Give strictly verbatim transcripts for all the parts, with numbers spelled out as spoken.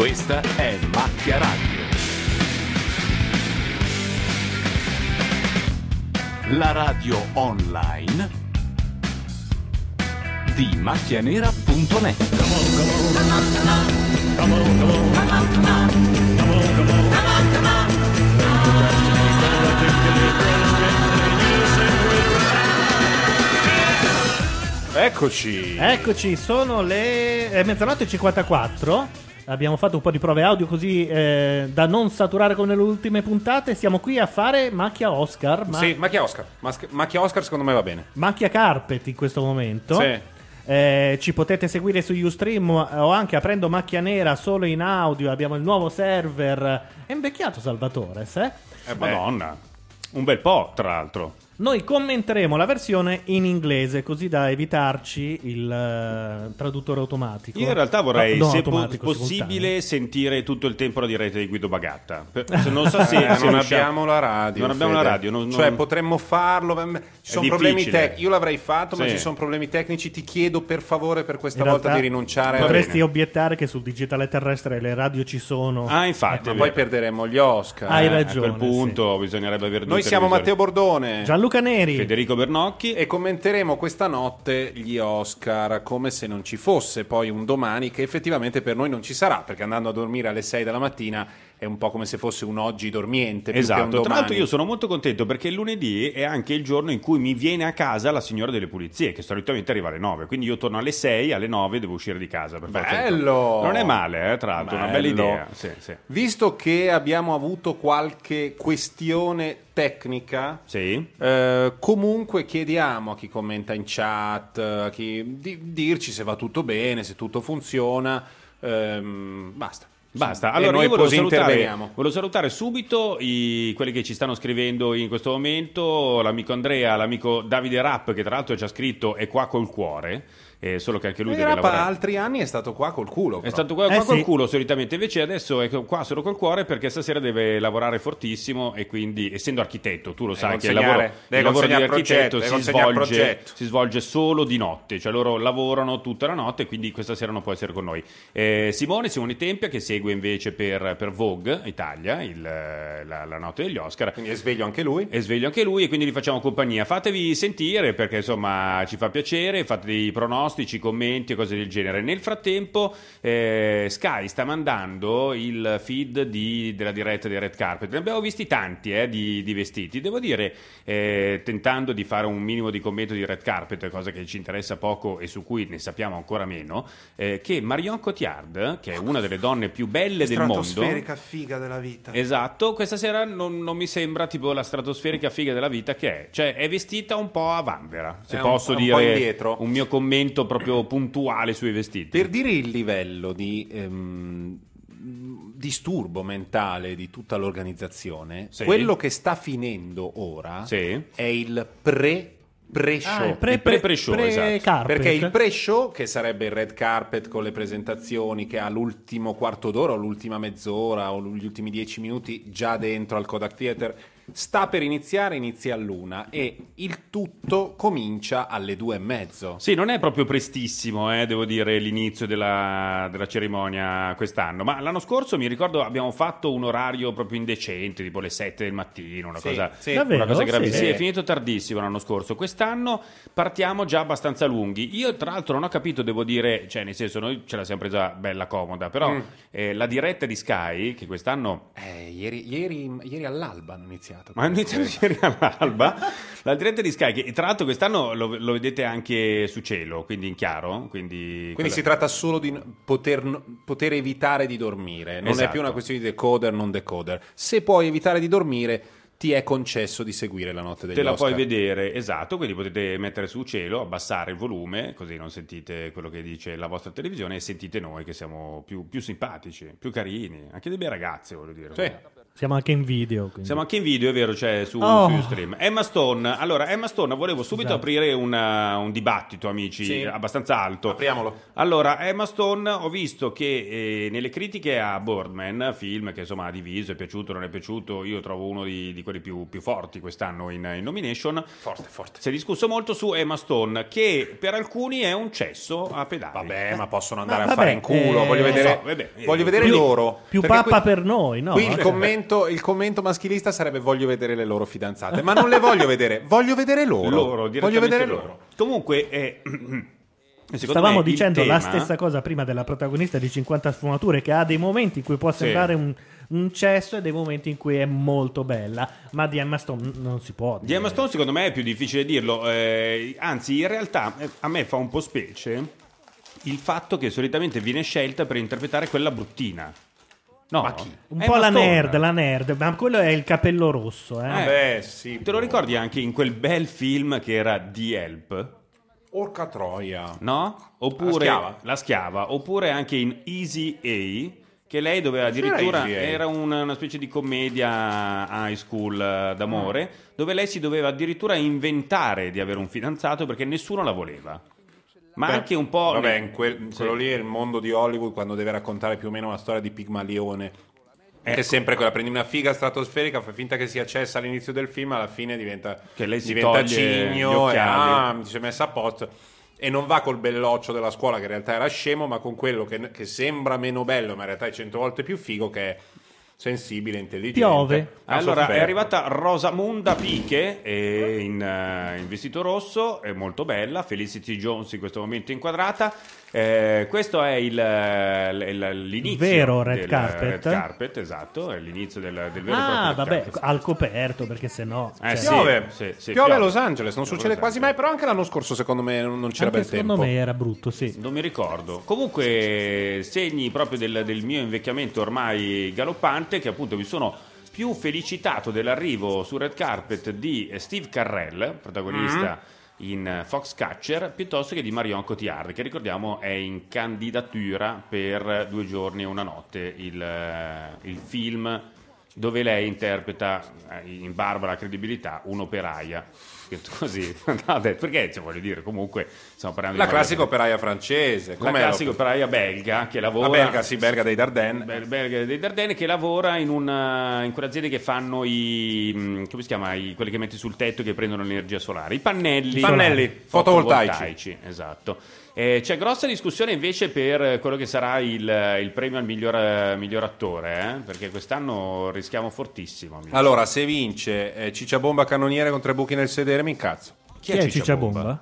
Questa è Macchia Radio. La radio online di macchianera punto net. Eccoci. Eccoci, sono le è mezzanotte e cinquantaquattro. Abbiamo fatto un po' di prove audio così eh, da non saturare come nelle ultime puntate. Siamo qui a fare Macchia Oscar. Ma... Sì, Macchia Oscar. Mas- Macchia Oscar secondo me va bene. Macchia Carpet in questo momento. Sì. Eh, ci potete seguire su Ustream o anche aprendo Macchia Nera solo in audio. Abbiamo il nuovo server. È invecchiato Salvatore, eh? Eh, Madonna. Un bel po', tra l'altro. Noi commenteremo la versione in inglese così da evitarci il uh, traduttore automatico. Io in realtà vorrei, no, no, se po- possibile, sentire tutto il tempo la diretta di Guido Bagatta. Per, se non so se, eh, se non riusciamo... abbiamo la radio. Non abbiamo Fede. la radio. Non, cioè, non... potremmo farlo. Ci sono difficile. problemi tecnici. Io l'avrei fatto, Sì. ma ci sono problemi tecnici. Ti chiedo per favore per questa In volta realtà di rinunciare. Potresti a... obiettare che sul digitale terrestre le radio ci sono. Ah, infatti. Ma poi perderemmo gli Oscar. Hai eh. ragione. A quel punto sì. bisognerebbe aver due Noi siamo televisori. Matteo Bordone, Gianluca Neri, Federico Bernocchi e commenteremo questa notte gli Oscar come se non ci fosse poi un domani che effettivamente per noi non ci sarà, perché andando a dormire alle sei della mattina è un po' come se fosse un oggi dormiente più che un Esatto, domani. tra l'altro io sono molto contento perché il lunedì è anche il giorno in cui mi viene a casa la signora delle pulizie, che solitamente arriva alle nove, quindi io torno alle sei, alle nove devo uscire di casa per forza. Bello! Non è male, eh, tra l'altro, Bello. una bella idea. Sì, sì. Visto che abbiamo avuto qualche questione tecnica, Sì. eh, comunque chiediamo a chi commenta in chat, a chi di dirci se va tutto bene, se tutto funziona, ehm, basta. Basta, E allora noi io volevo così salutare, interveniamo. volevo salutare subito i, quelli che ci stanno scrivendo in questo momento, l'amico Andrea, l'amico Davide Rapp, che tra l'altro ci ha scritto è qua col cuore, eh, solo che anche lui E deve Rappa lavorare. altri anni è stato qua col culo. È però. stato qua, Eh qua col sì. culo solitamente, invece adesso è qua solo col cuore perché stasera deve lavorare fortissimo e quindi, essendo architetto, tu lo Deve sai che il consegnare- lavoro, deve il lavoro di consegnare architetto progetto, si deve consegnare svolge, progetto. si svolge solo di notte, cioè loro lavorano tutta la notte, quindi questa sera non può essere con noi. Eh, Simone, Simone Tempia, che segue invece per, per Vogue Italia il, la, la notte degli Oscar. Quindi è sveglio anche lui. È sveglio anche lui e quindi gli facciamo compagnia. Fatevi sentire perché insomma ci fa piacere, fate dei pronostici, commenti e cose del genere. Nel frattempo eh, Sky sta mandando il feed di, della diretta dei Red Carpet. Ne abbiamo visti tanti eh, di, di vestiti. Devo dire, eh, tentando di fare un minimo di commento di Red Carpet, cosa che ci interessa poco e su cui ne sappiamo ancora meno, eh, che Marion Cotillard, che è una delle donne più belle del mondo, Stratosferica figa della vita. esatto, questa sera non, non mi sembra tipo la stratosferica figa della vita che è, cioè è vestita un po' a vanvera, se È un- posso è un po' dire indietro. un mio commento proprio puntuale sui vestiti. Per dire il livello di ehm, disturbo mentale di tutta l'organizzazione, Sì. quello che sta finendo ora Sì. è il pre pre-show. Ah, il pre, Il pre-pre-show, esatto. carpet. Perché il pre-show, che sarebbe il red carpet con le presentazioni che ha l'ultimo quarto d'ora o l'ultima mezz'ora o gli ultimi dieci minuti già dentro al Kodak Theater, sta per iniziare, inizia all'una e il tutto comincia alle due e mezzo. Sì, non è proprio prestissimo, eh, devo dire, l'inizio della, della cerimonia quest'anno, ma l'anno scorso mi ricordo abbiamo fatto un orario proprio indecente, tipo le sette del mattino, una Sì, cosa, sì. Davvero? una cosa gravissima. Sì. Sì, è finito tardissimo l'anno scorso. Quest'anno partiamo già abbastanza lunghi. Io tra l'altro non ho capito, devo dire, cioè nel senso noi ce la siamo presa bella comoda, però Mm. eh, la diretta di Sky, che quest'anno Eh, ieri, ieri, ieri all'alba hanno iniziato. ma hanno iniziato ieri all'alba la diretta di Sky, che tra l'altro quest'anno lo, lo vedete anche su cielo, quindi in chiaro, quindi, Quindi quella- si tratta solo di n- poter, n- poter evitare di dormire, non è Esatto. più una questione di decoder, non decoder. Se puoi evitare di dormire, ti è concesso di seguire la notte degli te la Oscar. puoi vedere, esatto, quindi potete mettere su cielo, abbassare il volume, così non sentite quello che dice la vostra televisione e sentite noi che siamo più, più simpatici, più carini, anche dei bei ragazzi, voglio dire. Sì. Siamo anche in video. Quindi. Siamo anche in video, è vero, cioè su, Oh. su Ustream. Emma Stone, allora Emma Stone, volevo subito Esatto. aprire una- un dibattito, amici, Sì. abbastanza alto. Apriamolo. Allora, Emma Stone, ho visto che eh, nelle critiche a Birdman, film che insomma ha diviso, è piaciuto, non è piaciuto, io trovo uno di, di quelli più, più forti quest'anno in, in nomination. Forte, forte. Si è discusso molto su Emma Stone, che per alcuni è un cesso a pedali. Vabbè, ma possono andare Ma a fare vabbè, in culo. eh, voglio vedere, so, vabbè, eh, voglio vedere più- loro. Più Perché pappa qui- per noi, no? Qui il commento, il commento maschilista sarebbe voglio vedere le loro fidanzate, ma non le voglio vedere, voglio vedere loro. Loro, voglio direttamente vedere loro. loro. Comunque, eh, secondo Stavamo me il dicendo la tema- stessa cosa prima della protagonista di cinquanta sfumature, che ha dei momenti in cui può Sì. sembrare un, un cesso e dei momenti in cui è molto bella, ma di Emma Stone non si può Di dire. Emma Stone secondo me è più difficile dirlo, eh, anzi in realtà eh, a me fa un po' specie il fatto che solitamente viene scelta per interpretare quella bruttina. No, Ma chi? Un Emma po' la Stone. nerd, la nerd, ma quello è il capello rosso, eh. Eh, Beh, sì. Te lo ricordi anche in quel bel film che era The Help? Orca troia. No? Oppure La schiava? La schiava, oppure anche in Easy A, che lei doveva C'era addirittura Easy A? era una, una specie di commedia high school eh, d'amore, dove lei si doveva addirittura inventare di avere un fidanzato perché nessuno la voleva. Ma Beh, anche un po'. Vabbè, in quel- in Sì. quello lì è il mondo di Hollywood quando deve raccontare più o meno una storia di Pigmalione. Che è sempre quella, prendi una figa stratosferica, fai finta che sia cessa all'inizio del film, alla fine diventa, Che lei si diventa toglie gli cigno e occhiali. ah, mi si è messa a posto. E non va col belloccio della scuola che in realtà era scemo, ma con quello che, che sembra meno bello, ma in realtà è cento volte più figo, che è sensibile, intelligente. Piove. ha Allora sofferto. è arrivata Rosamunda Piche eh, in, eh, in vestito rosso, è molto bella. Felicity Jones in questo momento inquadrata. Eh, questo è il, il- il- l'inizio Vero red del carpet. red carpet, esatto, è l'inizio del, del vero e Ah, proprio red vabbè, carpet. al coperto, perché sennò... Eh, cioè, sì. Piove, sì, sì, piove a piove. Los Angeles, non Piove a succede Los quasi Angeles. mai, però anche l'anno scorso secondo me non non c'era anche bel secondo tempo. me era brutto, sì. Non mi ricordo. Comunque, segni proprio del, del mio invecchiamento ormai galoppante, che appunto mi sono più felicitato dell'arrivo sul red carpet di Steve Carell, protagonista in Foxcatcher, piuttosto che di Marion Cotillard, che ricordiamo è in candidatura per Due giorni e una notte, il, eh, il film dove lei interpreta eh, in barba alla credibilità un'operaia. Detto così, no, detto, perché cioè, voglio dire, comunque stiamo parlando La di classica operaia francese, la com'è classica operaia belga che lavora La belga, sì, belga dei Dardenne. Bel- belga dei Dardenne, che lavora in una in quelle aziende che fanno i mh, come si chiama, I, quelli che metti sul tetto che prendono l'energia solare, i pannelli I pannelli fotovoltaici. esatto. Eh, c'è grossa discussione invece per quello che sarà il, il premio al miglior, miglior attore, eh? Perché quest'anno rischiamo fortissimo, amici. Allora, se vince eh, Ciccia Bomba Cannoniere con tre buchi nel sedere, mi incazzo. Chi è Ciccia Bomba?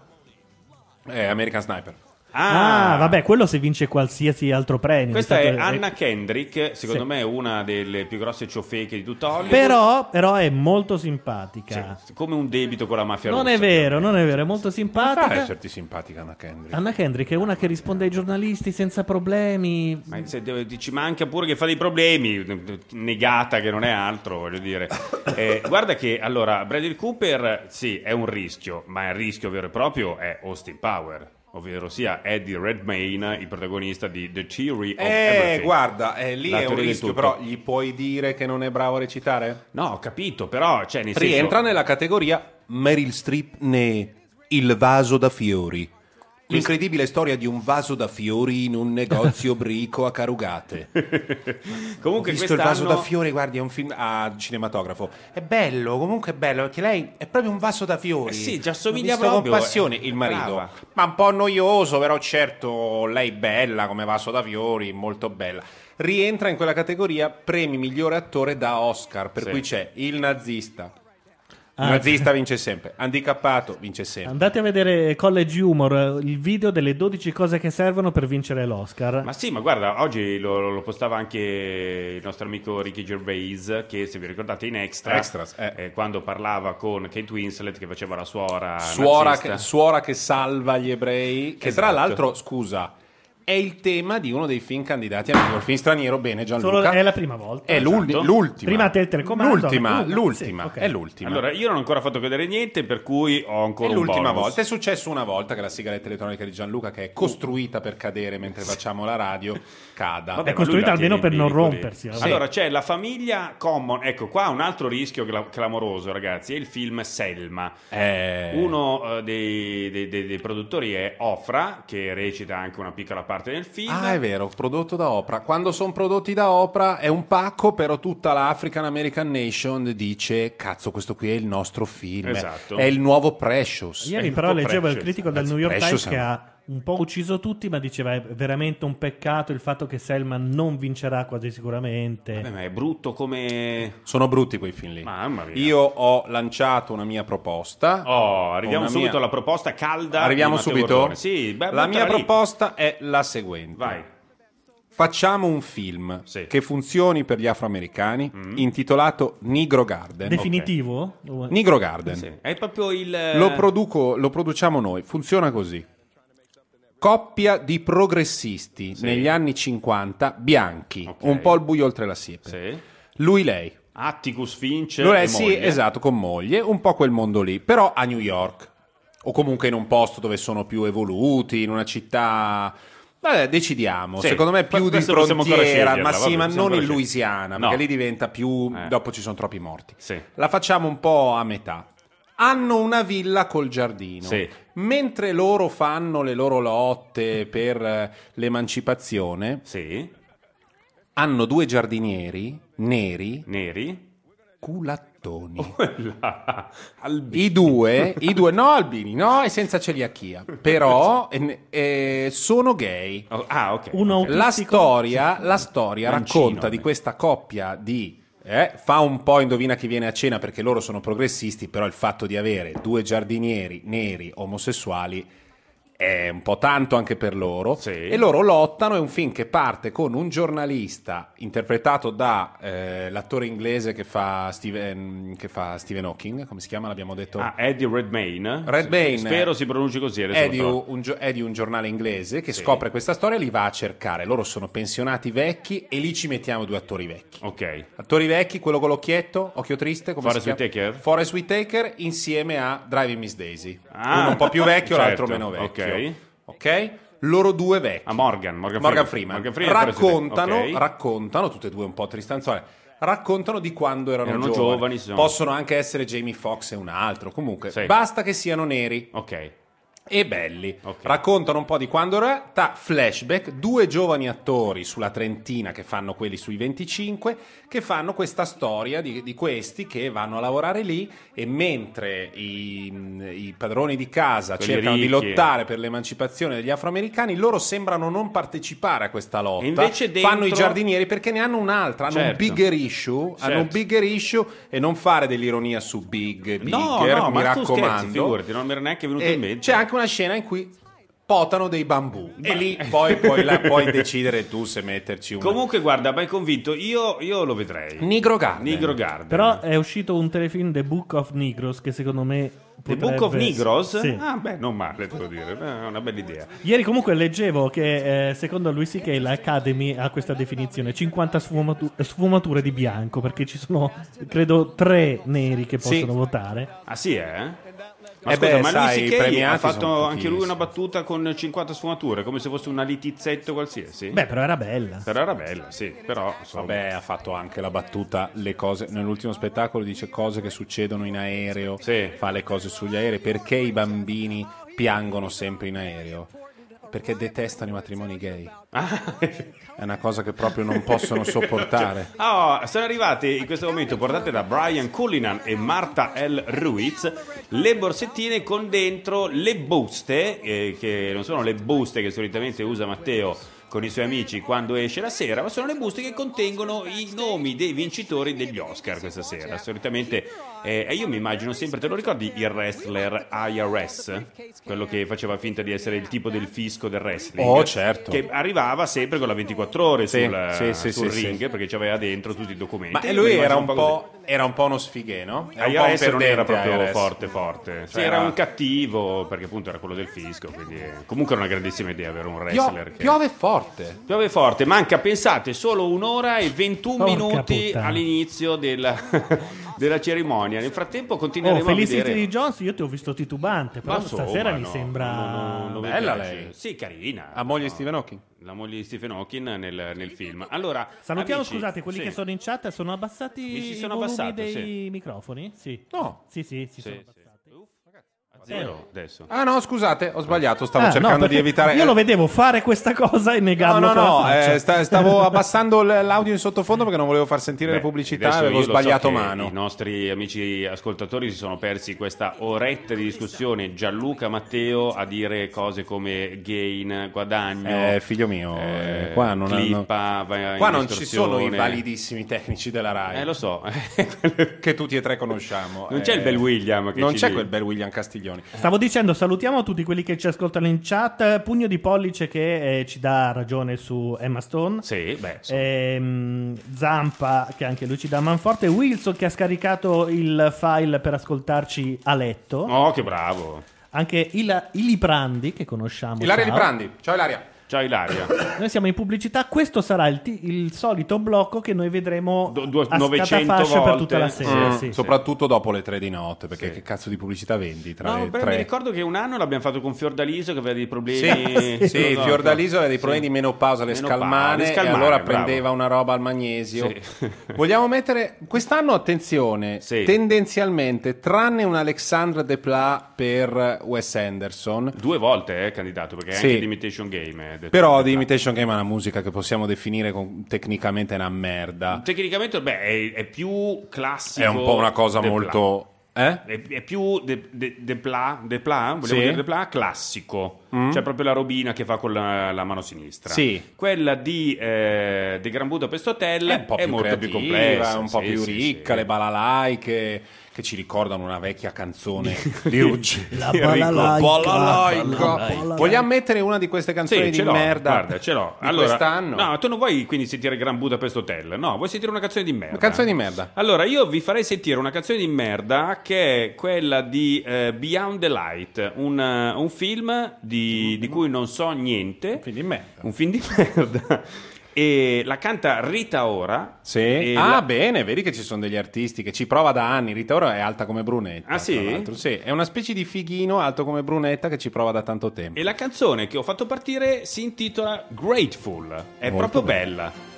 È American Sniper. Ah, vabbè, quello se vince qualsiasi altro premio. Questa È è stato- Anna Kendrick, secondo Sì. me è una delle più grosse ciofeche di tutta Hollywood. Però, però è molto simpatica. Sì, come un debito con la mafia Non rossa. è vero, non è vero, è molto Fa simpatica. esserti simpatica Anna Kendrick. Anna Kendrick è una che risponde ai giornalisti senza problemi. Ma se deve- ci manca pure che fa dei problemi, negata che non è altro, voglio dire. Eh, guarda che allora Bradley Cooper sì è un rischio, ma il rischio vero e proprio è Austin Power, ovvero sia Eddie Redmayne, il protagonista di The Theory of Eh, Everything. guarda, eh, lì La è un teoria del rischio, tutto. però gli puoi dire che non è bravo a recitare? No, ho capito, però cioè nel Rientra senso nella categoria Meryl Streep ne Il vaso da fiori. L'incredibile storia di un vaso da fiori in un negozio brico a Carugate. comunque Ho visto quest'anno il vaso da fiori, guardi, è un film a cinematografo. È bello, comunque è bello, perché lei è proprio un vaso da fiori. Eh sì, già L'ho assomiglia visto proprio, con passione eh. il marito. Brava. Ma un po' noioso, però certo, lei bella come vaso da fiori, molto bella. Rientra in quella categoria premi migliore attore da Oscar, per Sì. cui c'è il nazista. Il Ah. nazista vince sempre, handicappato vince sempre. Andate a vedere College Humor, il video delle dodici cose che servono per vincere l'Oscar. Ma sì, ma guarda, oggi lo, lo postava anche il nostro amico Ricky Gervais, che se vi ricordate in Extra, Extras, eh. eh, quando parlava con Kate Winslet che faceva la suora Suora nazista. che, suora che salva gli ebrei, che Esatto. tra l'altro, scusa, è il tema di uno dei film candidati a miglior film straniero. Bene, Solo Gianluca. è la prima volta. È l'ul- Esatto. l'ultima. Prima te il telecomando. L'ultima, Uh, l'ultima, sì, ok. è l'ultima. Allora, io non ho ancora fatto vedere niente, per cui ho ancora È un l'ultima bonus. volta. È successo una volta che la sigaretta elettronica di Gianluca, che è costruita per cadere mentre facciamo la radio, cada. Vabbè, È ma costruita lui la almeno tiene per in non piccoli. rompersi. vabbè. Allora, c'è la famiglia Common. Ecco, qua un altro rischio cla- clamoroso, ragazzi, è il film Selma. Eh, Uno eh, dei, dei- dei- dei produttori è Ofra, che recita anche una piccola parte nel film. Ah, è vero, prodotto da Oprah. Quando sono prodotti da Oprah è un pacco, però tutta l'African American Nation dice: cazzo, questo qui è il nostro film. Esatto. È il nuovo Precious. Ieri È però un po' leggevo il Precious. critico del Ragazzi, New York Precious Times che è un- ha un po' ucciso tutti, ma diceva è veramente un peccato il fatto che Selma non vincerà quasi sicuramente. Vabbè, ma è brutto come... Sono brutti quei film lì. Mamma mia. Io ho lanciato una mia proposta. Oh, arriviamo Una subito mia- alla proposta calda. Arriviamo di Matteo subito? Bordone. Sì, beh, La buttala mia lì. proposta è la seguente. Vai. Facciamo un film Sì. Mm. che funzioni per gli afroamericani, intitolato Negro Garden. Definitivo? Negro Garden. Sì. È proprio il... Lo, produco, lo produciamo noi. Funziona così. Coppia di progressisti Sì. negli anni cinquanta, bianchi, Ok. un po' il buio oltre la siepe. Sì. Lui, lei. Atticus Finch Lui, e lei, sì, moglie. esatto, con moglie, un po' quel mondo lì, però a New York. O comunque in un posto dove sono più evoluti, in una città... Vabbè, decidiamo. Sì, Secondo me più di questo possiamo ancora frontiera, sceglierla, ma sì, vabbè, ma possiamo non in ancora Louisiana, scegliere. perché No. lì diventa più... Eh. Dopo ci sono troppi morti. Sì. La facciamo un po' a metà. Hanno una villa col giardino. Sì. Mentre loro fanno le loro lotte per eh, l'emancipazione, Sì. hanno due giardinieri neri, Neri. culattoni. Quella. Albi. I due, i due, no albini, no, e senza celiachia, però eh, eh, sono gay. Oh, ah, ok. Uno Ok. La autistico- storia, la storia Mancino, racconta di eh. questa coppia di... eh, fa un po' indovina chi viene a cena perché loro sono progressisti, però il fatto di avere due giardinieri neri omosessuali è un po' tanto anche per loro. Sì. E loro lottano. È un film che parte con un giornalista interpretato da eh, l'attore inglese che fa, Steven, che fa Stephen Hawking, come si chiama? L'abbiamo detto. Ah, Eddie Redmayne. Redmayne. Spero si pronunci così. adesso È lo di, trovo. un, gio- è di un giornale inglese che Sì. scopre questa storia e li va a cercare. Loro sono pensionati vecchi e lì ci mettiamo due attori vecchi. Ok. Attori vecchi, quello con l'occhietto, occhio triste, come Forest si chiama? Whitaker? Forest Whitaker insieme a Driving Miss Daisy. Ah, Uno un po' più vecchio, certo, l'altro meno vecchio. ok. Ok? Loro due vecchi. Ah, Morgan. Morgan, Morgan Freeman. Freeman, Morgan Freeman e Forest raccontano, Whitaker. Ok. raccontano, tutte e due un po' tristanzuole, raccontano di quando erano, Erano giovani. giovani, sì. Possono anche essere Jamie Foxx e un altro, comunque Sì. basta che siano neri Ok. e belli. Ok. Raccontano un po' di quando era, ta flashback, due giovani attori sulla trentina che fanno quelli sui venticinque, che fanno questa storia di, di questi che vanno a lavorare lì e mentre i, i padroni di casa Quelli cercano di ricchi. lottare per l'emancipazione degli afroamericani, loro sembrano non partecipare a questa lotta. E invece dentro- fanno i giardinieri perché ne hanno un'altra, hanno Certo. un bigger issue, hanno un Certo. bigger issue e non fare dell'ironia su big, bigger, No, no, mi ma tu scherzi, raccomando. figurati, non mi era neanche venuto E in mente. c'è anche una scena in cui potano dei bambù e lì poi puoi, la- puoi decidere tu se metterci un Comunque, guarda, mi hai convinto. Io, io lo vedrei. Negro Garden. Negro Garden. Però è uscito un telefilm, The Book of Negros, che secondo me The potrebbe... Book of Negros? Sì. Ah, beh, non male, devo dire. Beh, È una bella idea. Ieri comunque leggevo che eh, secondo Louis C K l'Academy ha questa definizione, cinquanta sfumatu- sfumature di bianco, perché ci sono credo tre neri che Sì. possono votare. Ah, sì, eh? Ma Eh scusa, beh, ma sai, lui i C K premiati ha fatto sono anche lui una pochissimi. battuta con cinquanta sfumature, come se fosse una litizzetto qualsiasi? Beh, però era bella. Però era bella, sì. Però, insomma, Vabbè, ha fatto anche la battuta, le cose nell'ultimo spettacolo dice cose che succedono in aereo, Sì. fa le cose sugli aerei. Perché i bambini piangono sempre in aereo? Perché detestano i matrimoni gay. È una cosa che proprio non possono sopportare. Oh, sono arrivate in questo momento portate da Brian Cullinan e Marta L. Ruiz le borsettine con dentro le buste, eh, che non sono le buste che solitamente usa Matteo con i suoi amici quando esce la sera, ma sono le buste che contengono i nomi dei vincitori degli Oscar questa sera. Solitamente eh, io mi immagino sempre, te lo ricordi il wrestler I R S? Quello che faceva finta di essere il tipo del fisco del wrestling. Oh, certo. Che arrivava sempre con la ventiquattro ore Sì, sul, sì, sì, sul sì, ring sì. perché c'aveva dentro tutti i documenti. Ma Io lui mi era immagino un po', era un po' uno sfighe, no? I R S non era proprio I R S. forte forte, sì, Cioè, era era- un cattivo perché appunto era quello del fisco, quindi comunque era una grandissima idea avere un Pio- wrestler che piove forte. piove forte, manca, pensate, solo un'ora e ventuno Porca minuti puttana. all'inizio della, della cerimonia. Nel frattempo Oh, continueremo a Felicity vedere. Jones, io ti ho visto titubante, però Ma insomma, stasera mi no, sembra... no, no, non mi Bella piace. lei. Sì, carina. La moglie di No. Stephen Hawking. La moglie di Stephen Hawking nel, nel film. Allora, Salutiamo, amici, scusate, quelli sì. che sono in chat sono abbassati Mi si i sono volumi abbassati, dei sì. microfoni? Sì. No. Sì, sì, si Sì, sono sì. abbassati. Uff, a zero adesso. Ah no, scusate, ho sbagliato, stavo Ah, no, cercando di perché evitare... Io lo vedevo fare questa cosa e No, negarlo no, con la no, faccia. eh, sta- stavo abbassando l- l'audio in sottofondo perché non volevo far sentire Beh, le pubblicità, adesso avevo io lo so sbagliato che mano. I nostri amici ascoltatori si sono persi questa oretta di discussione. Gianluca Matteo a dire cose come gain, guadagno. Eh, figlio mio, eh, qua non clippa, vai in Qua non ci sono i distorsione. validissimi tecnici della Rai. Eh, lo so. Che tutti e tre conosciamo. Non c'è il bel William che Non ci c'è dice. quel bel William Castiglioni. Stavo dicendo, salutiamo tutti quelli che ci ascoltano in chat. Pugno di pollice che eh, ci dà ragione su Emma Stone. Sì, beh, insomma. Ehm, Zampa che anche lui ci dà manforte. Wilson che ha scaricato il file per ascoltarci a letto. Oh, che bravo. Anche Il- Iliprandi che conosciamo. Ilaria ciao. Liprandi. Ciao Ilaria. Ciao Ilaria. Noi siamo in pubblicità. Questo sarà il, ti- il solito blocco che noi vedremo Du- du- a novecento scatafascia per volte. tutta la sera. Mm, sì. Soprattutto dopo le tre di notte, perché Sì. che cazzo di pubblicità vendi tra No, le però tre? mi ricordo che un anno l'abbiamo fatto con Fiordaliso che aveva dei Sì, problemi. sì, No, no, Fiordaliso aveva dei sì. problemi di menopausa, le Menopausa, scalmane, le scalmane, e allora bravo. prendeva una roba al magnesio. Sì. Vogliamo mettere quest'anno, attenzione, Sì. tendenzialmente, tranne un Alexandre Desplat per Wes Anderson, Due volte è candidato perché Sì. anche The Imitation Game è detto- però The Imitation Game è una musica che possiamo definire con- tecnicamente una merda. Tecnicamente beh, è, è più classico. È un po' una cosa de molto... Eh? Pla. È, è più de, de, de pla, de pla, vogliamo Sì. dire de pla classico. C'è proprio la robina che fa con la, la mano sinistra. Sì. Quella di eh, The Grand Budapest Hotel È un po' più molto creativa, più complessa, un po' sì, più sì, ricca, sì. le balalaiche che ci ricordano una vecchia canzone di Ruggero. La Enrico, balalaica, Balalaica. balalaica. Vogliamo mettere una di queste canzoni Sì, di ce l'ho, merda? guarda, ce l'ho. Di Allora, quest'anno? no, tu non vuoi quindi sentire Grand Budapest Hotel? No, vuoi sentire una canzone di merda? Una canzone di merda. Allora, io vi farei sentire una canzone di merda che è quella di eh, Beyond the Light, un, eh, un film di, di cui non so niente. Film di merda. Un film di merda. E la canta Rita Ora. Sì. E Ah, la- bene, vedi che ci sono degli artisti che ci prova da anni. Rita Ora è alta come Brunetta. Ah, sì? tra l'altro. Sì, è una specie di fighino alto come Brunetta che ci prova da tanto tempo. E la canzone che ho fatto partire si intitola Grateful. È Molto proprio bella. bella.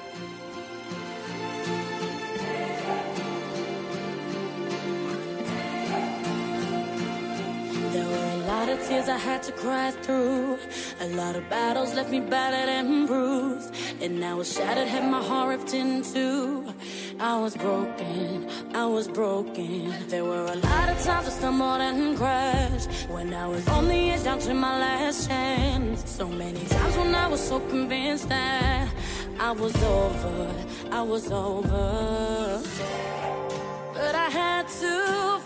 There were a lot of tears I had to cry through. A lot of battles left me battered and bruised. And I was shattered, had my heart ripped in two. I was broken, I was broken. There were a lot of times I stumbled and crashed. When I was on the edge, down to my last chance. So many times when I was so convinced that I was over, I was over. But I had to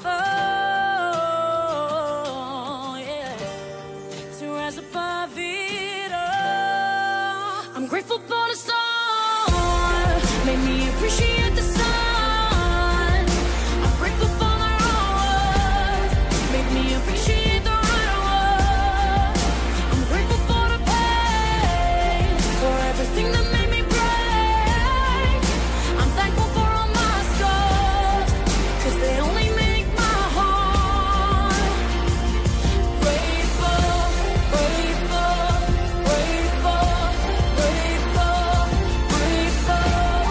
fall, yeah, to rise above it all. I'm grateful for the storm, made me appreciate the sun. I'm grateful for the road, made me appreciate the right word. I'm grateful for the pain, for everything that made me break. I'm thankful for all my scars, 'cause they only make my heart grateful, grateful, grateful, grateful, grateful,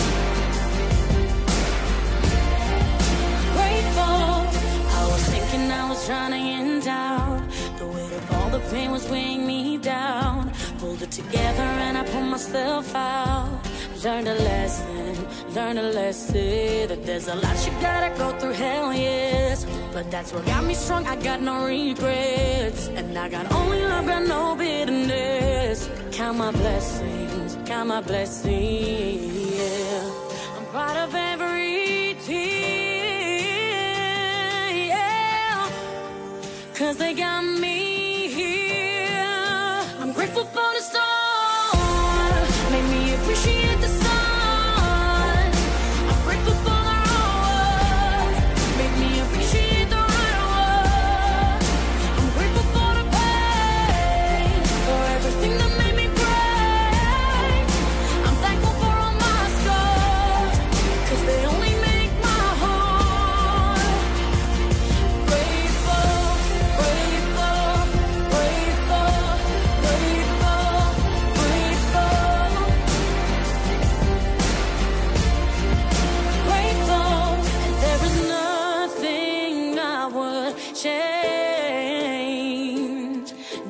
grateful. I was thinking I was drowning in doubt. The weight of all the pain was weighing me down. Pulled it together and I pulled myself out. Learned a lesson, learned a lesson that there's a lot you gotta go through, hell yes. But that's what got me strong, I got no regrets. And I got only love, got no bitterness. Count my blessings, count my blessings, yeah. I'm proud of every tear, yeah. 'Cause they got me here. I'm grateful for the storm, made me appreciate the sun. I'm grateful for the road,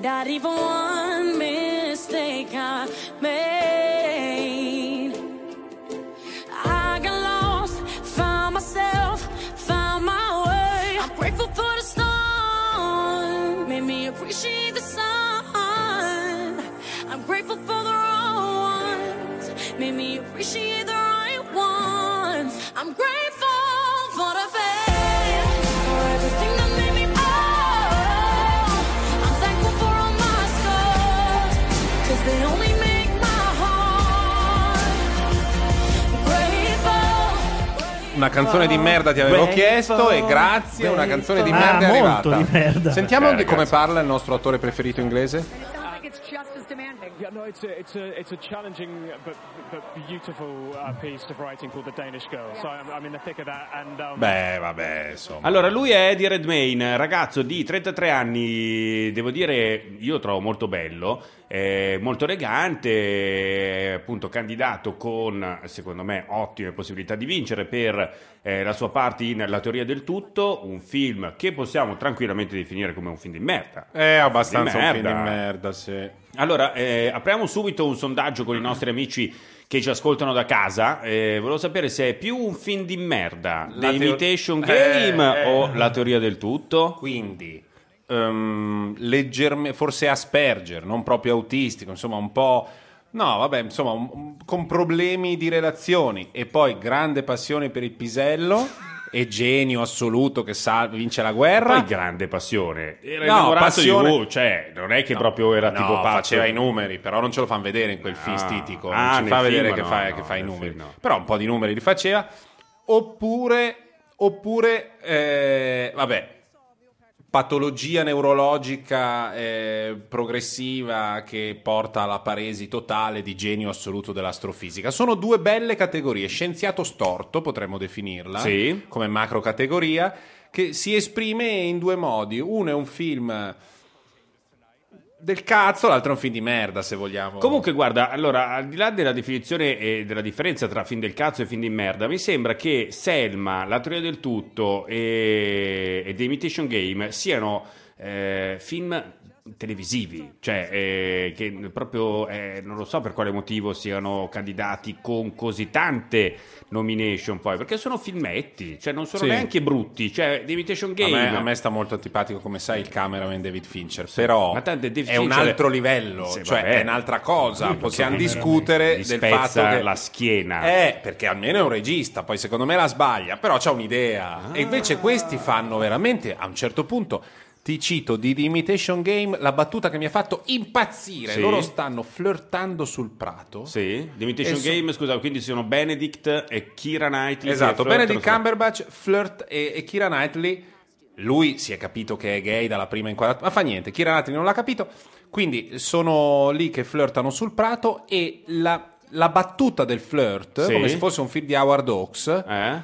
not even one mistake I made. I got lost, found myself, found my way. I'm grateful for the storm, made me appreciate the sun. I'm grateful for the wrong ones, made me appreciate the right ones. I'm grateful for the bad, for everything that made me proud. I'm thankful for all my scars, 'cause they only make my heart grateful. Una canzone di merda ti avevo Grateful, chiesto e grazie, una canzone di grateful. merda è Ah, arrivata. molto di merda. Sentiamo Eh, di come ragazzi. parla il nostro attore preferito inglese. It's just as demanding. Yeah, no, it's a, it's a, it's a challenging but, but beautiful uh, piece of writing called The Danish Girl. So I'm, I'm in the thick of that. And um, Beh, vabbè, insomma. Allora, lui è Eddie Redmayne, ragazzo di trentatré anni, devo dire, io lo trovo molto bello, eh, molto elegante, appunto candidato con, secondo me, ottime possibilità di vincere per eh, la sua parte in La teoria del tutto, un film che possiamo tranquillamente definire come un film di merda. È abbastanza Di un film di merda. merda, sì. Allora, eh, apriamo subito un sondaggio con i nostri amici che ci ascoltano da casa. Eh, volevo sapere se è più un film di merda, La The teo- Imitation Eh, Game eh. o La teoria del tutto? Quindi, ehm, leggerme, forse Asperger, non proprio autistico, insomma un po'... No, vabbè, insomma, un- un- con problemi di relazioni e poi grande passione per il pisello e genio assoluto che sa, vince la guerra. Poi grande passione. Era No, innamorato passione- di Wu, cioè, non è che No, proprio era no, tipo pazzo. faceva i numeri, però non ce lo fanno vedere in quel film Ah. stitico, Ah, non ci nel fa vedere film che no, fa, no, che fa i nel numeri, film no. però un po' di numeri li faceva. Oppure, oppure eh, vabbè, patologia neurologica eh, progressiva che porta alla paresi totale di genio assoluto dell'astrofisica. Sono due belle categorie. Scienziato storto, potremmo definirla, Sì. come macro categoria, che si esprime in due modi. Uno è un film del cazzo, l'altro è un film di merda, se vogliamo. Comunque, guarda, allora, al di là della definizione e della differenza tra film del cazzo e film di merda, mi sembra che Selma, La teoria del tutto e, e The Imitation Game siano eh, film televisivi, cioè eh, che proprio eh, non lo so per quale motivo siano candidati con così tante nomination poi, perché sono filmetti, cioè non sono Sì. neanche brutti, cioè The Imitation A Game me, a me sta molto antipatico, come sai, il cameraman David Fincher, però Ma tanto David è un Fincher- altro livello, Sì, cioè vabbè. è un'altra cosa. Lui Possiamo proprio discutere gli del spezza fatto che la schiena. Eh, perché almeno è un regista, poi secondo me la sbaglia, però c'ha un'idea. E invece questi fanno veramente, a un certo punto, ti cito di The Imitation Game, la battuta che mi ha fatto impazzire. Sì. Loro stanno flirtando sul prato. Sì, The Imitation E so- Game, scusa, quindi sono Benedict e Keira Knightley. Esatto, che flirtano Benedict su- Cumberbatch, flirt e, e Keira Knightley. Lui si è capito che è gay dalla prima inquadratura, ma fa niente, Keira Knightley non l'ha capito. Quindi sono lì che flirtano sul prato e la, la battuta del flirt, Sì. come se fosse un film di Howard Hawks, Eh?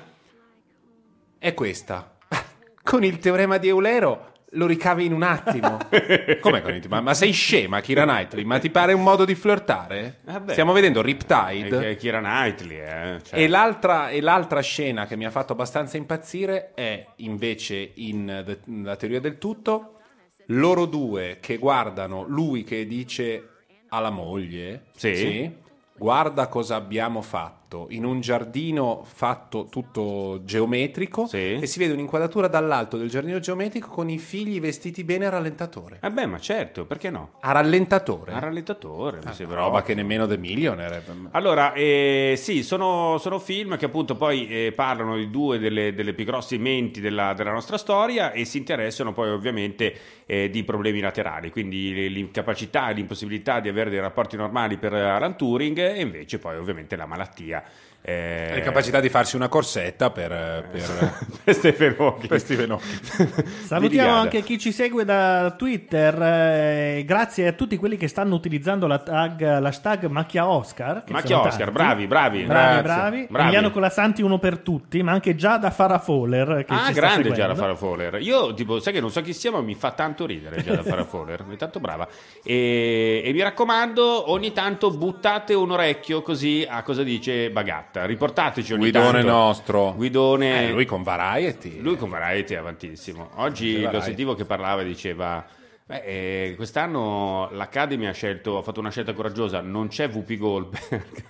è questa. Con il teorema di Eulero lo ricavi in un attimo. Come con il ma, ma sei scema, Keira Knightley? Ma ti pare un modo di flirtare? Vabbè. Stiamo vedendo È Riptide. che- Keira Knightley, eh. cioè- E l'altra, e l'altra scena che mi ha fatto abbastanza impazzire è invece in The- La teoria del tutto, loro due che guardano lui che dice alla moglie, Sì. guarda cosa abbiamo fatto, in un giardino fatto tutto geometrico, Sì. e si vede un'inquadratura dall'alto del giardino geometrico con i figli vestiti bene a rallentatore. Eh beh, ma certo, perché no? A rallentatore? A rallentatore, mi sembra. Roba che nemmeno The Millionaire. Allora, eh, sì, sono, sono film che appunto poi eh, parlano di due delle, delle più grossi menti della, della nostra storia e si interessano poi ovviamente eh, di problemi laterali, quindi l'incapacità e l'impossibilità di avere dei rapporti normali per Alan Turing e invece poi ovviamente la malattia. Eh, L'incapacità di farsi una corsetta per, per, per Stephen Hawking. per Stephen Hawking. Salutiamo Litigata. anche chi ci segue da Twitter. eh, grazie a tutti quelli che stanno utilizzando la tag, l'hashtag Macchia Oscar. che Macchia sono Oscar, tanti. bravi, bravi. Bravi, Grazie. bravi. Bravi. Emiliano Colasanti uno per tutti, ma anche Giada Farafoller. Che Ah, ci sta grande seguendo. Giada Farafoller. Io, tipo, sai che non so chi sia, ma mi fa tanto ridere Giada Farafoller. È tanto brava. E, e mi raccomando, ogni tanto buttate un orecchio così a cosa dice Bagatta. Riportateci ogni Guidone tanto. nostro. Guidone. Eh, lui con Variety. Lui con Variety è avantissimo. Oggi Sì, lo Variety. sentivo che parlava e diceva Beh, eh, quest'anno l'Academy ha scelto, ha fatto una scelta coraggiosa, non c'è Whoopi Goldberg.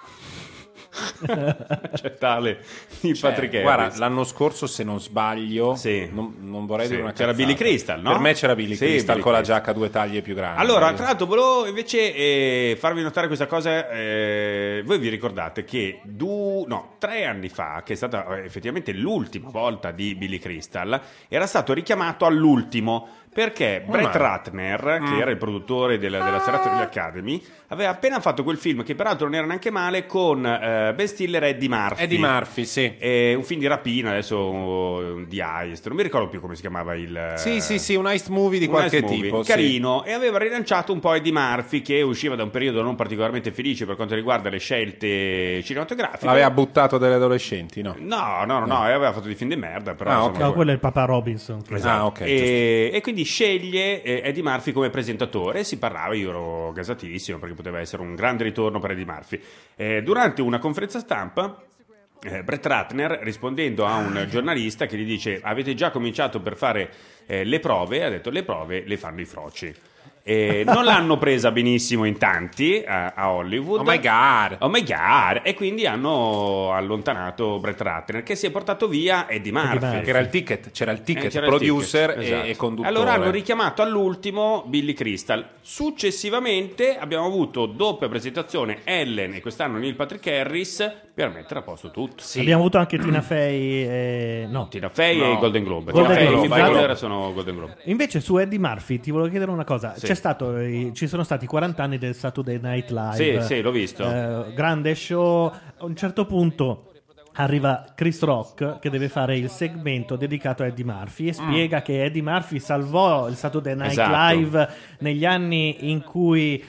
C'è tale il Cioè, Patrick Harris. guarda, l'anno scorso, se non sbaglio, Sì. non, non vorrei Sì, dire una c'era cazzata. Billy Crystal, no? Per me c'era Billy Sì, Crystal Billy con Crystal. la giacca due taglie più grandi. Allora, tra l'altro, volevo invece eh, farvi notare questa cosa. Eh, voi vi ricordate che du- no, tre anni fa, che è stata eh, effettivamente l'ultima volta di Billy Crystal, era stato richiamato all'ultimo perché Brett Ratner, che era il produttore della, della serata degli Academy, aveva appena fatto quel film che peraltro non era neanche male con eh, Ben Stiller e Eddie Murphy. Eddie Murphy, sì. Eh, un film di rapina, adesso uh, di Heist, non mi ricordo più come si chiamava il... Sì, sì, sì, un heist movie di un qualche heist movie, tipo. sì. carino, e aveva rilanciato un po' Eddie Murphy, che usciva da un periodo non particolarmente felice per quanto riguarda le scelte cinematografiche. L'aveva buttato delle adolescenti, no? No, no, no, no, e aveva fatto dei film di merda, però Ah, insomma, ok. No, poi- quello è il Papa Robinson. Esatto. Ah, ok, e, e quindi sceglie eh, Eddie Murphy come presentatore. Si parlava, io ero gasatissimo perché poteva essere un grande ritorno per Eddie Murphy. Eh, durante una conferenza stampa, eh, Brett Ratner, rispondendo a un giornalista che gli dice: avete già cominciato per fare eh, le prove? Ha detto: le prove le fanno i froci. E non l'hanno presa benissimo in tanti a, a Hollywood. Oh my God. Oh my God. E quindi hanno allontanato Brett Ratner, che si è portato via Eddie Murphy. Murphy. Che era il ticket, c'era il ticket, Eh, c'era il producer ticket, e- esatto. e, conduttore. Allora hanno richiamato all'ultimo Billy Crystal. Successivamente abbiamo avuto doppia presentazione Ellen e quest'anno Neil Patrick Harris per mettere a posto tutto. Abbiamo avuto anche Tina Fey e... no. Tina Fey No. e Golden Globe. Golden Tina Fey Globe, e esatto. Golden sono Golden Globe. Invece su Eddie Murphy ti volevo chiedere una cosa. Sì. C'è stato, eh, ci sono stati quaranta anni del Saturday Night Live. Sì, sì, l'ho visto. Eh, grande show. A un certo punto arriva Chris Rock che deve fare il segmento dedicato a Eddie Murphy e spiega che Eddie Murphy salvò il Saturday Night Esatto. Live negli anni in cui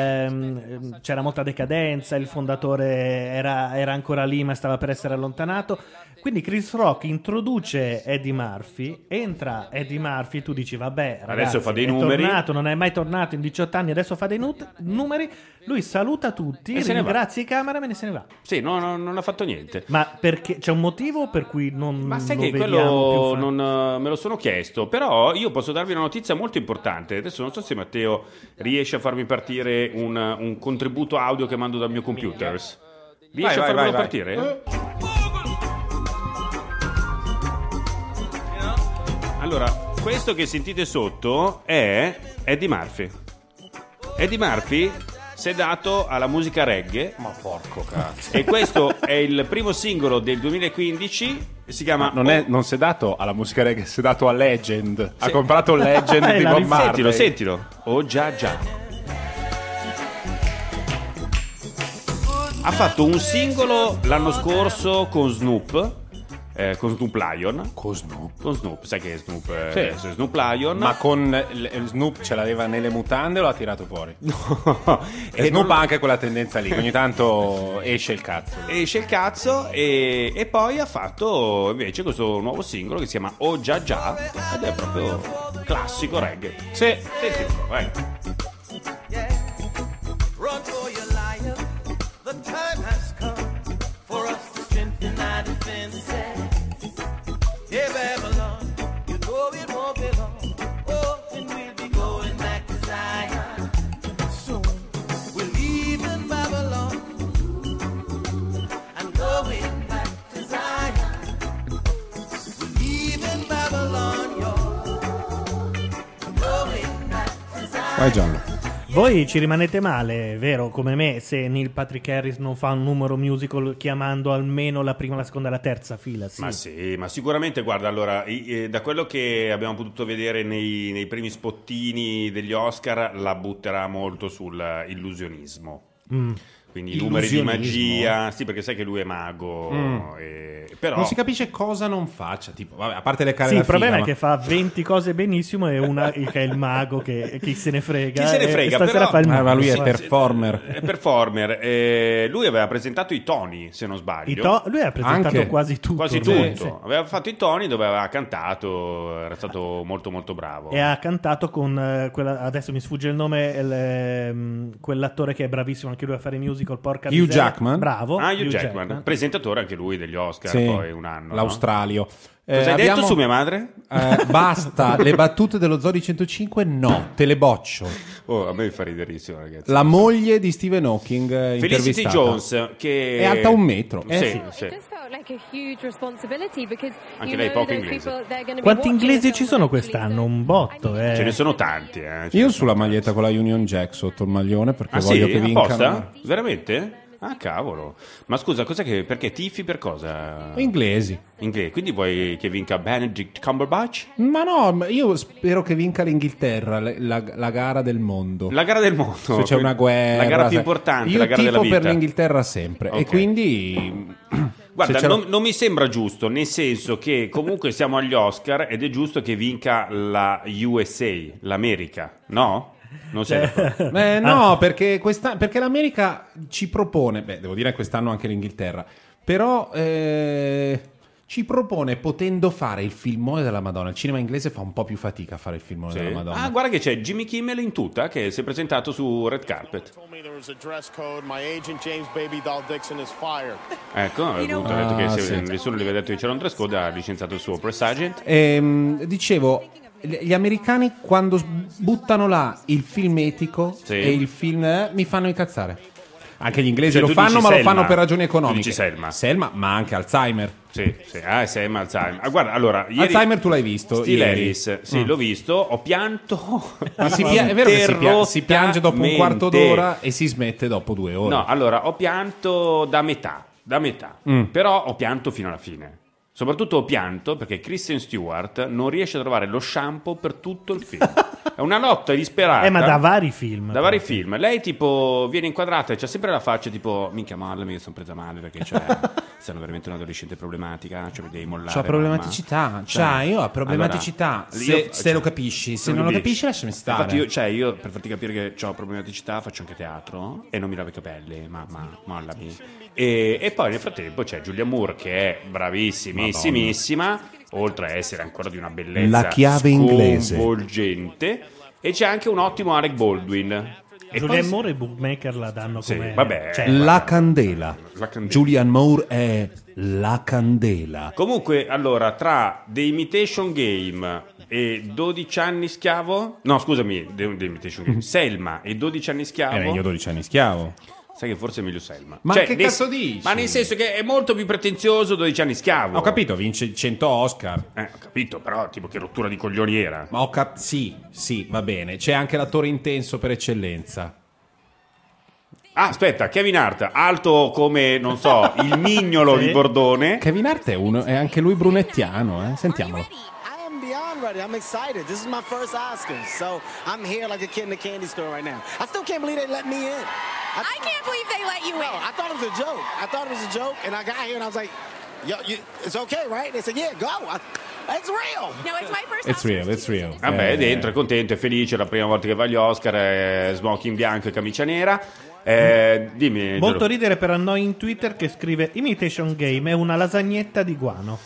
ehm, c'era molta decadenza, il fondatore era, era ancora lì ma stava per essere allontanato. Quindi Chris Rock introduce Eddie Murphy, entra Eddie Murphy, tu dici vabbè ragazzi, Adesso fa dei è numeri. tornato, non è mai tornato in diciotto anni, adesso fa dei nut- numeri, lui saluta tutti, E se ne va. ringrazia i cameraman e se ne va. Sì, no, no, non ha fatto niente. Ma perché c'è un motivo per cui non Ma sai lo che vediamo quello più fa- non, eh, me lo sono chiesto, però io posso darvi una notizia molto importante. Adesso non so se Matteo riesce a farmi partire un, un contributo audio che mando dal mio computer. Riesce Vai, a vai, farmelo vai, vai. partire? Allora, questo che sentite sotto è Eddie Murphy. Eddie Murphy si è dato alla musica reggae. Ma porco cazzo. E questo è il primo singolo del duemilaquindici. Si chiama Non, è, non si è dato alla musica reggae, si è dato a Legend. Ha Sì. comprato Legend Eh, di la Bob rif- Marley. Sentilo, sentilo. Oh già già. Ha fatto un singolo l'anno scorso con Snoop, eh, con Snoop Lion. Con Snoop. Con Snoop, sai che è Snoop? Sì. Eh, Snoop Lion. Ma con l- Snoop ce l'aveva nelle mutande o l'ha tirato fuori? No. E Snoop ha anche quella tendenza lì, ogni tanto esce il cazzo. esce il cazzo e, e poi ha fatto invece questo nuovo singolo che si chiama Oh Già Già ed è proprio classico reggae. Sì. Sentilo, vai. Run for your life. The time has come for us to strengthen our defenses. Hey Babylon, you know it won't be long. Oh, and we'll be going back to Zion soon. We're leaving Babylon and going back to Zion. We're leaving Babylon, y'all. Going back to Zion. Vai Gianlo. Voi ci rimanete male, vero, come me, se Neil Patrick Harris non fa un numero musical chiamando almeno la prima, la seconda e la terza fila? Sì. Ma sì, ma sicuramente guarda, allora, i- eh, da quello che abbiamo potuto vedere nei, nei primi spottini degli Oscar, la butterà molto sul illusionismo. Mm. Quindi i numeri di Illusionismo? magia, sì, perché sai che lui è mago, Mm. e- però Non si capisce cosa non faccia, tipo, vabbè, a parte le care Sì, da il problema figa, è che fa venti cose benissimo e una che è il mago che chi se ne frega. Chi se ne e frega, stasera però- fa il ma... mago. Eh, ma lui è Sì. performer. è performer. Eh, lui aveva presentato i toni, se non sbaglio. I to- lui ha presentato Anche. quasi tutto. Quasi ormai, tutto. sì. Aveva fatto i toni dove aveva cantato, era stato molto molto bravo. E ha cantato con eh, quella, adesso mi sfugge il nome, il, ehm, quell'attore che è bravissimo anche lui a fare musical, porca Hugh miseria. Jackman? Bravo. Ah, Hugh Jackman, presentatore anche lui degli Oscar, Sì, poi un anno. no? l'Australio. Cosa Eh, hai abbiamo- detto su mia madre? Eh, basta, le battute dello Zoo di centocinque no, te le boccio. Oh, a me mi fa riderissimo, ragazzi. La moglie di Stephen Hawking eh, Felicity intervistata. Jones, che È alta un metro. Sì, Eh, sì. It just felt like a huge responsibility because Anche you lei know poco those inglese. people, they're gonna be Quanti watching inglesi the ci film sono eventually, quest'anno? so- Un botto, eh. Ce ne sono tanti, eh. Ce Io ne sulla sono maglietta con la Union Jack sotto il maglione perché Ah voglio sì? che vincano. Apposta? Veramente? Ah, cavolo. Ma scusa, cos'è che... Perché tifi per cosa? Inglesi. Inglese. Quindi vuoi che vinca Benedict Cumberbatch? Ma no, ma io spero che vinca l'Inghilterra, la, la- la gara del mondo. La gara del mondo. Se c'è una guerra. La gara più sai. importante, Io la gara della tifo vita. per l'Inghilterra sempre. Ok. E quindi... Guarda, se c'era- non, non mi sembra giusto, nel senso che comunque siamo agli Oscar ed è giusto che vinca la U S A, l'America, no? Non sei d'accordo? Eh, no, perché, questa, perché l'America ci propone, beh, devo dire quest'anno anche l'Inghilterra, però eh, ci propone potendo fare il filmone della Madonna. Il cinema inglese fa un po' più fatica a fare il filmone Sì. della Madonna. Ah, guarda che c'è Jimmy Kimmel in tuta che si è presentato su Red Carpet. Told me there was a dress code. My agent James Baby Doll Dixon is fired. Ecco, ha appunto detto che Ah, se sì. nessuno gli aveva detto che c'era un dress code, ha licenziato il suo press agent. Ehm, dicevo, gli gli americani quando buttano là il film etico Sì. e il film eh, mi fanno incazzare. Anche gli inglesi Cioè, lo tu fanno, dici ma lo Selma. fanno per ragioni Tu economiche. dici Selma. Selma, ma anche Alzheimer. Sì, sì, ah, sei Alzheimer. Ah, guarda, allora, ieri... Alzheimer tu l'hai visto Steve ieri? Harris, sì, Mm. l'ho visto, ho pianto. Ma si pia- è vero che si, pia- si piange dopo un quarto Interrottamente. d'ora e si smette dopo due ore. No, allora, ho pianto da metà, da metà. Mm. Però ho pianto fino alla fine. Soprattutto ho pianto perché Kristen Stewart non riesce a trovare lo shampoo per tutto il film. È una lotta disperata. Eh, ma da vari film. Da vari film. Lei tipo viene inquadrata e c'ha sempre la faccia tipo minchia male, mi sono presa male perché cioè, sono veramente un'adolescente problematica, cioè mi devi mollare. C'ha problematicità, mamma. c'ha, Cioè, io ho problematicità. allora, se io- se cioè, lo capisci, se non lo capisci lasciami stare. Infatti io, cioè, io per farti capire che ho problematicità faccio anche teatro e non mi lavo i capelli, mamma, mollami. E, e poi nel frattempo c'è Julia Moore che è bravissimissima, oltre a essere ancora di una bellezza La chiave inglese. sconvolgente, e c'è anche un ottimo Alec Baldwin. E Julian poi- Moore e Bookmaker la danno Sì, come... vabbè. cioè, La candela. La candela. Julian Moore è la candela. Comunque, allora, tra The Imitation Game e dodici anni schiavo, no, scusami, The, The Imitation Game, Selma e dodici anni schiavo. È meglio dodici anni schiavo. Sai che forse è meglio Selma. Ma Cioè, che nel- cazzo dici? Ma nel senso che è molto più pretenzioso dodici anni schiavo. Ho capito, vince cento Oscar. Eh, ho capito, però tipo che rottura di coglioni era. Ma ho cap- sì, sì, va bene. C'è anche l'attore intenso per eccellenza. Ah, aspetta, Kevin Hart, alto come, non so, il mignolo Sì. di Bordone. Kevin Hart è, uno, è anche lui brunettiano, eh? Sentiamolo. I am beyond ready. I'm excited. This is my first Oscars, so I'm here like a kid in a candy store right now. I still can't believe they let me in. I, I can't believe they let you no, in. I thought it was a joke. I thought it was a joke, and I got here and I was like, "Yo, you, it's okay, right?" They said, "Yeah, go." I, it's real. No, it's my first It's Oscars real, it's too. real. Vabbè, è Eh, dentro, è contento, è felice, è la prima volta che va agli Oscar, è smoking bianco e camicia nera. Eh, dimmi, Molto Giulio. ridere per noi in Twitter che scrive Imitation Game è una lasagnetta di guano.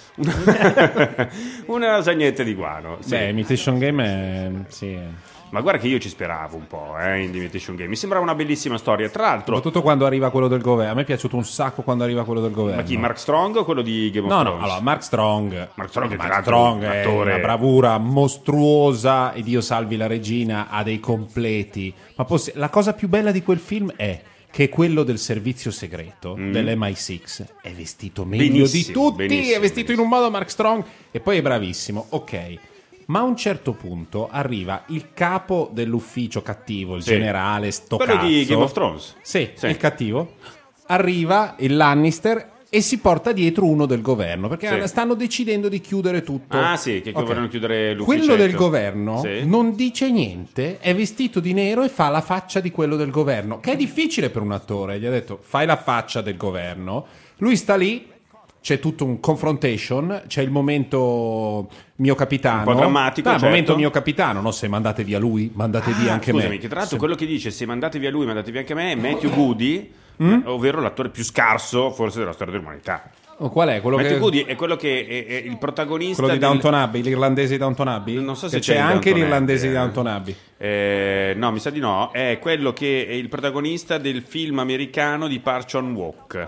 Una lasagnetta di guano. Sì. Beh, Imitation Game è... Sì. Ma guarda che io ci speravo un po' eh, in The Imitation Game. Mi sembrava una bellissima storia. Tra l'altro, Soprattutto quando arriva quello del governo. A me è piaciuto un sacco quando arriva quello del governo. ma chi? Mark Strong o quello di Game of No, no, Thrones? allora, Mark Strong. Mark Strong è Mark tra l'altro Strong un è attore- una bravura mostruosa e Dio salvi la regina, ha dei completi. Ma possi- la cosa più bella di quel film è che quello del servizio segreto dell'M I sei è vestito meglio Mm. Benissimo, di tutti, benissimo, è vestito in un modo Mark Strong e poi è bravissimo, ok. Ma a un certo punto arriva il capo dell'ufficio cattivo, il Sì. generale, sto Quello cazzo. di Game of Thrones. Sì, Sì. il cattivo. Arriva il Lannister e si porta dietro uno del governo perché Sì. stanno decidendo di chiudere tutto. Ah, sì, che Ok. vogliono chiudere l'ufficetto. Quello del governo Sì. non dice niente, è vestito di nero e fa la faccia di quello del governo, che è difficile per un attore. Gli ha detto fai la faccia del governo. Lui sta lì, c'è tutto un confrontation, c'è il momento mio capitano. Un po' drammatico, No, il certo. momento mio capitano, no, se mandate via lui, mandate via Ah, anche scusami, me. che tra l'altro Se- quello che dice se mandate via lui, mandate via anche me è Matthew Goody, Mm? ovvero l'attore più scarso forse della storia dell'umanità. Oh, qual è? Quello Matthew che... Goody è quello che è, è il protagonista Quello di del- Downton Abbey, l'irlandese di Downton Abbey? Non so Che se c'è c'è in anche Downton l'irlandese Abbey, di eh. Downton Abbey. Eh, no, mi sa di no. È quello che è il protagonista del film americano di Park Chan-wook.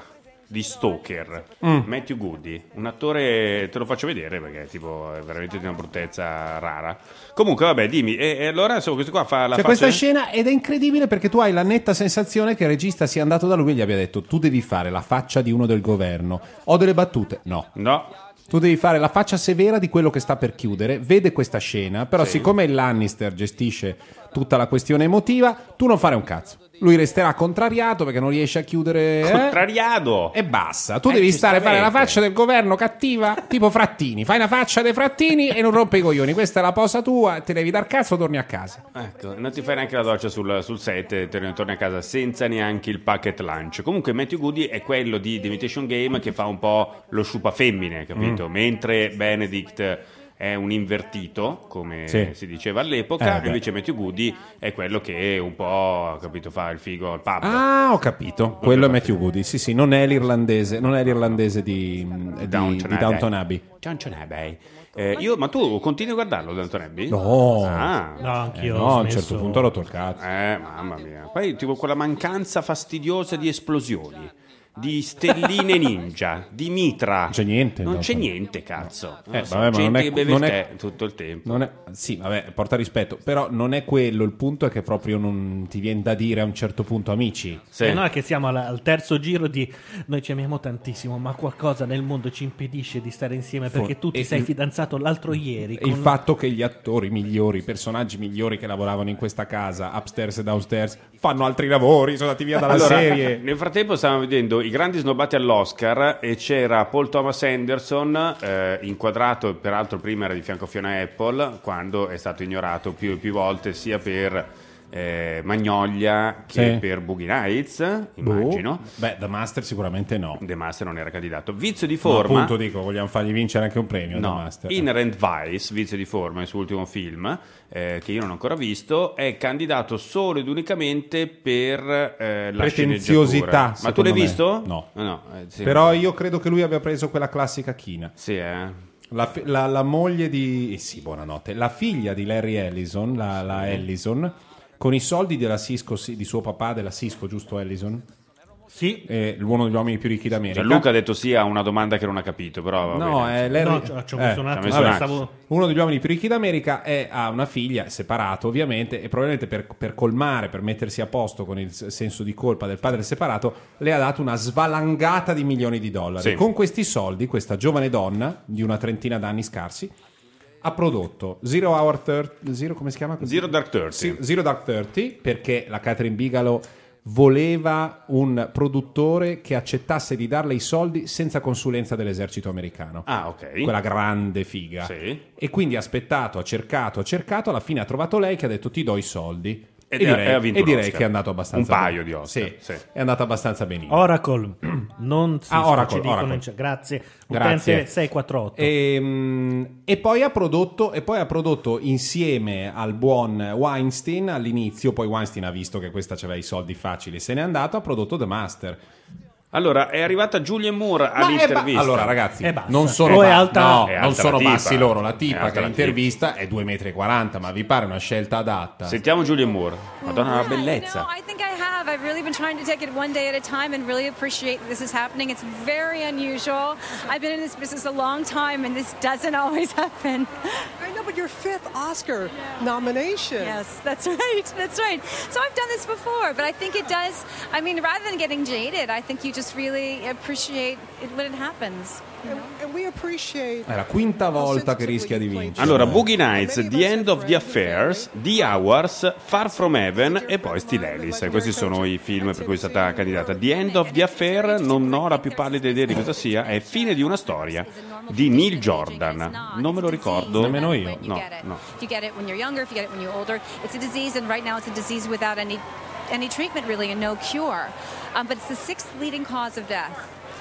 di Stalker, Mm. Matthew Goody, un attore, te lo faccio vedere perché tipo è veramente di una bruttezza rara. Comunque vabbè, dimmi, e, e allora insomma, questo qua fa la C'è faccia- questa scena ed è incredibile perché tu hai la netta sensazione che il regista sia andato da lui e gli abbia detto: tu devi fare la faccia di uno del governo. Ho delle battute? No. No. Tu devi fare la faccia severa di quello che sta per chiudere, vede questa scena, però Sì. siccome il Lannister gestisce tutta la questione emotiva, tu non fare un cazzo. Lui resterà contrariato perché non riesce a chiudere... eh? Contrariato! E basta. Tu Eh, devi stare a fare la giustamente. faccia del governo cattiva, tipo Frattini. Fai una faccia dei Frattini e non rompe i coglioni. Questa è la posa tua, te devi dar cazzo, torni a casa. Ecco, non ti fai neanche la doccia sul, sul set, te ne torni a casa senza neanche il packet lunch. Comunque Matthew Goody è quello di The Imitation Game che fa un po' lo sciupa femmine, capito? Mm. Mentre Benedict è un invertito, come Sì. si diceva all'epoca, Eh, beh. invece Matthew Goody è quello che un po', capito, fa il figo al pub. Ah, ho capito. Quello è Matthew Goody. Sì, sì, non è l'irlandese, non è l'irlandese di, di, Downton di Downton Abbey. Downton Abbey. Eh, io, ma tu continui a guardarlo Downton Abbey? No. Ah. No, anch'io Eh, ho no, a un smesso. certo punto ho rotto il cazzo. Eh, mamma mia. Poi tipo quella mancanza fastidiosa di esplosioni, di stelline ninja, di mitra. Non c'è niente. Non no, c'è no. niente, cazzo. Non Eh, lo so, vabbè, ma gente non è- che beve non il è- tè tutto il tempo. Non è, sì, vabbè, porta rispetto, però non è quello. Il punto è che proprio non ti viene da dire a un certo punto amici. Sì. E noi che siamo alla- al terzo giro di noi ci amiamo tantissimo, ma qualcosa nel mondo ci impedisce di stare insieme perché tu ti E sei il- fidanzato l'altro ieri. E il con- fatto che gli attori migliori, i personaggi migliori che lavoravano in questa casa, upstairs e downstairs, fanno altri lavori, sono andati via dalla Allora, serie. nel frattempo stavamo vedendo i grandi snobbati all'Oscar e c'era Paul Thomas Anderson, eh, inquadrato, peraltro prima era di fianco a Fiona Apple, quando è stato ignorato più e più volte sia per eh, Magnolia che Sì. per Boogie Nights, immagino. Boh. Beh, The Master sicuramente no. The Master non era candidato. Vizio di No, forma. appunto dico, vogliamo fargli vincere anche un premio. The No, Master. Inherent Vice, Vizio di forma, il suo ultimo film, eh, che io non ho ancora visto, è candidato solo ed unicamente per eh, la Pretenziosità, sceneggiatura. Ma tu secondo l'hai me. visto? No. no eh, sì. Però io credo che lui abbia preso quella classica china. Sì, eh. La, fi- la- la moglie di... eh sì, buonanotte. La figlia di Larry Ellison, la, la Ellison, con i soldi della Cisco, sì, di suo papà, della Cisco, giusto Ellison? Sì. Eh, uno degli uomini più ricchi d'America. Gianluca ha detto sì a una domanda che non ha capito, però va No, bene. è Larry... No, ci ho- ci ho messo un eh, attimo, vabbè, stavo- Uno degli uomini più ricchi d'America è, ha una figlia, separato ovviamente, e probabilmente per, per colmare, per mettersi a posto con il s- senso di colpa del padre separato, le ha dato una svalangata di milioni di dollari. Sì. Con questi soldi, questa giovane donna di una trentina d'anni scarsi ha prodotto Zero Hour thirty, Zero, come si chiama? Zero Dark Thirty. Sì, Zero Dark Thirty, perché la Catherine Bigelow voleva un produttore che accettasse di darle i soldi senza consulenza dell'esercito americano. Ah, ok. Quella grande figa. Sì. E quindi ha aspettato, ha cercato, ha cercato, alla fine ha trovato lei che ha detto ti do i soldi. Ed e è- direi, e ha vinto e direi l'Oscar. che è andato abbastanza Un paio bene. di Oscar, Sì, sì. è andato abbastanza benino. Oracle, non si Ah, Oracle, ci dicono Oracle. in chat. Grazie. Grazie. Utente sei quattro otto. E, mm, e poi ha prodotto e poi ha prodotto insieme al buon Weinstein all'inizio, poi Weinstein ha visto che questa aveva i soldi facili, se n'è andato, ha prodotto The Master. Allora, è arrivata Julianne Moore Ma è ba- all'intervista. allora ragazzi, E basta. non sono, O è ba- alta- no, è non alta sono la tipa. bassi loro, la È tipa alta che la all'intervista è due virgola quaranta metri, ma vi pare una scelta adatta? Sentiamo Julianne Moore. Madonna, la Yeah, bellezza. You know, I think I have. I've really been trying to take it one day at a time and really appreciate that this is happening. It's very unusual. I've been in this business a long time and this doesn't always happen. I know, but your fifth Oscar nomination. Yes, that's right. That's right. So I've done this before, but I think it does. I mean, rather than getting jaded, I think you just really appreciate it when it happens. And, and we appreciate È la quinta volta che rischia di vincere. Allora, Boogie Nights, The End of the Affairs, The Hours, Far From Heaven e poi Still Alice. Questi sono i film per cui è stata candidata. The End of the Affair, non ho la più pallida idea di cosa sia, è Fine di una storia di Neil Jordan. Non me lo ricordo. Nemmeno io. No, no. If you get it when you're younger, if you get it when you're older, it's a disease, and right now it's a disease without any any treatment really and no cure. Um, but it's the sixth leading cause of death.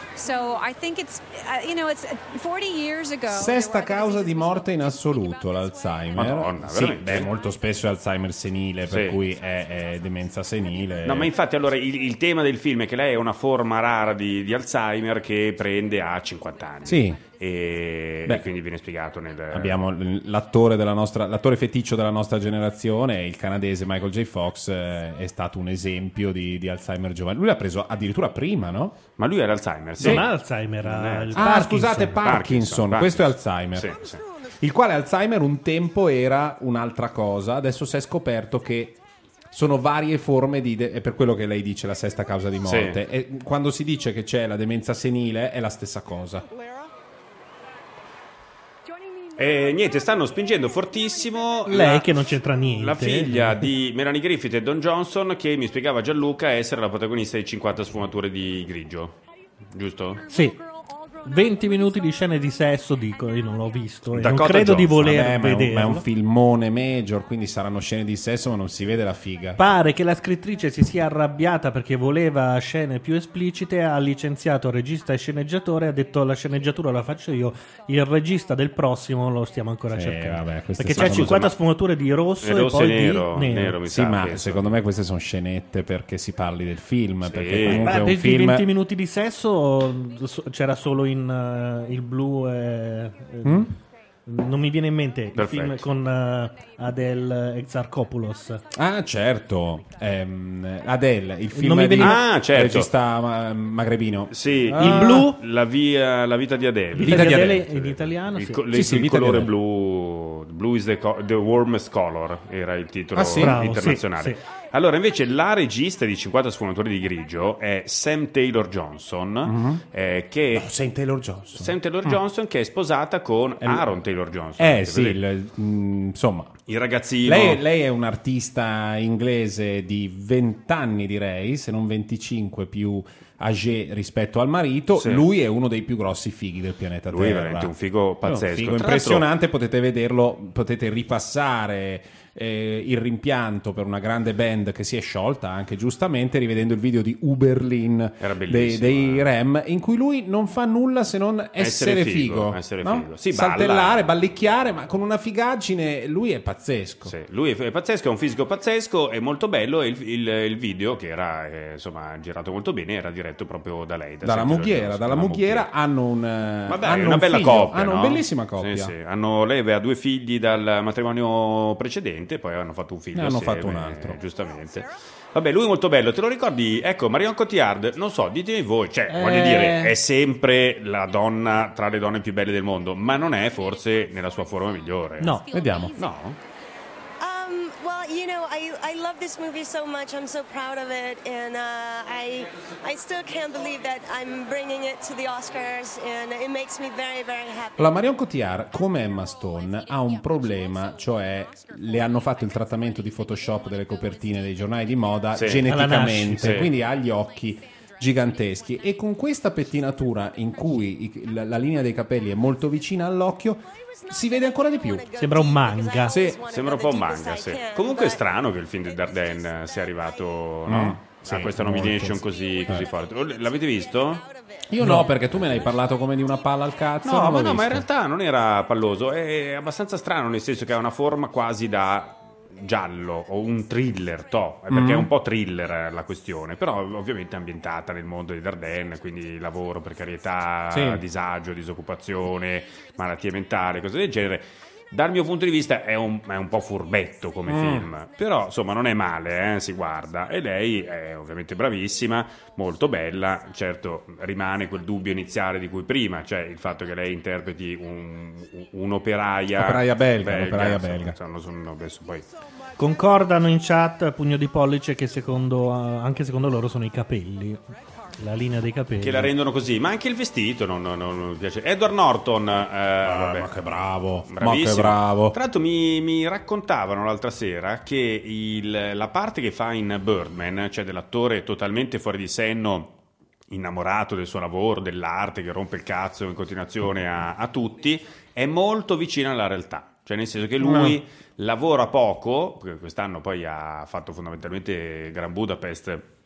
So I think it's, uh, you know, it's forty years ago. Sesta causa di morte in assoluto, l'Alzheimer. Madonna, sì, veramente? beh, molto spesso è Alzheimer senile, per Sì. cui è, è demenza senile. No, ma infatti allora il, il tema del film è che lei è una forma rara di, di Alzheimer che prende a cinquanta anni. Sì. e, Beh, e quindi viene spiegato nel... Abbiamo l'attore della nostra, l'attore feticcio della nostra generazione, il canadese Michael J. Fox, eh, è stato un esempio di, di Alzheimer giovane. Lui l'ha preso addirittura prima, no? Ma lui era Alzheimer, sì. Non ha Alzheimer, ha Non è- il Ah, Parkinson. scusate, Parkinson, Parkinson, questo è Parkinson. Alzheimer. Sì, sì. Il quale Alzheimer un tempo era un'altra cosa, adesso si è scoperto che sono varie forme di de- è per quello che lei dice la sesta causa di morte. Sì. E quando si dice che c'è la demenza senile è la stessa cosa. E niente, stanno spingendo fortissimo Lei la, che non c'entra niente. la figlia di Melanie Griffith e Don Johnson, che mi spiegava Gianluca essere la protagonista di cinquanta sfumature di grigio, giusto? Sì. venti minuti di scene di sesso, dico, io non l'ho visto e non Dakota credo di Johnson, voler Vabbè, ma, è un, vederlo. ma è un filmone major, quindi saranno scene di sesso ma non si vede la figa. Pare che la scrittrice si sia arrabbiata perché voleva scene più esplicite, ha licenziato il regista e sceneggiatore, ha detto la sceneggiatura la faccio io, il regista del prossimo lo stiamo ancora Sì, cercando. vabbè, queste perché sono- c'è cinquanta ma- sfumature di rosso E e, rosso poi e nero, di nero. nero, mi Sì, sa, ma penso. secondo me queste sono scenette perché si parli del film, Sì. perché comunque Beh, è un per i film... venti minuti di sesso so- c'era solo in eh, il blu e, e- Mm? non mi viene in mente il Perfetto. film con eh, Adele Exarchopoulos. Ah, certo. Ehm, Adele, il film Non mi di veniva- Ah, certo. regista ma- magrebino. Sì, Ah. Il blu? La, via, la vita di Adele. Vita, Vita di di Adele Adele. in italiano, Il, sì. co- Sì, le- sì, il Vita di colore Adele. blu, blue is the, co- the warmest color era il titolo Ah, sì? Bravo, internazionale. sì, sì. Allora, invece, la regista di cinquanta sfumature di grigio è Sam Taylor Johnson, eh, che No, Saint Taylor Johnson. Sam Taylor Johnson che è sposata con Eh, Aaron Taylor Johnson. Eh avete sì, presente? il- mm, insomma. il ragazzino. Lei, lei è un'artista inglese di venti anni, direi, se non venticinque, più âgé rispetto al marito. Sì. Lui è uno dei più grossi fighi del pianeta Lui è Terra. veramente un figo pazzesco. Un figo Tra impressionante, potete vederlo, potete ripassare eh, il rimpianto per una grande band che si è sciolta, anche giustamente, rivedendo il video di Uberlin Era dei, bellissimo, dei eh. Rem, in cui lui non fa nulla se non essere, Essere figo, figo, essere no? figo. Sì, balla. saltellare, ballicchiare, ma con una figaggine. Lui è pazzesco. Sì, lui è, è pazzesco, è un fisico pazzesco, è molto bello e il, il- il video che era eh, insomma girato molto bene era diretto proprio da lei. da Dalla Sam Taylor Mughiera, Johnson, dalla Mughiera hanno un eh, Vabbè, hanno è una un bella figlio, coppia, hanno no? una bellissima coppia. Sì, sì. Hanno, lei aveva due figli dal matrimonio precedente, poi hanno fatto un figlio Ne hanno assieme, fatto un altro. eh, giustamente. Vabbè, lui è molto bello, te lo ricordi? Ecco, Marion Cotillard, non so, ditemi voi, cioè, Eh. voglio dire, è sempre la donna tra le donne più belle del mondo, ma non è forse nella sua forma migliore. No. Vediamo. No? Um, well, you know, I, I love this movie so much. I'm so proud of it, and uh, I I still can't believe that I'm bringing it to the Oscars, and it makes me very, very happy. La Marion Cotillard, come Emma Stone, ha un problema, cioè le hanno fatto il trattamento di Photoshop delle copertine dei giornali di moda Sì. geneticamente, Alla nascita. Sì. quindi ha gli occhi giganteschi e con questa pettinatura in cui i- la, la linea dei capelli è molto vicina all'occhio si vede ancora di più. Sembra un manga. Sì. Sembra un po' un manga, sì. Comunque è strano che il film di Dardenne sia arrivato, no? Mm, sì, a questa molto. nomination così, così Eh. forte. L'avete visto? Io no, perché tu me ne hai parlato come di una palla al cazzo. No, non ma l'ho no, ma in visto. realtà non era palloso, è abbastanza strano, nel senso che ha una forma quasi da giallo o un thriller, to, perché Mm. è un po' thriller eh, la questione, però ovviamente ambientata nel mondo di Dardenne, quindi lavoro, precarietà, Sì. disagio, disoccupazione, malattie mentali, cose del genere. Dal mio punto di vista è un, è un po' furbetto come Mm. film, però insomma non è male, eh, si guarda, e lei è ovviamente bravissima, molto bella, certo rimane quel dubbio iniziale di cui prima, cioè il fatto che lei interpreti un, un'operaia Operaia belga, un'operaia insomma, belga. insomma, sono- adesso poi Concordano in chat, pugno di pollice, che secondo eh, anche secondo loro sono i capelli. La linea dei capelli. che la rendono così, ma anche il vestito non, non- non mi piace. Edward Norton, eh, vabbè, Ah, ma che bravo, ma bravissimo. che bravo. Tra l'altro mi, mi raccontavano l'altra sera che il- la parte che fa in Birdman, cioè dell'attore totalmente fuori di senno, innamorato del suo lavoro, dell'arte, che rompe il cazzo in continuazione a, a tutti, è molto vicina alla realtà. Cioè nel senso che lui lavora poco, perché quest'anno poi ha fatto fondamentalmente Gran Budapest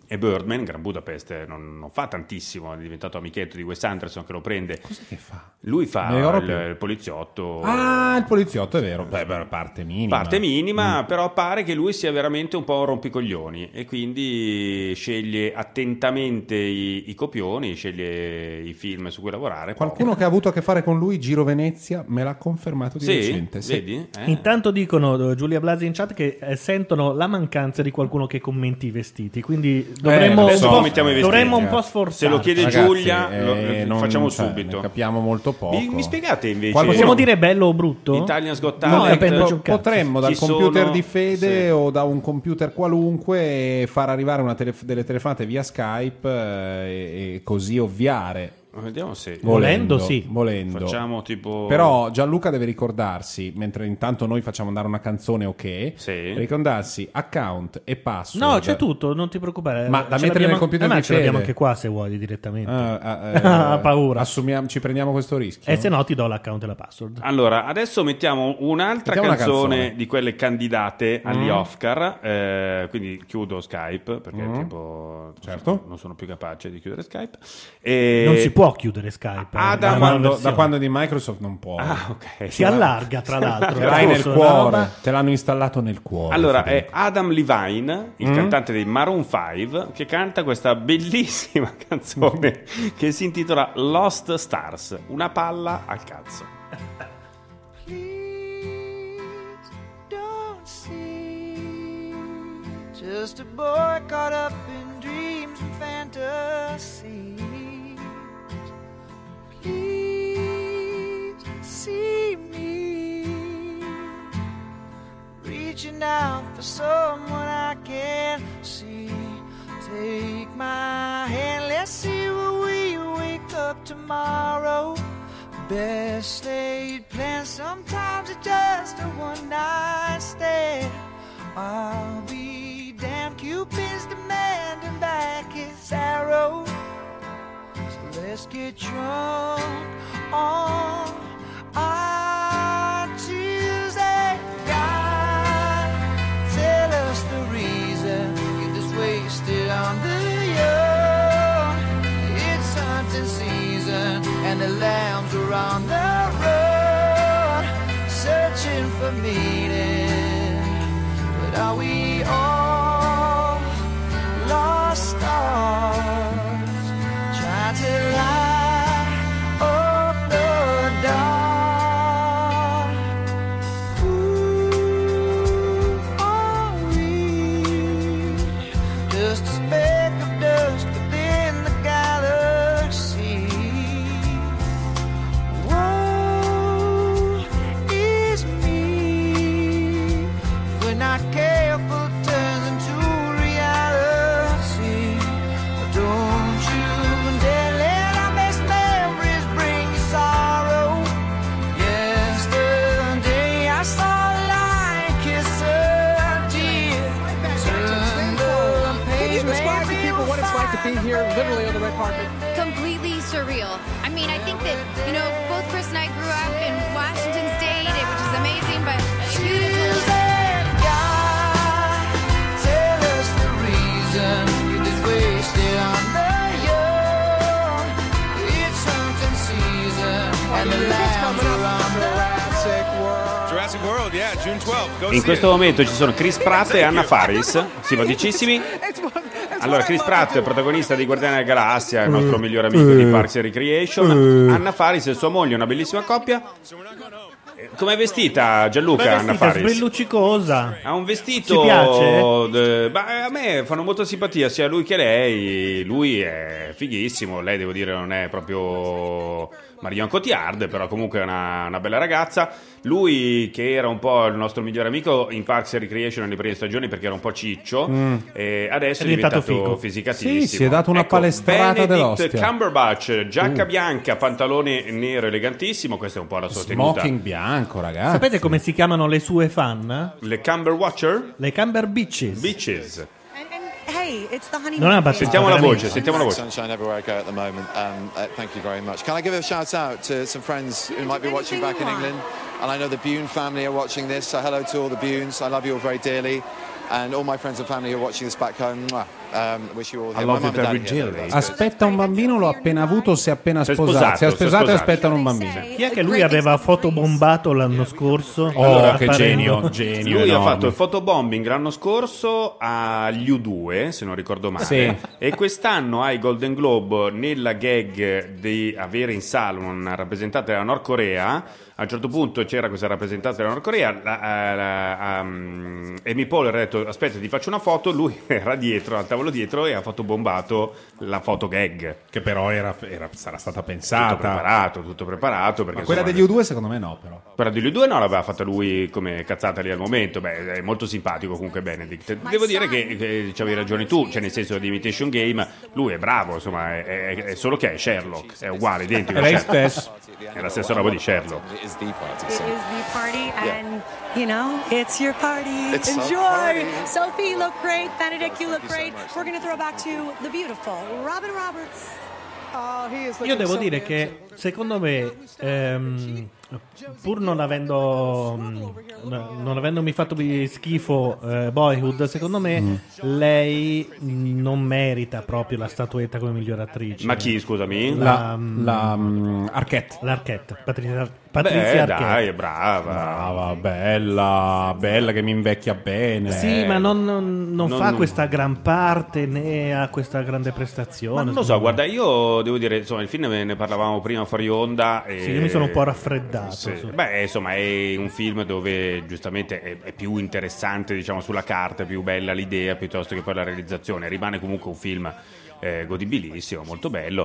E Birdman, Gran Budapest, non, non fa tantissimo, è diventato amichetto di Wes Anderson che lo prende. Cos'è che fa? Lui fa Non il, ricordo più. il poliziotto. Ah, il poliziotto, è vero. Beh, beh, parte minima. Parte minima, Mm. però pare che lui sia veramente un po' un rompicoglioni e quindi sceglie attentamente i, i copioni, sceglie i film su cui lavorare. Qualcuno che ha avuto a che fare con lui, Giro Venezia, me l'ha confermato di Sì? recente. Sì. Vedi? Eh. Intanto dicono, Giulia Blasi in chat, che eh, sentono la mancanza di qualcuno che commenti i vestiti, quindi dovremmo, adesso un po', commentiamo i vestiti. dovremmo un po' sforzarci. Se lo chiede Ragazzi, Giulia, eh, lo, lo non- facciamo cioè, subito. ne capiamo molto poco. Mi, mi spiegate invece? Qualcuno- Possiamo dire bello o brutto? Italian Got No, Talent. dipende, Po- c'è un cazzo. potremmo dal Ci computer sono- di Fede sì. o da un computer qualunque far arrivare una tele- delle telefonate via Skype eh, e, e così ovviare. Vediamo se Volendo, sì. volendo. facciamo tipo. Però Gianluca deve ricordarsi, mentre intanto noi facciamo andare una canzone, ok? Sì. Ricordarsi account e password. No, c'è tutto, non ti preoccupare. Ma da Ce mettere nel l'abbiamo- computer eh, ma di ce Fede. l'abbiamo anche qua se vuoi direttamente. Ah, ah, eh, Ha paura. Assumiamo, ci prendiamo questo rischio. E se no ti do l'account e la password. Allora, adesso mettiamo un'altra Mettiamo una canzone, canzone. di quelle candidate agli Mm. Oscar. eh, quindi chiudo Skype perché Mm. tipo, Certo. non sono più capace di chiudere Skype. E... Non si può chiudere Skype. Adam- eh, Da è una quando, versione. da quando è di Microsoft non può. Ah, ok. Si allarga, tra l'altro. Ce l'hai nel Forse una cuore, roba- te l'hanno installato nel cuore. Allora, Fede. è Adam Levine, il Mm. cantante dei Maroon cinque, che canta questa bellissima canzone che si intitola Lost Stars, una palla al cazzo. Don't see just a boy caught up in dreams and fantasies. Please see me reaching out for someone I can't see. Take my hand, let's see where we wake up tomorrow. Best laid plans, sometimes it's just a one night stand. I'll be damned, Cupid's demanding back his arrow. So let's get drunk on our Tuesday. God, tell us the reason you're just wasted on the young. It's hunting season and the lambs are on the road, searching for meaning. But are we all lost stars, trying to light up the dark? Who are we? Just a speck of dust within the galaxy. Woe is me if we're not careful, it turns into reality. Don't you dare let our best memories bring you sorrow. Yesterday I saw a lion kiss a deer. Turn the Can page, you describe to maybe people what it's like to be here literally on the red carpet? Completely surreal. I mean, I think that, you know, both Chris and I grew up in Washington State, which is amazing, but if you told God, tell us the reason you just wasted on the young. It's hunting season and the lambs are on the Jurassic World. Jurassic World, yeah, June twelfth. Go In see questo it. momento ci sono Chris Pratt e Anna Faris, simpaticissimi. Allora, Chris Pratt è protagonista di Guardiani della Galassia, è il nostro migliore amico di Parks and Recreation. Anna Faris e sua moglie, una bellissima coppia. Eh, Com'è vestita Gianluca, Beh, Anna vestita, Faris? sbrilluccicosa. Ha un vestito. Ti piace? de- beh, a me fanno molto simpatia sia lui che lei. Lui è fighissimo, lei devo dire non è proprio Marion Cotillard, però comunque è una, una bella ragazza. Lui che era un po' il nostro migliore amico in Parks and Recreation nelle prime stagioni perché era un po' ciccio, Mm. e adesso È è diventato diventato figo. fisicatissimo. Sì, si è dato una Ecco, palestrata Benedict dell'ostia. Cumberbatch, giacca Uh. bianca, pantalone nero elegantissimo, questa è un po' la sua tenuta. Smoking bianco, ragazzi. Sapete come si chiamano le sue fan? Le Cumber Watcher? Le Camber Bitches. Bitches. Hey, it's the honeymoon. Non è una battuta. Sentiamo la veramente. voce, sentiamo la voce. Sunshine everywhere I go at the moment. Um, uh, thank you very much. Can I give a shout out to some friends who might be watching back in England? And I know the Bune family are watching this, so hello to all the Bunes. I love you all very dearly. And all my friends and family who are watching this back home. Mwah. Um, wish you all I here. love My it mum and very dad here, jelly. though. Aspetta un bambino, l'ho appena avuto, si è appena Si è sposato. sposato, Si è si è sposato e sposato. aspettano un bambino. Chi è che lui aveva fotobombato l'anno scorso? Oh, Apparendo- che genio, genio. Lui ha enorme. fatto il fotobombing l'anno scorso agli U due, se non ricordo male, Sì. e quest'anno ai Golden Globe, nella gag di avere in sala una rappresentante della Nord Corea. A un certo punto c'era questa rappresentante della Nord Corea, la, la, la, um, Amy Poehler ha detto aspetta ti faccio una foto, lui era dietro, al tavolo dietro, e ha fotobombato la foto gag. Che però era, era- sarà stata Tutto pensata. preparato, tutto preparato. Perché, Ma quella insomma, degli U due secondo me no, però. quella degli U due no, l'aveva fatta lui come cazzata lì al momento. Beh, è molto simpatico comunque Benedict. Devo dire che, che c'avevi ragione tu, cioè nel senso di Imitation Game, lui è bravo, insomma, è, è- è solo che è Sherlock, è uguale, identico. È lei a Sherlock. stesso. È la stessa roba di Sherlock. It is the party. It So. is the party, and you know, it's your party. It's our Enjoy. party. Sophie, you look great. Benedict, you look great. We're going to throw back to the beautiful Robin Roberts. Oh, he is Io looking devo so dire good. che secondo me, ehm, pur non avendo mh, non avendomi fatto bi- schifo eh, Boyhood, secondo me Mm. lei mh, non merita proprio la statuetta come miglior attrice. Ma chi, scusami? La, mm, la mm, Arquette. L'Arquette, Patrizia, Patrizia Beh, Arquette. dai, è brava. Brava, bella, bella che mi invecchia bene. Sì, ma non, non- non Non- fa questa gran parte né ha questa grande prestazione. Ma non lo so, secondo me. guarda, io devo dire, insomma, il film ne ne parlavamo prima fuori onda. E... Sì, io mi sono un po' raffreddato. Sì. su- Beh, insomma, è un film dove giustamente è, è più interessante, diciamo, sulla carta, è più bella l'idea piuttosto che poi la realizzazione. Rimane comunque un film eh, godibilissimo, molto bello.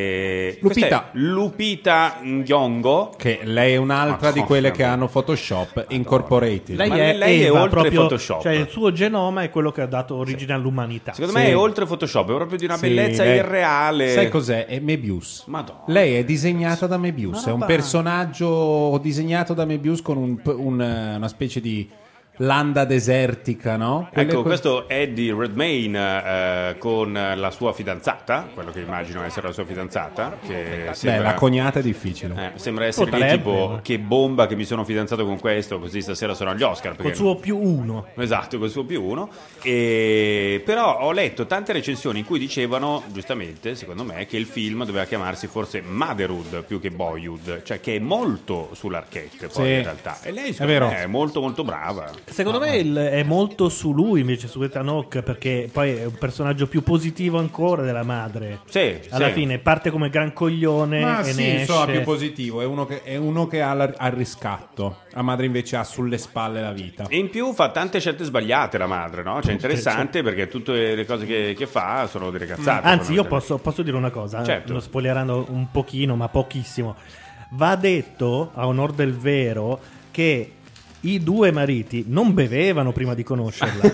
E Lupita. questa è Lupita Nyong'o. Che lei è un'altra Madonna di quelle che mia. hanno Photoshop Incorporated. Lei, Ma è, lei è Eva, oltre proprio, Photoshop. Cioè il suo genoma è quello che ha dato origine all'umanità. Secondo Sì. me è oltre Photoshop, è proprio di una Sì, bellezza lei- irreale. Sai cos'è? È Mebius. Madonna. Lei è disegnata da Mebius. Una È un roba- personaggio disegnato da Mebius con un- un- una specie di landa desertica, no? Quelle Ecco, co- questo è Eddie Redmayne eh, con la sua fidanzata, quello che immagino essere la sua fidanzata, che Beh, sembra, la cognata è difficile. eh, sembra essere lì Potrebbe, tipo ma- che bomba che mi sono fidanzato con questo, così stasera sono agli Oscar. Col perché- suo più uno. Esatto, col suo più uno. E... Però ho letto tante recensioni in cui dicevano, giustamente, secondo me, che il film doveva chiamarsi forse Motherhood più che Boyhood, cioè che è molto sull'Arquette poi Sì. in realtà. E lei secondo vero. me è molto molto brava. Secondo me il- è molto su lui invece su Ethan Hawke, perché poi è un personaggio più positivo ancora della madre. Sì, Alla sì. fine parte come gran coglione Ma e sì, ne insomma, esce. più positivo. È uno che, è uno che ha la- ha il riscatto. La madre invece ha sulle spalle la vita. E in più fa tante scelte sbagliate la madre, no? Cioè interessante perché tutte le cose che, che fa sono delle cazzate. Anzi, io fondamentalmente. posso, posso dire una cosa, Certo. lo spoilerando un pochino, ma pochissimo. Va detto, a onor del vero, che i due mariti non bevevano prima di conoscerla.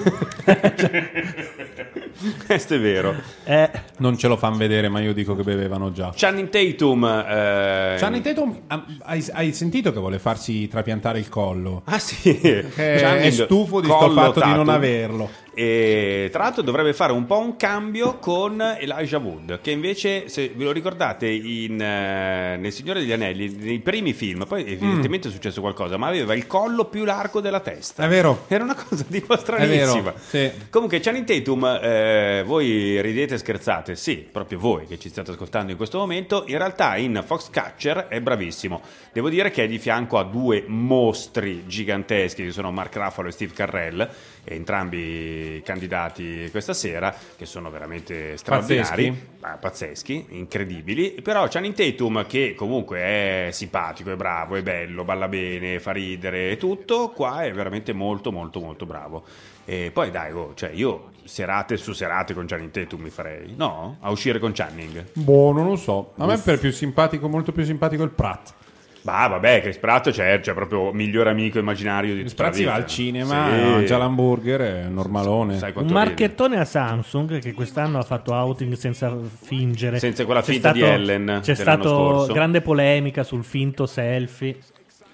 Questo è vero. Eh, Non ce lo fanno vedere, ma io dico che bevevano già. Channing Tatum. eh, Channing Tatum, ah, hai, hai sentito che vuole farsi trapiantare il collo? Ah sì, Che Channing è stufo di sto collo fatto di non Tatum. averlo. E tra l'altro dovrebbe fare un po' un cambio con Elijah Wood, che invece, se ve lo ricordate, in, eh, nel Signore degli Anelli, nei primi film, poi evidentemente è successo qualcosa, ma aveva il collo più largo della testa. È vero. Era una cosa tipo È stranissima. vero, sì. Comunque Channing Tatum, eh, voi ridete e scherzate, sì, proprio voi che ci state ascoltando in questo momento, in realtà in Foxcatcher è bravissimo. Devo dire che è di fianco a due mostri giganteschi, che sono Mark Ruffalo e Steve Carell, entrambi candidati questa sera, che sono veramente straordinari, Pazzeschi. ah, pazzeschi, incredibili. Però Channing Tatum, che comunque è simpatico, è bravo, è bello, balla bene, fa ridere e tutto, qua è veramente molto molto molto bravo. E poi dai, oh, cioè io serate su serate con Channing Tatum mi farei, no? A uscire con Channing. Boh, non lo so. A me per più simpatico, molto più simpatico il Pratt. Bah, vabbè, Chris Pratt c'è, c'è proprio migliore amico immaginario di Chris tutta la Pratt si va vita. al cinema, Sì. mangia l'hamburger, è normalone. Sai un quanto ride. marchettone a Samsung che quest'anno ha fatto outing senza fingere. Senza quella C'è finta di stato- Ellen C'è dell'anno stata scorso. grande polemica sul finto selfie.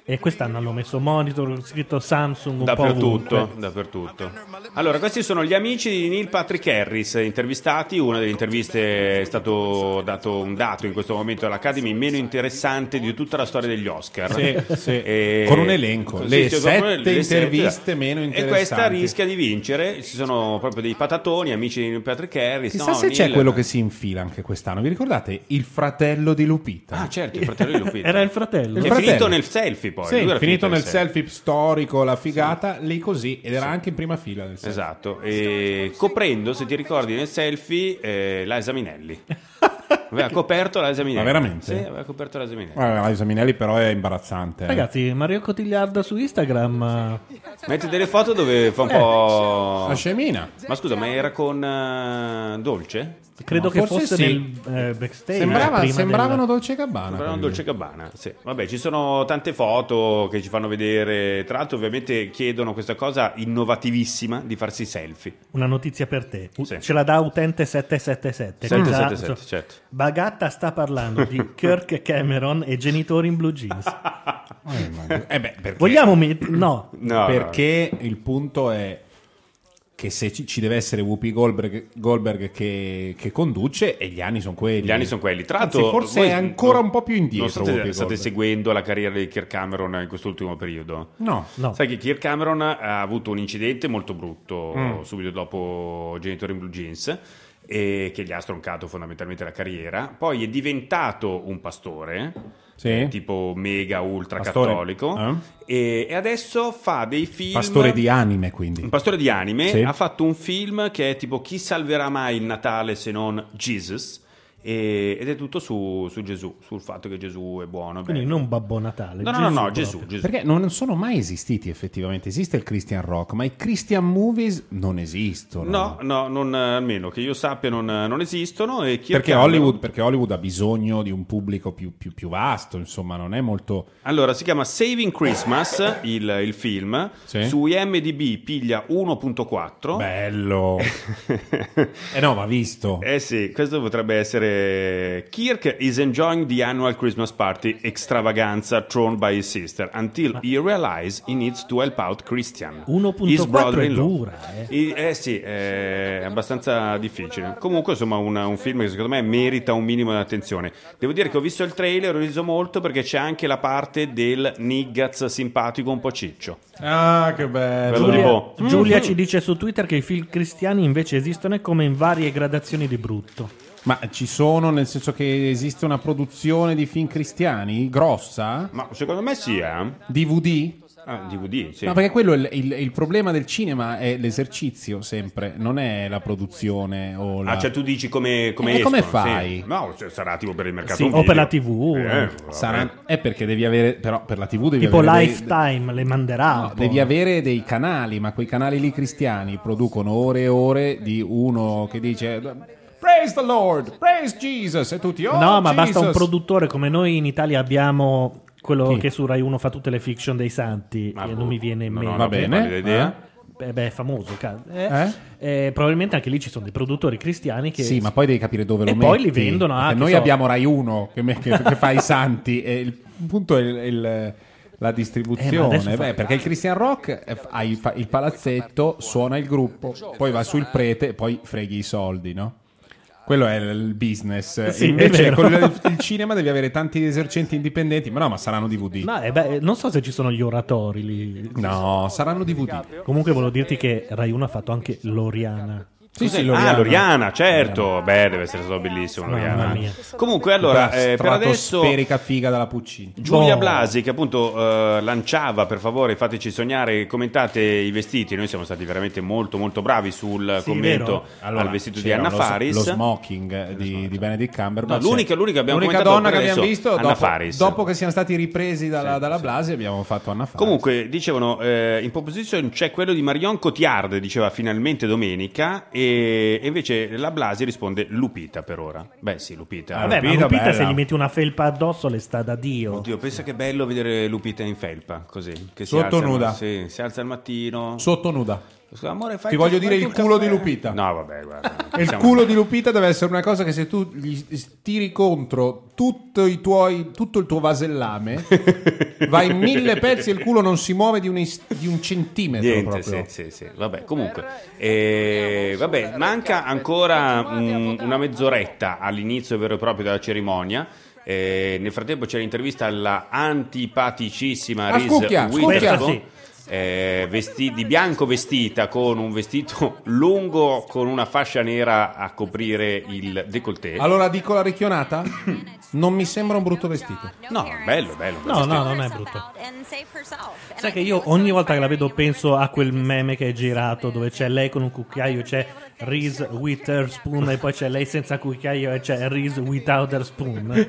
E quest'anno hanno messo monitor, scritto Samsung un po' Dappertutto, ovunque. dappertutto. Allora, questi sono gli amici di Neil Patrick Harris intervistati. Una delle interviste è stato dato un dato in questo momento all'Academy meno interessante di tutta la storia degli Oscar. Sì, sì. E- Con un elenco, sì, le sì, sette con le interviste sette. meno E interessanti. questa rischia di vincere. Ci sono proprio dei patatoni, amici di Neil Patrick Harris. Chissà No, se c'è Neil- quello che si infila anche quest'anno. Vi ricordate il fratello di Lupita? Ah, certo, il fratello di Lupita. Era il fratello. Che Il è finito fratello. nel selfie poi. Sì, Lui era finito nel nel selfie storico, la figata, lì così, ed era anche in prima fila nel selfie. Esatto, e coprendo, se ti ricordi nel selfie, eh, Liza Minnelli. Aveva coperto Liza Minnelli. Ma veramente? Sì, aveva coperto Liza Minnelli. Allora, Liza Minnelli però è imbarazzante. eh. Ragazzi, Mario Cotillard su Instagram. Metti delle foto dove fa un Eh, po'... la scemina. Ma scusa, ma era con eh, Dolce? Credo Ma che forse fosse sì. nel eh, backstage. Sembrava- prima sembravano del- Dolce Gabbana. Sembrava un quelli. Dolce Gabbana, sì. Vabbè, ci sono tante foto che ci fanno vedere. Tra l'altro, ovviamente chiedono questa cosa innovativissima di farsi selfie. Una notizia per te. U- Sì. Ce la dà utente sette sette sette. sette Già- sette sette, so- certo. Bagatta sta parlando di Kirk Cameron e genitori in blue jeans. Eh beh, perché, Vogliamo met- no. No, perché il punto è che se ci, ci deve essere Whoopi Goldberg, Goldberg che, che conduce, e gli anni sono quelli. Gli anni sono quelli. Tra Anzi, l'altro, forse voi è ancora non- un po' più indietro. Non state, Whoopi state Goldberg. seguendo la carriera di Kirk Cameron in quest'ultimo periodo? No. No. Sai che Kirk Cameron ha avuto un incidente molto brutto Mm. subito dopo Genitori in Blue Jeans, e che gli ha stroncato fondamentalmente la carriera. Poi è diventato un pastore, Sì. eh, tipo mega ultra Pastore. cattolico, Eh? e, e adesso fa dei film. Pastore di anime, quindi. Un pastore di anime. Sì. Ha fatto un film che è tipo Chi salverà mai il Natale se non Jesus, e- ed è tutto su, su Gesù, sul fatto che Gesù è buono. Quindi bello. non Babbo Natale. No, no, no, no, proprio. Gesù, Gesù. Perché non sono mai esistiti effettivamente. Esiste il Christian rock, ma i Christian movies non esistono. No, no, non, almeno che io sappia non, non esistono. E Kirk Perché Cameron- Hollywood, perché Hollywood ha bisogno di un pubblico più, più, più vasto, insomma, non è molto... Allora, si chiama Saving Christmas, il, il film. Sì. Su I M D B piglia uno virgola quattro. Bello. Eh no, ma visto. Eh sì, questo potrebbe essere... Kirk is enjoying the annual Christmas party extravaganza thrown by his sister until he realizes he needs to help out Christian, uno his virgola quattro è brother-in-law. dura, eh. I- Eh sì, è abbastanza difficile. Comunque, insomma, un, un film che secondo me merita un minimo di attenzione. Devo dire che ho visto il trailer, ho riso molto perché c'è anche la parte del Niggaz simpatico un po' ciccio. Ah, che bello. Quello Giulia, tipo- Giulia Mhm. ci dice su Twitter che i film cristiani invece esistono e come in varie gradazioni di brutto. Ma ci sono, nel senso che esiste una produzione di film cristiani grossa? Ma secondo me sì, eh? D V D? Ah, D V D, sì. No, perché quello è il, il- il problema del cinema è l'esercizio sempre, non è la produzione o la... Ah, cioè tu dici come, come Eh, come escono, fai? sì. No, cioè, sarà tipo per il mercato Sì, o video. per la tivù. Eh, vabbè. Sarà- è perché devi avere, però per la tivù devi Tipo avere... dei- Lifetime le manderà. un No, po'. devi avere dei canali, ma quei canali lì cristiani producono ore e ore di uno che dice Praise the Lord, praise Jesus, e tutti oh No, ma basta un Jesus." produttore come noi in Italia abbiamo quello Chi? che su Rai uno fa tutte le fiction dei santi Ma e boh, non mi viene in non ho mente. la Va più bene, pallida idea. Beh, beh, è famoso, ca- eh? Eh? Eh, probabilmente anche lì ci sono dei produttori cristiani che Sì, ma poi devi capire dove lo e metti. poi li vendono, ah, Perché che noi so. abbiamo Rai uno che, me- che- che fa i santi e il punto è il- il- la distribuzione. Eh, ma adesso fa- Beh, perché il Christian Rock eh, ha il, fa- il palazzetto, suona il gruppo, poi va sul prete e poi freghi i soldi, no? Quello è il business. Sì, è Invece vero. con il, il cinema devi avere tanti esercenti indipendenti, ma no, ma saranno D V D. No, eh, beh, non so se ci sono gli oratori lì. No, saranno D V D. Comunque volevo dirti che Rai uno ha fatto anche Loriana. Sì, Cos'è? sì, Ah, Loriana, certo. Beh, deve essere stato bellissimo Mamma Loriana. mia. Comunque, allora, eh, per adesso stratosferica figa dalla Puccini. Giulia Boh. Blasi che appunto eh, lanciava, per favore fateci sognare, commentate i vestiti. Noi siamo stati veramente molto molto bravi sul Sì, commento vero. al vestito di c'era Anna lo, Faris. lo smoking di, di Benedict Cumberbatch. No, l'unica- l'unica che abbiamo L'unica commentato donna per che abbiamo adesso, visto Anna dopo, Faris. dopo che siamo stati ripresi dalla, Sì, dalla sì. Blasi abbiamo fatto Anna Faris. Comunque dicevano eh, in pole position c'è quello di Marion Cotillard, diceva finalmente domenica, e, e invece la Blasi risponde Lupita per ora. Beh sì, Lupita. Ah, Vabbè, ma Lupita, Lupita se bella. gli metti una felpa addosso le sta da Dio. Oddio, pensa che bello vedere Lupita in felpa, così. Che si Sotto alza, nuda. Sì, si alza al mattino. Sotto nuda. Amore, fai Ti tu- voglio fai dire tu il culo caffè. di Lupita. No, vabbè, guarda. E il siamo- culo di Lupita deve essere una cosa che se tu gli tiri contro tutto, i tuoi, tutto il tuo vasellame, va in mille pezzi e il culo non si muove di un, is- di un centimetro Niente, proprio. sì, sì, sì. Vabbè, comunque, eh, vabbè, manca ancora mm, una mezz'oretta all'inizio vero e proprio della cerimonia. Eh, nel frattempo c'è l'intervista alla antipaticissima Ah, Reese scucchia, Witherspoon, scucchia. Questa sì. eh, vesti- di bianco vestita con un vestito lungo con una fascia nera a coprire il décolleté. Allora dico la ricchionata? Non mi sembra un brutto vestito. No, bello, bello. No, no, non è brutto. Sai che io ogni volta che la vedo penso a quel meme che è girato dove c'è lei con un cucchiaio, c'è Reese Witherspoon e poi c'è lei senza cucchiaio e c'è Reese without her spoon.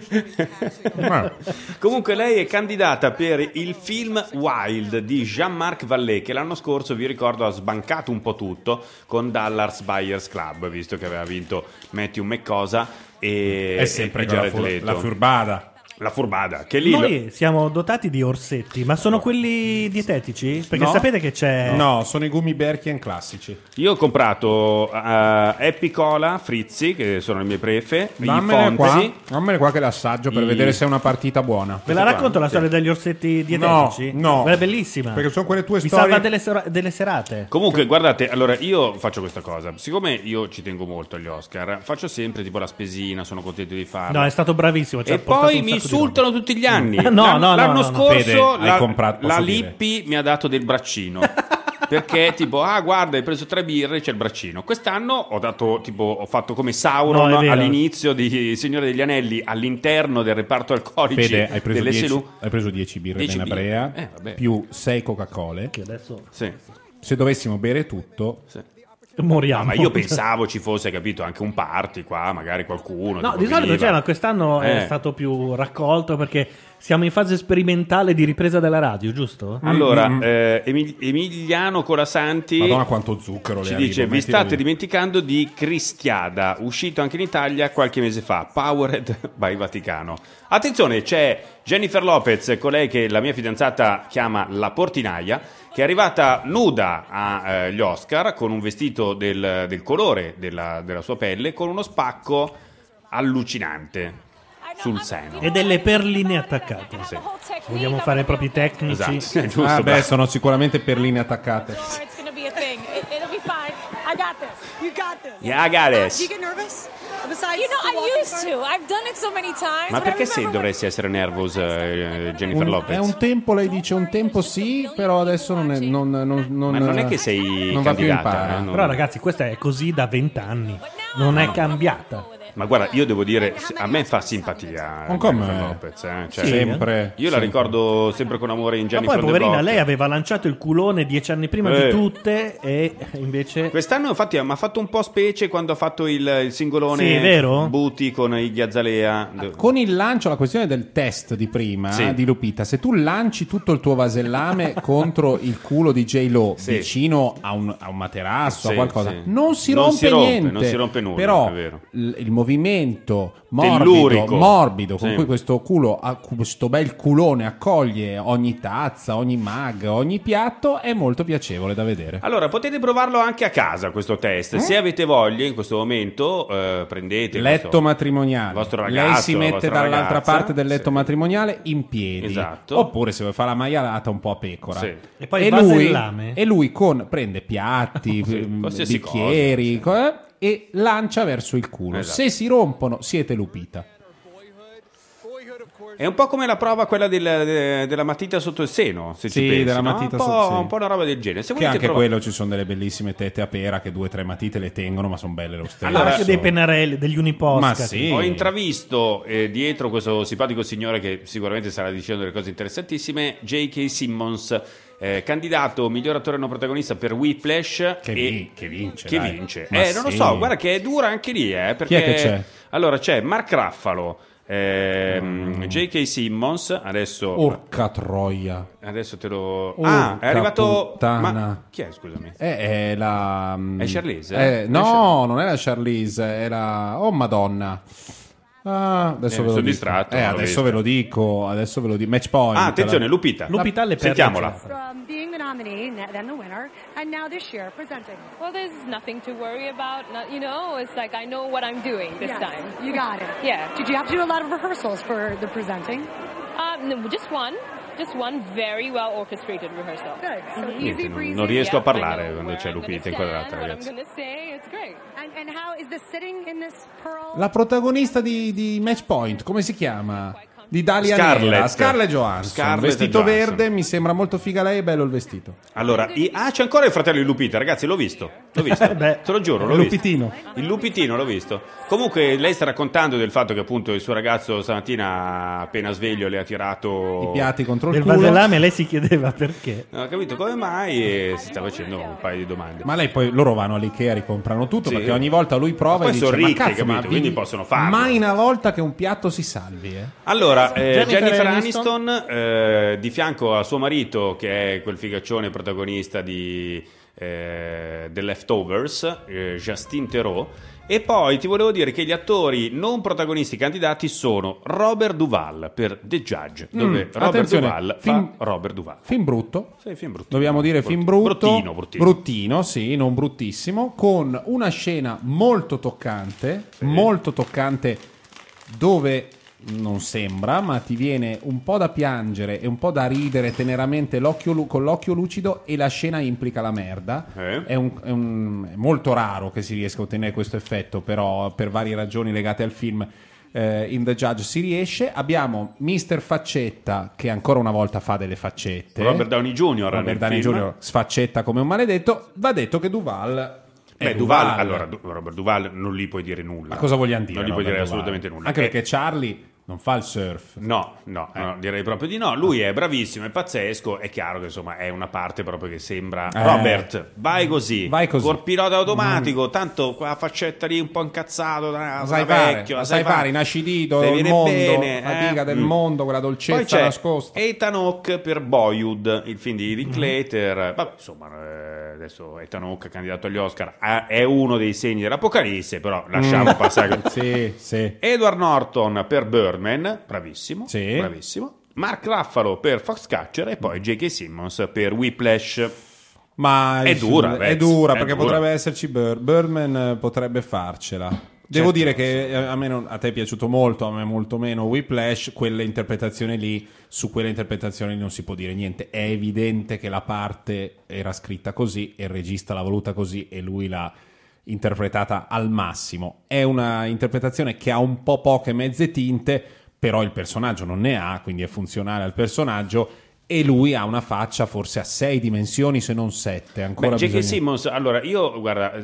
Comunque lei è candidata per il film Wild di Jean-Marc Vallée, che l'anno scorso, vi ricordo, ha sbancato un po' tutto con Dallas Buyers Club, visto che aveva vinto Matthew McCosa e, È sempre e con la, Jared fur- Leto. la furbada. La furbada, che lì... Noi siamo dotati di orsetti, ma sono quelli dietetici? Perché No. sapete che c'è... No, sono i gummi Berkien classici. Io ho comprato uh, Happy Cola, Frizzi, che sono i miei prefe, i Dammene qua, Fonzi. dammene qua che l'assaggio per I- vedere se è una partita buona. Ve la racconto la storia degli orsetti dietetici? No, no. È bellissima. Perché sono quelle tue Vi storie. salva delle, sera- delle serate. Comunque, guardate, allora io faccio questa cosa. Siccome io ci tengo molto agli Oscar, faccio sempre tipo la spesina, sono contento di farlo. No, è stato bravissimo. ci ha E portato poi un mi sacco di insultano tutti gli anni. No, L'anno, no, no, l'anno no, no. scorso Fede, hai la, comprato, la posso dire. Lippi mi ha dato del braccino. Perché tipo, ah guarda, hai preso tre birre, c'è il braccino. Quest'anno ho dato tipo, ho fatto come Sauron No, è vero. all'inizio di Signore degli Anelli, all'interno del reparto alcolici Fede, hai preso dell'S dieci L U. hai preso dieci birre dieci Tenebrea birre. Eh, vabbè. più sei Coca-Cola. Che adesso Sì. Se dovessimo bere tutto, Sì. moriamo. No, ma io pensavo ci fosse, capito, anche un party qua, magari qualcuno. No, tipo, di solito veniva. c'è, ma quest'anno è Eh. stato più raccolto perché siamo in fase sperimentale di ripresa della radio, giusto? Allora, Mm-mm. eh, Emil- Emiliano Colasanti Madonna quanto zucchero le ci arriva, dice: vi mettilo state via." dimenticando di Cristiada, uscito anche in Italia qualche mese fa, Powered by Vaticano. Attenzione, c'è Jennifer Lopez, colei che la mia fidanzata chiama la portinaia, che è arrivata nuda agli Oscar con un vestito del, del colore della, della sua pelle, con uno spacco allucinante sul seno. E delle perline attaccate. Sì. Vogliamo fare i propri tecnici. Esatto, è giusto. Ah, beh, bravo. sono sicuramente perline attaccate. It's gonna be a thing. It, it'll be fine. I got this. You got this. Yeah, I got Do this. you get nervous? Besides You know, the I walking used part? to. I've done it so many times. Ma but I perché se remember dovresti essere nervosa, eh, Jennifer Un- Lopez? è un tempo, lei dice un tempo sì, però adesso non, è, non, non, non, Ma non è che sei non va più in candidata, pari. eh, non- Però ragazzi, questa è così da vent'anni. Non è cambiata. Ma guarda, io devo dire, a me fa simpatia Ma come? Jennifer Lopez, eh, cioè, Sì, sempre. io la sempre. ricordo sempre con amore in Ma Jennifer poi, the poverina, Block. lei aveva lanciato il culone dieci anni prima Eh. di tutte e invece... Quest'anno infatti mi ha fatto un po' specie quando ha fatto il, il singolone Sì, vero? Booty con Iggy Azalea. Con il lancio, la questione del test di prima Sì. di Lupita, se tu lanci tutto il tuo vasellame contro il culo di J-Lo Sì. vicino a un, a un materasso, Sì, a qualcosa, sì. non si Non rompe si rompe, niente. non si rompe nulla, Però è vero. il, il movimento morbido, Tellurico. morbido con Sì. cui questo culo, questo bel culone accoglie ogni tazza, ogni mug, ogni piatto è molto piacevole da vedere. Allora, potete provarlo anche a casa questo test. Se avete voglia, in questo momento, eh, prendete il Letto vostro- matrimoniale. il vostro Lei ragazzo, si la mette vostra dall'altra ragazza. parte del letto Sì. matrimoniale in piedi. Esatto. Oppure se vuoi fare la maialata un po' a pecora. Sì. E poi il lui, vasellame? e lui con prende piatti, Sì, ehm, qualsiasi bicchieri co- eh, e lancia verso il culo. Esatto. Se si rompono, siete Lupita. È un po' come la prova quella del- de- della matita sotto il seno, se Sì, ci pensi, della no? matita un po', sotto- sì. un po' una roba del genere. Se Che volete anche provare- quello ci sono delle bellissime tette a pera che due o tre matite le tengono, ma sono belle lo stesso. Allora, Anche dei pennarelli, degli uniposcati. Ma sì. Ho intravisto eh, dietro questo simpatico signore che sicuramente starà dicendo delle cose interessantissime, J K. Simmons, eh, candidato miglior attore non protagonista per Whiplash. Che e- vi- che vince, Che dai. vince. Ma Eh, non lo sì. so, guarda che è dura anche lì, eh, perché... Chi è che c'è? Allora, c'è Mark Ruffalo, ehm, J K. Simmons, adesso... Orca troia. Adesso te lo... Orca ah, è arrivato... puttana. Ma chi è, scusami? È, è la. È Charlize? eh, È no, Char- non è la Charlize, è la. Oh, Madonna. Ah, adesso Eh, ve lo sono dico. distratto, Eh, non l'ho adesso visto. ve lo dico. Adesso ve lo dico. Match point. Ah, attenzione, La- Lupita. Lupita alle perle Sentiamola. From being the nominee, n- then the winner, and now this year presenting. Well, there's nothing to worry about. No, you know, it's like I know what I'm doing this Yes, time. you got it. Yeah. Did you have to do a lot of rehearsals for the presenting? Um, no, just one. Just one very well orchestrated rehearsal. Good. So Mhm. easy Niente, breezy. non riesco a Yep, I parlare know quando where c'è I'm Lupita gonna inquadrata, stand, what ragazzi. I'm gonna say. It's great. And, and how is the sitting in this pearl? La protagonista di, di Match Point, come si chiama? Di Dalia Scarlett. Nera, Scarlett Johansson. Scarlett vestito Johansson. verde, mi sembra molto figa lei, è bello il vestito. Allora, i- ah, c'è ancora il fratello di Lupita, ragazzi, l'ho visto. L'ho visto. Beh, te lo giuro, l'ho il visto. Lupitino. Il Lupitino, l'ho visto. Comunque, lei sta raccontando del fatto che appunto il suo ragazzo stamattina, appena sveglio, le ha tirato I piatti contro il Del culo. vasellame lei si chiedeva perché. Non ho capito come mai e si sta facendo un paio di domande. Ma lei poi loro vanno all'Ikea, ricomprano tutto, Sì. perché ogni volta lui prova Ma e poi dice: sono ma ricchi, cazzo, capito? ma Quindi vedi- possono farlo." mai una volta che un piatto si salvi, eh? Allora, eh, Jennifer Jennifer, Aniston. Aniston, eh, di fianco a suo marito, che è quel figaccione protagonista di eh, The Leftovers, eh, Justin Theroux. E poi ti volevo dire che gli attori non protagonisti candidati sono Robert Duvall per The Judge, dove Mm, Robert attenzione, Duvall film- fa Robert Duvall. Film brutto. Sì, film bruttino. Dobbiamo dire film brutto. Bruttino, bruttino. Bruttino, sì, non bruttissimo. Con una scena molto toccante. Molto toccante, dove non sembra, ma ti viene un po' da piangere e un po' da ridere teneramente l'occhio lu- con l'occhio lucido, e la scena implica la merda. Eh. È, un- è un- è molto raro che si riesca a ottenere questo effetto, però per varie ragioni legate al film eh, in The Judge si riesce. Abbiamo mister Faccetta, che ancora una volta fa delle faccette. Robert Downey Junior Robert nel Downey film. Junior sfaccetta come un maledetto. Va detto che Duval è Beh, Duval, allora, Du- Robert Duval non gli puoi dire nulla. Ma cosa vogliamo dire? Non gli puoi dire Robert Duvall? assolutamente nulla. Anche Eh, perché Charlie non fa il surf. No, no, no, direi proprio di no. Lui è bravissimo, è pazzesco. È chiaro che insomma è una parte proprio che sembra Eh. Robert, vai così, Vai così. col pilota automatico. Tanto quella faccetta lì un po' incazzato da, La sai da fare, vecchio, la sai fare, inacidito, Ti il viene mondo, bene, la eh? piga del Mm. mondo, quella Poi dolcezza c'è nascosta. Ethan Hawke per Boyhood, il film Mhm. di Linklater. Vabbè, insomma, eh, adesso Ethan Hawke candidato agli Oscar ah, è uno dei segni dell'Apocalisse, però lasciamo Mm. passare. Sì, sì. Edward Norton per Birdman, bravissimo, Sì. bravissimo. Mark Ruffalo per Foxcatcher e poi J K. Simmons per Whiplash. Ma È il dura, film- Vez, è dura è perché dura. potrebbe esserci Bird. Birdman eh, potrebbe farcela. Devo Certo, dire che eh, a me non- a te è piaciuto molto, a me molto meno Whiplash. Quella interpretazione lì, su quella interpretazione lì non si può dire niente. È evidente che la parte era scritta così e il regista l'ha voluta così e lui l'ha interpretata al massimo. È una interpretazione che ha un po' poche mezze tinte, però il personaggio non ne ha, quindi è funzionale al personaggio. E lui ha una faccia forse a sei dimensioni, se non sette. Ancora Beh, J K. bisogna- Simmons, allora io guarda,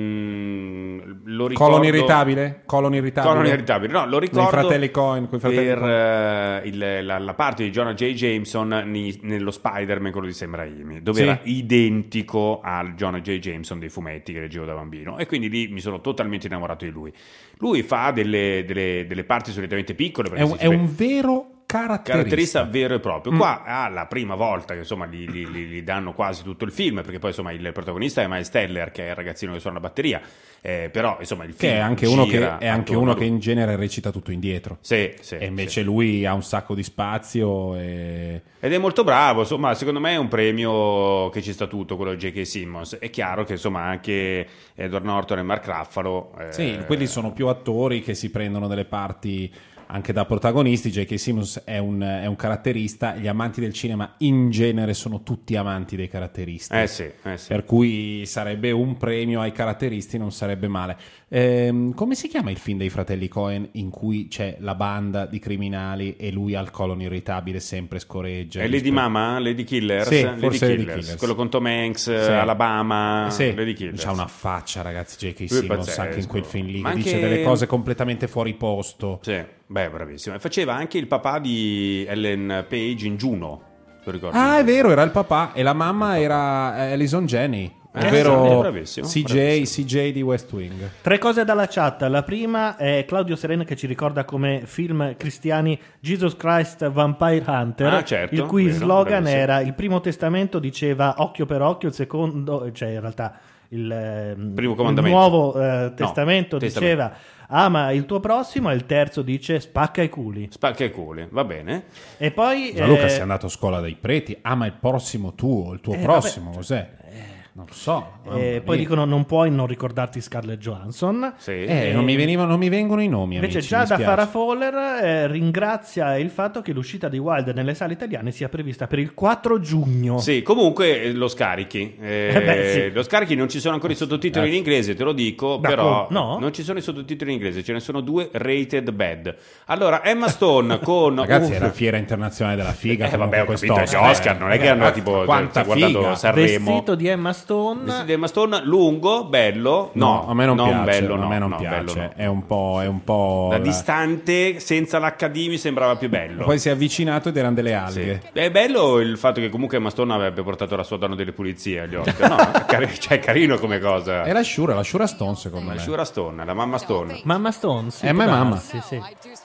mm, lo ricordo. Colon irritabile? Colon irritabile? Colon irritabile, no, lo ricordo. Nei fratelli Coen, coi fratelli per Coen. eh, il- la, la parte di Jonah J. Jameson ni- nello Spider-Man, quello di Sam Raimi, dove Sì. era identico al Jonah J. Jameson dei fumetti che leggevo da bambino, e quindi lì mi sono totalmente innamorato di lui. Lui fa delle, delle- delle parti solitamente piccole. È perché un, si è spe- un vero caratterista. caratterista vero e proprio. Mm. Qua è la prima volta che insomma gli, gli- gli- gli danno quasi tutto il film, perché poi insomma il protagonista è Miles Teller, che è il ragazzino che suona la batteria, eh, però insomma il film Che è anche uno, che, gira è anche attorno uno a lui. che in genere recita tutto indietro. Sì, sì, E invece sì. lui ha un sacco di spazio. E... Ed è molto bravo, insomma, secondo me è un premio che ci sta tutto, quello di J K. Simmons. È chiaro che insomma anche Edward Norton e Mark Ruffalo eh, Sì, quelli sono più attori che si prendono delle parti anche da protagonisti. J K. Simmons è un, è un caratterista. Gli amanti del cinema in genere sono tutti amanti dei caratteristi. Eh sì, eh sì. Per cui sarebbe un premio ai caratteristi, non sarebbe male. Ehm, come si chiama il film dei fratelli Coen in cui c'è la banda di criminali e lui al colon irritabile sempre scoreggia? È Lady Mama? Lady Killers? Sì, Lady forse Lady Killers. Killers. Quello con Tom Hanks, Sì. Alabama, Sì. Lady Killers. C'ha una faccia, ragazzi, J K. Lui è Simmons pazzesco. anche in quel film lì, Ma che anche- dice delle cose completamente fuori posto. Sì, beh, bravissimo. E faceva anche il papà di Ellen Page in Juno, lo ricordi? Ah, è vero, era il papà e la mamma era Alison Janney, Eh, ovvero bravissimo, C J, bravissimo. C J di West Wing. Tre cose dalla chat. La prima è Claudio Serena che ci ricorda come film cristiani Jesus Christ Vampire Hunter, Ah, certo, il cui vero, slogan bravissimo. era: il primo testamento diceva occhio per occhio, il secondo, cioè in realtà il, ehm, Primo il comandamento. Nuovo eh, Testamento No, diceva ama il tuo prossimo, e il terzo dice spacca i culi. Spacca i culi, va bene. E poi Gianluca eh, sei andato a scuola dai preti, ama il prossimo tuo, il tuo Eh, prossimo, vabbè. cos'è? Non lo so. mamma eh, poi mia. dicono non puoi non ricordarti Scarlett Johansson. Eh, non mi venivano, non mi vengono i nomi. Invece amici, già mi da spiace. Farrah Fowler eh, ringrazia il fatto che l'uscita di Wilder nelle sale italiane sia prevista per il quattro giugno. Sì, comunque eh, lo scarichi. Eh, Eh beh, sì. Lo scarichi, non ci sono ancora i sottotitoli Eh. in inglese, te lo dico, Ma però com- no? non ci sono i sottotitoli in inglese, ce ne sono due rated bad. Allora, Emma Stone con... Ragazzi, un- è la fiera internazionale della figa. Eh, comunque, vabbè, ho capito, quest'Oscar, gli Oscar, eh. non è che hanno Ragazzi, tipo quanta cioè, guardato figa. Sanremo. Vestito di Emma Stone. Vestito di Emma Stone, lungo, bello. No, No, a me non, piace. bello, no, a me non no, piace. bello no. È un po'. È un po' Da la- distante, senza l'H D, mi sembrava più bello. Poi si è avvicinato ed erano delle alghe. È bello il fatto che comunque Emma Stone avrebbe portato la sua donna delle pulizie agli Oscar. No, è cari- cioè, è carino come cosa. È la Shura, la Shura Stone, secondo La me. Shura Stone, la mamma Stone. Mamma Stone, sì, Emma e può mamma. darsi, sì.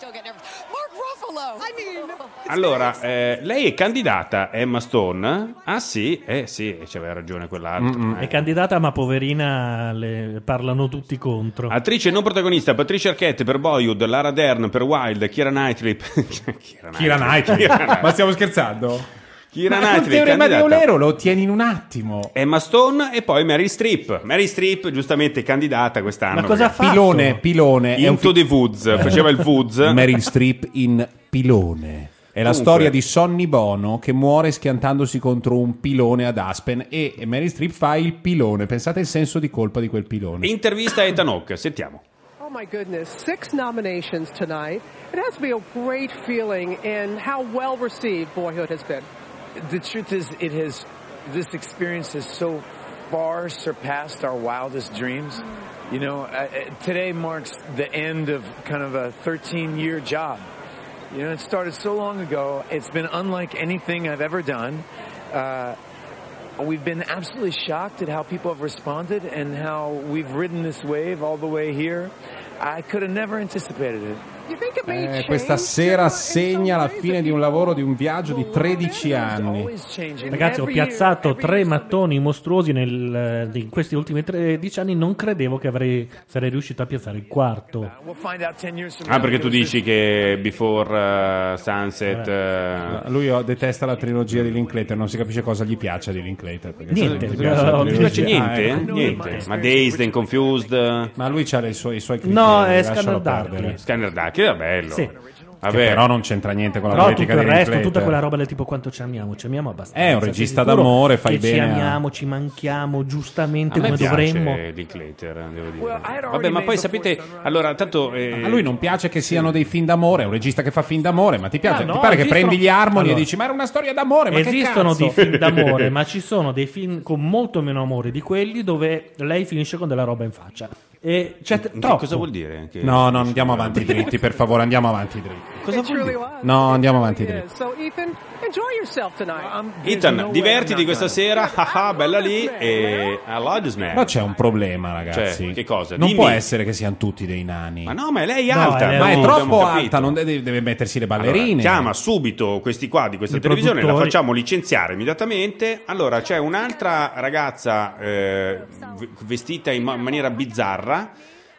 Allora, eh, lei è candidata, Emma Stone? Ah sì, eh sì, c'aveva ragione quell'altro. È Eh. candidata, ma poverina, le parlano tutti contro. Attrice non protagonista, Patricia Arquette per Boyhood, Lara Dern per Wild, Keira Knightley. Keira Kira Knightley. Keira Knightley. Ma stiamo scherzando? Keira Ma col Knightley, teorema di candidata. Eulero lo ottieni in un attimo. Emma Stone e poi Meryl Streep. Meryl Streep, giustamente candidata quest'anno. Ma cosa perché- fa? Pilone, pilone. è un Into fi- the Woods, faceva il Woods. Meryl Streep in Pilone. È la Comunque- storia di Sonny Bono che muore schiantandosi contro un pilone ad Aspen e Meryl Streep fa il pilone. Pensate il senso di colpa di quel pilone. Intervista a Ethan Hawke, sentiamo. Oh my goodness, six nominations tonight. It has to be a great feeling, and how well received Boyhood has been. The truth is, it has. This experience has so far surpassed our wildest dreams. You know, uh, uh, today marks the end of kind of a thirteen-year job. You know, it started so long ago. It's been unlike anything I've ever done. Uh, we've been absolutely shocked at how people have responded and how we've ridden this wave all the way here. I could have never anticipated it. You think it may Eh, change questa sera segna la fine di un lavoro, di un viaggio di tredici anni. Ragazzi, ho piazzato tre mattoni mostruosi nel, eh, in questi ultimi tredici anni. Non credevo che avrei, sarei riuscito a piazzare il quarto. We'll find out ten years from Ah, now. perché tu if it was dici che Before uh, Sunset... uh, Lui oh, detesta la trilogia di Linklater, non si capisce cosa gli piace di Linklater. perché Niente, se gli piace la non ti trilogia- piace niente? Ah, ecco. Niente. Ma Dazed and Confused... Ma lui ha i suoi, i suoi criteri. No, è lascialo Scanner perdere. Darkly. Scanner Dark, era bello. Sì. Che Vabbè, però non c'entra niente con la Però politica tutto il di resto, Linklater. tutta quella roba del tipo quanto ci amiamo, ci amiamo abbastanza. È un regista sei sicuro d'amore, fai che bene a- Ci amiamo, ci manchiamo giustamente a me come piace dovremmo. Linklater, devo dire. Well, I had already Vabbè, ma made poi the sapete... fourth run. Allora, tanto... eh, A lui non piace che siano dei film d'amore, è un regista che fa film d'amore, ma ti piace? Ah, no, ti pare che esistono- prendi gli Harmony Allora, e dici ma era una storia d'amore, ma Esistono che dei cazzo? film d'amore, ma ci sono dei film con molto meno amore di quelli dove lei finisce con della roba in faccia. E c'è t- che troppo. cosa vuol dire? Che- No, no, andiamo avanti dritti, per favore, andiamo avanti dritti. Cosa It vuol truly dire? was. No, andiamo It avanti really dritti. is. So, Ethan, enjoy yourself tonight. Ethan, divertiti questa sera, haha, bella lì, e I love this man. Però c'è un problema, ragazzi. Cioè, che cosa? Non Dimmi. può essere che siano tutti dei nani. Ma no, ma lei è No, alta. lei Ma è no, troppo abbiamo capito. alta, non deve, deve mettersi le Allora, ballerine. chiama subito questi qua di questa I televisione, la produttori. facciamo licenziare immediatamente. Allora, c'è un'altra ragazza eh, v- vestita in ma- maniera bizzarra.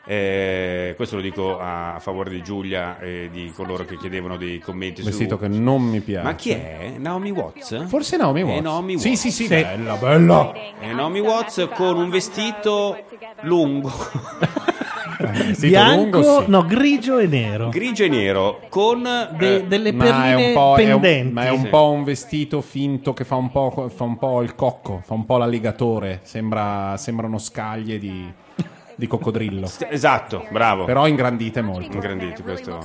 Eh, questo lo dico a, a favore di Giulia e di coloro che chiedevano dei commenti Vestito su... che non mi piace. Ma chi è? Naomi Watts? Forse Naomi Watts. È Naomi Sì, Watts. sì, sì, Sì. bella, bella. È Naomi Watts con un vestito lungo, Vestito Bianco, lungo, sì. no, grigio e nero. grigio e nero, con De- eh, delle Ma è perline un po', è un- pendenti. ma è un Sì. po' un vestito finto che fa un po', fa un po' il cocco, fa un po' l'alligatore. Sembra, sembrano scaglie di, di coccodrillo. esatto, bravo. Però ingrandite molto. Ingranditi questo.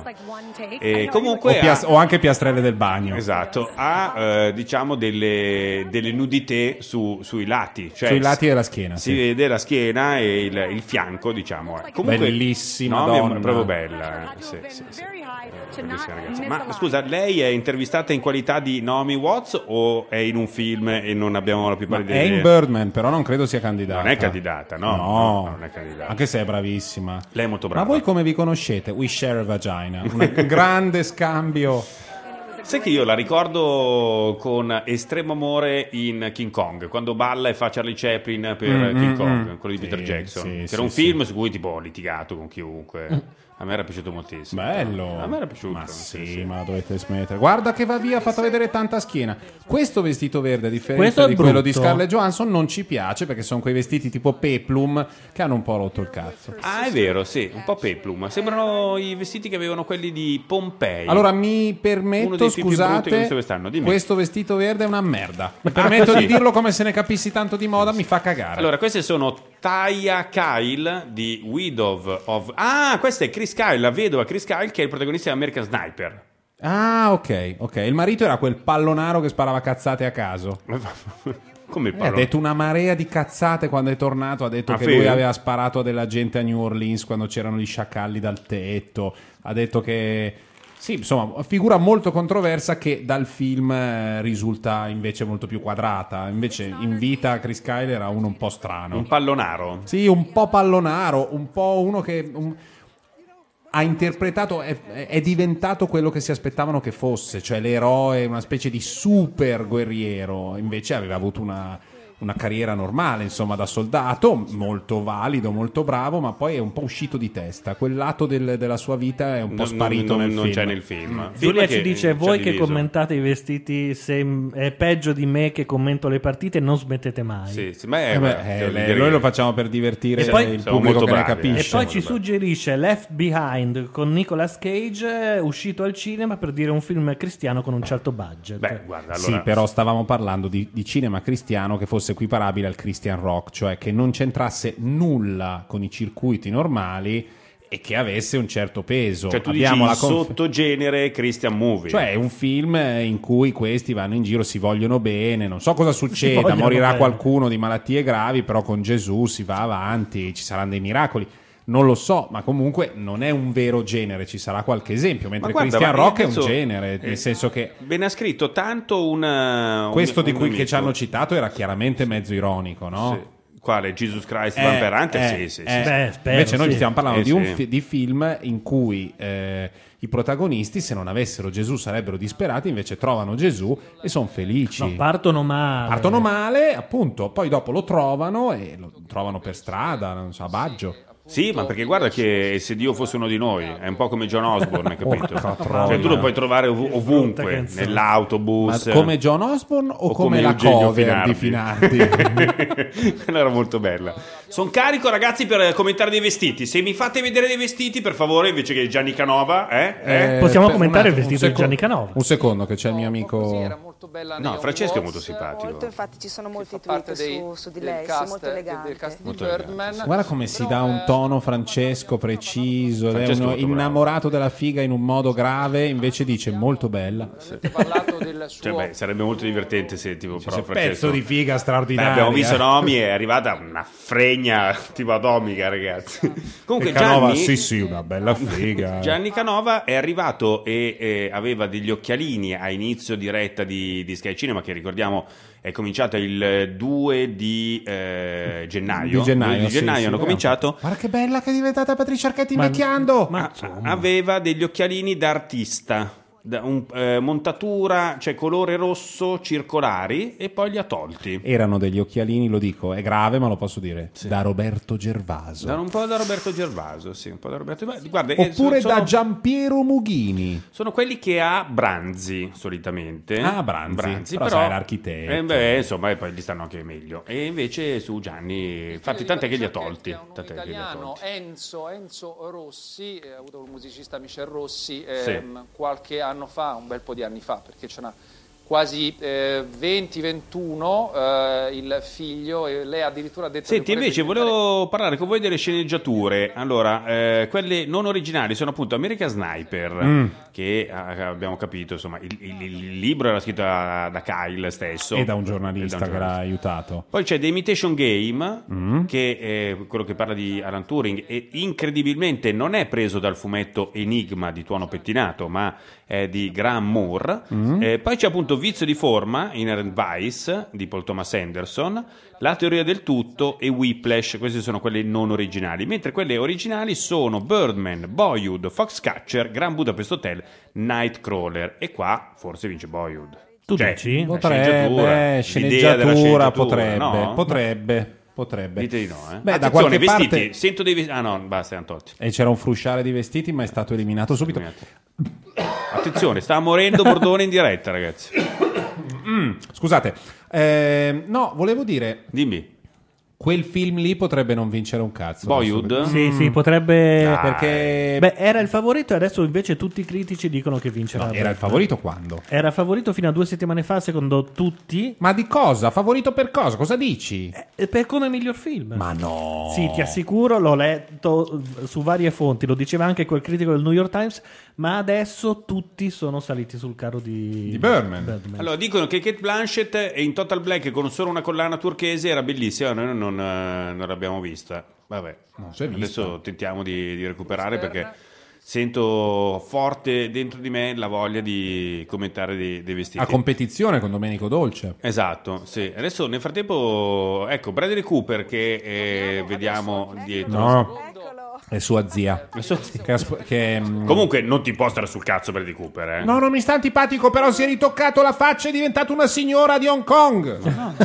E comunque O, pias- ha- o anche piastrelle del bagno. Esatto, ha eh, diciamo delle, delle nudità su- sui lati, cioè Sui lati della schiena. si sì. vede la schiena e il, il fianco, diciamo. eh. Comunque, Bellissima no, è donna. proprio bella. eh. Sì, sì, sì. Eh, bellissima ragazza. Ma scusa, lei è intervistata in qualità di Naomi Watts o è in un film e non abbiamo la più Ma pallida è idea? in Birdman, però non credo sia candidata. Non è candidata, no, No, no, non è candidata. Anche se è bravissima. Lei è molto brava. Ma voi come vi conoscete? We share a vagina. Un grande scambio. Sai che io la ricordo con estremo amore in King Kong, quando balla e fa Charlie Chaplin per Mm, King mm, Kong, mm. quello di Peter Sì, Jackson, sì, che sì, era un sì. film su cui tipo ho litigato con chiunque. A me era piaciuto moltissimo. Bello. A me era piaciuto. Ma sì, ma la dovete smettere. Guarda che va via, ha fatto vedere tanta schiena. Questo vestito verde, a Questo differenza è di quello brutto. di Scarlett Johansson, non ci piace perché sono quei vestiti tipo peplum che hanno un po' rotto il cazzo. Ah, è vero, sì, un po' peplum. Sembrano i vestiti che avevano quelli di Pompei. Allora mi Uno permetto, dei film più brutti che ho scusate, visto quest'anno, dimmi. questo vestito verde è una merda. Mi permetto sì. di dirlo come se ne capissi tanto di moda, mi fa cagare. Allora, queste sono Taya Kyle di Widow of... Ah, questa è Chris Kyle, la vedova Chris Kyle, che è il protagonista di American Sniper. Ah, ok, ok. Il marito era quel pallonaro che sparava cazzate a caso. Come il Eh, ha pallone? detto una marea di cazzate quando è tornato. Ha detto Ah, che sì? lui aveva sparato a della gente a New Orleans quando c'erano gli sciacalli dal tetto. Ha detto che sì, insomma, figura molto controversa che dal film eh, risulta invece molto più quadrata. Invece in vita Chris Kyle era uno un po' strano. Un pallonaro. Sì, un po' pallonaro, un po' uno che un- ha interpretato, è, è diventato quello che si aspettavano che fosse, cioè l'eroe, una specie di super guerriero. Invece aveva avuto una, una carriera normale, insomma, da soldato, molto valido, molto bravo, ma poi è un po' uscito di testa. Quel lato del- della sua vita è un po' Non- sparito non- nel non film. c'è nel film. Film Giulia che ci dice: ci ha voi che diviso." commentate i vestiti, se è peggio di me che commento le partite, non smettete mai. Sì, sì, ma è- Eh beh, guarda, eh, devo le- dire- noi lo facciamo per divertire E poi- il siamo pubblico molto che ne bravi, eh. E capisce. poi ci suggerisce Left Behind con Nicolas Cage, eh, uscito al cinema per dire un film cristiano con un certo budget. Beh, guarda, allora... Sì, però stavamo parlando di, di cinema cristiano che fosse equiparabile al Christian rock, cioè che non c'entrasse nulla con i circuiti normali e che avesse un certo peso. Cioè tu Abbiamo dici la conf- sottogenere Christian Movie. Cioè è un film in cui questi vanno in giro, si vogliono bene, non so cosa succeda, vogliono morirà bene. qualcuno di malattie gravi, però con Gesù si va avanti, ci saranno dei miracoli. Non lo so, ma comunque non è un vero genere, ci sarà qualche esempio, mentre Ma guarda, Christian ma Rock è un adesso- genere, nel eh, senso che Ve ne ha scritto tanto un... questo un- di un cui che amico. ci hanno citato era chiaramente mezzo ironico, no? Sì. Quale? Jesus Christ Eh, Vampire Hunter? eh, Sì, sì, sì. eh, Beh, spero, invece noi sì. stiamo parlando Eh, di, un sì. fi- di film in cui eh, i protagonisti, se non avessero Gesù, sarebbero disperati, invece trovano Gesù e sono felici. No, partono male. Partono male, appunto, poi dopo lo trovano e lo trovano per strada, non so, a Baggio. Sì, ma perché guarda che se Dio fosse uno di noi, è un po' come John Osborne, hai capito? Porca Cioè troia. tu lo puoi trovare ov- Brutta ovunque, canzone. Ma nell'autobus. come John Osborne o, o come, la Eugenio cover di Finardi? Quella era molto bella. Sono carico, ragazzi, per commentare dei vestiti. Se mi fate vedere dei vestiti, per favore, invece che Gianni Canova, eh? eh? Eh, Possiamo per- commentare un il attimo, vestito un di seco- Gianni Canova. Un secondo, che c'è il mio amico. No, Francesco è molto simpatico. Molto, infatti ci sono molti parte tweet dei- su, su di del lei, cast- sì, molto del- elegante. del cast di Molto Birdman. Guarda come si dà un tono Francesco preciso, ed è Francesco uno molto bravo. innamorato della figa in un modo grave, invece dice molto bella. Avete parlato del suo Cioè, beh, sarebbe molto divertente se tipo però C'è Francesco... pezzo di figa straordinaria. Beh, abbiamo visto Nomi, è arrivata una fregna tipo atomica, ragazzi. Comunque E Canova, Gianni, sì sì, una bella figa. Gianni Canova è arrivato e eh, aveva degli occhialini a inizio diretta di, di Sky Cinema, che ricordiamo è cominciata il due di eh, gennaio. Di gennaio, Di sì, gennaio sì, hanno vediamo. cominciato. Guarda che bella che è diventata Patricia Arquetti Ma- invecchiando. ma- A- aveva degli occhialini da artista, da un- eh, montatura, cioè colore rosso, circolari, e poi li ha tolti. Erano degli occhialini, lo dico, è grave ma lo posso dire, da Roberto Gervaso. Da un po' da Roberto Gervaso, sì, un po' da Roberto Gervaso. Guarda, eh, Oppure sono, da Giampiero Mughini. sono quelli che ha Branzi solitamente. Ah, Branzi, però sai, l'architetto. Eh, beh, insomma, e poi gli stanno anche meglio. E invece su Gianni, infatti, tant'è che li ha tolti. Un Tant'è che li ha italiano, tolti. Enzo, Enzo Rossi, eh, ha avuto il musicista Michel Rossi ehm, Sì. qualche anno fa, un bel po' di anni fa, perché ce n'ha quasi eh, venti ventuno eh, il figlio, e lei addirittura ha detto Senti, che vorrebbe invece diventare- volevo parlare con voi delle sceneggiature. Allora, eh, quelle non originali sono appunto American Sniper, Mm. che ah, abbiamo capito, insomma, il, il- il libro era scritto da, da Kyle stesso. E da un E giornalista da un che l'ha giornalista. aiutato. Poi c'è The Imitation Game, Mm. che è quello che parla di Alan Turing, e incredibilmente non è preso dal fumetto Enigma di Tuono Pettinato, ma è di Graham Moore. Mm. Eh, poi c'è appunto fatto Vizio di forma, Inherent Vice di Paul Thomas Anderson, La teoria del tutto e Whiplash. Queste sono quelle non originali, mentre quelle originali sono Birdman, Boyhood, Foxcatcher, Grand Budapest Hotel, Nightcrawler, e qua forse vince Boyhood. Tu Cioè, dici? la Potrebbe, l'idea sceneggiatura, della sceneggiatura, potrebbe, no? potrebbe, potrebbe. Dite di no, eh? Beh, da Attenzione, qualche vestiti, parte... sento dei vestiti. Ah no, basta, erano tolti. E c'era un frusciare di vestiti, ma è stato eliminato subito. Attenzione, sta morendo Bordone in diretta, ragazzi. Mm, scusate, eh, no, volevo dire... Dimmi. Quel film lì potrebbe non vincere un cazzo. Boyhood? Sì, sì, potrebbe. Dai. Perché. Beh, era il favorito e adesso invece tutti i critici dicono che vincerà. No, era il favorito quando? Era favorito fino a due settimane fa, secondo tutti. Ma di cosa? Favorito per cosa? Cosa dici? Eh, per come miglior film. Ma no. Sì, ti assicuro, l'ho letto su varie fonti, lo diceva anche quel critico del New York Times, ma adesso tutti sono saliti sul carro di, di Birdman. Birdman. Allora, dicono che Kate Blanchett in Total Black con solo una collana turchese era bellissima, noi non, eh, non l'abbiamo vista. Vabbè, non si è vista. Adesso tentiamo di, di recuperare perché sento forte dentro di me la voglia di commentare dei, dei vestiti. A competizione con Domenico Dolce. Esatto, sì. Adesso nel frattempo, ecco, Bradley Cooper che eh, vediamo dietro. No. È sua zia. È sua zia. Che, asp- che, mm, Comunque non ti può stare sul cazzo Bradley Cooper, eh. No, non mi sta antipatico, però si è ritoccato la faccia e è diventata una signora di Hong Kong.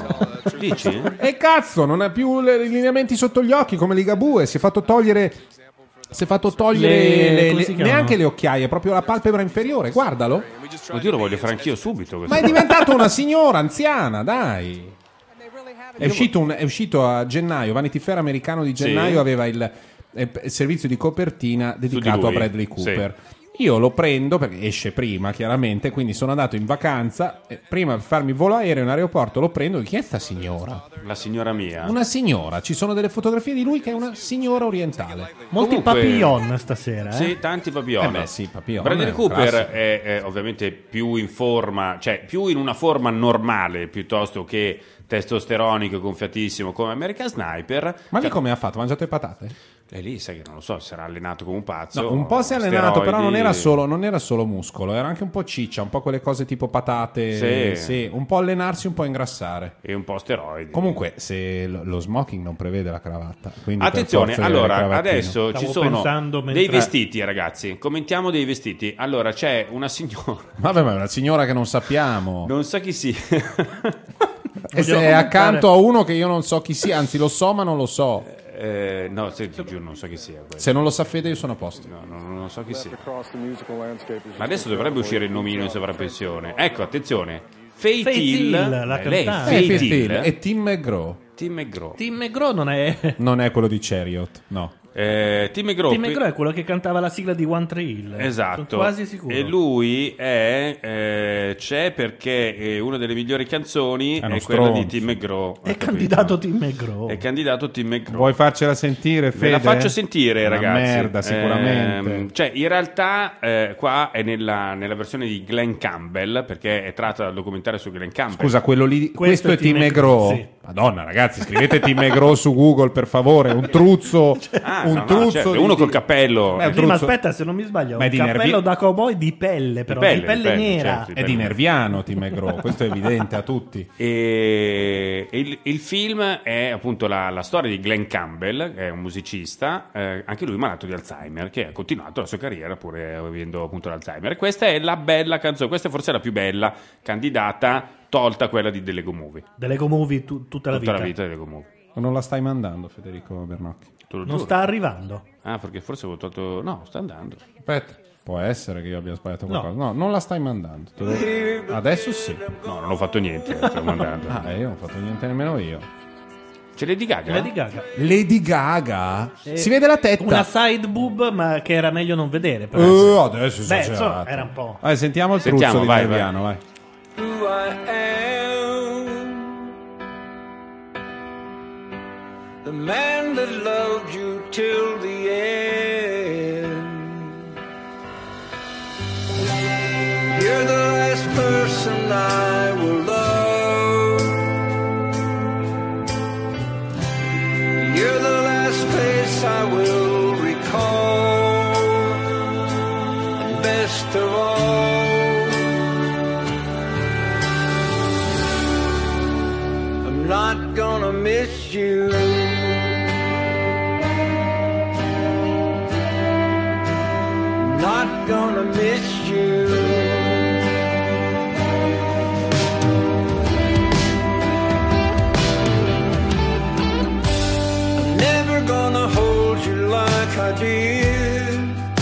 Dici? E cazzo, non ha più le- i lineamenti sotto gli occhi come Ligabue, si è fatto togliere si è fatto togliere Le- le- come le- si chiamano? neanche le occhiaie, proprio la palpebra inferiore, guardalo. Oddio, lo voglio fare anch'io subito. questo. Ma è diventata una signora anziana, dai. È uscito, un- è uscito a gennaio, Vanity Fair americano di gennaio Sì. aveva il, eh, il servizio di copertina dedicato a lui, Bradley Cooper. Io lo prendo perché esce prima, chiaramente, quindi sono andato in vacanza. E prima per farmi volo aereo in aeroporto lo prendo. E chi è sta signora? La signora mia. Una signora. Ci sono delle fotografie di lui che è una signora orientale. Molti Comunque- papillon stasera, eh? Sì, tanti papillon. Eh beh, sì, papillon, Bradley è un Cooper classico. è, è ovviamente più in forma, cioè più in una forma normale piuttosto che testosteronico e gonfiatissimo come American Sniper. Ma lì come ha fatto? Ha mangiato le patate? E lì sai che non lo so, si era allenato come un pazzo. No, un po' si è allenato, steroidi. però non era, solo, non era solo muscolo, era anche un po' ciccia, un po' quelle cose tipo patate. Sì. Sì, un po' allenarsi, un po' ingrassare. E un po' steroidi. Comunque, se lo lo smoking non prevede la cravatta. quindi per Attenzione, forza deve allora avere cravattino. adesso ci Stavo sono pensando mentre- dei vestiti, ragazzi. Commentiamo dei vestiti. Allora c'è una signora, Vabbè, ma è una signora che non sappiamo. non sa chi sia. E se Vogliamo è commentare- accanto a uno che io non so chi sia, anzi lo so, ma non lo so. Eh, no, se, ti giuro, non so chi sia. quello. Se non lo sa Fede, io sono a posto. No, no, non so chi sia. Ma adesso dovrebbe uscire il nomino in sovrappensione. Ecco, attenzione. Faith Faith Hill, Hill, la eh, lei, cantante. Faith Eh, Faith Hill, Hill e Tim McGraw. Tim McGraw. Tim McGraw non è. Non è quello di Chariot, no. Eh, Tim McGraw. Tim McGraw è quello che cantava la sigla di One Tree Hill. Esatto. Sono quasi sicuro. E lui è eh, c'è perché eh, una delle migliori canzoni È è, uno quella stronzo. di Tim McGraw. È candidato Tim McGraw. È candidato Tim McGraw. Vuoi farcela sentire, Fede? Ve la faccio sentire, Una ragazzi. merda, sicuramente. Ehm, cioè, in realtà, eh, qua è nella, nella versione di Glenn Campbell, perché è tratta dal documentario su Glenn Campbell. Scusa, quello lì, questo, Questo è Tim McGraw. Sì. Madonna, ragazzi, scrivete Tim McGraw su Google, per favore. Un truzzo, Ah, un no, no, truzzo certo, di- uno col cappello. Beh, un Sì, ma truzzo- aspetta, se non mi sbaglio, Ma è un di cappello nervi- da cowboy di pelle, però, di pelle, pelle, di pelle, nera. certo, di È di Nerviano Tim McGraw, questo è evidente a tutti. E il, il film è appunto la, la storia di Glenn Campbell, che è un musicista, eh, anche lui malato di Alzheimer, che ha continuato la sua carriera pur avendo appunto l'Alzheimer. Questa è la bella canzone, questa è forse la più bella candidata, tolta quella di The Lego Movie. The Lego Movie tu- tutta la Tutta vita. la vita di Lego Movie. Non la stai mandando, Federico Bernocchi? Te lo Non giuro. sta arrivando. Ah, perché forse avevo tolto... No, sta andando. Aspetta, può essere che io abbia sbagliato No. qualcosa. No, non la stai mandando. Te lo- Adesso sì. No, non ho fatto niente, sto mandando. Ah, io non ho fatto niente nemmeno io. C'è Lady Gaga? Lady Gaga. Lady Gaga? Eh, Si vede la tetta. Una side boob, ma che era meglio non vedere. però. Uh, adesso Beh, esagerato. insomma, era un po'. Vai, sentiamo il Sentiamo, truzzo vai, di Nerviano, vai. who I am. The man that loved you till the end. You're the last person I will love. You're the last face I will recall. And best of all, miss you. Not gonna miss you. I'm never gonna hold you like I did.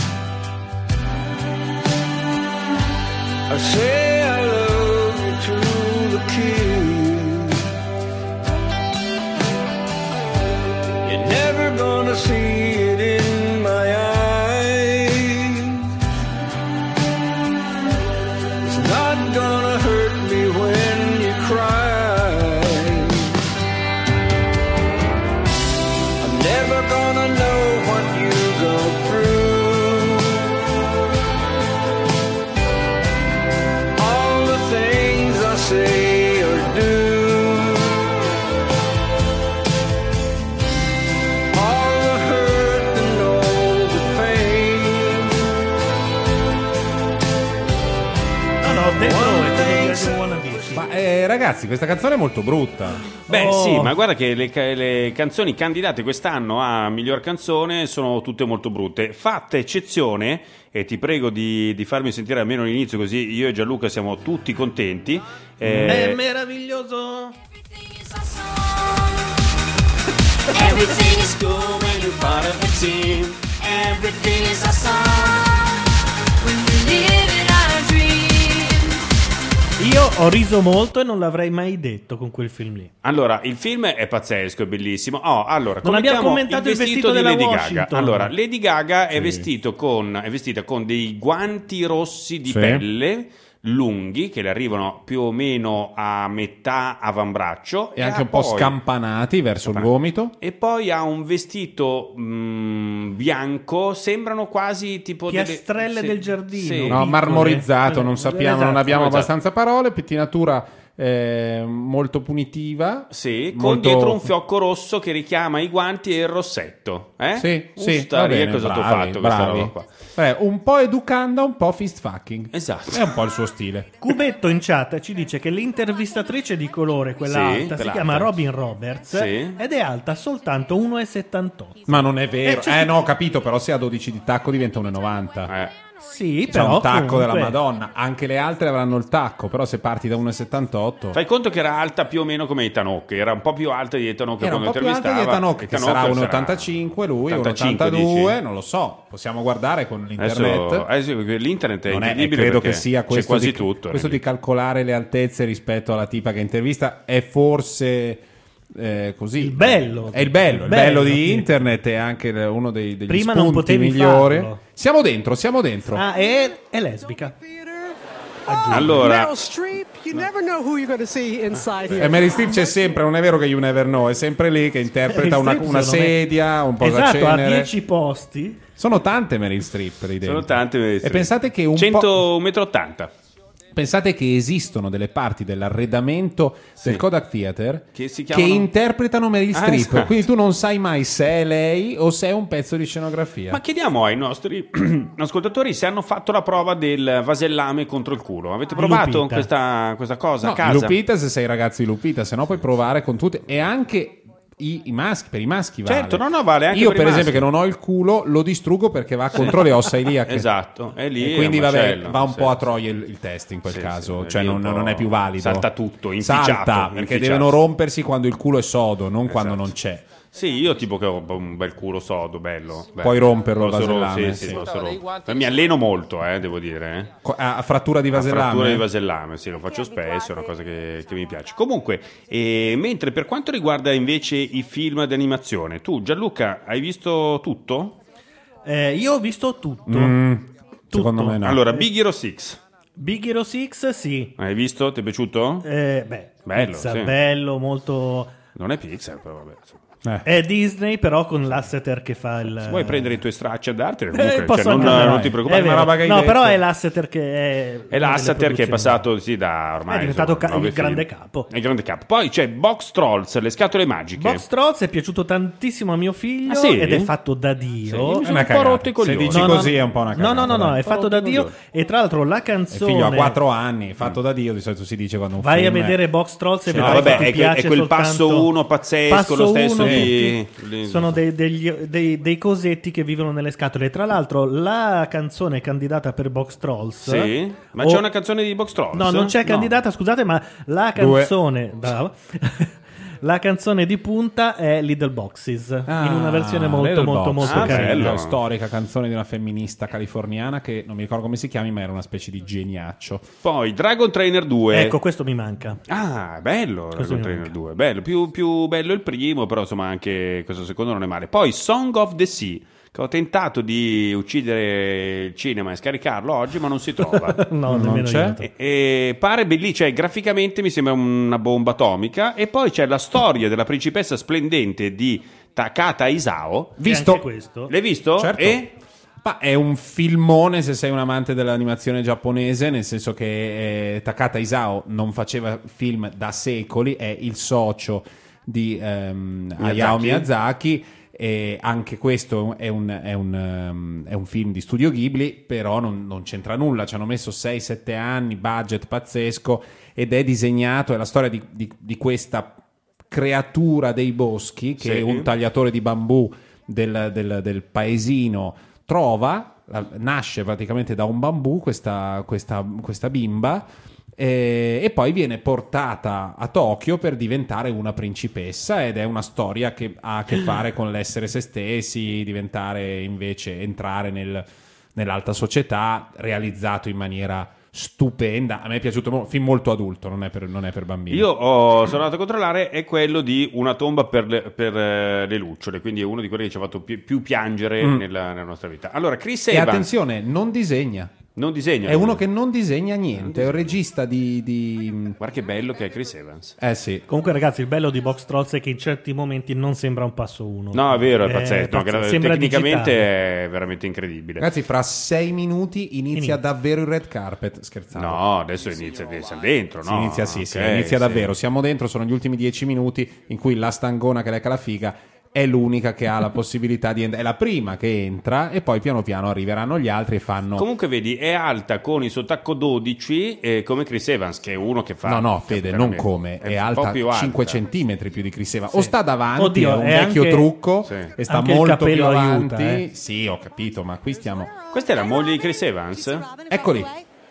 I say I love you to the kiss. You're never gonna see it in my eyes. It's not gonna hurt me when you cry. I'm never gonna know what you go through. All the things I say or do. All the hurt and all the pain. No, no, dentro è quello buona bici. Ma eh, ragazzi, questa canzone è molto brutta. Beh, Oh. sì, ma guarda che le, ca- le canzoni candidate quest'anno a miglior canzone sono tutte molto brutte. Fatta eccezione, e ti prego di, di farmi sentire almeno l'inizio, così io e Gianluca siamo tutti contenti. È Eh, meraviglioso. Everything is cool when you're part of the team. Everything is awesome when we live in our dream. Io ho riso molto e non l'avrei mai detto con quel film lì. Allora, il film è pazzesco, è bellissimo. Oh, allora, Non abbiamo commentiamo commentato il vestito di della Lady Washington. Gaga. Allora, Lady Gaga è, Sì. vestito con, è vestita con dei guanti rossi di Sì. pelle lunghi che le arrivano più o meno a metà avambraccio E anche ha un po' poi- scampanati verso il gomito. e poi ha un vestito mm, bianco, sembrano quasi tipo Piastrelle delle, del giardino. sì. No, piccole. marmorizzato, non sappiamo, Esatto. non abbiamo Esatto. abbastanza parole. Pettinatura eh, molto punitiva. Sì, con molto- dietro un fiocco rosso che richiama i guanti e il rossetto. Eh? Sì, sì, Usta, va rie, bene, cosa t'ho bravi, fatto questa bravi. roba qua? Eh, un po' educanda, un po' fist fucking. Esatto. È un po' il suo stile. Cubetto in chat ci dice che l'intervistatrice di colore, quella Sì, alta, si quella chiama alta. Robin Roberts Sì. ed è alta soltanto uno virgola settantotto. Ma non è vero. Eh, c'è- Eh, no, ho capito, però se ha dodici di tacco diventa uno virgola novanta. Eh. Sì, C'è però un tacco comunque- della Madonna. Anche le altre avranno il tacco, però se parti da uno virgola settantotto... Fai conto che era alta più o meno come Ethan che era un po' più alta di Ethan Hawke Era un quando po' più alta di intervistava. Ethan Hawke, che Ethan sarà Hawke uno virgola ottantacinque, lui uno virgola ottantadue, dici? non lo so. Possiamo guardare con l'internet. Adesso, eh sì, l'internet è Non è, e incredibile credo perché che sia c'è questo, quasi di, tutto. questo eh. di calcolare le altezze rispetto alla tipa che intervista è forse eh, così Il bello. è il bello, il Il bello bello, di sì. internet è anche uno dei, degli Prima non spunti potevi migliori. farlo. Siamo dentro, siamo dentro. Ah, è, è lesbica. Allora, Meryl Streep, you never know who you're going to see inside E here. Meryl Streep c'è sempre, non è vero che you never know, è sempre lì che interpreta Meryl una, Streep, una secondo me- sedia, un po' Esatto, ha cenere. dieci posti. Sono tante Meryl Streep lì dentro. sono tante. E pensate che un po'... cento, un metro e ottanta. Pensate che esistono delle parti dell'arredamento del Kodak Theater Che si che chiamano- interpretano Meryl Ah, Streep, esatto. quindi tu non sai mai se è lei o se è un pezzo di scenografia. Ma chiediamo ai nostri ascoltatori se hanno fatto la prova del vasellame contro il culo. Avete provato Lupita. questa, questa cosa No, a casa? Lupita, se sei ragazzi di Lupita, se no puoi provare con tutte e anche i, i maschi, per i maschi vale. Certo, no, no, vale anche Io per per, i esempio maschi. che non ho il culo lo distruggo perché va contro le ossa iliache. Esatto, è lì E è quindi un vabbè, macello, va un sì. po' a troia il, il test in quel Sì, caso, sì, cioè lì non, un po' non è più valido. salta tutto, inficiato, Salta, perché inficiato. devono rompersi quando il culo è sodo, non quando non c'è. Sì, io tipo che ho un bel culo sodo, bello. bello. Puoi romperlo il Posso ro- vasellame, Sì, sì, sì. posso Dei rompere. guanti- Ma mi alleno molto, eh, devo dire. Eh. Co- A, a frattura di La vasellame. frattura di vasellame, sì, lo faccio spesso, è una cosa che, che mi piace. Comunque, eh, mentre per quanto riguarda invece i film d'animazione, tu Gianluca hai visto tutto? Eh, io ho visto tutto. Mm, Tutto. secondo me no. Allora, Big Hero sei. Big Hero sei, sì. Hai visto? Ti è piaciuto? Eh, beh, Bello, Pixar, sì. bello, molto... Non è Pixar, però vabbè. insomma. Eh. È Disney, però con Lasseter che fa il... Se vuoi prendere i tuoi stracci a dartene, Eh, comunque, posso cioè, non, anche andare. non ti È preoccupare. vero. una roba che hai No, detto. però è Lasseter che è... È una l'Assater delle che è produzioni. passato sì, da ormai È diventato insomma, ca- il nove grande film. capo. È il grande capo. Poi c'è Box Trolls, le scatole magiche. Box Trolls è piaciuto tantissimo a mio figlio Ah, sì? ed è fatto da Sì, Dio. mi È sono una un po' cagata. rotto i Se coglioni. dici così è un po' una No, no, no, no, cagata, è fatto da Rotto i Dio. coglioni. E tra l'altro la Il canzone... figlio ha quattro anni, fatto da Dio, di solito si dice quando un Vai a film è- vedere Box Trolls e No, vedrai vabbè, che ti è, piace è quel soltanto... passo uno pazzesco, Passo lo stesso uno, di... tutti di- sono dei, degli- dei- dei cosetti che vivono nelle scatole. Tra l'altro la canzone candidata per Box Trolls, Sì? Ma o- c'è una canzone di Box Trolls? no, non c'è No. candidata, scusate, ma la Due. canzone bravo. La canzone di punta è Little Boxes, in una versione molto Little molto Box. molto Ah, carina. bello. Storica canzone di una femminista californiana che non mi ricordo come si chiami, ma era una specie di geniaccio. Poi Dragon Trainer due. Ecco, questo mi manca. Ah, bello Questo Dragon mi Trainer manca. due. Bello, più, più bello il primo, però insomma anche questo secondo non è male. Poi Song of the Sea, che ho tentato di uccidere il cinema e scaricarlo oggi, ma non si trova. No, Non nemmeno c'è? io. E, e pare bellissimo, cioè graficamente mi sembra una bomba atomica. E poi c'è la storia della principessa splendente di Takata Isao. Visto? Anche questo. L'hai visto? Certo. E? Ma è un filmone se sei un amante dell'animazione giapponese, nel senso che eh, Takata Isao non faceva film da secoli, è il socio di ehm, Hayao Miyazaki. E anche questo è un, è un, um, è un film di studio Ghibli, però non, non c'entra nulla. Ci hanno messo sei sette anni, budget pazzesco, ed è disegnato, è la storia di, di, di questa creatura dei boschi che Sì. un tagliatore di bambù del, del, del paesino trova, la- nasce praticamente da un bambù questa, questa, questa bimba. E, e poi viene portata a Tokyo per diventare una principessa, ed è una storia che ha a che fare con l'essere se stessi, diventare invece entrare nel- nell'alta società, realizzato in maniera stupenda. A me è piaciuto molto, film molto adulto, non è per, non è per bambini. Io ho, sono andato a controllare, è quello di Una tomba per le, per, eh, le lucciole, quindi è uno di quelli che ci ha fatto più, più piangere Mm. nella, nella nostra vita. Allora, Chris E Evans attenzione, non disegna. non disegna. È uno che non disegna niente, è un regista di... di... Guarda che bello che è Chris Evans. Eh sì. Comunque, ragazzi, il bello di Box Trolls è che in certi momenti non sembra un passo uno. No, è vero, è Eh, pazzesco. no, che la- sembra tecnicamente digitale. è veramente incredibile. Ragazzi, fra sei minuti inizia Inizia. davvero il red carpet, scherzando. No, adesso inizia, siamo dentro, Si no? inizia sì, sì, Ok, inizia sì. davvero. Siamo dentro, sono gli ultimi dieci minuti in cui la stangona che lecca la figa è l'unica che ha la possibilità di entrare. È la prima che entra, e poi piano piano arriveranno gli altri e fanno... Comunque vedi, è alta con il suo tacco dodici eh, come Chris Evans, che è uno che fa... No, no, Fede, non veramente- come, è, un alta po' più alta. cinque centimetri più di Chris Evans. Sì. O sta davanti, Oddio, è un è vecchio anche- trucco, Sì. e sta Anche il molto più capello avanti. aiuta, eh. Sì, ho capito, ma qui stiamo... Questa è la moglie di Chris Evans? Eccoli.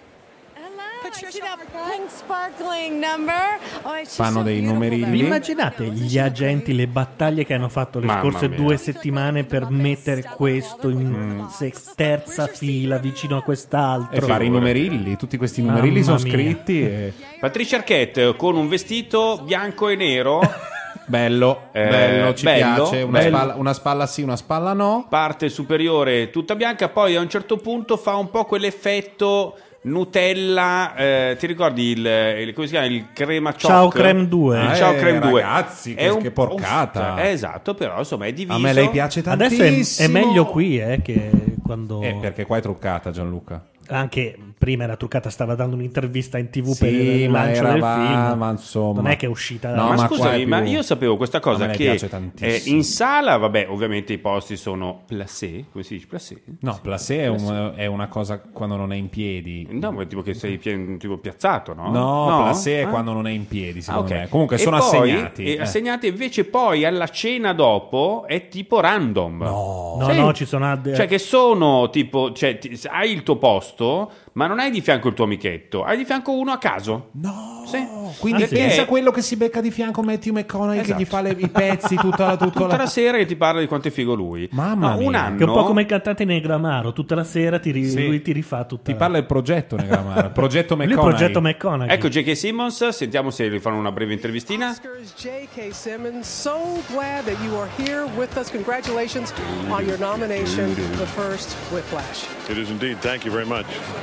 Patricia, pink sparkling number. Oh, it's just Fanno so dei beautiful numerini. there. Vi immaginate gli agenti, le battaglie che hanno fatto le Mamma scorse mia. due settimane per mettere questo in se- terza fila vicino a E quest'altro? fare i numerilli, tutti questi numerilli Mamma sono mia. scritti e... Patricia Arquette con un vestito bianco e nero. Bello, Eh, bello, ci bello, piace. Una bello. spalla, una spalla sì, una spalla no. Parte superiore tutta bianca, poi a un certo punto fa un po' quell'effetto Nutella, eh, ti ricordi il, il- come si chiama, il crema choc? Ciao Creme due. Il Eh, Ciao Creme due. ragazzi, che- che porcata. un- eh, esatto, però insomma è diviso. A me lei piace Adesso tantissimo. è, è meglio qui eh, che quando... Eh, perché qua è truccata, Gianluca. Anche prima era truccata, stava dando un'intervista in tv Sì, per il ma lancio era del va- film. ma insomma. Non è che è uscita No, ma, ma qua scusami, è ma più- io sapevo questa A cosa me che piace eh, tantissimo. in sala, vabbè, ovviamente i posti sono placé, come si dice placé? No, placé è, un- è una cosa quando non è in piedi. No, ma tipo che sei pi- tipo piazzato, no? No, placé è Ah. quando non è in piedi, Ah, secondo ok. me. Comunque E sono poi, assegnati. e eh. assegnati invece poi alla cena dopo è tipo random. No. No, no, ci sono ad- Cioè che sono tipo, cioè ti- hai il tuo posto, ma non hai di fianco il tuo amichetto, hai di fianco uno a caso. No. Sì. Quindi Perché- pensa a quello che si becca di fianco Matthew McConaughey Esatto. che gli fa le- i pezzi tutta la, tutta Tutta la... la sera che ti parla di quanto è figo lui. Mamma No, un mia. anno Che è un po' come il cantante Negramaro, tutta la sera ti ri- Sì. lui ti rifà tutta Ti parla il progetto Negramaro, il progetto Lui è McConaughey. progetto McConaughey. Ecco J K. Simmons, sentiamo se gli fanno una breve intervistina. Oscars, J K. Simmons, so glad that you are here with us. Congratulations on your nomination, the first Whiplash. It is indeed. Thank you very much.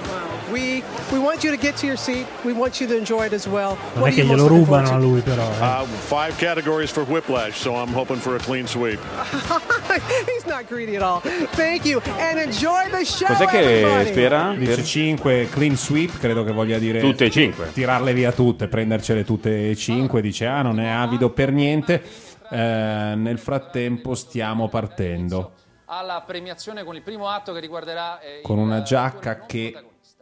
We we want you to get to your seat. We want you to enjoy it as well. Non What è are che you glielo most looking rubano a forward lui però. eh. Uh, five categories for Whiplash, so I'm hoping for a clean sweep. to? He's not greedy at all. Thank you and enjoy the show. Cos'è che everybody. spera? Dice cinque clean sweep, credo che voglia dire Tutte e cinque. tirarle via tutte, prendercele tutte e cinque. Dice ah, non è avido per niente. Eh, nel frattempo stiamo partendo Alla premiazione con il primo atto che riguarderà eh, con il- una giacca che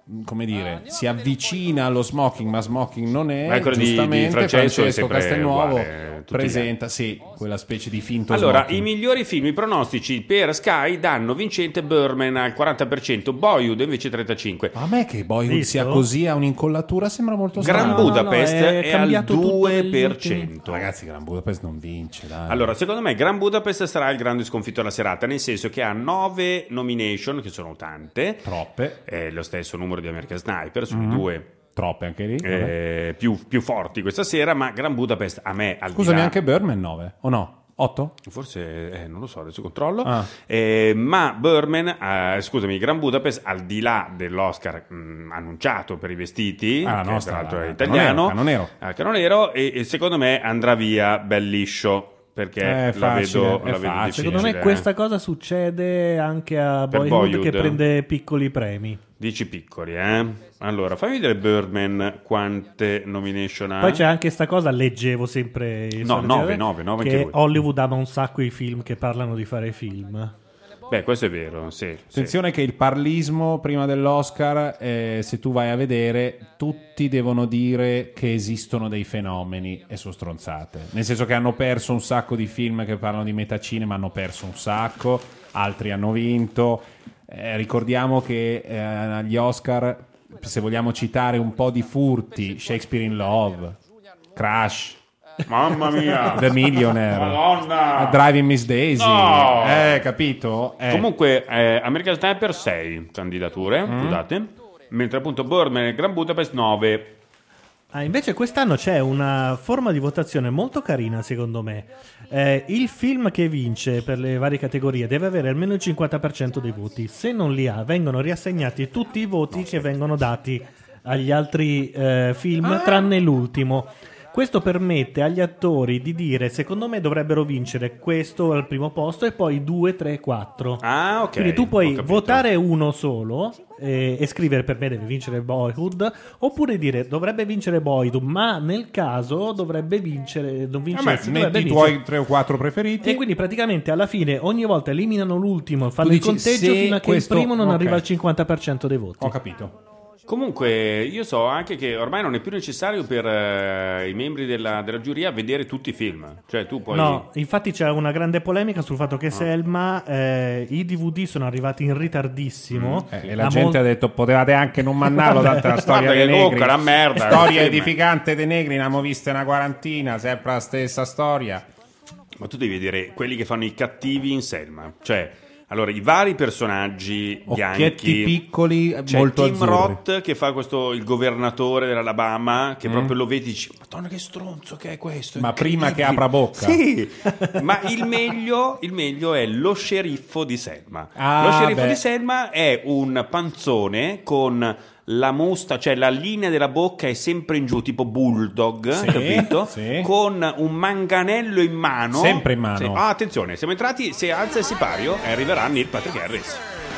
come dire, si avvicina allo smoking, ma smoking non è. Ma quello di- giustamente di Francesco è sempre Castelnuovo uguale, tutti presenta sì, quella specie di finto Allora, smoking. i migliori film, i pronostici per Sky danno vincente Birdman al quaranta per cento, Boyhood invece trentacinque per cento. A me che Boyhood Visto? sia così a un'incollatura sembra molto Gran strano. Budapest No, no, no, è, al due per cento. Ragazzi, Gran Budapest non vince, dai. Allora, secondo me Gran Budapest sarà il grande sconfitto della serata, nel senso che ha nove nomination, che sono tante. Troppe. È lo stesso numero di American Sniper, sono Mhm. i due troppe anche lì. eh, più, più forti questa sera, ma Gran Budapest a me al Scusami, di là... anche Birdman nove, o no? otto? Forse, eh, non lo so, adesso controllo. Ah. Eh, ma Birdman, eh, scusami, Gran Budapest, al di là dell'Oscar mh, annunciato per i vestiti, Ah, la che nostra, tra l'altro la- è la italiano, Canonero, ah, Canonero, e, e secondo me andrà via bel liscio. Perché È la facile, vedo, è la vedo facile. difficile. Secondo me eh. questa cosa succede anche a Per Boyhood, Boyhood. che prende piccoli premi. Dici piccoli, eh? Allora, fammi vedere Birdman quante nomination ha. Poi c'è anche sta cosa, leggevo sempre i No, soliti- nove, nove, nove anche che lui. Hollywood ama un sacco i film che parlano di fare film. Beh, questo è vero, sì. sì. Attenzione che il parlismo prima dell'Oscar, eh, se tu vai a vedere, tutti devono dire che esistono dei fenomeni e sono stronzate. Nel senso che hanno perso un sacco di film che parlano di metacinema, hanno perso un sacco, altri hanno vinto. Eh, ricordiamo che eh, agli Oscar, se vogliamo citare un po' di furti, Shakespeare in Love, Crash, Mamma mia! The Millionaire, Madonna! Driving Miss Daisy, No! eh, capito? Eh. Comunque, eh, American Sniper sei candidature, Mm. scusate, mentre appunto Birdman e Gran Budapest nove. Ah, invece quest'anno c'è una forma di votazione molto carina, secondo me. Eh, il film che vince per le varie categorie deve avere almeno il cinquanta per cento dei voti. Se non li ha, vengono riassegnati tutti i voti che vengono dati agli altri eh, film, tranne l'ultimo. Questo permette agli attori di dire: secondo me dovrebbero vincere questo al primo posto e poi due, tre, quattro. Ah, ok. Quindi tu ho puoi capito. votare uno solo eh, e scrivere: per me deve vincere Boyhood, oppure dire dovrebbe vincere Boyhood, ma nel caso dovrebbe vincere, non vincesse, Vabbè, dovrebbe metti i vincere. tuoi tre o quattro preferiti. E quindi praticamente alla fine ogni volta eliminano l'ultimo e fanno Tu il dici, conteggio se fino a che questo- il primo non ok. arriva al cinquanta per cento dei voti. Ho capito. Comunque, io so anche che ormai non è più necessario per eh, i membri della, della giuria vedere tutti i film. Cioè, tu puoi. No, infatti c'è una grande polemica sul fatto che Selma, eh, i D V D sono arrivati in ritardissimo. Eh, e la La gente mol- ha detto potevate anche non mandarlo, Vabbè. tanto è la storia Guarda dei che negri, comunque è una merda, storia il film. edificante dei negri, ne abbiamo viste una quarantina, sempre la stessa storia. Ma tu devi vedere quelli che fanno i cattivi in Selma. Cioè, allora, i vari personaggi Occhietti bianchi. piccoli, C'è molto Tim azzurri. Roth che fa questo, il governatore dell'Alabama, che Mm. proprio lo vedi e dici: Madonna, che stronzo che è questo! Ma prima che incredibile." apra bocca. Sì, ma il meglio, il meglio è lo sceriffo di Selma. Ah, lo sceriffo beh. di Selma è un panzone con la musta, cioè la linea della bocca è sempre in giù, tipo bulldog, Sì, capito? sì. Con un manganello in mano. Sempre in mano. Sì. Ah, attenzione, siamo entrati, se alza il sipario, eh, arriverà Neil Patrick Harris.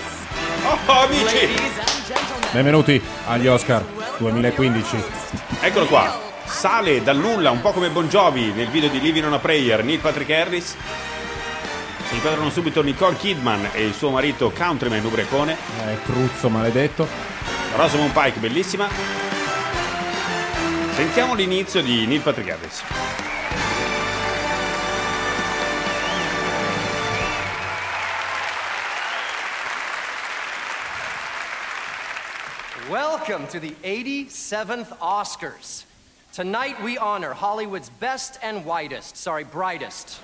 Oh, amici! Benvenuti agli Oscar duemilaquindici. Eccolo qua. Sale dal nulla, un po' come Bon Jovi nel video di Living on a Prayer, Neil Patrick Harris. Si incontrano subito Nicole Kidman e il suo marito Countryman ubriacone. Eh, truzzo maledetto. Rosamund Pike, bellissima. Sentiamo l'inizio di Neil Patrick Harris. Welcome to the eighty-seventh Oscars. Tonight we honor Hollywood's best and whitest, sorry, brightest.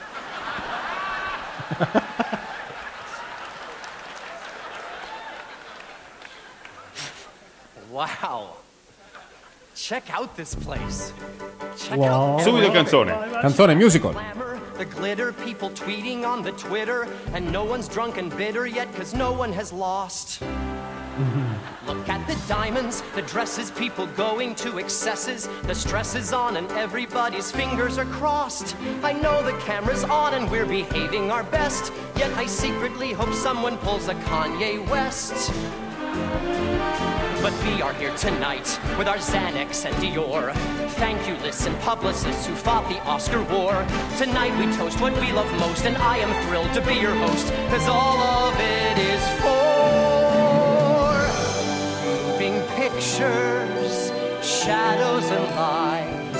Wow. Check out this place. Check Wow. out Subito canzone. Canzone musical. the glitter, people tweeting on the Twitter, and no one's drunk and bitter yet because no one has lost. Look at the diamonds, the dresses, people going to excesses. The stress is on and everybody's fingers are crossed. I know the camera's on and we're behaving our best, yet I secretly hope someone pulls a Kanye West. But we are here tonight with our Xanax and Dior. Thank you, listen, publicists who fought the Oscar war. Tonight we toast what we love most, and I am thrilled to be your host, cause all of it is for moving pictures, shadows and light,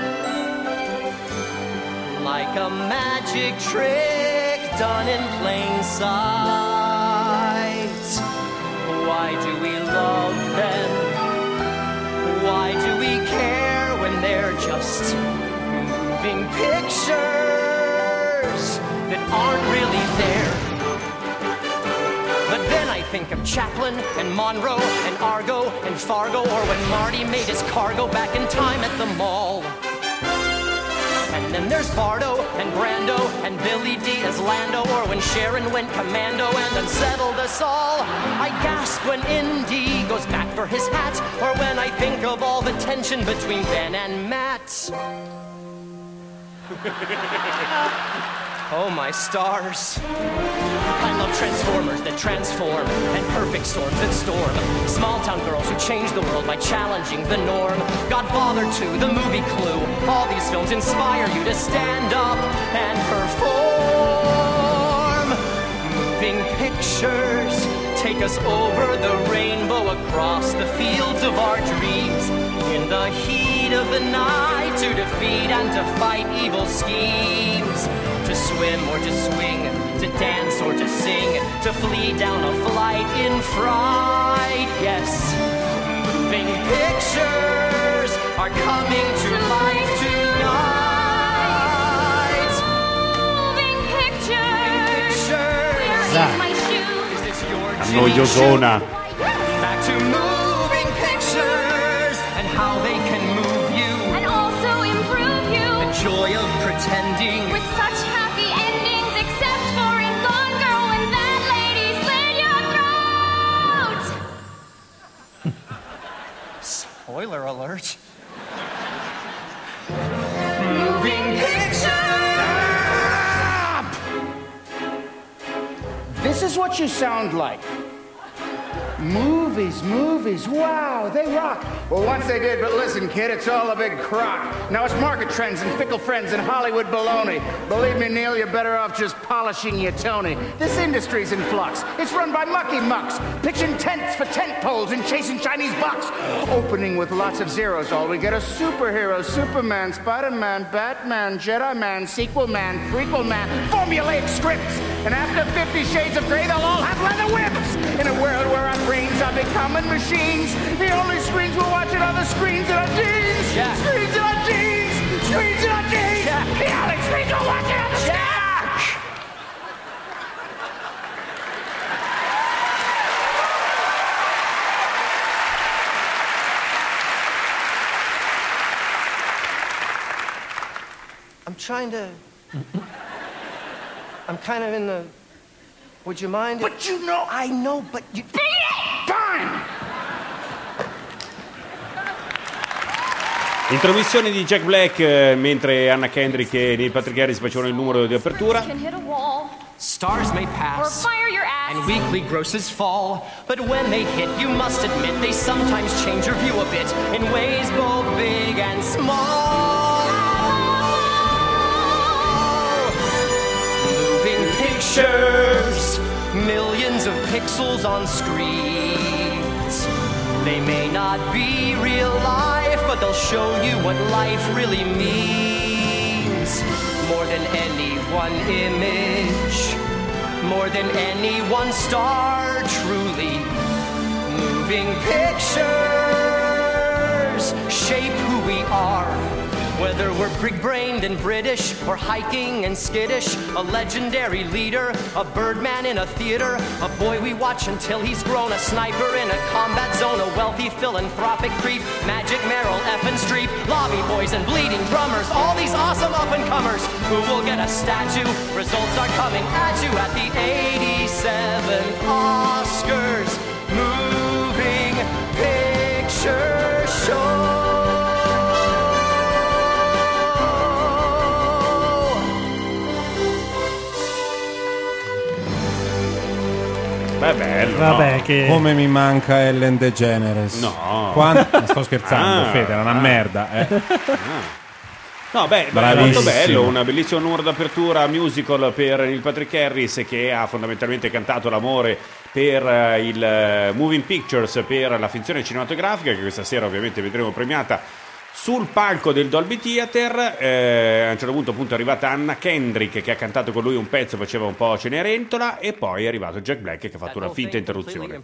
like a magic trick done in plain sight. Why do we love them? Why do we care when they're just moving pictures that aren't really there? But then I think of Chaplin and Monroe and Argo and Fargo, or when Marty made his cargo back in time at the mall. And then there's Bardo and Brando and Billy D as Lando, or when Sharon went commando and unsettled us all. I gasp when Indy goes back for his hat, or when I think of all the tension between Ben and Matt. Oh, my stars. I love Transformers that transform, and perfect storms that storm. Small town girls who change the world by challenging the norm. Godfather two, the movie Clue. All these films inspire you to stand up and perform. Moving pictures take us over the rainbow, across the fields of our dreams, in the heat of the night, to defeat and to fight evil schemes. To swim or to swing, to dance or to sing, to flee down a flight in fright. Yes, moving pictures are coming to life tonight. Moving pictures. Where is Dai. my shoe? Is this your Noiosona. Back to moving pictures and how they can move you And also improve you the joy of pretending. with such happy endings, except for in Gone Girl when that lady slit your throat. Spoiler alert. Moving pictures. This is what you sound like. Movies, movies, wow, they rock. Well, once they did, but listen, kid, it's all a big crock. Now it's market trends and fickle friends and Hollywood baloney. Believe me, Neil, you're better off just polishing your Tony. This industry's in flux. It's run by mucky mucks, pitching tents for tent poles and chasing Chinese bucks. Opening with lots of zeros, all we get are superheroes, Superman, Spider-Man, Batman, Jedi Man, Sequel Man, Prequel Man, formulaic scripts. And after Fifty Shades of Grey, they'll all have leather whips. In a world where our brains are becoming machines, the only screens we're watching are the screens in our jeans. Yeah. Screens in our jeans. Screens in our jeans. Yeah. The only screens we're watching are the Jack! I'm trying to. I'm kind of in the. Would you mind? But you know. I know, but you. Fine. Intromissione di Jack Black eh, mentre Anna Kendrick e Neil Patrick Harris facevano il numero di apertura. Can hit a wall Stars may or pass. fire your ass. And weekly grosses fall, but when they hit, you must admit they sometimes change your view a bit in ways both big and small. Moving pictures, millions of pixels on screens. They may not be real life, but they'll show you what life really means. More than any one image, more than any one star, truly. Moving pictures shape who we are. Whether we're big-brained and British, or hiking and skittish, a legendary leader, a birdman in a theater, a boy we watch until he's grown, a sniper in a combat zone, a wealthy philanthropic creep, Magic Merrill, Effin' Streep, lobby boys and bleeding drummers, all these awesome up-and-comers who will get a statue. Results are coming at you at the eighty-seventh Oscars Moving Picture Show. Beh, bello. Vabbè, no? che Come mi manca Ellen DeGeneres. No. Quant- sto scherzando, Ah, Fede, era una ah. merda. Eh. No, beh, beh, Bravissimo. molto bello, una bellissima numero d'apertura musical per Neil Patrick Harris che ha fondamentalmente cantato l'amore per uh, il uh, Moving Pictures, per la finzione cinematografica, che questa sera ovviamente vedremo premiata sul palco del Dolby Theater. Eh, a un certo punto appunto è arrivata Anna Kendrick, che ha cantato con lui un pezzo, faceva un po' Cenerentola, e poi è arrivato Jack Black, che ha fatto una finta interruzione.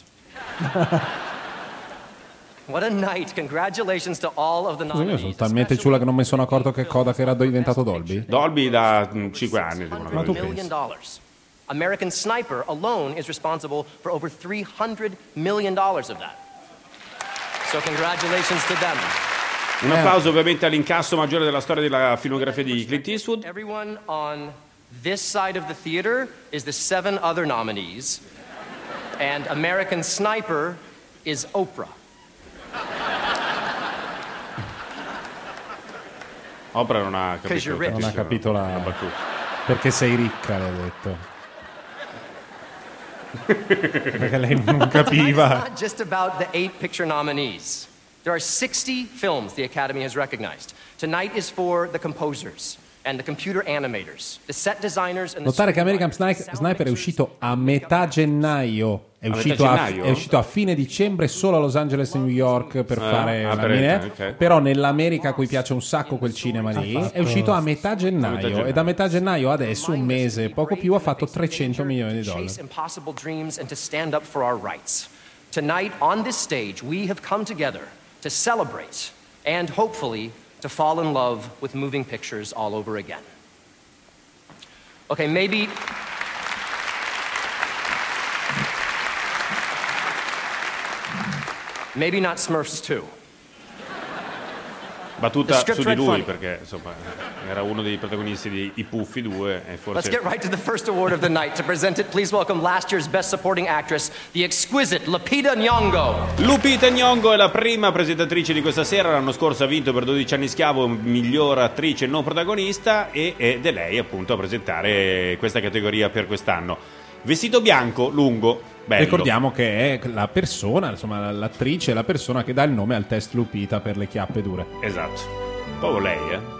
What a night. Congratulations to all of the Io sono nominees. talmente ciula che non mi sono accorto che Kodak era diventato Dolby. Dolby da cinque anni. Ma tu million pensi? dollars. American Sniper alone is responsible for over three hundred million dollars of that. So congratulations to them. Un applauso ovviamente all'incasso maggiore della storia della filmografia di Clint Eastwood. Everyone on this side of the theater is the seven other nominees, and American Sniper is Oprah. Oprah non ha capito, Non ha capito la, la battuta. Perché sei ricca, le ha detto. Perché lei non capiva. It's not just about the eight picture nominees. There are sixty films the Academy has recognized. Tonight is for the composers and the computer animators, the set designers and the Notare che American Sni- Sniper è uscito a metà gennaio. È A metà uscito a, gennaio? è uscito a fine dicembre solo a Los Angeles e New York per Ah, fare ah, la per- mine. ok. Però nell'America a cui piace un sacco quel cinema lì Ha fatto- è uscito a metà gennaio, A metà gennaio. e da metà gennaio adesso, un mese e poco più, ha fatto trecento milioni di dollari. chase impossible dreams and to stand up for our rights. Tonight, on this stage, we have come together to celebrate and hopefully to fall in love with moving pictures all over again. Okay, maybe... Maybe not Smurfs two. Battuta The script su di read lui, funny. perché insomma era uno dei protagonisti di I Puffi due e forse... Let's get right to the first award of the night. To present it, please welcome last year's Best Supporting Actress, the exquisite Lupita Nyong'o. Lupita Nyong'o è la prima presentatrice di questa sera. L'anno scorso ha vinto per dodici anni schiavo miglior attrice non protagonista, e, ed è lei appunto a presentare questa categoria per quest'anno. Vestito bianco, lungo, bello. Ricordiamo che è la persona, insomma l'attrice è la persona che dà il nome al test Lupita per le chiappe dure. Esatto. Proprio lei, eh?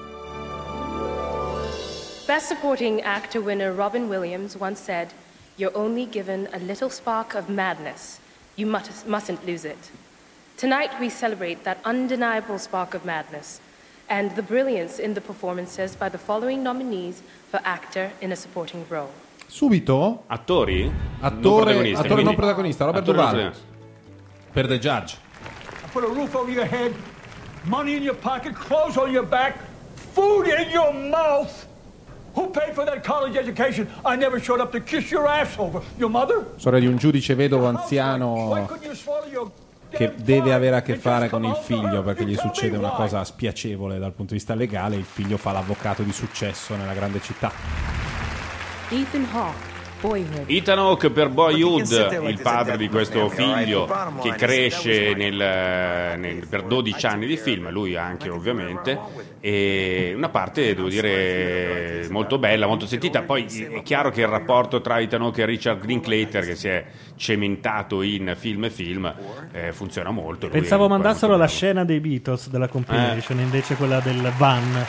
Best Supporting Actor winner Robin Williams once said, "You're only given a little spark of madness. You must, mustn't lose it." Tonight we celebrate that undeniable spark of madness and the brilliance in the performances by the following nominees for actor in a supporting role. Subito? Attori? Non Attore, protagonisti, attore quindi- non protagonista, Robert attore non Duvall. protagonista. Per The Judge. I put a roof over your head, money in your pocket, clothes on your back, food in your mouth. Who paid for that college education I never showed up to kiss your ass over? Your mother? Storia di un giudice vedovo anziano Couldn't you swallow your che deve avere a che fare con il figlio perché gli succede una cosa spiacevole dal punto di vista legale. Il figlio fa l'avvocato di successo nella grande città. Ethan Hawke, Boyhood. Ethan Hawke per Boyhood, il padre di questo figlio che cresce nel, nel- per dodici anni di film, lui anche ovviamente, e una parte devo dire molto bella, molto sentita. Poi è chiaro che il rapporto tra Ethan Hawke e Richard Linklater, che si è cementato in film e film, eh, funziona molto. Lui Pensavo è poi mandassero molto la scena dei Beatles della compilation, invece quella del van.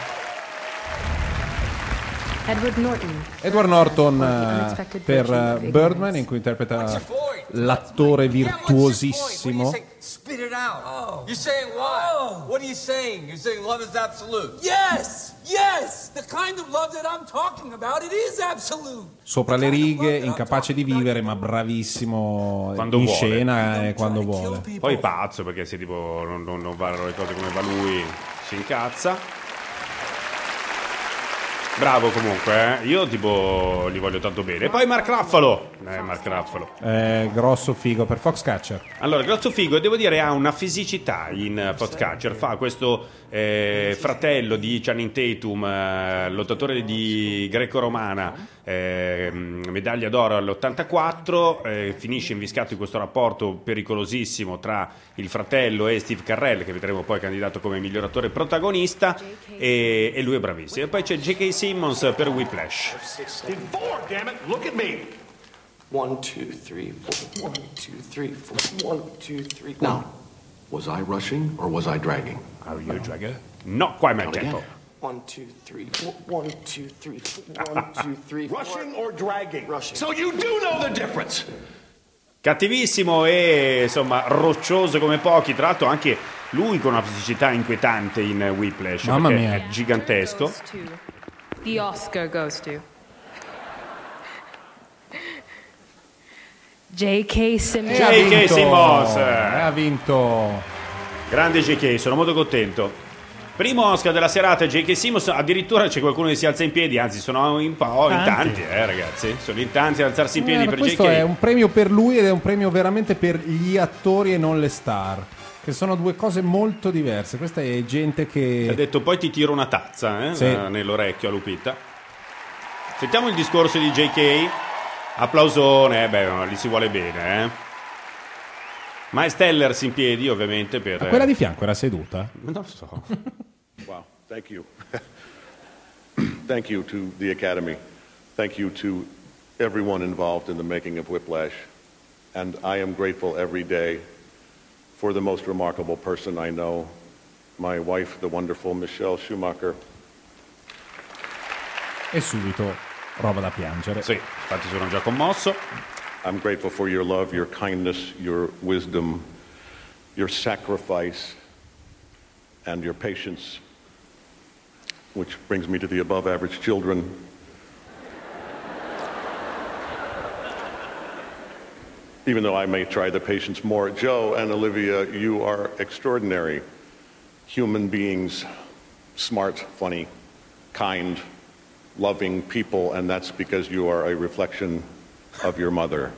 Edward Norton. Edward Norton The eh, Unexpected per Virtue eh, of Birdman, in cui interpreta l'attore virtuosissimo. Spit it out. You're saying what? What are you saying? You're saying love is absolute. Yes, yes, the kind of love that I'm talking about, it is absolute. Sopra le righe, incapace di vivere, ma bravissimo Quando in vuole. scena e quando vuole. Poi pazzo, perché se tipo non, non, non vanno le cose come va lui, si incazza. Bravo comunque, eh? Io tipo gli voglio tanto bene. E poi Mark Ruffalo, eh, Mark Ruffalo. Eh, grosso figo per Foxcatcher. Allora, grosso figo, devo dire, ha una fisicità in Foxcatcher. Fa questo eh, fratello di Channing Tatum, eh, lottatore di greco-romana, eh, medaglia d'oro all'ottantaquattro, eh, finisce inviscato in questo rapporto pericolosissimo tra il fratello e Steve Carell, che vedremo poi candidato come miglior attore protagonista, e, e lui è bravissimo. E poi c'è J K. Simmons per Whiplash. Four, damn it, look at me. One, two, three, four. One, two, three, four. One, two, three. Now, was I rushing or was I dragging? Are you a dragger? No, qua è il tempo. One, two, three, four. One, two, three, four. One, two, three, four. Rushing or dragging? Rushing. So you do know the difference. Cattivissimo e insomma roccioso come pochi, tra l'altro anche lui con una fisicità inquietante in Whiplash. Mamma perché mia. è gigantesco. The Oscar goes to J K. Simmons. J K. Simmons ha vinto. Grande J K, sono molto contento. Primo Oscar della serata, J K. Simmons. Addirittura c'è qualcuno che si alza in piedi, anzi sono in, po', in tanti, eh, ragazzi. Sono in tanti ad alzarsi in piedi Eh, per questo J K. è un premio per lui ed è un premio veramente per gli attori e non le star, che sono due cose molto diverse. Questa è gente che ha detto poi ti tiro una tazza eh, Sì. nell'orecchio a Lupita. Sentiamo il discorso di J K. Applausone, eh, beh, gli si vuole bene, eh. Miles Tellers in piedi, ovviamente. Per Ma quella di fianco era seduta? Non lo so. Wow, thank you. Thank you to the Academy. Thank you to everyone involved in the making of Whiplash. And I am grateful every day for the most remarkable person I know, my wife, the wonderful Michelle Schumacher. E subito roba da piangere. Sì, infatti sono già commosso. I'm grateful for your love, your kindness, your wisdom, your sacrifice, and your patience, which brings me to the above average children. Even though I may try the patience more, Joe and Olivia, you are extraordinary human beings, smart, funny, kind, loving people, and that's because you are a reflection of your mother.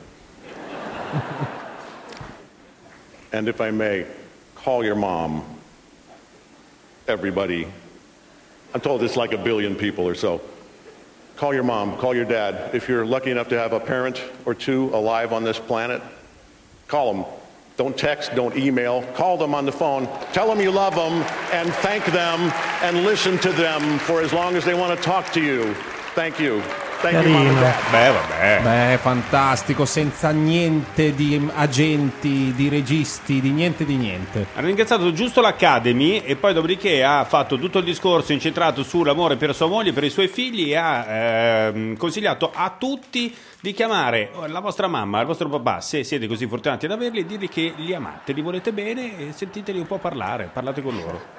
And if I may, call your mom. Everybody. I'm told it's like a billion people or so. Call your mom, call your dad. If you're lucky enough to have a parent or two alive on this planet, call them. Don't text, don't email. Call them on the phone. Tell them you love them and thank them and listen to them for as long as they want to talk to you. Thank you. Thank you, Mom and Dad. Beh, vabbè. Beh, fantastico, senza niente di agenti, di registi, di niente di niente. Ha ringraziato giusto l'Academy e poi dopodiché ha fatto tutto il discorso incentrato sull'amore per sua moglie, per i suoi figli e ha ehm, consigliato a tutti di chiamare la vostra mamma, il vostro papà, se siete così fortunati ad averli, e dirgli che li amate, li volete bene e sentiteli un po' parlare, parlate con loro.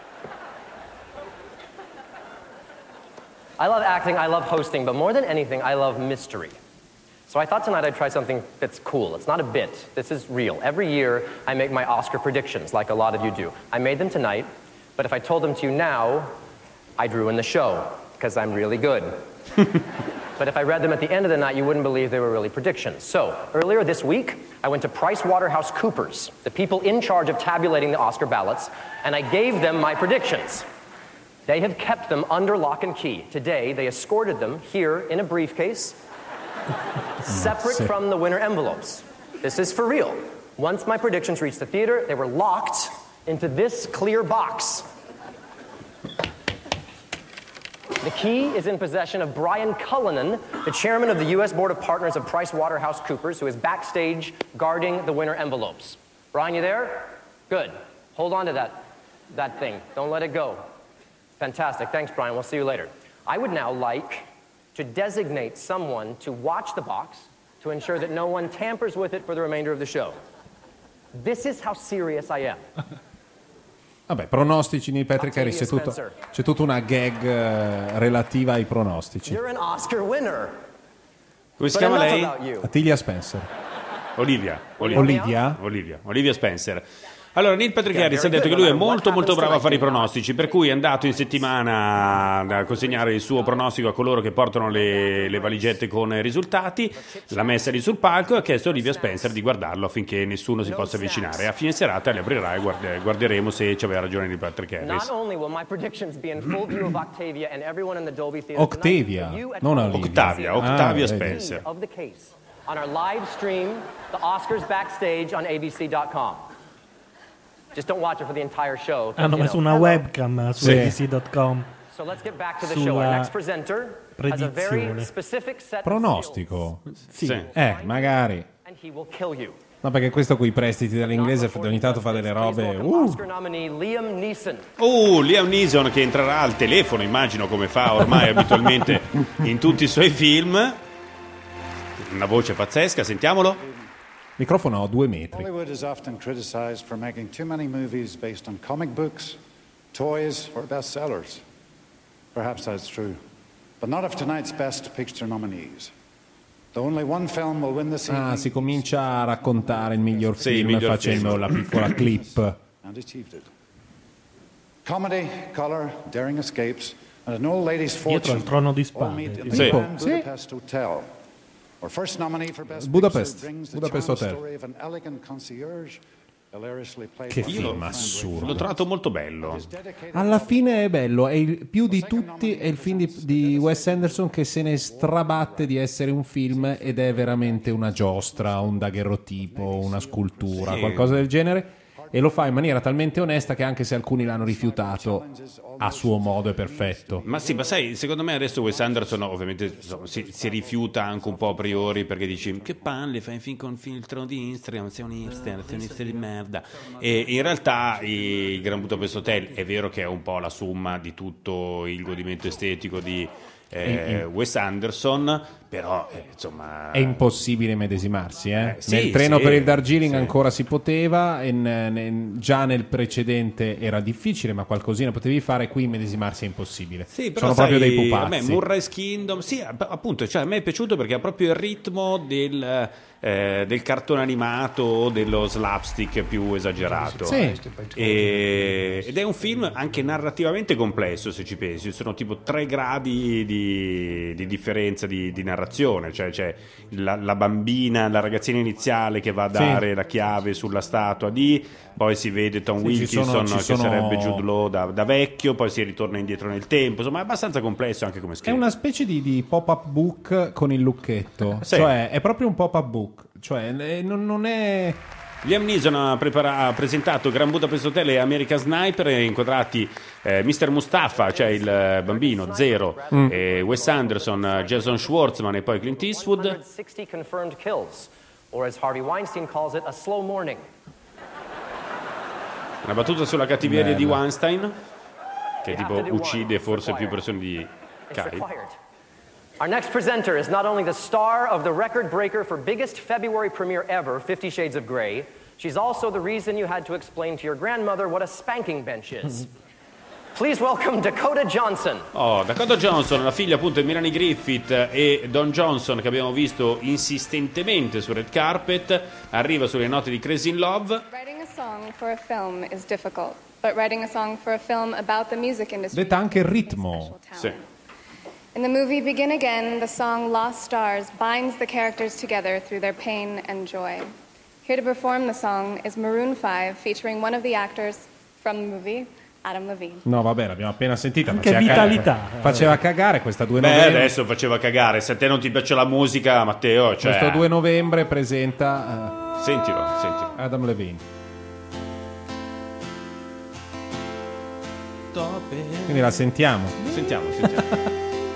I love acting, I love hosting, but more than anything, I love mystery. So I thought tonight I'd try something that's cool. It's not a bit. This is real. Every year, I make my Oscar predictions, like a lot of you do. I made them tonight, but if I told them to you now, I'd ruin the show, because I'm really good. But if I read them at the end of the night, you wouldn't believe they were really predictions. So, earlier this week, I went to PricewaterhouseCoopers, the people in charge of tabulating the Oscar ballots, and I gave them my predictions. They have kept them under lock and key. Today, they escorted them here in a briefcase, separate from the winner envelopes. This is for real. Once my predictions reached the theater, they were locked into this clear box. The key is in possession of Brian Cullinan, the chairman of the U S Board of Partners of PricewaterhouseCoopers, who is backstage guarding the winner envelopes. Brian, you there? Good. Hold on to that, that thing. Don't let it go. Fantastic. Thanks, Brian. We'll see you later. I would now like to designate someone to watch the box to ensure that no one tampers with it for the remainder of the show. This is how serious I am. Vabbè, pronostici di Patrick Harris, c'è, tutto, c'è tutta una gag eh, relativa ai pronostici. You're an Oscar winner. Come si But chiama enough lei? about you. Attilia Spencer. Olivia. Olivia? Olivia. Olivia Spencer. Allora, Neil Patrick Harris ha detto che lui è molto molto bravo a fare i pronostici, per cui è andato in settimana a consegnare il suo pronostico a coloro che portano le, le valigette con i risultati, l'ha messa lì sul palco e ha chiesto a Olivia Spencer di guardarlo affinché nessuno si possa avvicinare. A fine serata le aprirà e guarde- guarderemo se ci aveva ragione Neil Patrick Not Harris. only will my predictions be in full view of Octavia and everyone in the Dolby Theater Octavia, tonight, but you at non home Olivia. Octavia, can see Octavia the Spencer. of the case on our live stream, the Oscars Backstage on A B C dot com. Just don't watch it for the entire show. 'cause, Hanno you messo know, una hello. webcam su Sì. A B C dot com. So let's get back to the Sulla show. Our next presenter has a very predizione. specific set of Pronostico? Sì. Sì. Eh, magari. skills, and he will kill you. No, perché questo coi prestiti dall'inglese ogni tanto fa delle robe. Welcome Uh, Oscar nominee Liam Neeson. Oh, Liam Neeson che entrerà al telefono, immagino, come fa ormai abitualmente in tutti i suoi film. Una voce pazzesca, sentiamolo. microfono a due metri. Hollywood is often criticized for making too many movies based on comic books, toys, or bestsellers. Perhaps that's true, but not of tonight's Best Picture nominees. Though only one film will win this evening. Ah, si comincia a raccontare il miglior Sì, il film miglior facendo film. la piccola clip. And achieved it. Comedy, color, daring escapes, and an old lady's Dietro fortune al trono di all meet spade. in the Sì. Grand Sì. Budapest Hotel. Our first nominee for Best Budapest. Picture brings the Budapest charming Hotel. story of an elegant concierge, hilariously played Che by film Fran assurdo. L'ho trovato molto bello. Alla fine è bello, è il, più di tutti è il film di, di Wes Anderson che se ne strabatte di essere un film ed è veramente una giostra, un daguerrotipo, una scultura, Sì. qualcosa del genere, e lo fa in maniera talmente onesta che anche se alcuni l'hanno rifiutato, a suo modo è perfetto. Ma sì, ma sai, secondo me adesso Wes Anderson ovviamente insomma, si, si rifiuta anche un po' a priori perché dici che palle, fai un film con filtro di Instagram, sei un hipster, sei un hipster di merda. E in realtà il Grand Budapest Hotel è vero che è un po' la somma di tutto il godimento estetico di eh, Wes Anderson, però eh, insomma È impossibile medesimarsi, eh? Eh, sì, nel treno sì, per il Darjeeling sì. ancora si poteva, e in- in- già nel precedente era difficile, ma qualcosina potevi fare, qui medesimarsi è impossibile. Sì, però Sono sai, proprio dei a me pupazzi. Murray's Kingdom, sì, app- appunto, cioè a me è piaciuto perché ha proprio il ritmo del, eh, del cartone animato o dello slapstick più esagerato. Sì. E- ed è un film anche narrativamente complesso, se ci pensi, sono tipo tre gradi di, di differenza di, di narrazione, cioè c'è la, la bambina, la ragazzina iniziale che va a Sì. dare la chiave sulla statua di, poi si vede Tom Sì, ci Wilkinson sono- ci che sono- sarebbe Jude Law da, da vecchio, poi si ritorna indietro nel tempo, insomma è abbastanza complesso anche come È schema. una specie di, di pop-up book con il lucchetto, Sì. cioè è proprio un pop-up book, cioè eh, non, non è... Liam Neeson ha, prepara- ha presentato Grand Budapest Hotel e American Sniper, e inquadrati eh, mister Mustafa, cioè il eh, bambino Zero, Mm. e Wes Anderson, eh, Jason Schwartzman e poi Clint Eastwood. one hundred sixty confirmed kills, or as Harvey Weinstein calls it, a slow morning. Una battuta sulla cattiveria di Bella. Weinstein, che You tipo have to do uccide one. forse It's più required. persone di It's Kai. required. Our next presenter is not only the star of the record breaker for biggest February premiere ever, Fifty Shades of Grey, she's also the reason you had to explain to your grandmother what a spanking bench is. Please welcome Dakota Johnson. Oh, Dakota Johnson, la figlia appunto di Melanie Griffith e Don Johnson, che abbiamo visto insistentemente sul red carpet, arriva sulle note di Crazy in Love. Writing a song for a film is difficult, but writing a song for a film about the music industry. Detta anche il ritmo. Sì. In the movie Begin Again, the song Lost Stars binds the characters together through their pain and joy. Here to perform the song is Maroon five, featuring one of the actors from the movie, Adam Levine. No, vabbè, l'abbiamo appena sentita. Anche faceva vitalità. Cagare. Faceva cagare questa due Beh, novembre. adesso faceva cagare, se a te non ti piace la musica, Matteo, cioè... Questo due novembre presenta Sentilo, sentilo. eh, Adam Levine. Quindi la sentiamo. Sentiamo, sentiamo.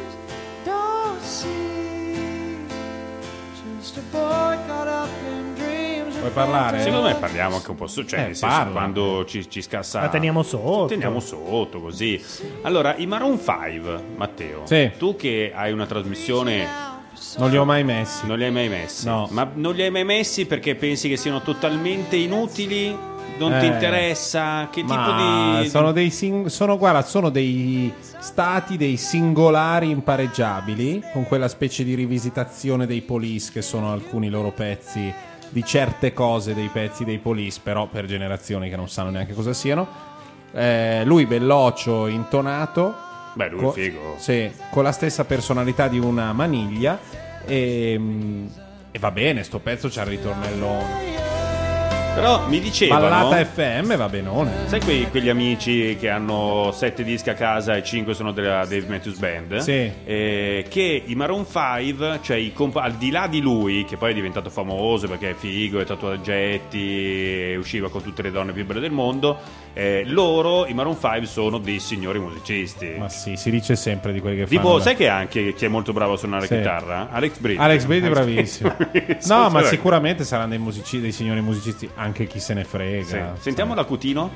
Vuoi parlare? Secondo me parliamo anche un po' su, cioè Eh, nel senso, parla. quando ci, ci scassa... La teniamo sotto. Teniamo sotto, così. Allora, i Maroon five, Matteo, Sì. tu che hai una trasmissione... Non li ho mai messi. Non li hai mai messi? No. Ma non li hai mai messi perché pensi che siano totalmente inutili? Non ti Eh, interessa? Che tipo Ma di... sono dei sing- sono, guarda, sono dei stati, dei singolari impareggiabili, con quella specie di rivisitazione dei Police, che sono alcuni loro pezzi di certe cose dei pezzi dei Police, però per generazioni che non sanno neanche cosa siano. Eh, lui belloccio, intonato. Beh, lui co- è figo. Sì, con la stessa personalità di una maniglia. E, mm, e va bene, sto pezzo c'ha il ritornellone. Però mi dicevano... Ballata F M va benone. Sai quei, quegli amici che hanno sette dischi a casa e cinque sono della Dave Matthews Band? Sì. Eh, che i Maroon five, cioè i comp- al di là di lui, che poi è diventato famoso perché è figo, è tatuaggetti, e usciva con tutte le donne più belle del mondo, eh, loro, i Maroon five, sono dei signori musicisti. Ma sì, si dice sempre di quelli che Tipo, fanno. sai che anche chi è molto bravo a suonare Sì. chitarra? Alex Britt. Alex Britt è bravissimo. bravissimo. No, ma Cioè, sicuramente saranno dei, musici- dei signori musicisti, anche chi se ne frega. sì. Sentiamo l'acutino.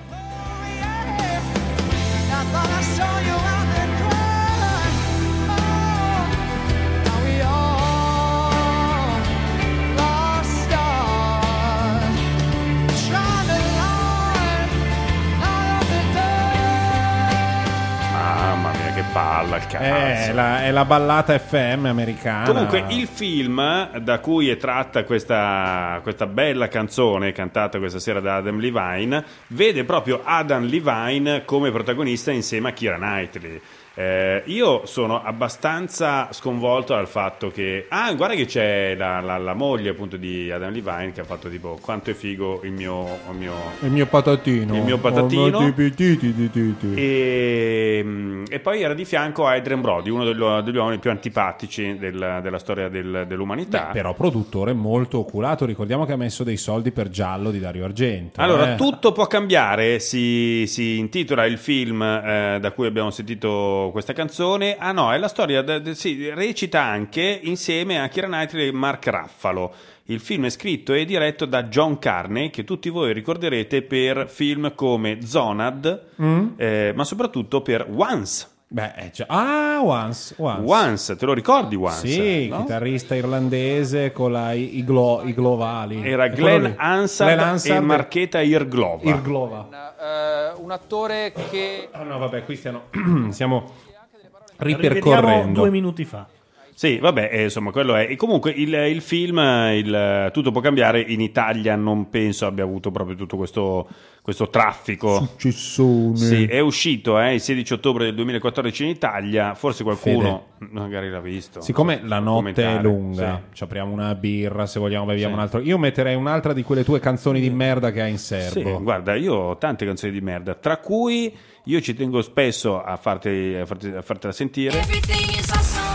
cazzo. Eh, la, è la ballata F M americana. Comunque il film da cui è tratta questa, questa bella canzone cantata questa sera da Adam Levine vede proprio Adam Levine come protagonista insieme a Keira Knightley. Eh, io sono abbastanza sconvolto dal fatto che ah guarda che c'è la, la, la moglie appunto di Adam Levine che ha fatto tipo quanto è figo il mio il mio, il mio patatino il mio patatino oh, ti, ti, ti, ti, ti. E, e poi era di fianco Adrien Brody, uno degli, degli uomini più antipatici del, della storia del, dell'umanità. Beh, però produttore molto oculato, ricordiamo che ha messo dei soldi per Giallo di Dario Argento. Allora, eh. tutto può cambiare, si, si intitola il film eh, da cui abbiamo sentito questa canzone. Ah no, è la storia, de, de, sì, recita anche insieme a Keira Knightley e Mark Ruffalo. Il film è scritto e diretto da John Carney, che tutti voi ricorderete per film come Zonad, Mm? eh, ma soprattutto per Once. Beh, eh, cioè, ah, Once, Once. Once, te lo ricordi Once? Sì, no? Chitarrista irlandese con la, i, i, glo, i glovali. Era È quello Glenn lì. Hansard, Glenn Hansard e Marchetta Irglova. Irglova. Eh, un attore che... Ah no, vabbè, qui stiamo, stiamo Rivediamo ripercorrendo. due minuti fa. Sì, vabbè, eh, insomma, quello è. E comunque il, il film, il Tutto può cambiare, in Italia non penso abbia avuto proprio tutto questo, questo traffico. Successone. Sì, è uscito eh, il sedici ottobre del duemilaquattordici in Italia, forse qualcuno magari l'ha visto. Siccome la notte commentare. è lunga, Sì. ci apriamo una birra, se vogliamo beviamo Sì. un altro. Io metterei un'altra di quelle tue canzoni di merda che hai in serbo. Sì, guarda, io ho tante canzoni di merda, tra cui io ci tengo spesso a, farti, a, farti, a fartela sentire. Everything is awesome.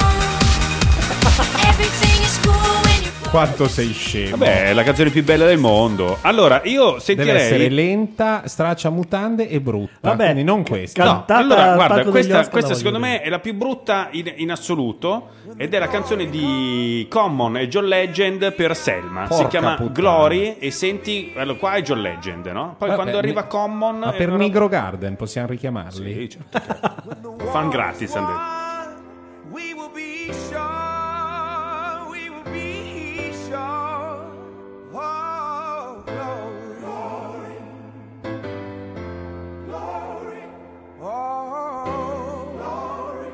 Everything is cool when you're Quanto sei scemo. Vabbè, è la canzone più bella del mondo. Allora, io sentirei... Deve essere lenta, straccia mutande e brutta. Vabbè, quindi non questa. No, Cantata allora, al guarda, Palco degli questa, Oscar questa la secondo voglio me è la più brutta in, in assoluto ed è la canzone di Common e John Legend per Selma. Porca si chiama puttana. Glory e senti, allora, qua è John Legend, no? Poi Vabbè, quando arriva ne- Common... Ma è per una- Negro Garden possiamo richiamarli? Sì, certo, certo. Fan gratis, hanno detto. We will be sure, we will be sure. Oh, glory, glory, oh, glory,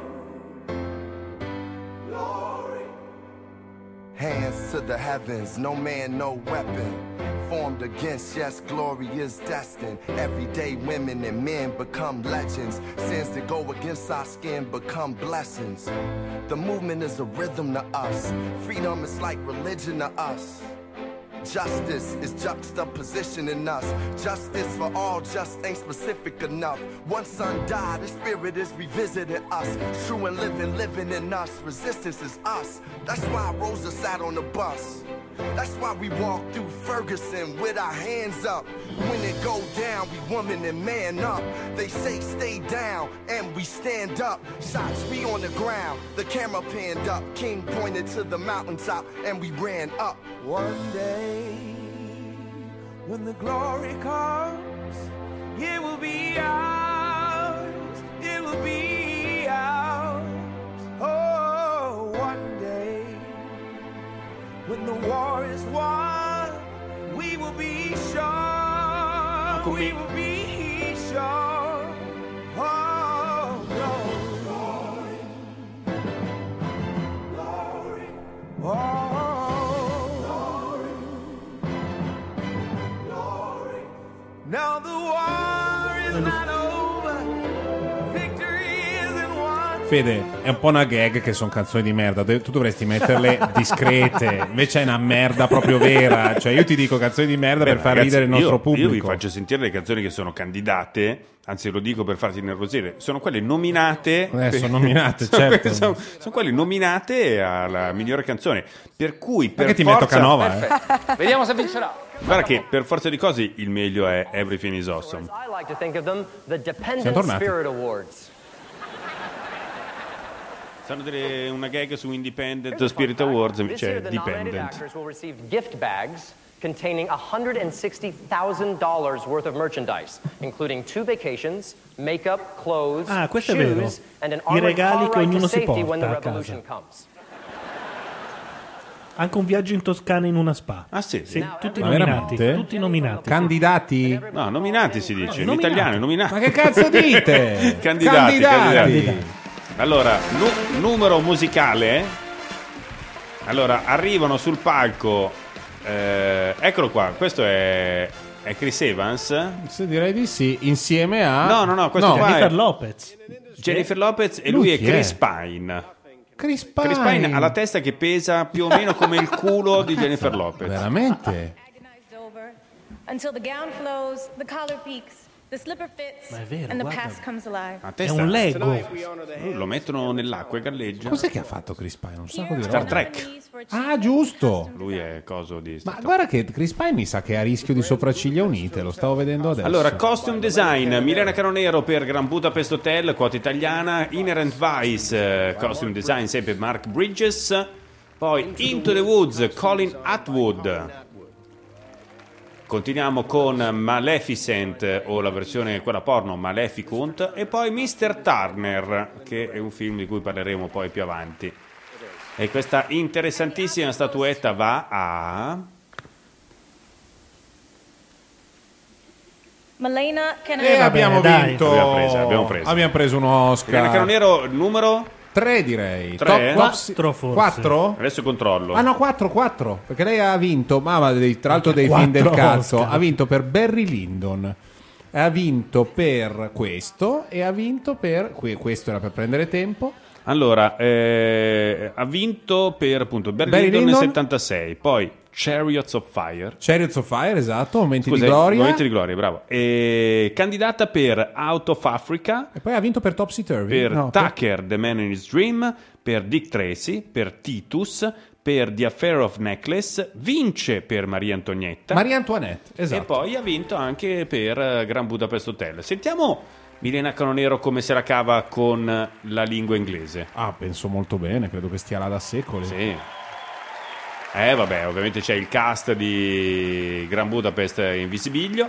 glory. Hands to the heavens, no man, no weapon. Formed against, yes, glory is destined. Everyday women and men become legends. Sins that go against our skin become blessings. The movement is a rhythm to us. Freedom is like religion to us. Justice is juxtaposition in us. Justice for all just ain't specific enough. One son died, the spirit is revisiting us. True and living, living in us. Resistance is us. That's why Rosa sat on the bus. That's why we walk through Ferguson with our hands up. When it go down, we woman and man up. They say stay down, and we stand up. Shots we on the ground, the camera panned up. King pointed to the mountaintop, and we ran up. One day, when the glory comes, it will be ours, it will be ours. Oh, one day, when the war is won, we will be sure, we will be sure. Oh, glory, glory, oh, glory, glory. Now the war is not over, victory isn't won. Fede, è un po' una gag che sono canzoni di merda. De- Tu dovresti metterle discrete. Invece è una merda proprio vera. Cioè, io ti dico canzoni di merda Beh, per far ragazzi, ridere il nostro io, pubblico. Io vi faccio sentire le canzoni che sono candidate, anzi lo dico per farti nervosire, sono quelle nominate. Eh, sono nominate, sono, certo. quelle, sono, sono quelle nominate alla migliore canzone. Per cui per Perché ti forza, metto Canova, eh? Perfetto. Vediamo se vincerà. Guarda che per forza di cose il meglio è Everything is Awesome. I like to think of them the Dependent Siamo tornati. Spirit Awards. Stanno delle una gag su Independent Spirit Awards, This year, invece è the nominated Dependent. actors will receive gift bags containing one hundred sixty thousand dollars worth of merchandise, including two vacations, makeup, clothes, Ah, questo è vero. shoes, and an I armored regali car che ride to ognuno si safety when the porta a revolution casa. comes. Anche un viaggio in Toscana in una spa. Ah sì? tutti Ma nominati. veramente? Tutti nominati. Candidati? No, nominati si dice, in nominati. italiano, nominati. Ma che cazzo dite? Candidati, Candidati. candidati. Allora, nu- numero musicale. Allora, arrivano sul palco. Eh, eccolo qua, questo è, è Chris Evans. Sì, direi di sì, insieme a... No, no, no, questo no. qua Jennifer è Lopez. Jennifer Lopez e Lui lui, è chi è? Chris Pine. Chris Pine. Chris Pine ha la testa che pesa più o meno come il culo di Jennifer Lopez. Veramente? Until the gown flows, the collar peaks, the slipper fits, Ma è vero, and the guarda. past comes alive. La testa- È un Lego. Uh, Lo mettono nell'acqua e galleggia. Cos'è che ha fatto Chris Pine? Un sacco di roba. Star Trek. Ah, giusto. Lui è coso di Star Ma Trek. guarda che Chris Pine mi sa che è a rischio di sopracciglia unite, lo stavo vedendo adesso. Allora, costume design, Milena Canonero per Grand Budapest Hotel, quota italiana. Inherent Vice, eh, costume design sempre Mark Bridges. Poi Into the Woods, Colin Atwood. Continuiamo con Maleficent, o la versione quella porno Maleficent, e poi mister Turner, che è un film di cui parleremo poi più avanti. E questa interessantissima statuetta va a... Malena can E abbiamo dai. vinto. Abbiamo preso, abbiamo preso. Abbiamo preso un Oscar. Milena Canonero, numero... Tre direi. Tre? Top- Quattro forse. Quattro? Adesso controllo. Ah no, quattro, quattro. Perché lei ha vinto, mamma, dei- tra l'altro dei Quattro film del cazzo. Oscar. Ha vinto per Barry Lyndon. Ha vinto per questo e ha vinto per... que- Questo era per prendere tempo. Allora, eh, ha vinto per appunto Barry Barry Lyndon nel Lyndon. settantasei, poi Chariots of Fire. Chariots of Fire, esatto, Momenti Scusa, di gloria. Momenti di gloria, bravo. E candidata per Out of Africa, E poi ha vinto per Topsy Turvy. per No, per- Tucker, The Man in His Dream, per Dick Tracy, per Titus, per The Affair of Necklace, vince per Maria Antonietta. Maria Antoinette, esatto. E poi ha vinto anche per eh, Grand Budapest Hotel. Sentiamo Milena Canonero come se la cava con la lingua inglese. Ah, penso molto bene, credo che stia là da secoli. Sì. Eh vabbè, ovviamente c'è il cast di Grand Budapest in visibilio.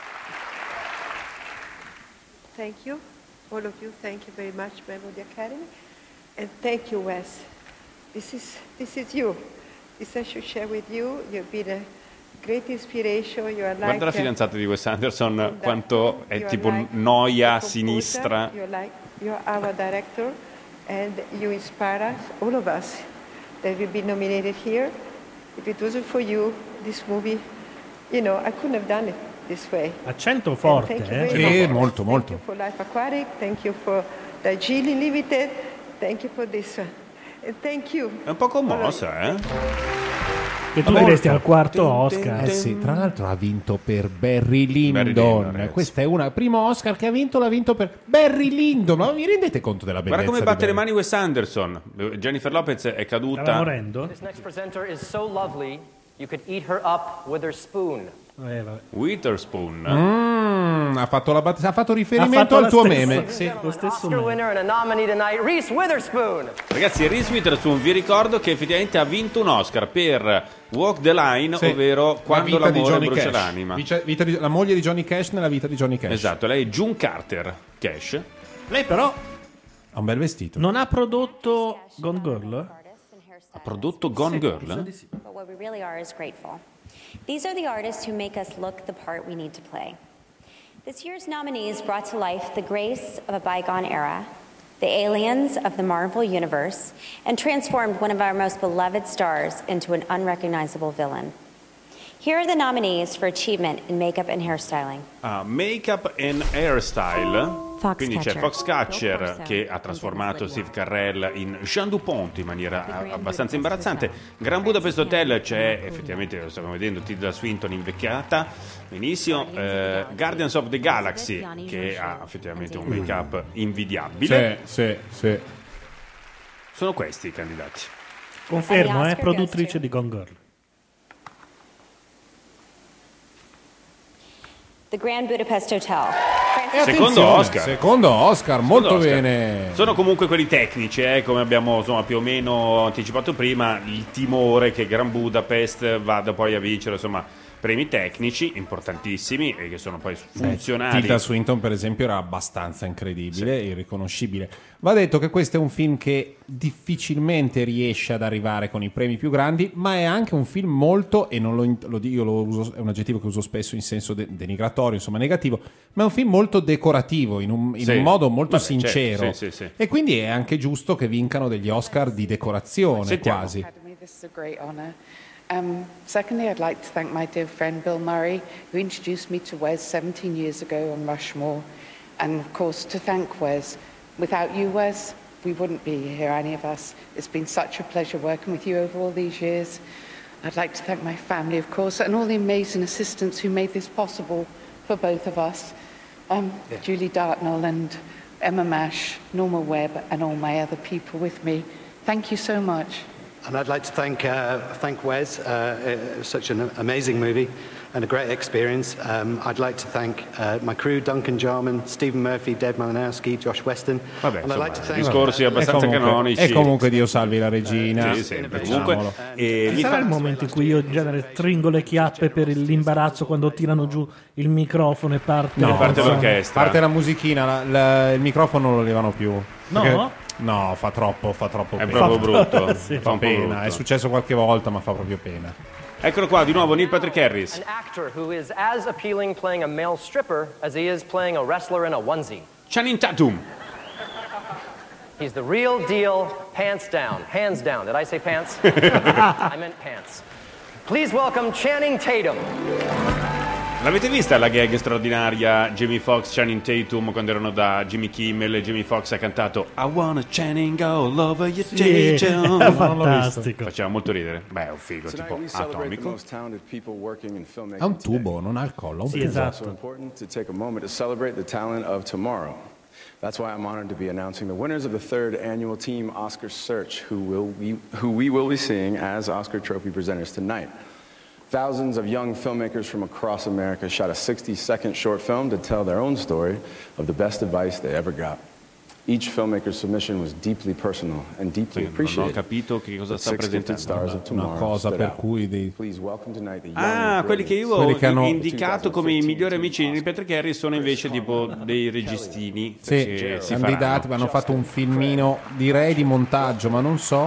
Thank you, all of you. Thank you very much, member of the Academy, and thank you, Wes. This is this is you. This I should share with you. You've been a great inspiration. You are like Guarda la a- fidanzata di Wes Anderson quanto è you are tipo like noia a a composer. sinistra. You're like you're our director, and you inspire us, all of us, that we've been nominated here. If it wasn't for you, this movie, you know, I couldn't have done it this way. Accento forte, And thank you eh? very Sì, much. molto, molto. Thank you for Life Aquatic. Thank you for the Gili Limited. Thank you for this one. And thank you. È un po' commossa, eh? Che tu Molto. diresti al quarto Oscar. Eh sì, tra l'altro ha vinto per Barry Lyndon. Barry Lyndon, ragazzi. Questa è una primo Oscar che ha vinto, l'ha vinto per Barry Lyndon. Ma vi rendete conto della bellezza? Guarda come batte di le Barry? mani Wes Anderson. Jennifer Lopez è Stava caduta. morendo? This next presenter is so lovely, you could eat her up with her spoon. Eh, vabbè. Witherspoon. Mm, ha, fatto la bat- ha fatto riferimento Ha fatto al la tuo stessa- meme. Sì. Lo stesso Oscar meme. winner and a nominee tonight, Reese Witherspoon. Ragazzi, Reese Witherspoon, vi ricordo che effettivamente ha vinto un Oscar per Walk the Line, Sì. ovvero La Quando vita di l'amore Johnny brucia Cash. l'anima. Vice- vita di- la moglie di Johnny Cash nella vita di Johnny Cash. Esatto, lei è June Carter Cash. Lei però Ha un bel vestito. non ha prodotto Gone Girl? Ha prodotto Gone Girl? But what we really are is grateful. These are the artists who make us look the part we need to play. This year's nominees brought to life the grace of a bygone era, the aliens of the Marvel Universe, and transformed one of our most beloved stars into an unrecognizable villain. Here are the nominees for achievement in makeup and hairstyling. Ah, Makeup and Hairstyle. Quindi c'è Foxcatcher. Foxcatcher che ha trasformato Steve Carell in Jean Dupont in maniera a- abbastanza imbarazzante. Grand Budapest Hotel c'è effettivamente, lo stiamo vedendo, Tilda Swinton invecchiata benissimo. Eh, Guardians of the Galaxy che ha effettivamente un make-up invidiabile. Sì, sì, sì. Sono questi i candidati. Confermo, eh, produttrice di Gone Girl. The Grand Budapest Hotel. Secondo Oscar. Secondo Oscar, molto Secondo Oscar. bene. Sono comunque quelli tecnici, eh, come abbiamo insomma, più o meno anticipato prima, il timore che Grand Budapest vada poi a vincere insomma premi tecnici importantissimi e che sono poi Beh, funzionali. Tilda Swinton, per esempio, era abbastanza incredibile e irriconoscibile. Va detto che questo è un film che difficilmente riesce ad arrivare con i premi più grandi, ma è anche un film molto, e non lo, lo dico, io lo uso, è un aggettivo che uso spesso in senso de- denigratorio, insomma negativo, ma è un film molto decorativo, in un, in Sì. un modo molto Vabbè, sincero. certo, sì, sì, sì. E quindi è anche giusto che vincano degli Oscar di decorazione, Sentiamo. quasi. Academy, this is a great honor. Um, secondly, I'd like to thank my dear friend Bill Murray, who introduced me to Wes seventeen years ago on Rushmore. And of course, to thank Wes. Without you, Wes, we wouldn't be here, any of us. It's been such a pleasure working with you over all these years. I'd like to thank my family, of course, and all the amazing assistants who made this possible for both of us. Um, Yeah. Julie Dartnell and Emma Mash, Norma Webb, and all my other people with me. Thank you so much. And I'd like to thank uh, thank Wes. Uh, it was such an amazing movie and a great experience. Um, I'd like to thank uh, my crew: Duncan Jarman, Stephen Murphy, Deb Malinowski, Josh Weston. Vabbè, and I'd insomma, like to thank discorsi abbastanza E comunque- canonici. E comunque Dio salvi la regina. Sì, sempre. Diciamolo. Comunque, eh, Ci mi sarà fa- il momento in cui io in genere stringo le chiappe per il- l'imbarazzo quando tirano giù il microfono e parte, No, la canzone? parte la musichina, la- la- il microfono non lo levano più. No? Perché- No, fa troppo, fa troppo È pena. proprio brutto. Sì, Fa fa un po' pena. brutto. È successo qualche volta, ma fa proprio pena. Eccolo qua, di nuovo Neil Patrick Harris. An actor who is as appealing playing a male stripper as he is playing a wrestler in a onesie. Channing Tatum. He's the real deal, pants down, hands down. Did I say pants? I meant pants. Please welcome Channing Tatum. L'avete vista la gag straordinaria Jamie Foxx, Channing Tatum quando erano da Jimmy Kimmel e Jamie Foxx ha cantato I wanna Channing all over your Sì, Tatum. è fantastico. Faceva molto ridere. Beh, è un figo, Tonight tipo we celebrate the atomico. most talented people working in filmmaking Ha un today. tubo, non ha il collo, ha un Sì, tubo. It's esatto. also important to take a moment to celebrate the talent of tomorrow. That's why I'm honored to be announcing the winners of the third annual Team Oscar Search, who will we, who we will be seeing as Oscar Trophy presenters tonight. Thousands of young filmmakers from across America shot a sixty-second short film to tell their own story of the best advice they ever got. Each filmmaker's submission was deeply personal and deeply Non ho appreciated. capito che cosa The sta six gifted presentando. stars of Una tomorrow cosa stood per out. cui dei... Please welcome tonight the young Ah, and quelli che io Quelli ho che hanno- indicato come i migliori amici di Neil Patrick Harris sono invece tipo dei registini Sì, che si candidati, faranno. hanno fatto un filmino, direi di montaggio, ma non so,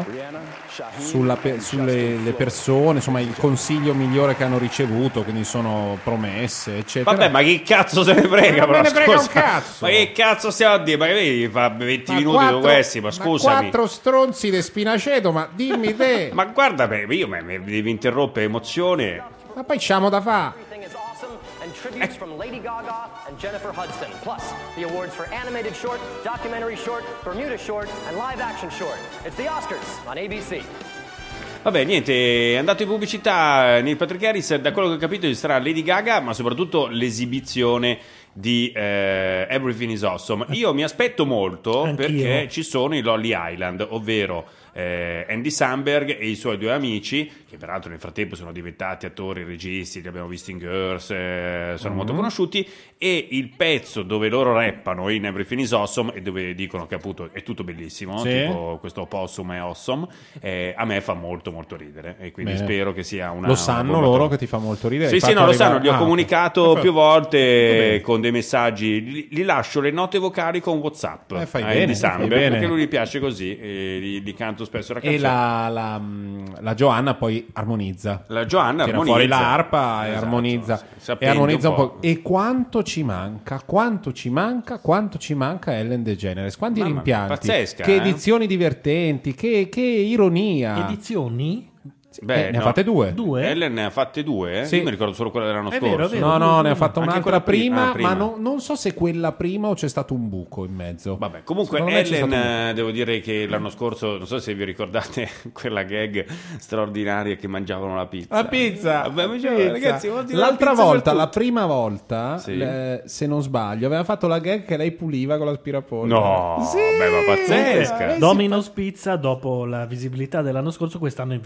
sulla pe- sulle le persone, insomma il consiglio migliore che hanno ricevuto, quindi sono promesse, eccetera. Vabbè, ma che cazzo se ne frega? Ma non però, me ne frega un scusa. cazzo. Ma che cazzo stiamo a dire? Ma che vedi, fa venti Ma minuti con questi, ma scusami. quattro stronzi di Spinaceto, ma dimmi te. Ma guarda, beh, io mi mi devi interrompere emozione. Ma poi c'amo da fa. Everything is awesome, and tributes from Lady Gaga and Jennifer Hudson. Plus, the awards for animated short, documentary short, Bermuda short, and live action short. It's the Oscars on A B C. Vabbè, niente, è andato in pubblicità Neil Patrick Harris, da quello che ho capito ci sarà Lady Gaga, ma soprattutto l'esibizione di eh, Everything is Awesome. Io mi aspetto molto Anch'io. perché ci sono i Lolly Island, ovvero eh, Andy Samberg e i suoi due amici, che peraltro nel frattempo sono diventati attori, registi, li abbiamo visti in Girls, eh, sono Mhm. molto conosciuti, e il pezzo dove loro rappano in Everything is Awesome e dove dicono che appunto è tutto bellissimo, Sì. tipo questo possum è awesome, eh, a me fa molto molto ridere e quindi Bene. spero che sia una Lo sanno una bomba loro atomica. che ti fa molto ridere. Sì, Hai sì, fatto no, lo arrivare- sanno, gli ho Ah, comunicato perfetto. più volte bene. con dei messaggi, li, li lascio le note vocali con WhatsApp Eh, fai a bene, Andy fai Samberg, bene. perché lui gli piace così e li, li canto spesso la E canzone. la, la, la Giovanna poi armonizza. La Giovanna Tira armonizza. fuori l'arpa e Esatto, armonizza. sì, si E appende armonizza un un po'. po'. E quanto ci manca, quanto ci manca, quanto ci manca Ellen DeGeneres? Quanti Mamma mia, rimpianti? pazzesca, che eh? edizioni divertenti, che, che ironia. Edizioni? Beh, Eh, ne ha no. fatte due. Due? Ellen ne ha fatte due, eh? Sì. Io mi ricordo solo quella dell'anno È scorso. vero, è vero. No, no, ne ha Anche fatta un'altra quella pri- prima, ah, prima. ma non, non so se quella prima o c'è stato un buco in mezzo. Vabbè, comunque Secondo me c'è Ellen, stato un- eh, devo dire che l'anno scorso, non so se vi ricordate quella gag straordinaria che mangiavano la pizza. La pizza, Vabbè, ma pizza. cioè, ragazzi, oggi la l'altra pizza per volta, tutti. la prima volta, Sì. le- se non sbaglio, aveva fatto la gag che lei puliva con l'aspirapolvere. No, Sì, beh, ma pazzesca. eh, si Domino's Pizza, dopo la visibilità dell'anno scorso, quest'anno ha investito un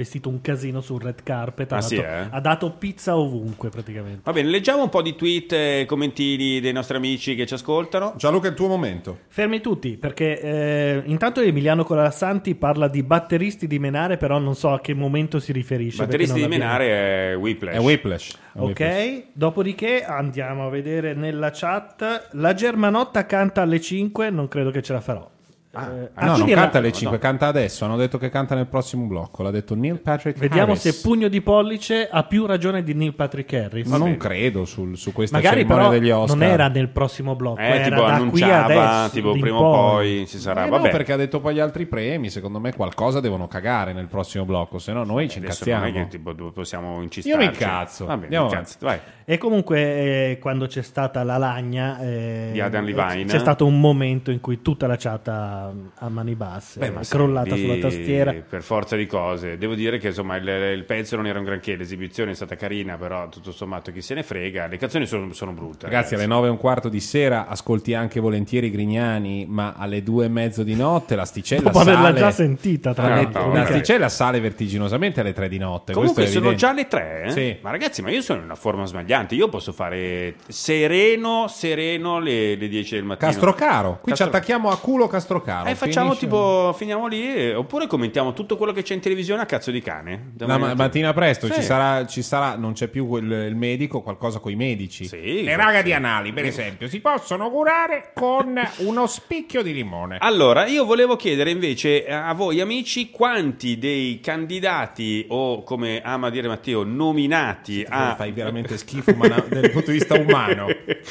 casino sul red carpet, ha, Ah, dato, sì, eh? ha dato pizza ovunque praticamente. Va bene, leggiamo un po' di tweet e commentini dei nostri amici che ci ascoltano. Gianluca, è il tuo momento. Fermi tutti, perché eh, intanto Emiliano Colassanti parla di batteristi di Menare, però non so a che momento si riferisce. Batteristi di perché non l'abbiamo- Menare è Whiplash. È Whiplash. È Ok, Whiplash. dopodiché andiamo a vedere nella chat. La Germanotta canta alle cinque, non credo che ce la farò. Eh, Ah, ah, no, quindi non è la- canta alle cinque, canta adesso. Hanno detto che canta nel prossimo blocco. L'ha detto Neil Patrick Vediamo Harris. se Pugno di Pollice ha più ragione di Neil Patrick Harris. Ma non credo sul- su questa Magari cerimonia però degli Oscar. non era nel prossimo blocco, Eh, era tipo da qui annunciava, adesso, tipo d'in prima o poi ci sarà. Eh no, Vabbè, perché ha detto poi gli altri premi. Secondo me qualcosa devono cagare nel prossimo blocco, se no noi ci adesso incazziamo. non è che tipo, possiamo Io incistarci. mi incazzo. Va bene, Andiamo incazzo, vai. E comunque eh, quando c'è stata la lagna eh, Di Adam Levine. c'è stato un momento in cui tutta la chat a, a mani basse Beh, è ma crollata senti, sulla tastiera. per forza di cose. Devo dire che insomma il, il pezzo non era un granché, l'esibizione è stata carina, però tutto sommato chi se ne frega. Le canzoni sono, sono brutte. Ragazzi, alle nove e un quarto di sera ascolti anche volentieri Grignani, ma alle due e mezzo di notte l'asticella Dopo sale. averla già sentita, tra alle- l'altro. l'asticella sale vertiginosamente alle tre di notte. Comunque questo è sono evidente. già le tre, eh? Sì. Ma ragazzi, ma io sono in una forma sbagliante. Io posso fare sereno, sereno le, le dieci del mattino. Castrocaro. Qui Castro- ci attacchiamo a culo Castrocaro. Eh, facciamo Finisce- tipo, finiamo lì, eh, oppure commentiamo tutto quello che c'è in televisione a cazzo di cane. La ma- mattina presto Sì. ci, sarà, ci sarà, non c'è più quel- il medico, qualcosa con i medici. Sì, Le raghe di anali, per esempio, si possono curare con uno spicchio di limone. Allora, io volevo chiedere invece a voi amici quanti dei candidati o come ama dire Matteo nominati a Fai veramente schifo umana- dal punto di vista umano.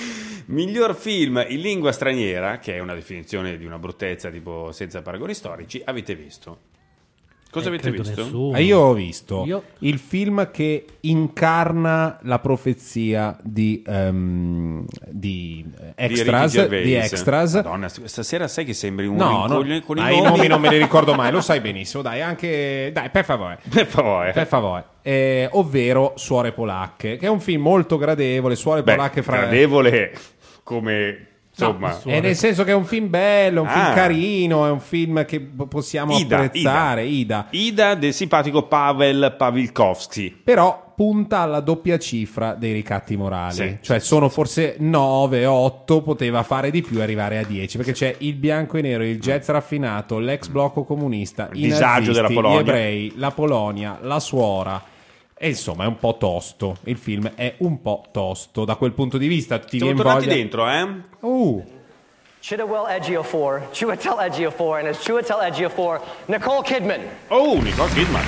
miglior film in lingua straniera, che è una definizione di una bruttezza tipo senza paragoni storici, avete visto? Cosa Eh, avete credo visto? nessuno. Ah, io ho visto Io- il film che incarna la profezia di, ehm, di eh, Di Extras. Ricky Gervais. Di Extras. Madonna, stasera sai che sembri un No, no, coglione con i ah, i nomi. nomi non me li ricordo mai, lo sai benissimo. Dai, anche dai, per favore. Per favore. Per favore. Eh, ovvero Suore Polacche, che è un film molto gradevole. Suore Beh, Polacche fra gradevole come insomma. è nel senso che è un film bello, un film Ah. carino, è un film che p- possiamo Ida, apprezzare. Ida. Ida del simpatico Pavel Pawlikowski. Però punta alla doppia cifra dei ricatti morali, Sì, cioè sono forse nove, otto, poteva fare di più e arrivare a dieci, perché c'è il bianco e nero, il jazz raffinato, l'ex blocco comunista, Il i disagio nazisti, della gli Polonia. ebrei, la Polonia, la suora. E insomma è un po' tosto, il film è un po' tosto da quel punto di vista. Ti Siamo viene tornati voglia... dentro, eh? Uh. Chidawell Ejiofor, Chiwetel Ejiofor, and as Chiwetel Ejiofor, Nicole Kidman. Oh, Nicole Kidman.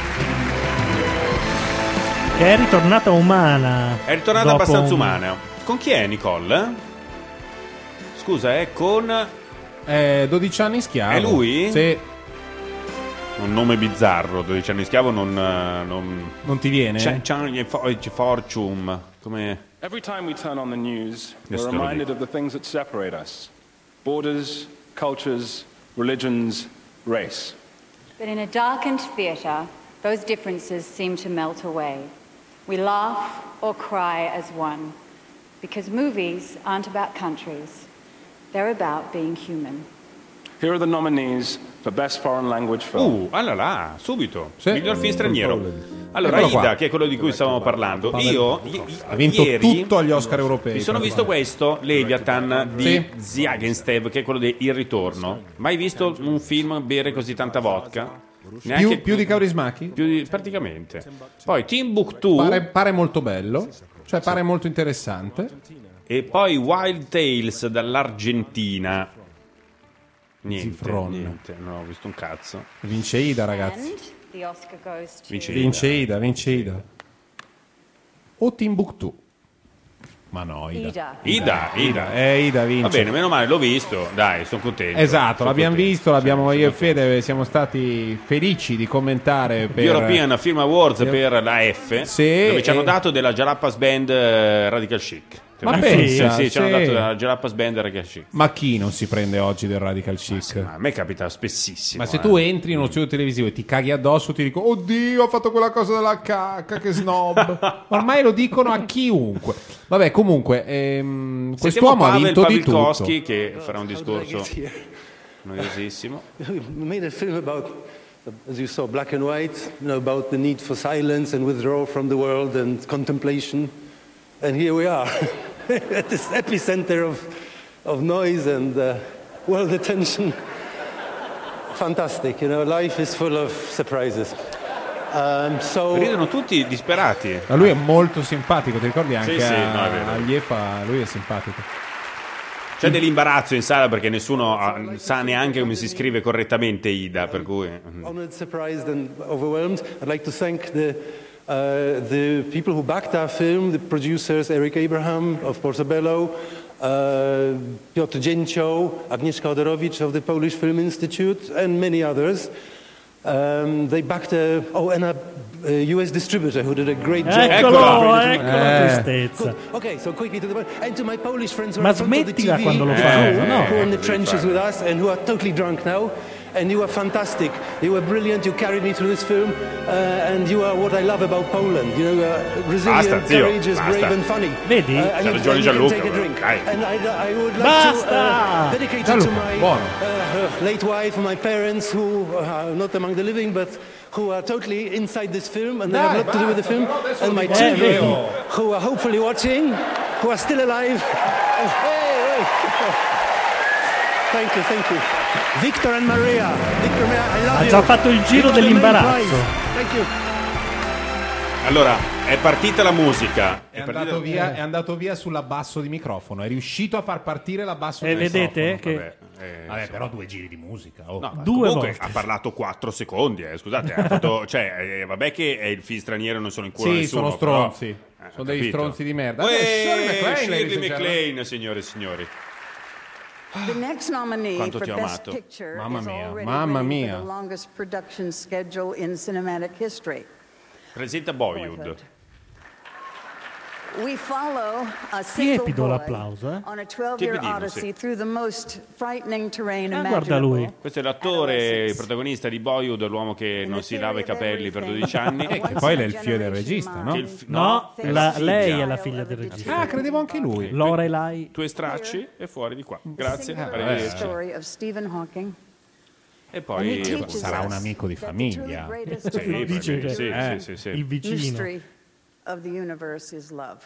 Che è ritornata umana. È ritornata dopo abbastanza un- umana. Con chi è Nicole? Scusa, è con... Eh, dodici anni schiavo. È lui? Sì. Un nome bizzarro, dodici anni schiavo non... eh, Non, non ti viene? C'è, c'è un Fortune, come... Every time we turn on the news, Yes, we're Tony. reminded of the things that separate us: borders, cultures, religions, race. But in a darkened theatre, those differences seem to melt away. We laugh or cry as one, because movies aren't about countries, they're about being human. Here are the nominees for Best Foreign Language Film. Uh, allora là, subito. Sì. Miglior film straniero. Allora, Eccolo Ida, qua. che è quello di cui stavamo parlando, io i- i- Ha vinto ieri tutto agli Oscar europei. mi sono per visto fare. questo, Leviathan di Sì. Ziagenstev, che è quello di Il Ritorno. Mai visto un film bere così tanta vodka? Più, più di Kaurismäki? Più di- praticamente. Poi Timbuktu Pare, pare molto bello, cioè pare molto interessante. e poi Wild Tales dall'Argentina. Niente, Zifron. niente, non ho visto un cazzo. Vince Ida, ragazzi. And the Oscar goes to... Vince Vince Ida, vince Ida. O Timbuktu. Ma no, Ida. Ida. Ida, Ida. Eh, Ida vince. Va bene, meno male, l'ho visto. Dai, sono contento. Esatto, Sono l'abbiamo contento. visto, l'abbiamo io e Fede siamo stati felici di commentare per European Film Awards Eh, per la F, Sì, dove ci hanno e- dato della Jalapas Band eh, Radical Chic. Ma sì, pensa, sì, ci hanno sì. dato della Jalapas Band Radical Chic. Ma chi non si prende oggi del Radical Chic? Ma a me capita spessissimo. Ma se eh. tu entri in uno studio televisivo e ti caghi addosso, ti dico: oddio, ho fatto quella cosa della cacca, che snob. Ormai lo dicono a chiunque. Vabbè, comunque, ehm, Sentiamo quest'uomo ha Pavel vinto di tutto. Pawlikowski che farà un discorso noiosissimo. We made a film about as you saw, black and white, you know, about the need for silence and withdrawal from the world and contemplation. And here we are, at this epicenter of, of noise and uh, world attention. Fantastic, you know, life is full of surprises. Um, so... Ridono tutti disperati. Ma lui è molto simpatico, ti ricordi anche Sì, sì, a, no, è vero. agli E F A, lui è simpatico. C'è dell'imbarazzo in sala perché nessuno ah, sa neanche come si scrive correttamente Ida, per cui... Honored, surprised and overwhelmed. I'd like to thank the, uh, the people who backed our film, the producers Eric Abraham of Portobello, uh, Piotr Dzięcioł, Agnieszka Odorowicz of the Polish Film Institute, and many others. Um, they backed a, oh, and a, a U S distributor who did a great job. Eccolo, ecco la Eh. tristezza. Okay, so quickly to the point. And to my Polish friends who Ma are in front of the smettila T V, quando lo who, fai, who no? are in the Eh, trenches devi with us and who are totally drunk now. And you were fantastic. You were brilliant. You carried me through this film, uh, and you are what I love about Poland. You know, you are resilient, Basta, zio, courageous, basta. brave, and funny. Vedi? Uh, C'ha and you, ragione and you can Gianluca, take a drink. dai. And I, I would like Basta! to uh, dedicate it to Gianluca, my buono. uh, late wife, my parents, who are not among the living, but who are totally inside this film, and they have a lot to do with the film. And my children, who are hopefully watching, who are still alive. Oh, hey, hey. Thank you, thank you. Victor and Maria. Victor and Maria, I love Ha you. già fatto il giro You are the main dell'imbarazzo. prize. Thank you. Allora, è partita la musica. È partita- andato, via, è andato via sull'abbasso di microfono, è riuscito a far partire l'abbasso E di vedete microfono. che- Vabbè, eh, Vabbè, sì. però due giri di musica. oh. No, ma Due comunque volte. ha parlato quattro secondi, eh, scusate, ha fatto, cioè, eh, vabbè che è il film straniero, non sono in culo a Sì, nessuno, sono stronzi. però, eh, Sono ho degli capito. stronzi di merda. Uè, Vabbè, Shirley MacLaine, Shirley ladies and MacLaine, signore e signori. The next nominee Quanto for ti ho Best amato. Picture Mamma is mia, already mamma ready mia. for the longest production schedule in cinematic history. Presenta Boyhood. We follow a single Tiepido boy l'applauso, eh? on a twelve-year Tiepidino, odyssey sì. through the most frightening terrain Ah, guarda imaginable. lui. Questo è l'attore, il protagonista di Boyhood, l'uomo che non si lava i capelli per dodici anni. Eh, che poi è il figlio del regista, no? Che il fi- No, è la- figlia. lei è la figlia del regista. Ah, credevo anche lui. Lorelai. Due stracci e fuori di qua. Grazie, Singular arrivederci. story of Stephen Hawking. E And poi he teaches sarà un us amico di that the famiglia. truly greatest Sì, of Dice probabilmente, che- sì, eh, sì, sì, sì. Il vicino. mystery of the universe is love.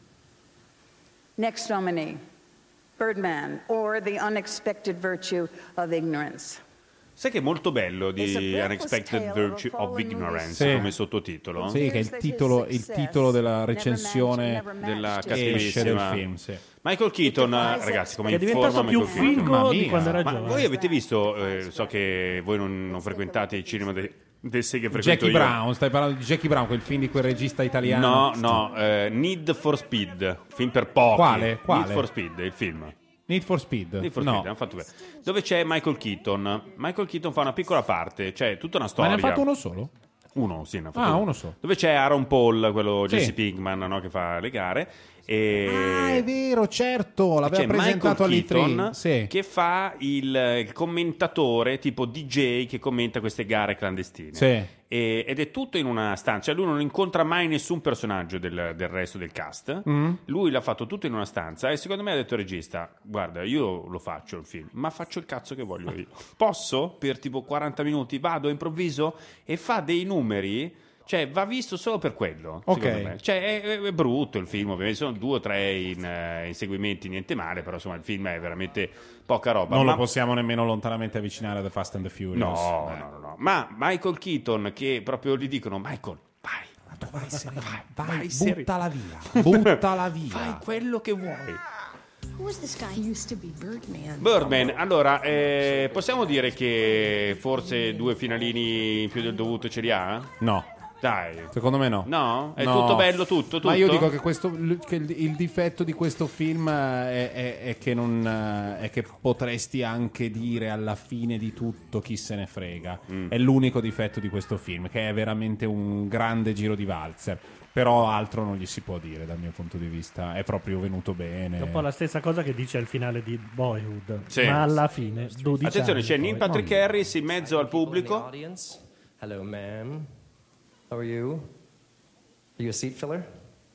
Next nominee, Birdman, or The Unexpected Virtue of Ignorance. Sai che è molto bello It's a di breathless Unexpected tale of a Virtue of fallen Ignorance movie. come sottotitolo Sì, che è il titolo, il titolo della recensione della che esce del cattivissima film. Sì. Michael Keaton, ragazzi, come Che è diventato informa più Michael Keaton. figo Mamma di mia. quando era Ma giovane. voi avete visto, eh, so che voi non, non frequentate il cinema de- del sé che frequento Jackie io. Brown, stai parlando di Jackie Brown, quel film di quel regista italiano. No, no, eh, Need for Speed, film per pochi. Quale? Quale? Need for Speed, il film. Need for Speed. Need for no. Speed, hanno fatto bene. Dove c'è Michael Keaton. Michael Keaton fa una piccola parte, cioè tutta una Ma storia. ne ha fatto uno solo? Uno, sì, ne ha fatto Ah, uno. uno solo. Dove c'è Aaron Paul, quello Sì. Jesse Pinkman, no, che fa le gare. E... Ah, è vero, certo, l'aveva c'è presentato Michael all'E tre. Keaton Sì. che fa il, il commentatore tipo D J che commenta queste gare clandestine. Sì. E- ed è tutto in una stanza, cioè lui non incontra mai nessun personaggio del, del resto del cast. Mm. Lui l'ha fatto tutto in una stanza e secondo me ha detto il regista: guarda, io lo faccio il film, ma faccio il cazzo che voglio io. Posso? Per tipo quaranta minuti vado, improvviso e fa dei numeri. Cioè, va visto solo per quello, Ok. secondo me. Cioè, è, è brutto il film, ovviamente sono due o tre in, eh, inseguimenti, niente male, però insomma il film è veramente poca roba. Non Ma- lo possiamo nemmeno lontanamente avvicinare a The Fast and the Furious. No, Eh. no, no, no. Ma Michael Keaton, che proprio gli dicono: Michael, vai, Ma tu vai sereno, vai, vai sereno. buttala via, buttala via. fai quello che vuoi. Who was this guy? He used to be Birdman. Birdman, allora, eh, possiamo dire che forse due finalini in più del dovuto ce li ha? No. Dai. Secondo me no. No? È No. tutto bello, tutto, tutto? Ma io dico che, questo, che il, il difetto di questo film è, è- è che non, eh, è che potresti anche dire alla fine di tutto chi se ne frega. Mm. È l'unico difetto di questo film, che è veramente un grande giro di valzer. Però altro non gli si può dire dal mio punto di vista. È proprio venuto bene. Dopo la stessa cosa che dice al finale di Boyhood. Sì. Ma alla fine, dodici Attenzione, anni c'è poi. Neil Patrick Harris in mezzo al pubblico. Hello, ma'am. How are you? Are you a seat filler?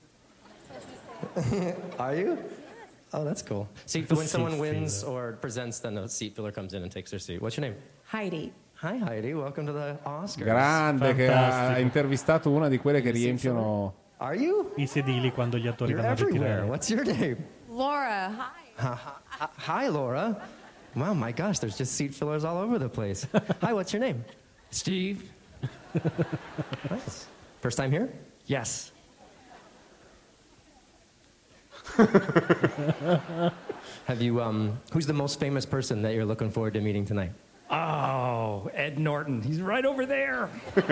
Are you? Oh, that's cool. See, A when someone seat wins filler. or presents, then a seat filler comes in and takes their seat. What's your name? Heidi. Hi Heidi, welcome to the Oscars. Grande, che ha Fantastico. intervistato una di quelle che riempiono Are you? I sedili quando gli attori You're vanno a everywhere. ritirare. What's your name? Laura, hi. Ha- ha- Hi, Laura. Wow, my gosh, there's just seat fillers all over the place. Hi, what's your name? Steve. Nice. First time here? Yes. Have you, um, who's the most famous person that you're looking forward to meeting tonight? Oh, Ed Norton. He's right over there.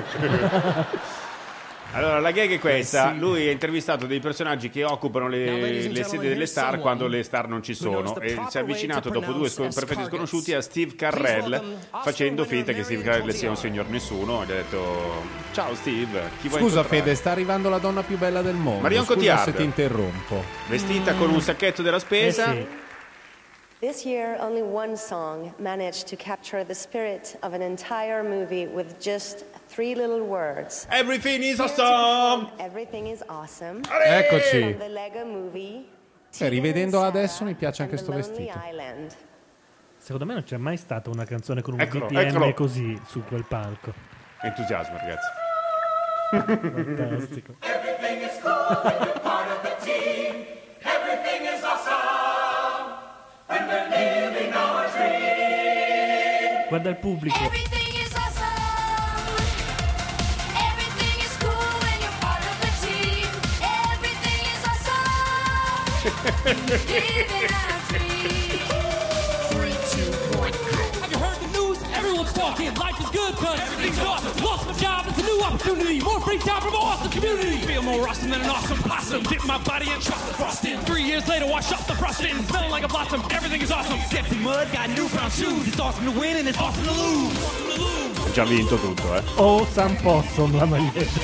Allora, la gag è questa: lui ha intervistato dei personaggi che occupano le, le sedi delle star quando le star non ci sono, e si è avvicinato dopo due sc- perfetti sconosciuti a Steve Carell, facendo finta che Steve Carell sia un signor nessuno, e gli ha detto: ciao Steve, chi vuoi Scusa incontrare? Fede, sta arrivando la donna più bella del mondo. Marion Scusa Cotillard. se ti interrompo. Vestita con un sacchetto della spesa. Eh sì. This year, only one song managed to capture the spirit of an entire movie with just three little words. Everything is awesome! Everything is awesome. Eccoci. From the Lego movie. Eh, rivedendola adesso mi piace anche sto The Lonely vestito. Island. Secondo me non c'è mai stata una canzone con un Eccolo, B P M eccolo. così su quel palco. Entusiasmo, ragazzi. Fantastico. Everything is cool when you're part of the team. Everything is awesome when we're living our dream. Guarda il pubblico. Everything is awesome. Everything is cool when you're part of the team. Everything is awesome when we're living our dream. Three, two, one, go. Have you heard the news? Everyone's talking. Life is good cause everything's awesome. Lost my job, it's a new opportunity. More free time from an awesome community. Feel more awesome than an awesome possum. Dip my body in chocolate frosting. Three years later, wash up the frosting. Smelling like a blossom. Everything is awesome. Steps in mud, got new brown shoes. It's awesome to win and it's awesome to lose. Awesome to lose. Ha già vinto tutto, eh. O Sam Possum, la maglietta.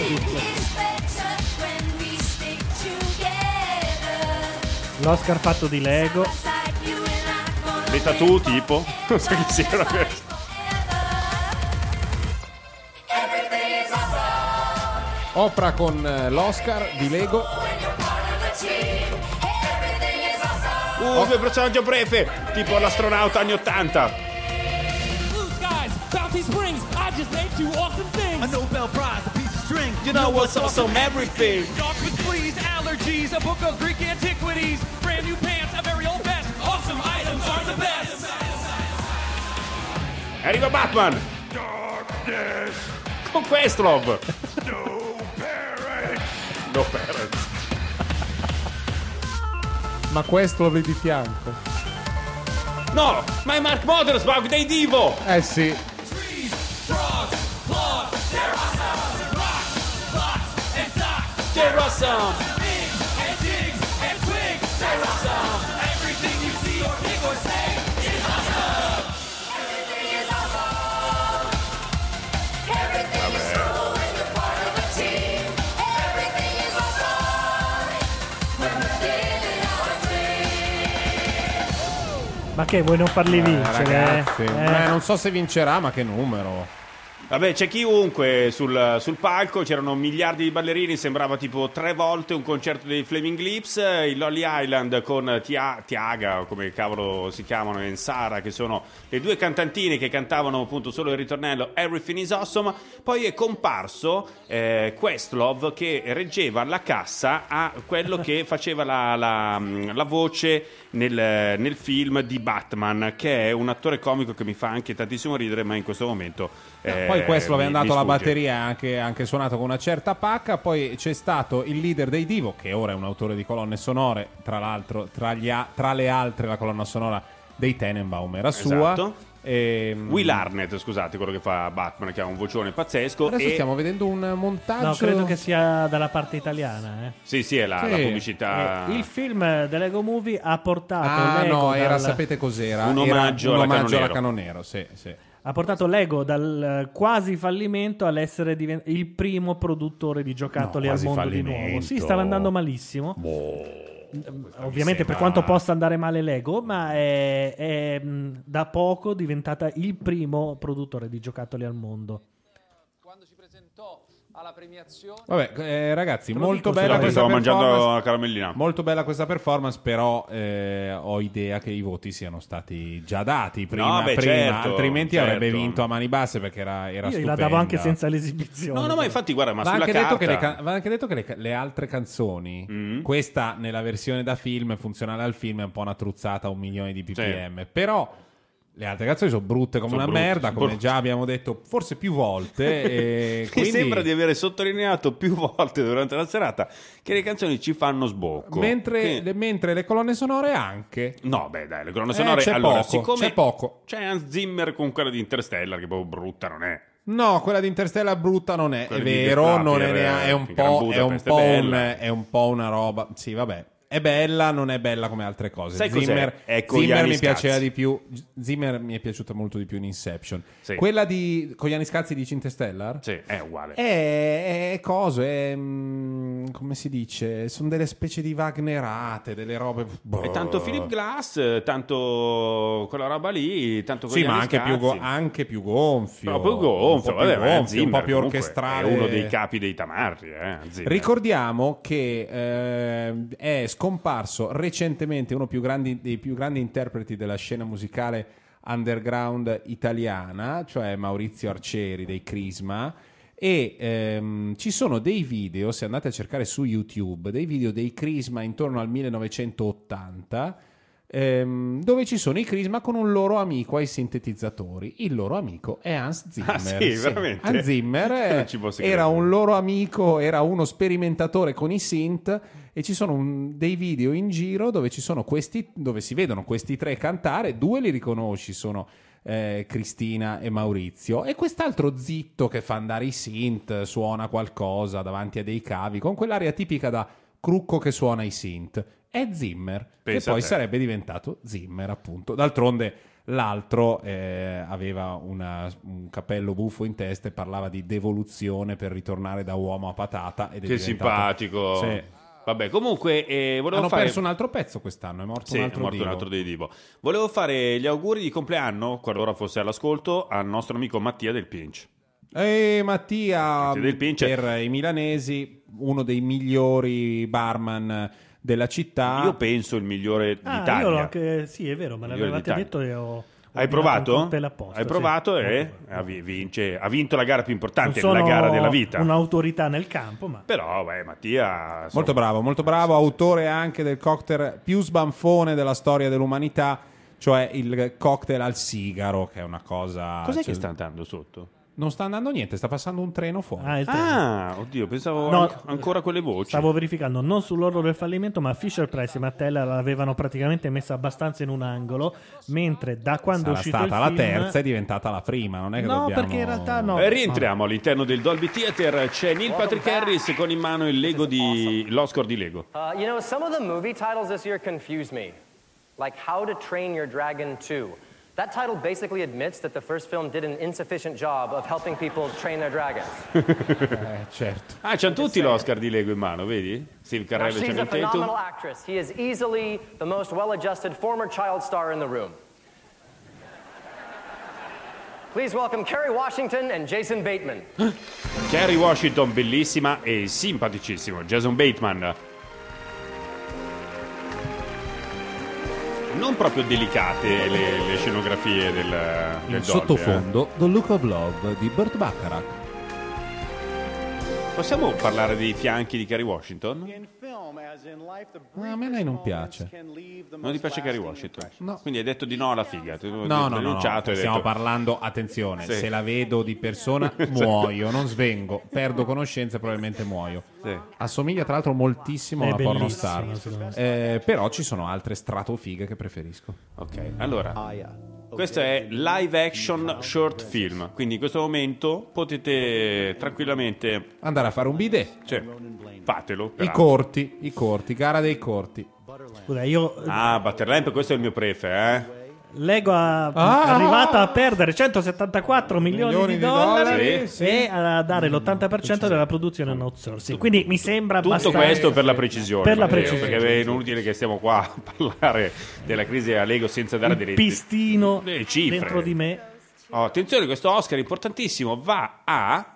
L'Oscar fatto di Lego. Le tattoo tipo. Non so chi sia questo. Oprah con eh, l'Oscar di Lego. Uh, il mio personaggio prefe, tipo l'astronauta anni ottanta. Blue skies, bounty springs. I just named two awesome things. A Nobel Prize, a piece of string. You know what's awesome? Everything. Dogs with fleas, allergies, a book of Greek antiquities, brand new pants, a very old vest. Awesome items are the best. Arriva Batman con Questlove. No parents. Ma questo lo vedi di fianco. No, ma è Mark Mothersbaugh dei Divo. Eh sì. Frogs, claws, they're awesome. Rocks, blocks, and socks. They're awesome. Digs and digs and twigs. They're awesome. Everything you see or think or say is awesome. Everything is awesome. Everything is cool when you're part of a team. Everything is awesome when we're living our dream. Ma che vuoi non farli Eh, vincere? ragazzi, Eh. eh, non so se vincerà, ma che numero. Vabbè, c'è chiunque sul, sul palco, c'erano miliardi di ballerini, sembrava tipo tre volte un concerto dei Flaming Lips, il Lonely Island con Tia, Tiaga, o come cavolo si chiamano, e Sara, che sono le due cantantine che cantavano appunto solo il ritornello Everything is Awesome. Poi è comparso eh, Questlove che reggeva la cassa a quello che faceva la, la, la voce nel, nel film di Batman, che è un attore comico che mi fa anche tantissimo ridere, ma in questo momento eh, Poi questo mi- aveva mi dato la sfugge. batteria, anche, anche suonato con una certa pacca. Poi c'è stato il leader dei Divo, che ora è un autore di colonne sonore, tra l'altro tra, gli a- tra le altre la colonna sonora dei Tenenbaum era sua. Esatto. E, Will Arnett, scusate, quello che fa Batman, che ha un vocione pazzesco. adesso e... stiamo vedendo un montaggio. No, credo che sia dalla parte italiana. Eh. Sì, sì, è la, Sì. la pubblicità. Eh, il film The Lego Movie ha portato Ah Lego no, era, dal- sapete cos'era? Un Era omaggio un alla omaggio Canonero. alla Canonero, sì, sì. ha portato Lego dal eh, quasi fallimento all'essere diven- il primo produttore di giocattoli No, al quasi mondo di fallimento. nuovo. Sì, stava andando malissimo. Boh. Ovviamente per sembra- quanto possa andare male Lego, ma è, è, mh, da poco diventata il primo produttore di giocattoli al mondo. Quando ci presentò alla premiazione. Vabbè, eh, ragazzi, Te lo molto dico, bella se no, questa stavo performance. mangiando la caramellina. Molto bella questa performance, però eh, ho idea che i voti siano stati già dati prima, No, beh, prima, certo, altrimenti certo. avrebbe vinto a mani basse perché era, era Io stupenda. la davo anche senza l'esibizione. No, no, ma infatti guarda, ma Va sulla anche, detto carta... che le ca- va anche detto che le, le altre canzoni, Mm. questa nella versione da film, funzionale al film, è un po' una truzzata a un milione di ppm, però le altre canzoni sono brutte come Sono una brutte, merda, sono come brutte. già abbiamo detto forse più volte. E Mi quindi... sembra di avere sottolineato più volte durante la serata che le canzoni ci fanno sbocco. Mentre, Che- le, mentre le colonne sonore anche. No, beh, dai, le colonne Eh, sonore... c'è allora, poco, siccome c'è poco. C'è Hans Zimmer con quella di Interstellar, che proprio brutta non è. No, quella di Interstellar brutta non è, Quella è di vero, Death non è, Trapper, nea- è un in Gran po', è un Budapest è po', un, bella. è un po' una roba. Sì, vabbè. È bella, non è bella come altre cose. Sai cos'è? Zimmer, È con Zimmer Gianni mi piaceva Scazzi. di più. Zimmer mi è piaciuta molto di più in Inception. Sì. Quella di con Gianni Scazzi di Interstellar? Sì, è uguale. È, è coso, è mm, come si dice? Sono delle specie di Wagnerate, delle robe. boh. E tanto Philip Glass, tanto quella roba lì, tanto con Sì, gli ma anni anche più, scazzi. go- anche più gonfio. Proprio gonfio, un po' più vabbè, ma gonfio, Zimmer un po' più comunque orchestrale. È uno dei capi dei tamarri, eh, Zimmer. Ricordiamo che eh, è scomparso recentemente uno più grandi- dei più grandi interpreti della scena musicale underground italiana, cioè Maurizio Arcieri dei Crisma. E ehm, ci sono dei video, se andate a cercare su YouTube, dei video dei Crisma intorno al millenovecentottanta, ehm, dove ci sono i Crisma con un loro amico ai sintetizzatori. Il loro amico è Hans Zimmer. Ah, sì, veramente? Hans Zimmer eh, Non ci posso era credere. un loro amico, era uno sperimentatore con i synth, e ci sono un- dei video in giro dove ci sono questi, dove si vedono questi tre cantare. Due li riconosci, sono eh, Cristina e Maurizio, e quest'altro zitto che fa andare i synth, suona qualcosa davanti a dei cavi con quell'aria tipica da crucco che suona i synth. È Zimmer, Pensa che poi a te. sarebbe diventato Zimmer, appunto. D'altronde l'altro eh, aveva una- un cappello buffo in testa e parlava di devoluzione per ritornare da uomo a patata, ed è Che diventato- simpatico. Sì. Vabbè, comunque eh, volevo Hanno fare... perso un altro pezzo quest'anno, è morto Sì, un è altro morto divo. un altro dei Divo. Volevo fare gli auguri di compleanno, qualora fosse all'ascolto, al nostro amico Mattia del Pinch. E Mattia, Mattia del Pinch. per i milanesi, uno dei migliori barman della città. Io penso il migliore Ah, d'Italia. io l'ho anche... Sì, è vero, me Migliore l'avevate d'Italia. detto e ho... ho Hai ordinato un provato? cocktail apposta, Hai sì. provato e ha, vi- vince- ha vinto la gara più importante, Non la sono gara della vita. un'autorità nel campo, ma... Però, beh, Mattia... insomma, Molto bravo, molto bravo, autore anche del cocktail più sbanfone della storia dell'umanità, cioè il cocktail al sigaro, che è una cosa... Cos'è cioè, che sta andando sotto? Non sta andando niente, sta passando un treno fuori. Ah, il treno. Ah, oddio, pensavo No, an- ancora quelle voci. Stavo verificando, non sull'orlo del fallimento, ma Fisher Price e Mattel l'avevano praticamente messa abbastanza in un angolo, mentre da quando Sarà è uscito stata il la film... terza, è diventata la prima, non è che No, dobbiamo... perché in realtà no. Eh, rientriamo all'interno del Dolby Theater, c'è Neil Patrick Harris con in mano il Lego di... l'Oscar di Lego. Uh, you know, some of the movie titles this year confused me. Like How to Train Your Dragon two. That title basically admits that the first film did an insufficient job of helping people train their dragons. Eh, certo. Ah, c'hanno tutti l'Oscar di Lego in mano, vedi? Steve Now, Carell e she's a Channing Tatum. phenomenal actress. He is easily the most well-adjusted former child star in the room. Please welcome Kerry Washington and Jason Bateman. Kerry Washington, bellissima e simpaticissimo. Jason Bateman. Non proprio delicate le, le scenografie del, del Il Dolby, sottofondo, The Look of Love di Burt Bacharach. eh. Possiamo parlare dei fianchi di Kerry Washington? Ah, a me lei non piace. Non ti piace Kerry Washington? No. Quindi hai detto di no alla figa. Tu- No, ti- no, no, no, denunciato e hai stiamo detto- parlando, attenzione, Sì. se la vedo di persona muoio, non svengo, perdo conoscenza e probabilmente muoio. Sì. Assomiglia tra l'altro moltissimo È a una bellissima, pornostar, secondo me. eh, però ci sono altre stratofighe che preferisco. Ok, allora, questo è live action short film, quindi in questo momento potete tranquillamente andare a fare un bidet, cioè, fatelo. I peraltro. corti, i corti, gara dei corti. Scusa, io... Ah, Butterlamp, questo è il mio prefe, eh? Lego a- Ah! è arrivata a perdere centosettantaquattro milioni, Milioni di di dollari, dollari, sì. e a dare l'ottanta per cento della produzione in outsourcing. Quindi mi sembra Tutto abbastanza... questo per la precisione, Per la Matteo, precisione. perché è inutile che stiamo qua a parlare della crisi della Lego senza dare delle pistino delle cifre. dentro di me. Oh, attenzione, questo Oscar importantissimo va a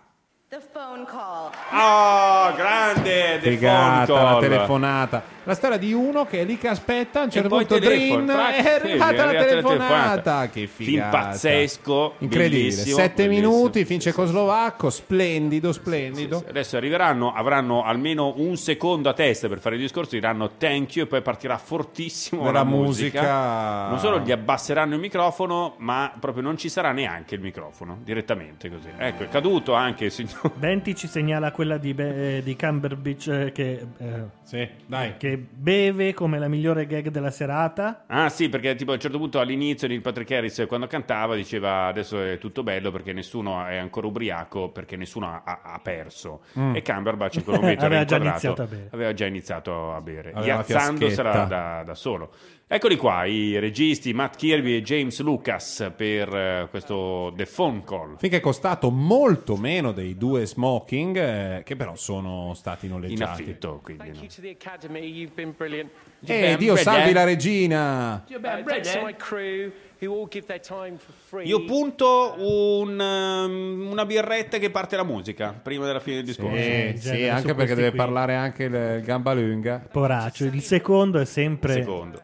The phone call. Oh, grande! The Figata, phone call. la telefonata. La storia di uno che è lì che aspetta, a un certo poi punto telefono, Drin, trac, è arrivata è la arrivata la telefonata. telefonata. Che Film figata. pazzesco, incredibile. bellissimo, Sette bellissimo. minuti, fin cecoslovacco, splendido, splendido. Sì, sì. Adesso arriveranno, avranno almeno un secondo a testa per fare il discorso, diranno thank you e poi partirà fortissimo Della la musica. musica. Non solo gli abbasseranno il microfono, ma proprio non ci sarà neanche il microfono, direttamente così. Ecco, è caduto anche il signor. Venti ci segnala quella di, Be- di Cumberbatch eh, che, eh, sì, dai. che beve come la migliore gag della serata. Ah sì, perché tipo a un certo punto all'inizio Neil Patrick Harris quando cantava diceva adesso è tutto bello perché nessuno è ancora ubriaco perché nessuno ha, ha- ha perso. Mm. E Cumberbatch in quel momento Aveva era già inquadrato, iniziato a bere. aveva già iniziato a bere, Aveva la ghiazzandosela fiaschetta. da, da solo. Eccoli qua i registi Matt Kirby e James Lucas per eh, questo The Phone Call. Finché è costato molto meno dei due smoking, eh, che però sono stati In noleggiati. affitto, quindi no. Thank you to the Academy, you've been brilliant. Eh, Dio salvi la regina! Uh, thanks to my crew who all give their time for free. Io punto un, um, una birretta che parte la musica prima della fine del discorso. Sì, sì, anche perché deve parlare anche il, il gamba lunga. Poraccio, il secondo è sempre Secondo.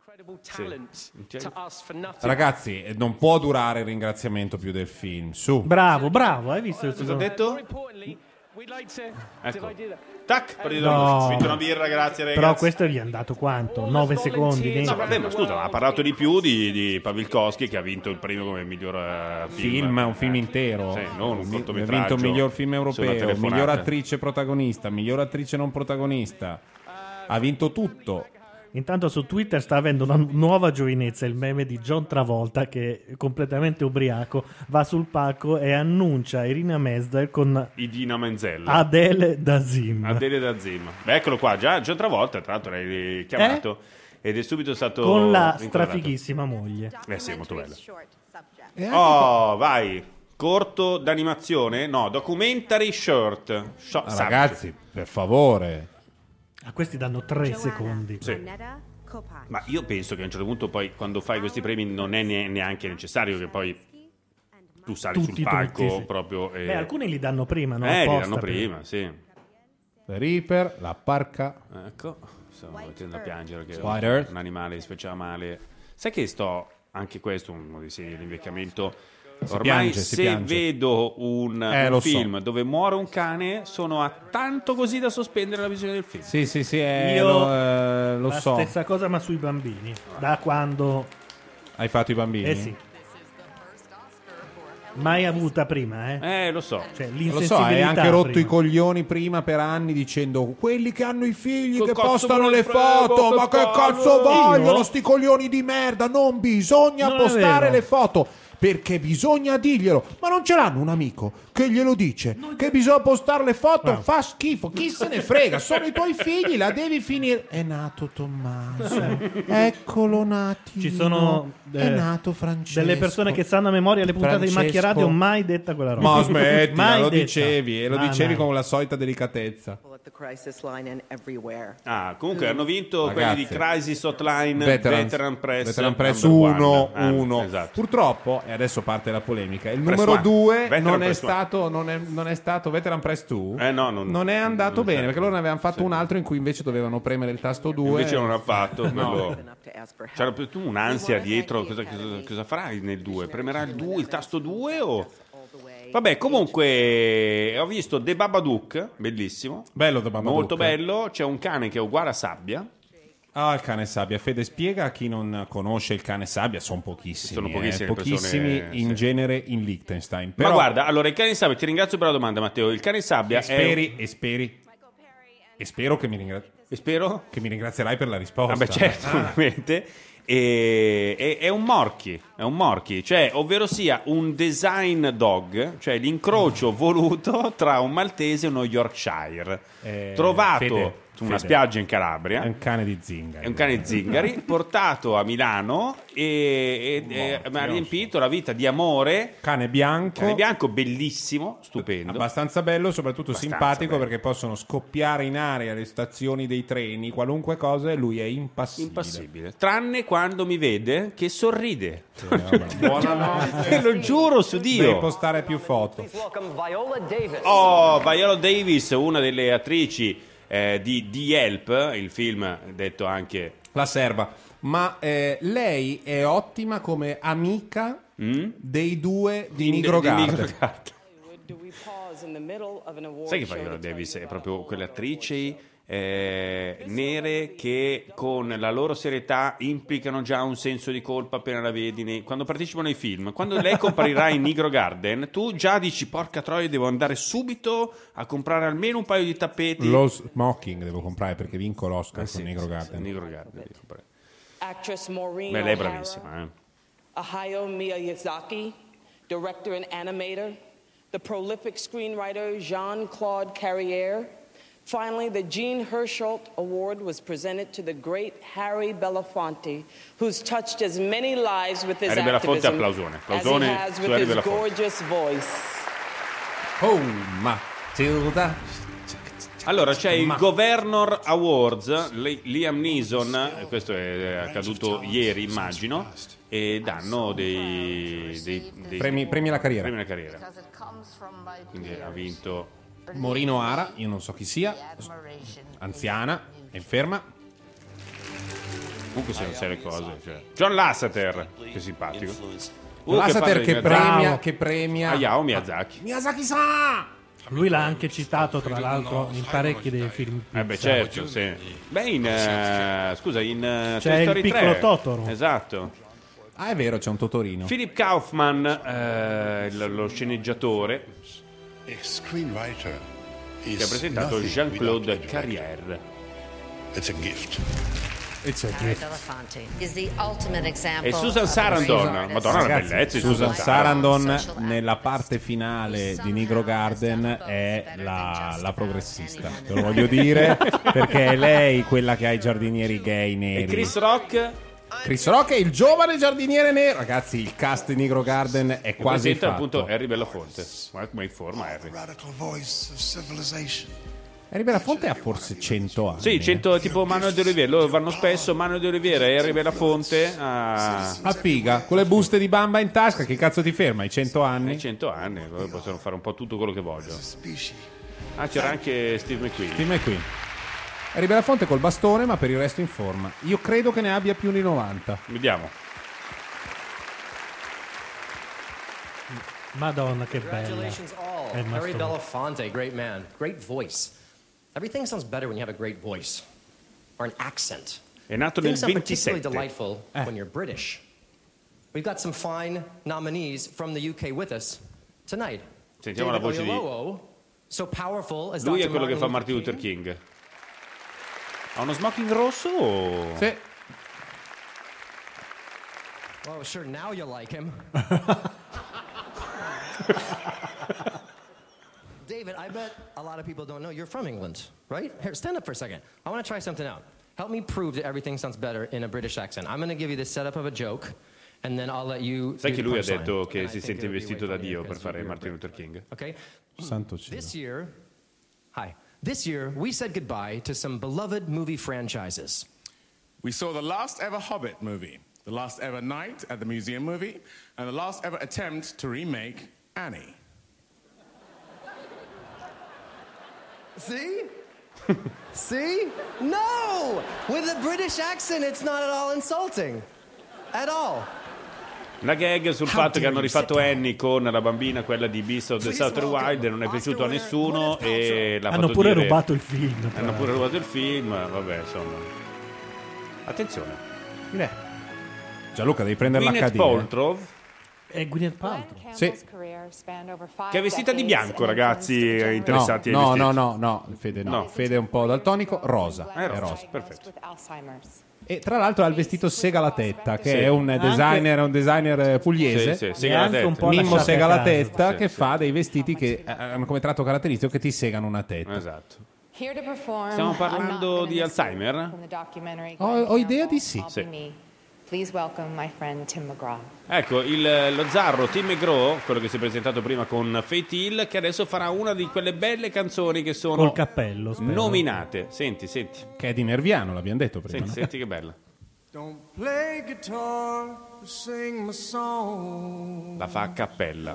Talent to us for nothing. Ragazzi, eh, non può durare il ringraziamento più del film. Su. bravo, bravo, hai visto il Cosa ho secondo? detto? More importantly, we'd like to. Did Ecco. I do that? Tac, partito No. la musica. Vinto una birra, grazie ragazzi. Però questo gli è andato quanto? nove secondi? No, dentro? vabbè, ma scusa, ha parlato di più di, di Pavilkovski che ha vinto il premio come miglior eh, film. Film, un film intero. Sì, non un Ha cortometraggio. vinto miglior film sulla europeo, telefonata. miglior attrice protagonista, miglior attrice non protagonista. Ha vinto tutto. Intanto su Twitter sta avendo una nuova giovinezza il meme di John Travolta che completamente ubriaco va sul palco e annuncia Irina Menzel con Idina Menzel. Adele Dazim. Adele Dazim. Beh, eccolo qua, già, già travolta, tra l'altro l'hai chiamato ed è subito stato con la inquadrato. strafighissima moglie. Eh sì, è molto bella. E anche Oh, vai. Corto d'animazione? No, documentary short. Short Ah, ragazzi, per favore. A questi danno tre secondi. Sì. Ma io penso che a un certo punto poi quando fai questi premi non è ne- neanche necessario che poi tu sali Tutti, sul palco tutti, sì. proprio e... Beh, alcuni li danno prima, no? Eh, li Apposta danno per- prima, sì. The Reaper, la parca. Ecco, sto mettendo a piangere che White ho Earth. un animale si faceva male. Sai che sto, anche questo uno dei segni dell'invecchiamento, Si ormai piange, si se piange. vedo un, Eh, un lo so. film dove muore un cane sono a tanto così da sospendere la visione del film. Sì, sì, sì, eh, Io lo, eh, lo la so. stessa cosa ma sui bambini. Da quando... Hai fatto i bambini? Eh sì. Mai avuta prima, eh? Eh, lo so. Cioè, Lo so, l'insensibilità hai anche rotto prima. i coglioni prima per anni dicendo quelli che hanno i figli Che che cazzo postano me ne le frego, foto, che ma che palle!" cazzo vogliono Io? sti coglioni di merda, non bisogna Non è postare vero. le foto. Perché bisogna dirglielo, ma non ce l'hanno un amico che glielo dice che bisogna postare le foto, Ah. fa schifo, chi se ne frega, sono i tuoi figli, la devi finire. È nato Tommaso, eccolo natino, Ci sono è eh, nato Francesco. delle persone che sanno a memoria le puntate di Macchia Francesco. Radio, mai detta quella roba. Ma smettila, Mai lo detta. dicevi, e lo Ma dicevi mai. con la solita delicatezza. At the crisis line and everywhere. Ah, comunque hanno vinto Ragazzi, quelli di Crisis Hotline Veterans- Veteran Press, Veteran Press number uno, one. Ah, uno. esatto. Purtroppo, e adesso parte la polemica, il Press numero one. due Veteran non è, Press one. stato, non, è, non è stato Veteran Press due. Eh, no, non- è andato non bene, c'è. perché loro ne avevano fatto un altro in cui invece dovevano premere il tasto due. Invece non ha fatto No. quello. C'era più tu un'ansia dietro, cosa, cosa, cosa farai nel due? Premerà il due, il tasto due o... Vabbè, comunque ho visto The Babadook, bellissimo. Bello The Babadook. Molto bello, c'è un cane che è uguale a Sabbia. Ah, il cane sabbia. Fede, spiega a chi non conosce il cane sabbia, sono pochissimi. Sono eh, pochissime pochissimi persone, in sì. genere in Liechtenstein. Però, Ma guarda, allora il cane di sabbia, ti ringrazio per la domanda Matteo, il cane di sabbia e è... speri, e speri, e spero che mi, ringra- E spero? che mi ringrazierai per la risposta. Vabbè, certo, ovviamente. E, e- è un morchi, è un morchi, cioè, ovvero sia un design dog, cioè l'incrocio voluto tra un maltese e uno Yorkshire, Eh, trovato Fede, su una Fede. spiaggia in Calabria. È un cane di zingari. È un cane di zingari, portato a Milano e, e- e mi ha riempito la vita di amore. Cane bianco. Cane bianco, bellissimo, stupendo. Abbastanza bello, soprattutto Abbastanza simpatico bello. perché possono scoppiare in aria le stazioni dei treni, qualunque cosa, e lui è impassibile. Impassibile. Tranne quando mi vede che sorride. Buonanotte. Lo giuro su Dio. Devi postare più foto. Welcome Viola Davis. Oh, Viola Davis, una delle attrici eh, di The Help, il film detto anche La serva. Ma eh, lei è ottima come amica dei due di Nigro di Garden. Nigro Garden. Do we pause in the middle of an award Sai che show Viola to tell Davis you è about proprio quelle attrici eh, nere che con la loro serietà implicano già un senso di colpa appena la vedi nei- quando partecipano ai film. Quando lei comparirà in Nigro Garden, tu già dici porca troia, devo andare subito a comprare almeno un paio di tappeti. Lo smoking devo comprare perché vinco l'Oscar Eh sì, con Nigro sì, Garden. sì, Nigro Garden devi comprare. actress Maureen Beh, lei è O'Hara, bravissima, eh. Hayao Miyazaki, director and animator, the prolific screenwriter Jean-Claude Carrière. Finally, the Jean Hersholt Award was presented to the great Harry Belafonte, who's touched as many lives with his Harry Belafonte, activism applausone. as Applausone he has su with Harry his Belafonte. gorgeous voice. Oh, Matilda. Allora c'è il Ma- Governor Awards, Li- Liam Neeson, questo è accaduto ieri immagino, e danno dei, dei, dei Premi- premi alla carriera. premi alla carriera. Quindi ha vinto Maureen O'Hara, io non so chi sia, anziana, è inferma. comunque se non sai le cose, cioè. John Lasseter, che simpatico. Uh, Lasseter che, che, parla di premia, Miyazaki. che premia Hayao Miyazaki. Miyazaki-san! Lui l'ha anche citato, tra l'altro, in parecchi dei film. Eh beh certo, sì. Beh in eh, scusa, in eh, C'è Toy il Story piccolo tre. Totoro. Esatto. Ah, è vero, c'è un Totorino. Philip Kaufman, eh, il- lo sceneggiatore, A screenwriter is che ha presentato nothing Jean-Claude without Carrière. It's a gift. It's a Harry Belafonte is the ultimate example E Susan of a Sarandon, great artist. madonna la Ragazzi, bellezza di Susan Susan Sarandon nella parte finale di Nigro Garden è la, la progressista, te lo voglio dire, perché è lei quella che ha i giardinieri gay neri. E Chris Rock Chris Rock è il giovane giardiniere nero. Ragazzi, il cast di Nigro Garden è che quasi presenta fatto. appunto Harry Belafonte. Guarda come è in forma Harry. Radical voice of civilization. Harry Belafonte ha forse cento anni. Sì, cento, tipo Manuel De Olivier, loro vanno spesso, Manuel De Olivier e Harry Belafonte a... A figa, con le buste di bamba in tasca, che cazzo ti ferma? I cento anni? Ai cento anni, loro possono fare un po' tutto quello che vogliono. Ah, c'era anche Steve McQueen. Steve McQueen. Harry Belafonte col bastone, ma per il resto in forma. Io credo che ne abbia più di novanta. Vediamo. Madonna, che bella. Congratulations all. È il Harry mastro. Belafonte, great man. Great voice. Everything sounds better when you have a great voice. Or an accent. È nato nel Things sound particularly ventisette. delightful when you're British. We've got some fine nominees from the U K with us tonight. Sentiamo la David voce di... Oyelowo, so powerful as Lui è doctor quello che fa Martin Martin Luther King. Ha uno smoking rosso o... Sì. Oh, sure, now you like him. David, I bet a lot of people don't know you're from England, right? Here, stand up for a second. I want to try something out. Help me prove that everything sounds better in a British accent. I'm going to give you the setup of a joke, and then I'll let you. Sai do che the lui ha punchline. detto che And I si think sente it'll be vestito way da funnier Dio per because fare you're Martin Brit. Luther King. Okay? Santo cielo. This year, hi. This year, we said goodbye to some beloved movie franchises. We saw the last ever Hobbit movie, the last ever night at the museum movie, and the last ever attempt to remake Annie. See? See? No! With a British accent, it's not at all insulting. At all. La gag sul fatto che hanno rifatto Annie con la bambina, quella di Beast of the Southern Wild, non è piaciuto a nessuno e l'ha Hanno fatto pure dire- rubato il film. tra Hanno pure l'altro. rubato il film, vabbè, insomma. Attenzione. Eh. Gianluca, devi prendere Gwyneth l'H D. Paltrow, È Gwyneth Paltrow. Sì. che è vestita di bianco, ragazzi, eh, interessati ai No, vestiti. no, no, no, Fede no. No. Fede è un po' daltonico, rosa. È rosa, rosa. perfetto. E tra l'altro ha il vestito Sega la tetta, che Sì. è un designer, un designer eh, pugliese. Sì, sì, Sega la tetta. un po' Mimmo lasciate Sega a la casa. tetta, Sì, che sì. fa dei vestiti che eh, hanno come tratto caratteristico che ti segano una tetta. Esatto. Here to perform, Stiamo I'm not parlando gonna di miss Alzheimer? from the documentary Ho, ho idea di sì. I'll Be Me. Please welcome my friend Tim McGraw. Ecco, il, lo zarro Tim McGraw, quello che si è presentato prima con Faith Hill, che adesso farà una di quelle belle canzoni che sono Col cappello, spero. nominate. Senti, senti. Che è di Nerviano, l'abbiamo detto prima. Senti, no? senti che bella. Don't play guitar, sing my song. La fa a cappella.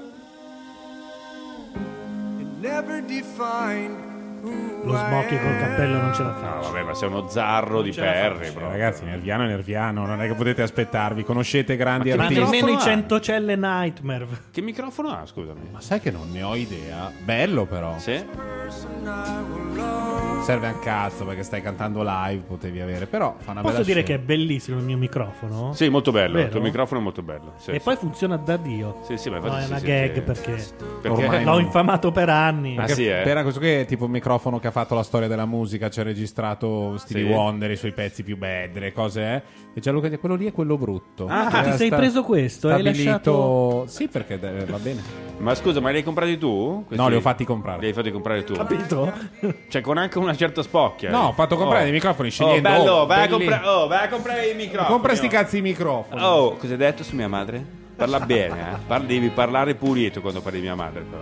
It never defined who Lo Smokey col cappello non ce la fa. No, vabbè, ma sei uno zarro di ce la Perry, faccio. bro. Ragazzi, Nerviano è Nerviano, non è che potete aspettarvi. Conoscete grandi Ma che artisti. Nemmeno i microfono ha? Centocelle Nightmare. Che microfono ha, scusami? Ma sai che non ne ho idea. Bello però. Sì? Serve a un cazzo perché stai cantando live, potevi avere. Però fa una Posso bella dire scena. che è bellissimo il mio microfono? Sì, molto bello. Vero? Il tuo microfono è molto bello. Sì, E sì. poi funziona da Dio. Sì, sì, ma No, infatti è si una sente- gag perché, Perché? Ormai l'ho non- infamato per anni. Ah, Perché sì, eh? era questo che è tipo un microfono che ha fatto la storia della musica, ci ha registrato Stevie Sì. Wonder, i suoi pezzi più bad, le cose, eh? E Gianluca dice, quello lì è quello brutto. Ah, Era ti sei sta- preso questo? Hai Stabilito... lasciato... Sì, perché eh, va bene. Ma scusa, ma li hai comprati tu? Questi- No, li ho fatti comprare. Li hai fatti comprare tu? Capito? Cioè, con anche una certa spocchia. No, eh. ho fatto comprare Oh. dei microfoni Oh, scegliendo. bello, oh, vai, a belli. compra- oh, vai a comprare i microfoni. Compra sti oh. cazzi di microfoni. Oh, cosa hai detto su mia madre? Parla bene, eh? Parla- devi parlare pulito quando parli di mia madre, però.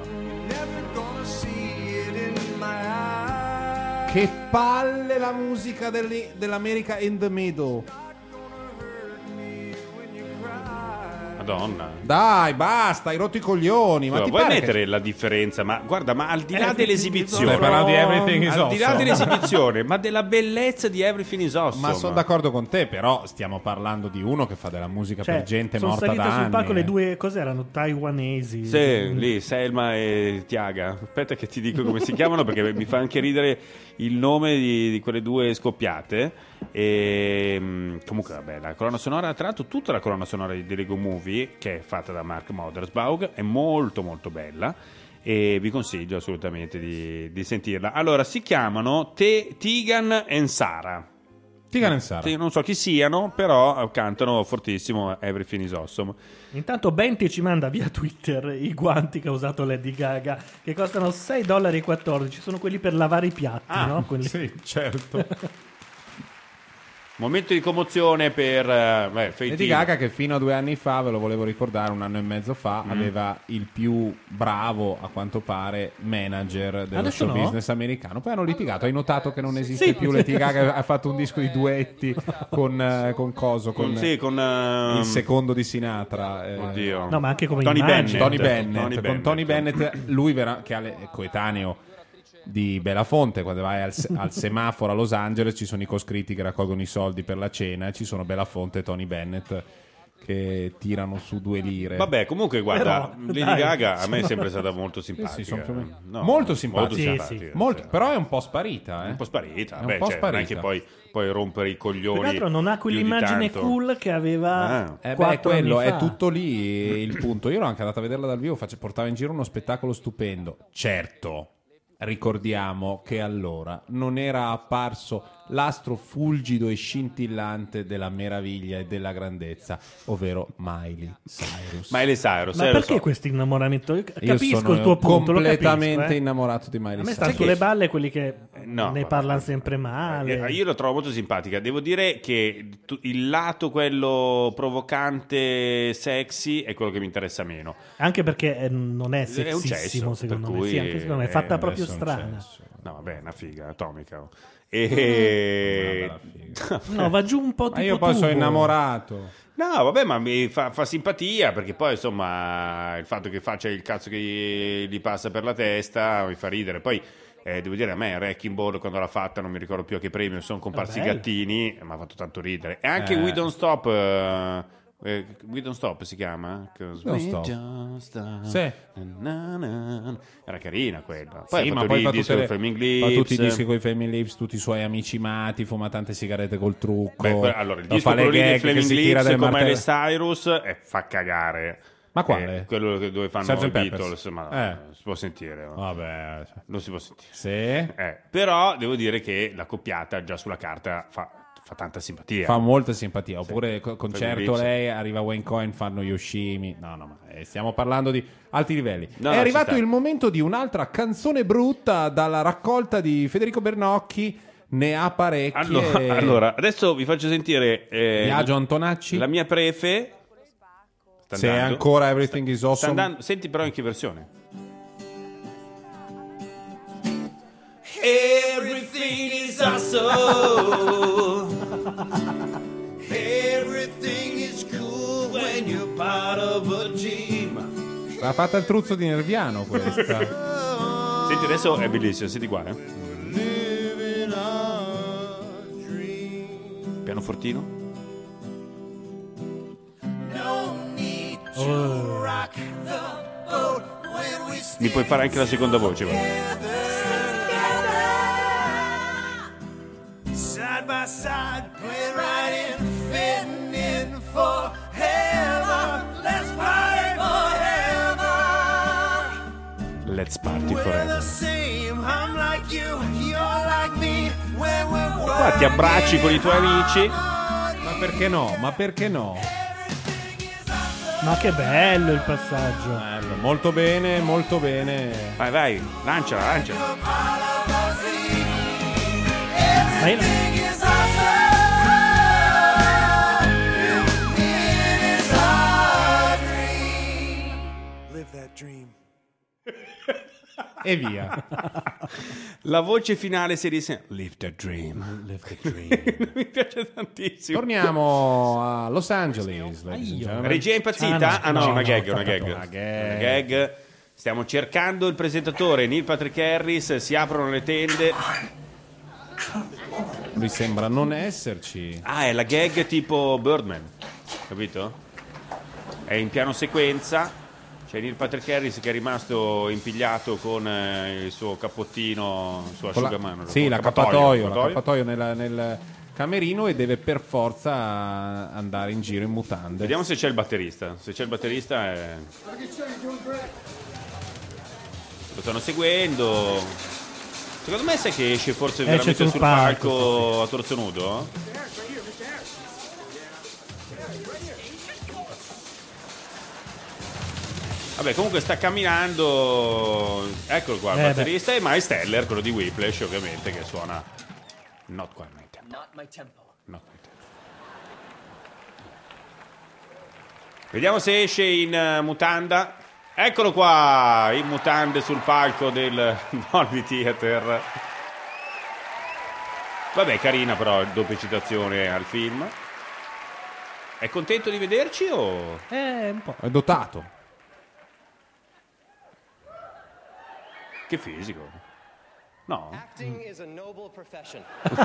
Che palle la musica dell'i- dell'America in the Middle. Madonna. Dai, basta, hai rotto i coglioni. Ma No, ti vuoi pare mettere che... la differenza? Ma guarda, ma al di là Everything dell'esibizione, Stai parlando di Everything is al di là Awesome. dell'esibizione, ma della bellezza di Everything is Awesome. Ma sono d'accordo con te, però stiamo parlando di uno che fa della musica Cioè, per gente sono morta salite da sul anni. palco eh. le due, cos'erano? Taiwanesi. Sì, lì, Selma e Tiaga. Aspetta che ti dico come si chiamano perché mi fa anche ridere il nome di, di quelle due scoppiate. E mh, comunque, vabbè, la colonna sonora, tra l'altro, tutta la colonna sonora di The Lego Movie, che è fatta da Mark Mothersbaugh, è molto molto bella. E vi consiglio assolutamente di, di sentirla. Allora, si chiamano Te- Tegan e Sara. Tegan e Sara. Sì, non so chi siano, però cantano fortissimo Everything is Awesome. Intanto Benti ci manda via Twitter i guanti che ha usato Lady Gaga, che costano sei dollari e quattordici. Sono quelli per lavare i piatti, Ah, no? Quelli... Sì, certo. Momento di commozione per eh, beh, Faith Lady Hill. Gaga che fino a due anni fa, ve lo volevo ricordare, un anno e mezzo fa, Mm. aveva il più bravo, a quanto pare, manager dello Adesso show no? business americano. Poi hanno litigato, hai notato che non esiste Sì. più Lady Gaga, ha fatto un disco di duetti con, eh, con Coso, con, Con- sì, con, ehm, il secondo di Sinatra. eh, Oddio. No, ma anche come Tony immagine. Bennett. Tony Bennett, Tony con Bennett. Tony Bennett, lui vera- che ha le- è coetaneo di Belafonte. Quando vai al, se- al semaforo a Los Angeles ci sono i coscritti che raccolgono i soldi per la cena, e ci sono Belafonte e Tony Bennett che tirano su due lire. Vabbè, comunque, guarda, Però, Lady dai, Gaga a me è sono- sempre stata molto simpatica. Sì, sono più o meno- No, molto simpatica. Sì, simpatica, sì. Molto, sì. però è un po' sparita, eh. Un po' sparita. È un Beh, po' cioè, non è sparita. che poi puoi rompere i coglioni. Tra l'altro non ha più di quell'immagine tanto. cool che aveva Ah. Eh beh, quattro quello anni è fa. tutto lì il punto. Io ero anche andato a vederla dal vivo, face- portava in giro uno spettacolo stupendo. Certo, ricordiamo che allora non era apparso l'astro fulgido e scintillante della meraviglia e della grandezza, ovvero Miley Cyrus. Miley Cyrus, Ma eh, lo perché so. questo innamoramento? Io Io capisco sono il tuo punto, lo completamente capisco, eh. innamorato di Miley A me Cyrus. stanno Sai sulle che- balle quelli che no, ne vabbè. parlano sempre male. Eh, Io l'ho trovo molto simpatica. Devo dire che tu- il lato quello provocante, sexy, è quello che mi interessa meno. Anche perché eh, non è È un sessissimo, cesso, secondo per me. cui, Sì, anche secondo me è eh, fatta proprio adesso è un strana. cesso. No, vabbè, è una figa atomica. oh. E... No, va giù un po' tipo Ma io poi sono tubo. innamorato. No, vabbè, ma mi fa, fa simpatia perché poi, insomma, il fatto che faccia il cazzo che gli, gli passa per la testa mi fa ridere. Poi, eh, devo dire, a me Wrecking Ball, quando l'ha fatta, non mi ricordo più a che premio, sono comparsi i bello. gattini, mi ha fatto tanto ridere. E anche Eh. We Don't Stop... eh, eh, We Don't Stop si chiama? Don't We Stop. Don't Stop. Sì. Na, na, na. Era carina quella. Poi Sì, ha ma fatto poi lì fa, il disco tutte le- con Flaming fa tutti i Lips. dischi con i Flaming Lips, tutti i suoi amici mati, fuma tante sigarette col trucco. Beh, que- allora, il non disco fa le quello lì dei gag che Flaming si tira Lips del con martello. Miley Cyrus eh, fa cagare. Ma quale? Eh, quello che- dove fanno sergeant i Pepper's. Beatles, ma Eh. non si può sentire. no? Vabbè, cioè. Non si può sentire. Sì. Eh, però devo dire che la coppiata già sulla carta fa, fa tanta simpatia. Fa molta simpatia. Oppure co- Fai concerto un lei, arriva Wayne Coyne, fanno Yoshimi. No, no, ma eh, stiamo parlando di alti livelli. No, È no, arrivato ci sta. il momento di un'altra canzone brutta dalla raccolta di Federico Bernocchi. Ne ha parecchie. Allora, allora, adesso vi faccio sentire eh, Biagio Antonacci. la mia prefe. Sta Se è andando. ancora Everything is Sta Awesome. andando. Senti però in che versione. Everything is awesome. Everything is cool when you're part of a team. L'ha fatta il truzzo di Nerviano questa. Senti, adesso è bellissimo. Senti qua, eh. Pianofortino. To rock the boat when we Mi puoi fare anche la seconda voce, guarda. side by side, play right in, fitting in forever. Let's party forever. Let's party We're the forever. same. I'm like you, you're like me. When we're Qua ti abbracci con i tuoi amici. Ma perché no? Ma perché no? Ma che bello il passaggio. Bello, molto bene, molto bene. Vai, vai, lanciala, lanciala. Ma io- is awesome. It is our dream. Live that dream. E via. La voce finale si dice Live the dream. Live the dream. Mi piace tantissimo. Torniamo a Los Angeles. ladies and gentlemen. Regia impazzita? Ah no, no, una no, gag, no, una no, gag. no, Una gag. gag. Stiamo cercando il presentatore Neil Patrick Harris, si aprono le tende. Lui sembra non esserci. Ah, è la gag tipo Birdman, capito? È in piano sequenza. C'è Neil Patrick Harris che è rimasto impigliato con eh, il suo cappottino, il suo Con la- asciugamano. sì, il l'accappatoio, l'accappatoio nella- nel camerino e deve per forza andare in giro in mutande. Vediamo se c'è il batterista. Se c'è il batterista è... lo stanno seguendo. Secondo me sai che esce forse Esce veramente sul sul palco, palco a torso nudo? Vabbè, comunque sta camminando. Eccolo qua, il Eh, batterista e Miles Teller, quello di Whiplash, ovviamente, che suona Not Quite My Tempo. Not my tempo. Not my tempo. Vediamo se esce in eh, mutanda. Eccolo qua, in mutande sul palco del Dolby Theater. Vabbè, carina però, doppia citazione al film. È contento di vederci o... Eh, un po'. È dotato. Che fisico. No? Acting is a noble profession.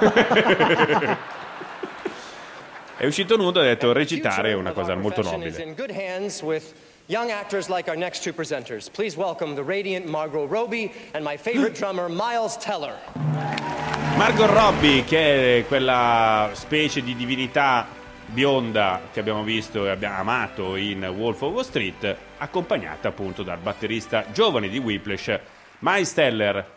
È uscito nudo e ha detto recitare è Future una of cosa our molto profession is nobile. in good hands with young actors like our next two presenters. Please welcome the radiant Margot Robbie and my favorite drummer Miles Teller. Margot Robbie, che è quella specie di divinità bionda che abbiamo visto e abbiamo amato in Wolf of Wall Street, accompagnata appunto dal batterista giovane di Whiplash, Miles Teller.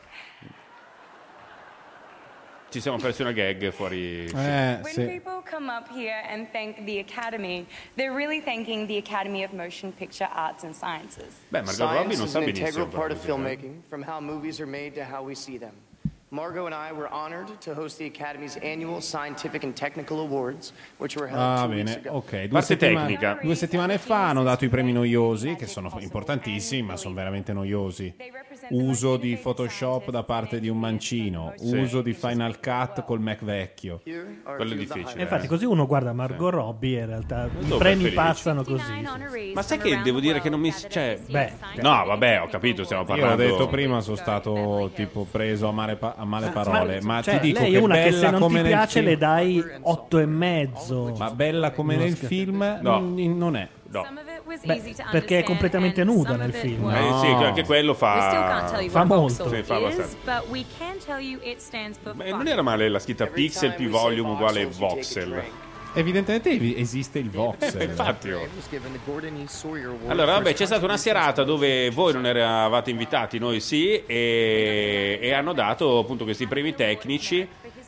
Ci siamo persi una gag fuori. Eh, When sì. people come up here and thank the Academy, they're really thanking the Academy of Motion Picture Arts and Sciences. Beh, Margot Robbie non Science is sa an benissimo. integral part of però, così, eh. filmmaking, from how movies are made to how we see them. Margot and I were honored to host the Academy's annual Scientific and Technical Awards, which were held Ah, two weeks bene, ago. ok. Due Parte settimane, tecnica. due settimane fa hanno dato i premi noiosi, che sono importantissimi, ma sono veramente noiosi. Uso di Photoshop da parte di un mancino, Sì. uso di Final Cut col Mac vecchio. Quello è difficile. E infatti, così uno guarda Margot Robbie. In realtà, i Dove premi felici? passano così. Ma sai che devo dire che non mi. Cioè, Beh, no, vabbè, ho capito, stiamo Io parlando. l'ho detto prima, sono stato tipo preso a male, pa- a male parole, ma, cioè, ti dico lei che è una che bella se non come ti nel piace film, le dai otto e mezzo. ma bella come Non nel scher- film No. non, non è. No. Beh, perché è completamente nuda nel film. Eh, sì, anche quello fa. Fa molto. Sì, fa abbastanza. But we can tell you it stands for Beh, fun. non era male la scritta pixel più volume uguale voxel. Evidentemente evi- esiste il voxel. Eh, infatti, oh. Was given the Gordon E. Sawyer Award Allora, for vabbè, his c'è stata una contributions serata dove voi non eravate invitati, noi sì, e, e hanno dato appunto questi premi tecnici.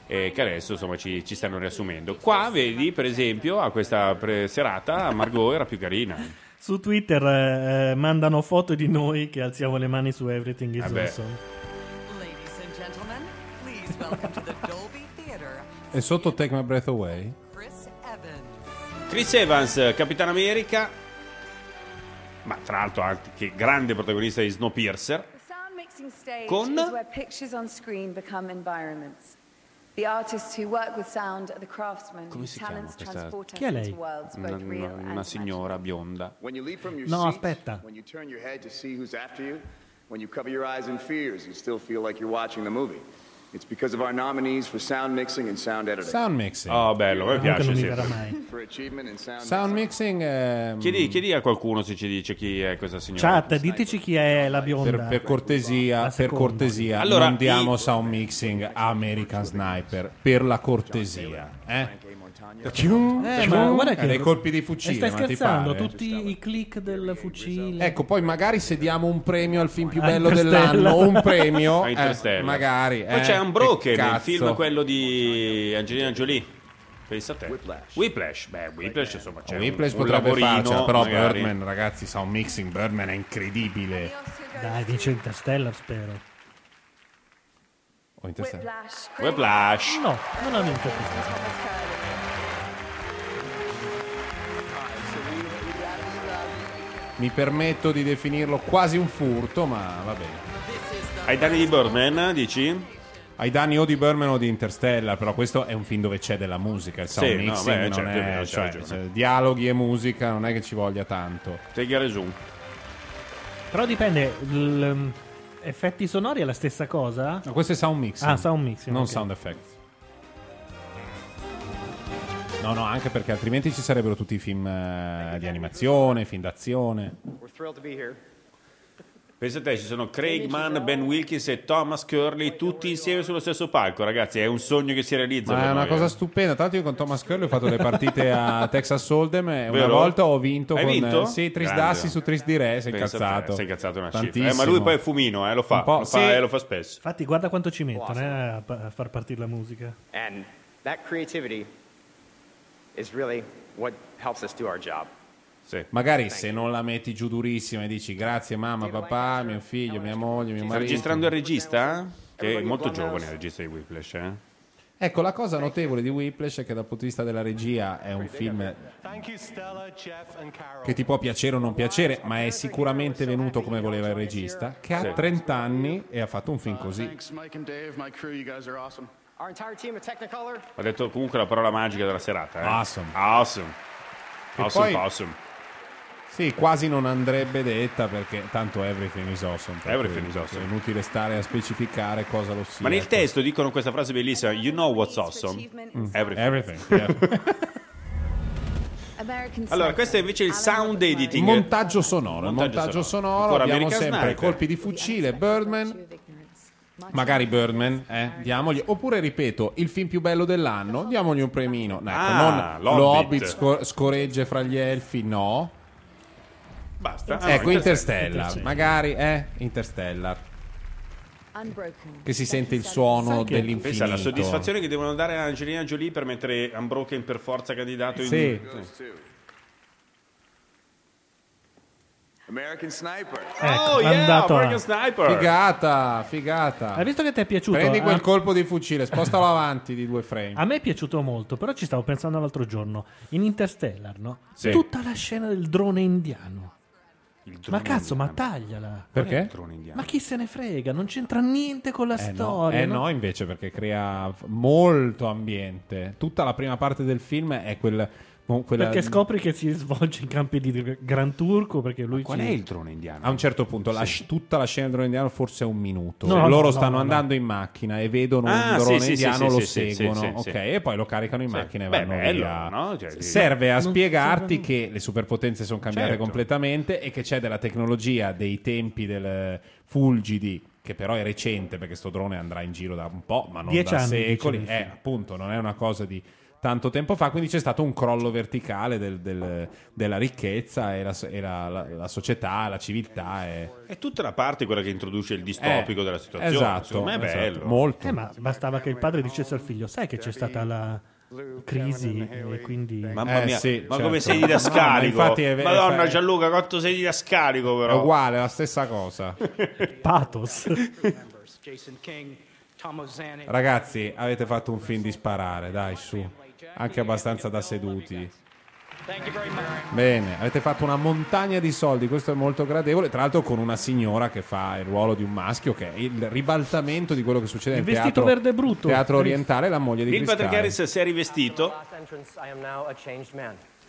eh, che adesso insomma ci, ci stanno riassumendo. Qua vedi per esempio a questa pre- serata Margot era più carina. Su Twitter eh, mandano foto di noi che alziamo le mani su Everything is Vabbè. Awesome. Ladies and gentlemen, please welcome to the Dolby Theater, E sotto Take My Breath Away? Chris Evans. Chris Evans, Capitan America, ma tra l'altro anche grande protagonista di Snowpiercer. The sound mixing stage Con- is where pictures on screen become environments. The artists who work with sound are the craftsmen Come whose si chiama talents questa? transport us Chi è lei? into worlds Una, both real una- and una signora bionda. When you leap from your No, seat, aspetta. when you turn your head to see who's after you, when you cover your eyes in fears, you still feel like you're watching the movie. It's because of our nominees for sound mixing and sound editing. Sound mixing. Oh, bello, a me Comunque piace. non mi Sì. verrà mai. For achievement in sound, Sound mixing ehm, Chiedi, chiedi a qualcuno se ci dice chi è questa signora. Chat, diteci chi è la bionda. per, per cortesia, La per seconda. cortesia Allora, non diamo i- sound mixing a American Sniper, per la cortesia, eh? Eh, ma guarda che dei colpi di fucile, E stai ma ti scherzando? pare? Tutti i click del fucile. Ecco, poi magari se diamo un premio al film più A bello Interstellar. dell'anno, un premio, A eh, Interstellar. magari. Poi eh, c'è Unbroken, che il cazzo. film quello di Angelina Jolie. Pensa a te. Whiplash. Whiplash. Beh, Whiplash insomma c'è Whiplash un, un potrebbe lavorino, farcela, però magari. Birdman, ragazzi, sound mixing Birdman è incredibile. Dai, vince Interstellar, spero. O Interstellar. Whiplash. No, non ha vinto questo. Mi permetto di definirlo quasi un furto, ma va bene. Ai danni di Birdman, dici? Ai danni o di Birdman o di Interstellar, però questo è un film dove c'è della musica, il sound Sì, no, mixing beh, non certo, è è, vero, c'hai cioè, ragione. cioè, dialoghi e musica non è che ci voglia tanto. Take ragione. Però dipende, l- effetti sonori è la stessa cosa? No, questo è sound mixing. Ah, sound mixing, non ok. sound effects. No, no, anche perché altrimenti ci sarebbero tutti i film eh, di animazione, film d'azione. We're thrilled to be here. Pensa a te, ci sono Craig Mann, Ben Wilkins e Thomas Curley tutti insieme sullo stesso palco, ragazzi, è un sogno che si realizza. Ma per è una noi, cosa eh. stupenda. Tra l'altro io con Thomas Curley ho fatto le partite a Texas Hold'em e una Vero? volta ho vinto Hai con vinto? sì, Tris Grande. Dassi su Tris di Re, sei Pensa a te, incazzato. sei incazzato una cifra. Tantissimo. Eh, ma lui poi è fumino, eh, lo fa, Un po', lo, fa sì. eh, lo fa spesso. Infatti guarda quanto ci mettono eh, a, a far partire la musica. And that creativity is really what helps us do our job. Sì. Magari se non la metti giù durissima e dici grazie mamma, papà, mio figlio, mia moglie, mio Sta marito. registrando il regista? Che è molto giovane il regista di Whiplash, eh? Ecco, la cosa notevole di Whiplash è che dal punto di vista della regia è un film che ti può piacere o non piacere, ma è sicuramente venuto come voleva il regista, che ha Sì. trenta anni e ha fatto un film così. Thanks, Mike and Dave, my crew, you guys are awesome. Our entire team at Technicolor. Ho detto comunque la parola magica della serata, eh? Awesome. Awesome. E Awesome, poi- awesome. Sì, quasi non andrebbe detta perché tanto everything is awesome. per Everything cui is awesome. È inutile stare a specificare cosa lo sia. Ma nel ecco. testo dicono questa frase bellissima: You know what's awesome? Mm. Everything. Everything, yeah. Allora, questo è invece il sound editing. Il montaggio sonoro, il Montaggio montaggio sonoro. sonoro, Ancora abbiamo American sempre Sniper. colpi di fucile, Birdman, magari Birdman, eh, diamogli, oppure ripeto, il film più bello dell'anno, diamogli un premino. Ecco, Ah, non l'Hobbit. lo Hobbit sco- scoregge fra gli elfi, no. Basta. Ah, no, Ecco, Interstellar, Interstellar. magari, eh, Interstellar. Che si sente il suono dell'infinito. Pensa alla soddisfazione che devono dare a Angelina Jolie per mettere Unbroken per forza candidato in Sì. American Sniper. Ecco, Oh, yeah, andato a- American Sniper. Figata, figata. Hai visto che ti è piaciuto? Prendi quel Ah, colpo di fucile, spostalo avanti di due frame. A me è piaciuto molto, però ci stavo pensando l'altro giorno. In Interstellar, no? Sì. Tutta la scena del drone indiano. Il Ma cazzo, ma tagliala. Perché? Il drone indiano. Ma chi se ne frega? Non c'entra niente con la Eh no, storia. eh no? no, invece, perché crea f- molto ambiente. Tutta la prima parte del film è quel. mo- quella- Perché scopri che si svolge in campi di Gr- Gran Turco. Perché lui Qual ci... è il drone indiano? A un certo punto, la sc- tutta la scena del drone indiano forse è un minuto. No, no, Loro no, stanno no, no. andando in macchina e vedono Ah, un sì, drone sì, indiano, sì, lo sì, sì, seguono, sì, ok, sì. e poi lo caricano in Sì. macchina e Beh, vanno bello, via. no? Cioè, sì. Serve a Non spiegarti serve- che le superpotenze sono cambiate Certo. completamente e che c'è della tecnologia dei tempi del fulgidi, che però è recente perché sto drone andrà in giro da un po', ma non Dieci da anni, secoli. dice nel Eh, film. appunto, non è una cosa di tanto tempo fa, quindi c'è stato un crollo verticale del- del- della ricchezza e, la, e la- la- la società, la civiltà. E... È tutta la parte quella che introduce il distopico Eh, della situazione. esatto, Secondo me è esatto, bello. molto. Eh, ma bastava che il padre dicesse al figlio: sai che c'è stata la crisi e quindi Mamma Eh, mia, sì, ma certo. come sei No, didascalico? ma infatti è- Madonna è- Gianluca, quanto sei didascalico È però. uguale, è la stessa cosa. pathos. Jason King, Tom Ozanic. Ragazzi, avete fatto un film di sparare, dai, su. Anche abbastanza da seduti. Thank you very much. Bene, avete fatto una montagna di soldi, questo è molto gradevole. Tra l'altro con una signora che fa il ruolo di un maschio, che è il ribaltamento di quello che succede Il nel vestito teatro, verde brutto. teatro orientale, la moglie di Neil Chris Patrick Kyle. Harris si è rivestito. Last entrance, I am now a changed man.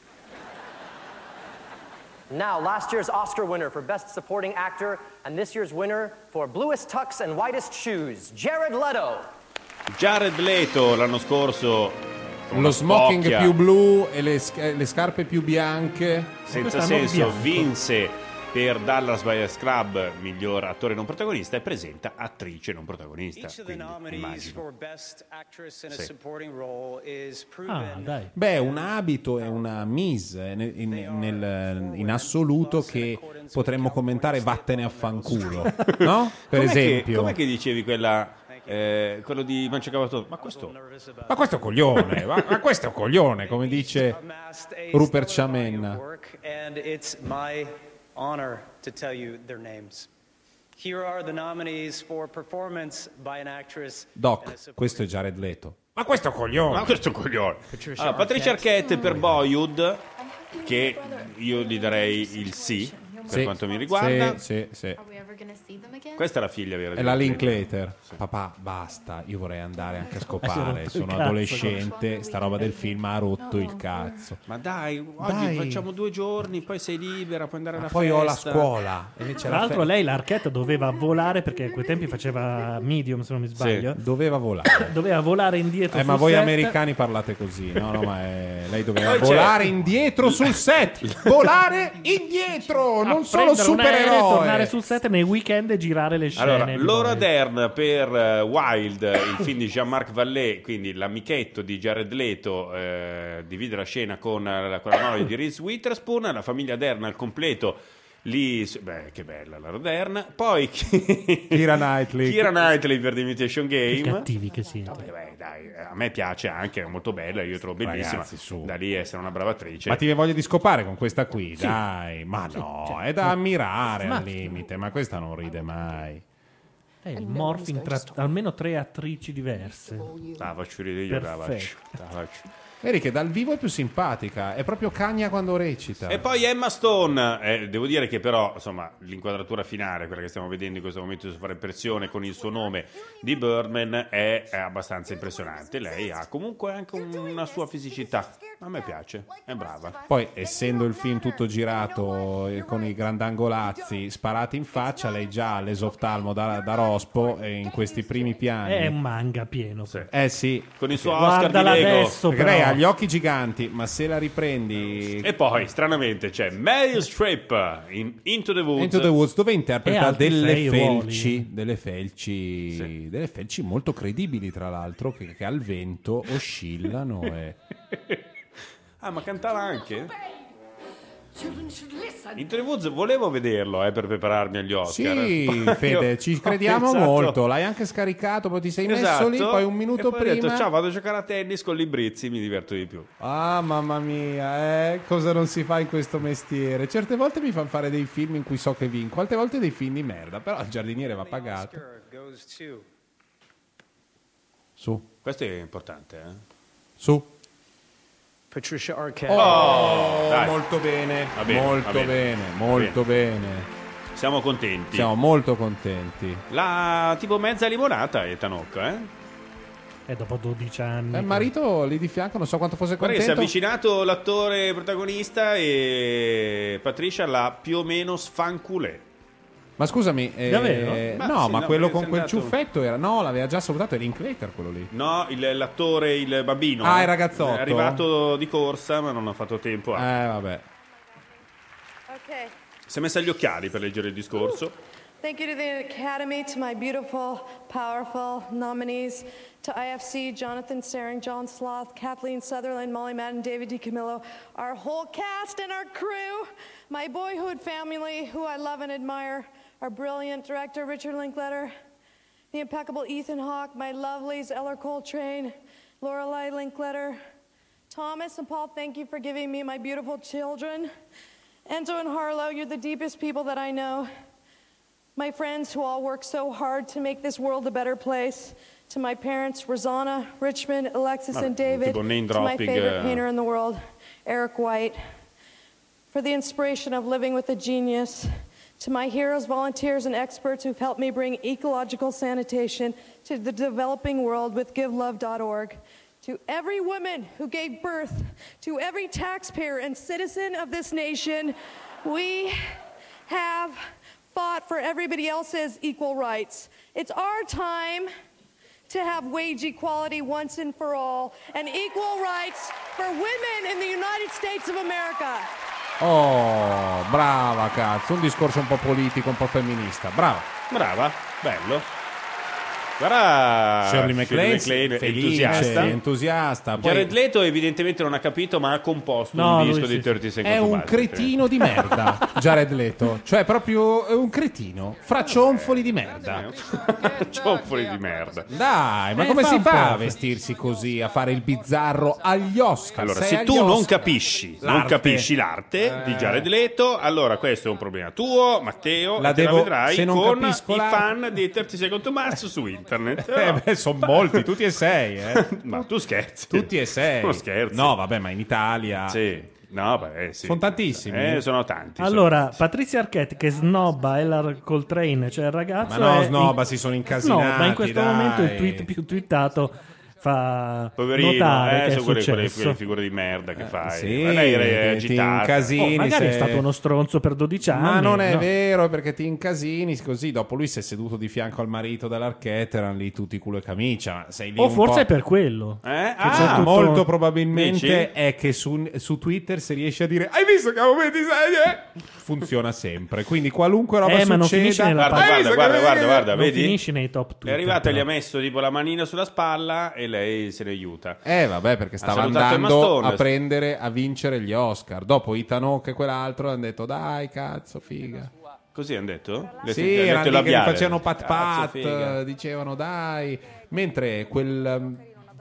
Now, last year's Oscar winner for Best Supporting Actor and this year's winner for Bluest Tux and Whitest Shoes, Jared Leto. Jared Leto l'anno scorso con Lo una smoking spocchia più blu e le, sc- le scarpe più bianche. senza Quest'anno senso bianco. vinse per Dallas Buyers Club miglior attore non protagonista e presenta attrice non protagonista. Each of the Quindi, nominees immagino. for Best Actress in a Sì. Supporting Role is Ah, proven. dai. Beh, un abito e una mise in, in- nel- in assoluto che potremmo commentare vattene a fanculo, no? Per Com'è che- esempio. com'è che dicevi quella eh, quello di Manciacavato? Ma questo Ma questo è un coglione, ma, ma questo è un coglione, come dice Rupert Sciamenna. Work, and it's my honor to tell you their names. Here are the nominees for performance by an actress. Doc, questo è Jared Leto. Ma questo è un coglione. Ma questo è un coglione. Allora, Patricia Arquette per Boyhood, che io gli darei il sì per Sì, quanto mi riguarda. sì, sì, sì. Questa è la figlia vera È di la Linklater. Linklater. Papà, basta, io vorrei andare anche a Si è scopare. rotto il Sono cazzo. adolescente, sta roba del film ha rotto il cazzo. Ma dai, oggi Dai. facciamo due giorni, poi sei libera, puoi andare alla Poi festa. ho la scuola. E invece Tra la l'altro fe- lei l'Arquette doveva volare perché a quei tempi faceva medium se non mi sbaglio. doveva volare. Doveva volare indietro Eh, ma sul voi set. americani parlate così, no? No, ma è- lei doveva Poi c'è- volare indietro sul set. Volare indietro, non A solo prendere un aereo, supereroe. tornare sul set nei weekend e girare le scene. Allora, di Laura Boyle. Dern per eh, Wild, il film di Jean-Marc Vallée, quindi l'amichetto di Jared Leto, eh, divide la scena con eh, con la moglie di Reese Witherspoon, la famiglia Dern al completo. Lì, beh, che bella Laura Dern. Poi Keira Knightley. Keira Knightley per The Imitation Che Game. cattivi che siete. Vabbè, beh, dai, a me piace anche, è molto bella, io trovo bellissima. Ragazzi, su. Da lì essere una brava attrice. Ma ti voglia di scopare con questa qui? Sì. Dai, ma no, cioè, è da ammirare ma- al limite, ma questa non ride mai. Eh, il morphing tra almeno tre attrici diverse. Ah, faccio ridere io, la faccio. Perfetto. la faccio. Vedi che dal vivo è più simpatica, è proprio cagna quando recita. E poi Emma Stone, eh, devo dire che però, insomma, l'inquadratura finale, quella che stiamo vedendo in questo momento su Fare Impressione con il suo nome di Birdman, è, è abbastanza impressionante. Lei ha comunque anche un- una sua fisicità. A me piace, è brava. Poi, essendo il film tutto girato eh, con i grandangolazzi sparati in faccia, lei già ha l'esoftalmo da, da rospo e in questi primi piani. È un manga pieno. Eh sì, Con il suo Oscar di Guardala Lego. adesso, perché però. lei ha gli occhi giganti, ma se la riprendi E poi, stranamente, c'è Meryl Streep in Into the Woods. Into the Woods, dove E interpreta altri delle sei felci, ruoli. delle felci, delle felci molto credibili, tra l'altro, che, che al vento oscillano. E... Ah, ma cantava anche? Into the Woods volevo vederlo eh, per prepararmi agli Oscar. Sì, Poi Fede, io ci ho crediamo pensato- molto. L'hai anche scaricato, poi ti sei messo Esatto. lì, poi un minuto e poi prima. ho detto ciao, vado a giocare a tennis con Librizzi, mi diverto di più. Ah, mamma mia, eh, cosa non si fa in questo mestiere? Certe volte mi fanno fare dei film in cui so che vinco, altre volte dei film di merda, però il giardiniere va pagato. Oscar goes to Su, Questo è importante, eh? su. Patricia Arquette. Oh, Dai. molto bene, Va bene, molto va bene, bene, va molto bene. Siamo contenti. Siamo molto contenti. La tipo mezza limonata è Tanocca, eh? E dopo dodici anni. Eh, il marito lì di fianco, non so quanto fosse Guarda che si è contento. avvicinato l'attore protagonista e Patricia l'ha più o meno sfanculè. Ma scusami, eh, Davvero? Ma no, sì, ma no, quello perché con sei quel andato- ciuffetto era, no, l'aveva già salutato, è Linklater quello lì. No, il- l'attore, il bambino. Ah, il ragazzotto. È arrivato di corsa, ma non ha fatto tempo. a- Eh, vabbè. Si è messa gli occhiali per leggere il discorso. Thank you to the Academy, to my beautiful, powerful nominees, to I F C, Jonathan Saring, John Sloth, Kathleen Sutherland, Molly Madden, David DiCamillo, our whole cast and our crew, my boyhood family, who I love and admire, our brilliant director, Richard Linkletter, the impeccable Ethan Hawke, my lovelies, Eller Coltrane, Lorelei Linkletter, Thomas and Paul, thank you for giving me my beautiful children. Enzo and Harlow, you're the deepest people that I know. My friends who all work so hard to make this world a better place. To my parents, Rosanna, Richmond, Alexis, and David. To my favorite painter in the world, Eric White. For the inspiration of living with a genius. To my heroes, volunteers, and experts who've helped me bring ecological sanitation to the developing world with give love dot org. To every woman who gave birth, to every taxpayer and citizen of this nation, we have fought for everybody else's equal rights. It's our time to have wage equality once and for all, and equal rights for women in the United States of America. Oh, brava cazzo, un discorso un po' politico, un po' femminista. Brava. Brava, bello. Guarda Shirley MacLaine, MacLaine, felice, entusiasta. entusiasta. Poi Jared Leto evidentemente non ha capito, ma ha composto No, un lui disco sì. di trenta Seconds È to un Mars, cretino di merda, Jared Leto. Cioè, proprio è un cretino. Fraccionfoli di merda. Cionfoli di merda. Dai, ma Eh, come fa si un fa po'. a vestirsi così, a fare il bizzarro agli Oscar? Allora, Sei se agli tu non Oscar. capisci, non L'arte. capisci l'arte Eh. di Jared Leto, allora questo è un problema tuo, Matteo, La e te devo- la vedrai se non con capisco i l'arte- fan di trenta Seconds to Mars su internet. Eh, beh, sono molti, tutti e sei, eh. Ma tu scherzi. Tutti e sei. Non scherzi. No, vabbè, ma in Italia. Sì. No, beh, sì. Sono tantissimi. Eh, sono tanti. Allora, Patrizia Arquette che snobba Eller Coltrane, cioè il ragazzo. Ma no, è snobba, in- si sono incasinati, No, ma in questo dai. momento il tweet più twittato fa Poverino, notare eh, che è sono quelle, quelle, successo. quelle figure di merda che fai. sì, Ma lei ti- è ti agitata. incasini, Oh, magari è se- stato uno stronzo per dodici anni. Ma non è no? vero, perché ti incasini così. Dopo lui si è seduto di fianco al marito dell'Arquette, erano lì tutti culo e camicia. Ma sei lì O un forse po'. è per quello. Eh? Che Ah, c'è tutto- molto probabilmente Dici? è che su, su Twitter se riesci a dire hai visto che avevo ventisei? Funziona sempre. Quindi qualunque roba Eh, ma non succeda, finisce nella Guarda, Hai guarda, visto guarda, che- guarda, guarda, Non vedi? finisci nei top È Twitter. arrivata e gli però. ha messo tipo la manina sulla spalla e lei se ne aiuta. Eh vabbè, perché stava salutato andando Emma Stone. a prendere, a vincere gli Oscar. Dopo Ethan Hawke e quell'altro hanno detto dai cazzo, figa. Così hanno detto? Le- Sì, le- le- erano le- lì che gli labiale. facevano pat Cazzo, pat, figa. dicevano dai. Mentre quel um,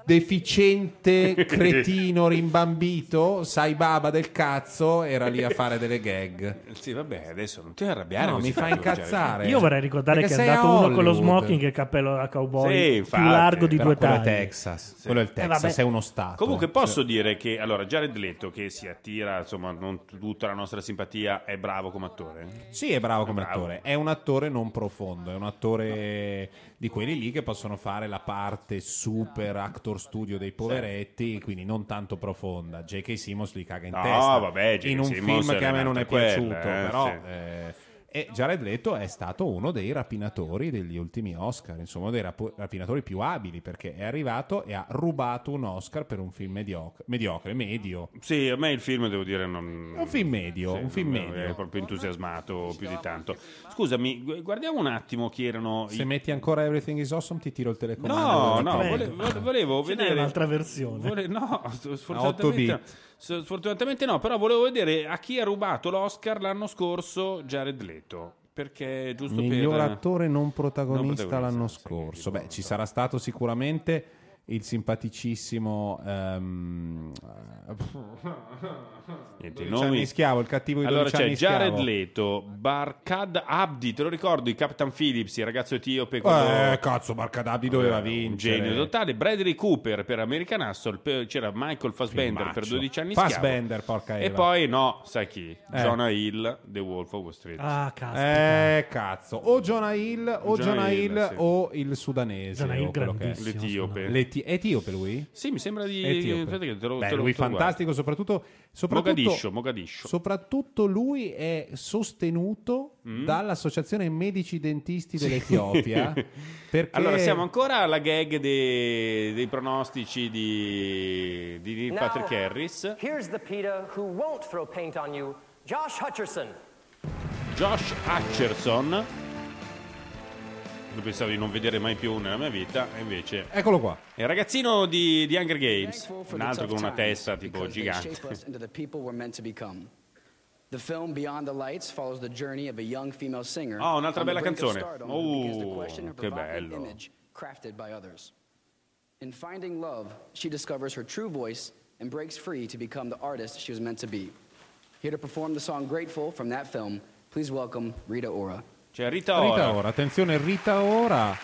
deficiente cretino rimbambito, sai baba del cazzo, era lì a fare delle gag. Sì, vabbè, adesso non ti arrabbiare. No, così mi fa tanto, incazzare. Io vorrei ricordare Perché che è sei andato a uno con lo Hollywood. smoking e il cappello da cowboy Sì, più infatti, largo di Però due quello è tagli. Texas, quello è il Texas, vabbè. è uno stato. Comunque posso dire che allora Jared Leto, che si attira insomma non tutta la nostra simpatia, è bravo come attore. Sì, è bravo come bravo. attore. È un attore non profondo, è un attore di quelli lì che possono fare la parte super actor studio dei poveretti, quindi non tanto profonda. J K. Simmons li caga in No, testa. vabbè, J K. in un Simmons film che a me è non è un'altra piaciuto, quella, eh, però sì. eh, e Jared Leto è stato uno dei rapinatori degli ultimi Oscar, insomma, uno dei rap- rapinatori più abili, perché è arrivato e ha rubato un Oscar per un film mediocre, mediocre medio. Sì, a me il film devo dire non... Un film medio, Sì, un film non mi medio. è proprio entusiasmato più di tanto. Scusami, gu- guardiamo un attimo chi erano Se i... metti ancora Everything is Awesome ti tiro il telecomando. No, del no, replay. volevo, volevo Ce n'è vedere un'altra versione. Vole- no, otto sfortunatamente, bit. sfortunatamente no, però volevo vedere a chi ha rubato l'Oscar l'anno scorso Jared Leto. Perché giusto Miglior per attore non protagonista, non protagonista, l'anno sì, scorso. tipo, Beh, ci sarà stato sicuramente il simpaticissimo ehm, Niente, i dodici nomi- anni schiavo, il cattivo di Allora dodici c'è anni Jared schiavo. Leto, Barkad Abdi, te lo ricordi? Captain Phillips, il ragazzo etiope. quando- Eh, cazzo, Barcadabdi doveva Eh, vincere. Un genio totale. Bradley Cooper per American Hustle, per- c'era Michael Fassbender Filmaccio. per dodici anni Fassbender, schiavo. porca E Eva. poi no, sai chi? Eh. Jonah Hill, The Wolf of Wall Street. Ah, caspita. Eh, cazzo. O Jonah Hill, o Jonah Jonah Hill, Hill, sì. o il sudanese. Jonah Hill o quello che è. grandissimo. L'etiope. L'eti- è etiope lui? Sì, mi sembra di... Etiope. aspetta che te lo- Beh, te lo- lui te lo guardo. fantastico, soprattutto, soprattutto Mogadiscio, Mogadiscio. Soprattutto lui è sostenuto Mm. dall'Associazione Medici Dentisti dell'Etiopia. Perché Allora, siamo ancora alla gag dei, dei pronostici di, di Neil Now, Patrick Harris. Here's the PETA who won't throw paint on you, Josh Hutcherson. Josh Hutcherson, pensavo di non vedere mai più nella mia vita, e invece Eccolo qua. è il ragazzino di, di Hunger Games, un altro con una testa tipo gigante. Into the people we're meant to become. The film Beyond the Lights follows the journey of a young female singer. Oh, un'altra on the bella brink of canzone. stardom Oh, who begins to question her che provocative bello. image crafted by others. In finding love, she discovers her true voice and breaks free to become the artist she was meant to be. Here to perform the song Grateful from that film, please welcome Rita Ora. C'è Rita Ora. Rita Ora, attenzione, Rita Ora.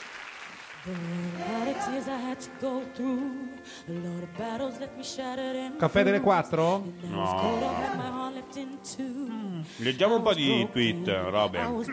Caffè delle quattro? No. Leggiamo un po' di tweet, Robin.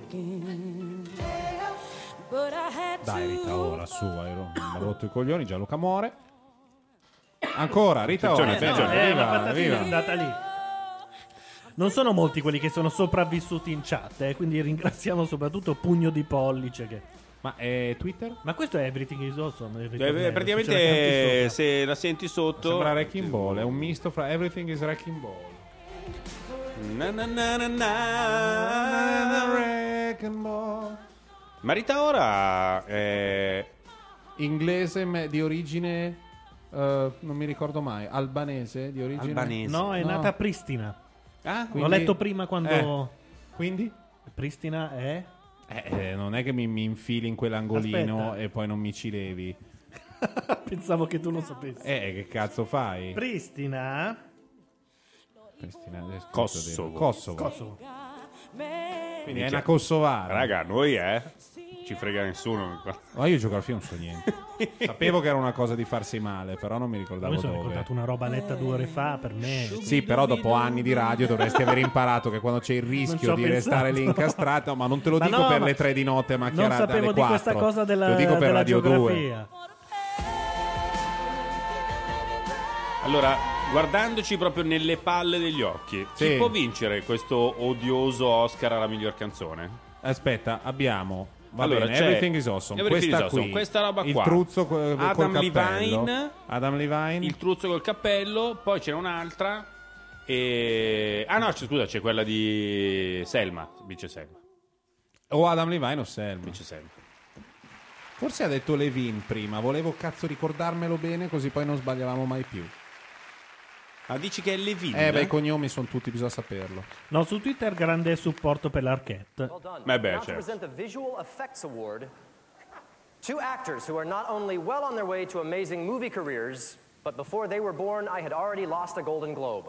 Dai, Rita Ora, su, hai ro- mi ha rotto i coglioni, Gianluca muore. Ancora, Rita Ora, Attenzione, attenzione, Eh, viva, la patatina viva. è andata lì. Non sono molti quelli che sono sopravvissuti in chat, eh, quindi ringraziamo soprattutto Pugno di Pollice. Che... Ma è Twitter? Ma questo è Everything is Awesome. il Eh, ritornello, se ce la praticamente canti sopra. se la senti sotto Sembra Wrecking Ball, è un misto fra Everything is Wrecking Ball. Na na na na na. Wrecking Ball. Ma Rita Ora è Inglese me- di origine eh, non mi ricordo mai, albanese di origine Albanese. No, è nata a Pristina. Ah, L'ho quindi- letto prima quando... Eh, quindi? Pristina è... Eh, eh, non è che mi, mi infili in quell'angolino Aspetta. e poi non mi ci levi. Pensavo che tu lo sapessi. Eh, che cazzo fai? Pristina... Pristina, è scritto Kosovo. dentro. Kosovo. Kosovo. Quindi è una kosovara. Raga, noi eh ci frega nessuno. Ma io geografia non so niente. Sapevo che era una cosa di farsi male, però non mi ricordavo Mi sono dove. ricordato una roba letta due ore fa per me. Sì, però dopo anni di radio dovresti aver imparato che quando c'è il Non rischio ci ho di pensato. restare lì incastrato, no, ma non te lo Ma dico no, per ma le tre di notte non macchiarate alle sapevo di quattro. questa cosa della, Te lo dico per della Radio due. geografia. Allora, guardandoci proprio nelle palle degli occhi, Sì. chi può vincere questo odioso Oscar alla miglior canzone? Aspetta, abbiamo va Allora, bene, c'è Everything is Awesome. Everything Questa is Awesome, qui, questa roba il qua. truzzo co- col Adam cappello. Levine, Adam Levine. il truzzo col cappello, poi c'è un'altra e... Ah no, c'è- scusa, c'è quella di Selma, vince Selma. O Adam Levine o Selma. Vince Selma. Forse ha detto Levine prima, volevo cazzo ricordarmelo bene così poi non sbagliavamo mai più. Ah, dici che è Levine? Eh beh, i cognomi sono tutti, bisogna saperlo. No, su Twitter grande supporto per l'Arquette. Well done. Beh, beh, now to certo. present the Visual Effects Award, two actors who are not only well on their way to amazing movie careers, but before they were born, I had already lost a Golden Globe.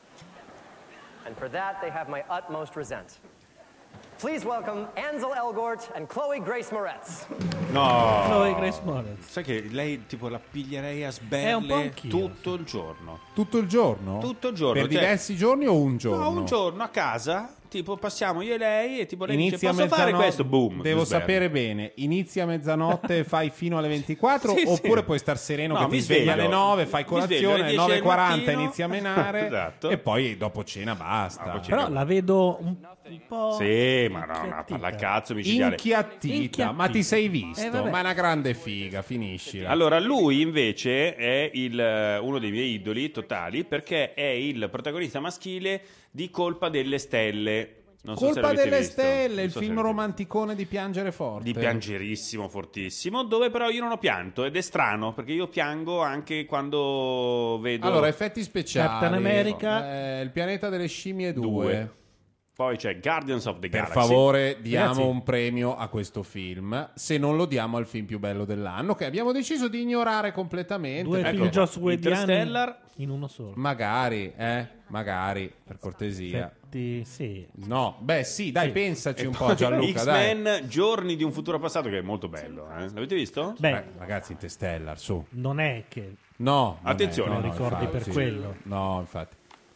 And for that, they have my utmost resent. Please welcome Ansel Elgort and Chloe Grace Moretz. No. Chloe Grace Moretz. Sai che lei tipo la piglierei a È un po' sberle anch'io, tutto il giorno. Tutto il giorno? Tutto il giorno. Per cioè- diversi giorni o un giorno? No, un giorno a casa, tipo passiamo io e lei e tipo lei Inizia a dice posso fare mezzanotte, questo? Boom. devo sberle. sapere bene, inizia a mezzanotte e fai fino alle ventiquattro Sì, sì. oppure puoi star sereno No, che mi ti svegli sveglio. alle nove, fai Mi sveglio alle colazione, alle dieci nove e del quaranta mattino. inizi a menare Esatto. e poi dopo cena basta. Dopo cena. Però la vedo un, un po'... Sì, ma no, no, parla cazzo micidiale. Inchiattita, Inchiattita. ma ti sei visto? Eh, vabbè. ma è una grande figa, finiscila. Allora, lui invece è il, eh, uno dei miei idoli totali perché è il protagonista maschile di Colpa delle Stelle. Non so se Colpa l'avete delle visto. stelle, Non il so se film l'avete romanticone di piangere forte. Di piangerissimo, fortissimo, dove però io non ho pianto ed è strano perché io piango anche quando vedo Allora, effetti speciali. Captain America. Eh, il pianeta delle scimmie due. due. Poi c'è Guardians of the Per Galaxy. favore, diamo Ragazzi. un premio a questo film. Se non lo diamo al film più bello dell'anno, che abbiamo deciso di ignorare completamente. Due perché- film Joss Whedoniani Interstellar. in uno solo. Magari, eh, magari, per cortesia. Effetti, sì. No, beh, sì, dai, pensaci E un poi po', Gianluca, dai. X-Men Giorni di un futuro passato che è molto bello, eh? L'avete visto? Beh, Eh, ragazzi, Interstellar, su. non è che... No, non Attenzione. è, no, Lo no, ricordi infatti, per sì. quello. No, infatti.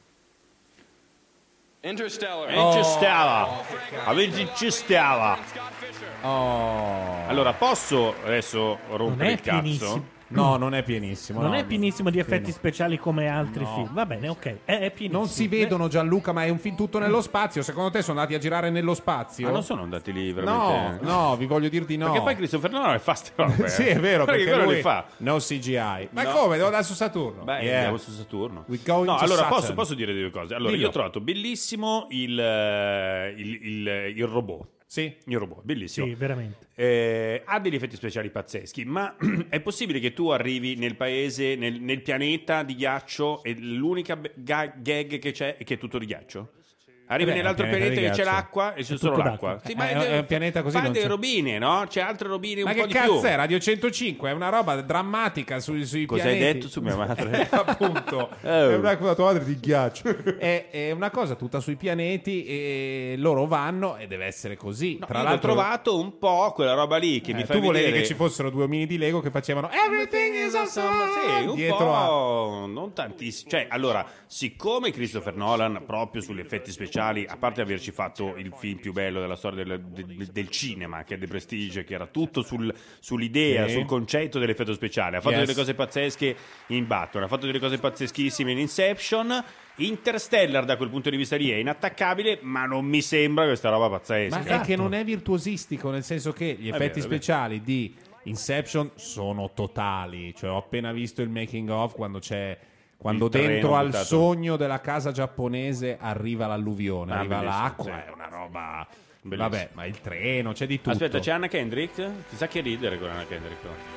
Interstellar. E ci stava. Avete ci stava. Oh. Allora, posso adesso rompere è il cazzo? pienissimo. No, non è pienissimo. Non no, è pienissimo di effetti pieno. speciali come altri No. film. Va bene, ok. È, è pienissimo. Non si vedono, Gianluca, ma è un film tutto nello spazio. Secondo te sono andati a girare nello spazio? Ma non sono andati lì No, veramente. no, vi voglio dir di no. Perché poi Christopher Nolan fa ste robe. Sì, è vero, perché, perché quello lui li fa. no C G I. Ma No. come? Devo andare su Saturno. Beh, Yeah. andiamo su Saturno. We going No, to allora Saturn. posso, posso dire due cose. Allora, Dillo. io ho trovato bellissimo il, eh, il, il, il robot. Sì, il robot, bellissimo. Sì, veramente. Eh, ha degli effetti speciali pazzeschi, ma è possibile che tu arrivi nel paese, nel, nel pianeta di ghiaccio e l'unica be- ga- gag che c'è è che è tutto di ghiaccio? Arrivi Eh beh, nell'altro è un pianeta pianeta di e c'è ghiaccio. l'acqua e c'è È solo tutto l'acqua. d'acqua. Sì, Eh, ma è- è un pianeta così, Fai non delle c'è- robine, no? C'è altre robine un Ma po' che di cazzo più. è? Radio centocinque è una roba drammatica sui, sui Cosa pianeti. hai detto su mia madre? Appunto, è una cosa tua madre di ghiaccio. è, è una cosa tutta sui pianeti e loro vanno e deve essere così. No, Tra io l'altro ho trovato un po' quella roba lì che eh, mi fa tu volevi vedere... che ci fossero due omini di Lego che facevano Everything is awesome Sì, un dietro po', non tantissimo. Cioè, allora, siccome Christopher Nolan, proprio sugli effetti speciali, a parte averci fatto il film più bello della storia del, del- del cinema, che è The Prestige, che era tutto sul- sull'idea, Sì. sul concetto dell'effetto speciale, ha fatto Yes. delle cose pazzesche in Batman, ha fatto delle cose pazzeschissime in Inception. Interstellar, da quel punto di vista lì, è inattaccabile, ma non mi sembra questa roba pazzesca. Ma è che non è virtuosistico, nel senso che gli È effetti vero, è vero. speciali di Inception sono totali. Cioè, ho appena visto il making of quando c'è. Quando Il treno dentro al buttato. sogno della casa giapponese arriva l'alluvione, Ah, arriva bellissimo, l'acqua, sì. è una roba. Bellissimo. Vabbè, ma il treno, c'è di tutto. Aspetta, c'è Anna Kendrick? Chissà che ridere con Anna Kendrick.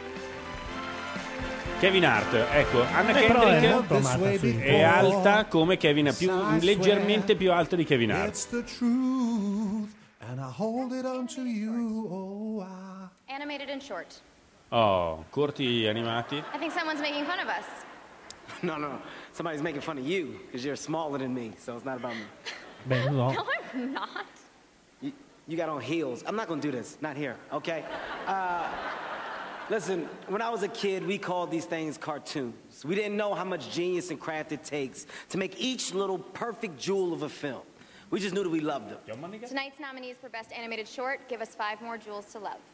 Kevin Hart, ecco, Anna Eh, però Kendrick è molto amata su è alta come Kevin Hart, più, leggermente più alta di Kevin Hart. It's the truth, and I hold it on to you. Oh, I... Animated and short. Oh, corti animati. I think someone's making fun of us. No, no, somebody's making fun of you because you're smaller than me, so it's not about me. Beh, no. No, I'm not. You, you got on heels. I'm not gonna do this. Not here, okay? Uh, listen, when I was a kid, we called these things cartoons. We didn't know how much genius and craft it takes to make each little perfect jewel of a film. We just knew that we loved them. Tonight's nominees for Best Animated Short give us five more jewels to love.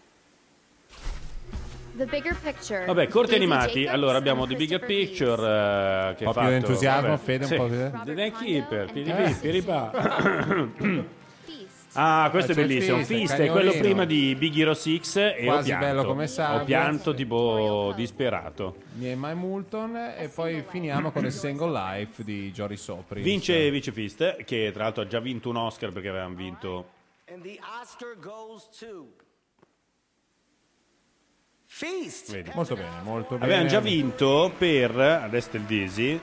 The Bigger Picture. Vabbè, corti Daisy animati. Jacobs Allora abbiamo and The Bigger Christopher Picture eh, che Un po' ha più di fatto- entusiasmo, vabbè, Fede, un sì. po' più- The Keeper, piripi, Eh. piripa. Ah, questo è C'è il bellissimo. Feast, il Feast è quello cagnolino. prima di Big Hero sei e ho Quasi pianto. bello come sabbia. Ho pianto tipo disperato. Mi Mai Moulton e poi finiamo con il Single Life di Jory Sopri. Vince, vince Feast, che tra l'altro ha già vinto un Oscar perché avevano vinto. And the Oscar goes to Feast. Vedi. Molto bene, molto bene. Avevano già vinto per adesso il Desi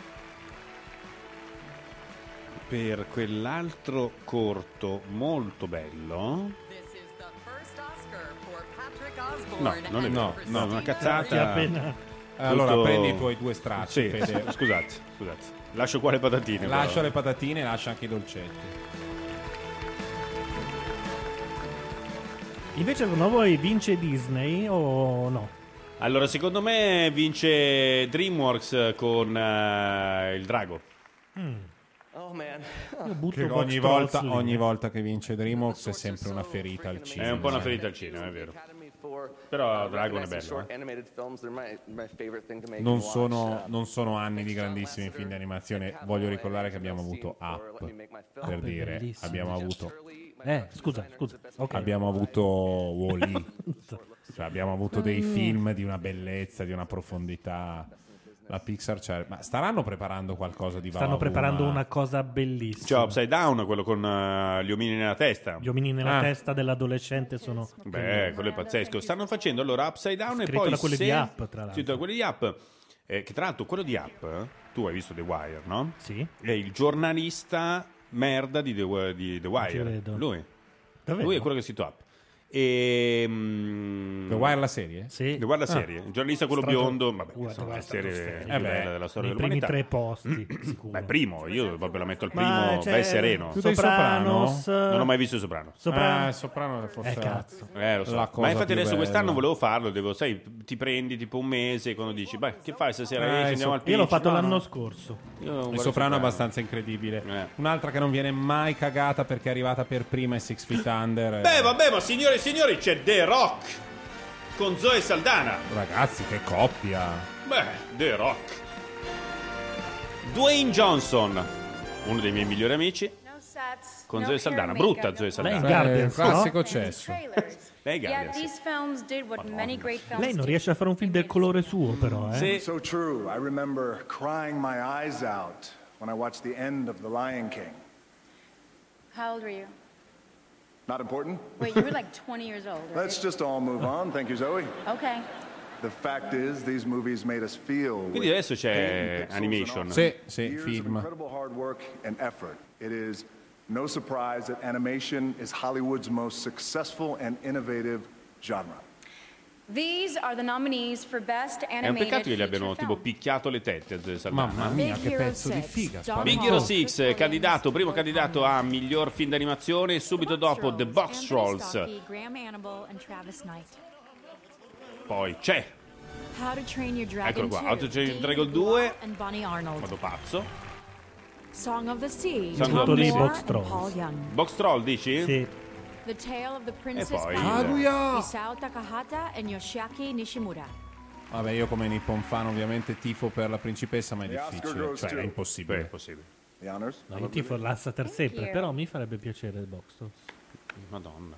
per quell'altro corto molto bello. No, non è No, no, no. una cazzata. Ti ha appena- Allora Tutto- prendi i tuoi due stracci, Sì, Fede. scusate, scusate. Lascio qua le patatine. Lascia però. le patatine e lascia anche i dolcetti. Invece secondo voi vince Disney o no? Allora, secondo me vince DreamWorks con eh, il drago. Oh man. Io butto Che Box ogni Trolls volta, lì. ogni volta che vince DreamWorks è sempre una ferita al cinema. È un po' una ferita al cinema, è vero. Però Dragon è bello. eh. Non sono, non sono anni di grandissimi film di animazione. Voglio ricordare che abbiamo avuto Up, per Up è dire, bellissimo. abbiamo avuto Eh, scusa, scusa. Ok. abbiamo avuto Wall-E. Cioè, abbiamo avuto dei film di una bellezza, di una profondità. La Pixar c'è, ma staranno preparando qualcosa di Stanno Vavavoom? preparando una cosa bellissima. C'è Upside Down, quello con eh, gli omini nella testa. Gli omini nella Ah. testa dell'adolescente sono... Beh, quello è pazzesco. Stanno facendo allora Upside Down e Scritto poi da quelli se- di Up, tra l'altro. Scritto da quelli di Up. Eh, che tra l'altro quello di Up, eh, tu hai visto The Wire, no? Sì. È il giornalista merda di The, di The Wire. ci vedo. Lui. Davvero? Lui è quello che si Up. E, mm, The Wire la serie? Sì. The Wire la Ah. serie. Il giornalista quello Strato- biondo, vabbè, Guarda, insomma, la guarda, serie strato più stretto. bella della storia Nei primi dell'umanità. tre posti, sicuro. Beh, primo, io proprio la metto al Ma primo, c'è beh, sereno. Tu dei Sopranos. Non ho mai visto i Soprano. Soprano. Ah, Soprano forse Eh, cazzo. Eh, lo so. la cosa Ma infatti più adesso bella. quest'anno volevo farlo, devo, sai, ti prendi tipo un mese quando dici, beh, che fai stasera? Eh, Esci, andiamo so- al Io l'ho pitch?" fatto No, l'anno no. scorso. Io non Il guardo Soprano è abbastanza incredibile. Eh. Un'altra che non viene mai cagata perché è arrivata per prima è Six Feet Under. Beh, vabbè, ma signori e signori, c'è The Rock con Zoe Saldana. Ragazzi, che coppia. Beh, The Rock. Dwayne Johnson, uno dei miei migliori amici, con Zoe Saldana. Brutta Zoe Saldana. Lei in Guardians, Eh, classico no? cesso. Lei Yeah, Guardians. these films did what many great films Lei non do. riesce a fare un film del colore suo, però, eh? So true. I remember crying my eyes out when I watched the end of The Lion King. How old were you? Not important? Wait, you were like twenty years old, right? Let's just all move on. Thank you, Zoe. Okay. The fact is, these movies made us feel. Quindi adesso c'è animation. Sì, sì, Years of film. incredible hard work and effort. It is no surprise that animation is Hollywood's most successful and innovative genre. These are the nominees for Best È un Animated peccato che gli Feature abbiano Film. tipo picchiato le tette a Zoe Saldana. Mamma mia, Big che Hero pezzo di six, figa. Don Big Hall, Hero Chris sei, Williams, candidato, primo candidato a miglior film d'animazione, subito dopo The Box Trolls. Stocky, Graham Annable, and Travis Knight. Poi c'è, How to Train Your Dragon eccolo qua, two, How to Train Your David Dragon Blau due, and Bonnie Arnold. vado pazzo. Song of the Sea, Song Tom of the Moore Sea. and Box Trolls. Paul Young. Box Troll dici? Sì. The Tale of the Princess poi- Kaguya, Isao Takahata and Yoshiaki Nishimura. Vabbè, io come Nippon fan ovviamente tifo per la principessa, ma è The Oscar difficile, goes cioè to- è impossibile. Beh, è possibile. The honors? No, io tifo l'Assater sempre, però mi farebbe piacere il Box Trolls. Madonna.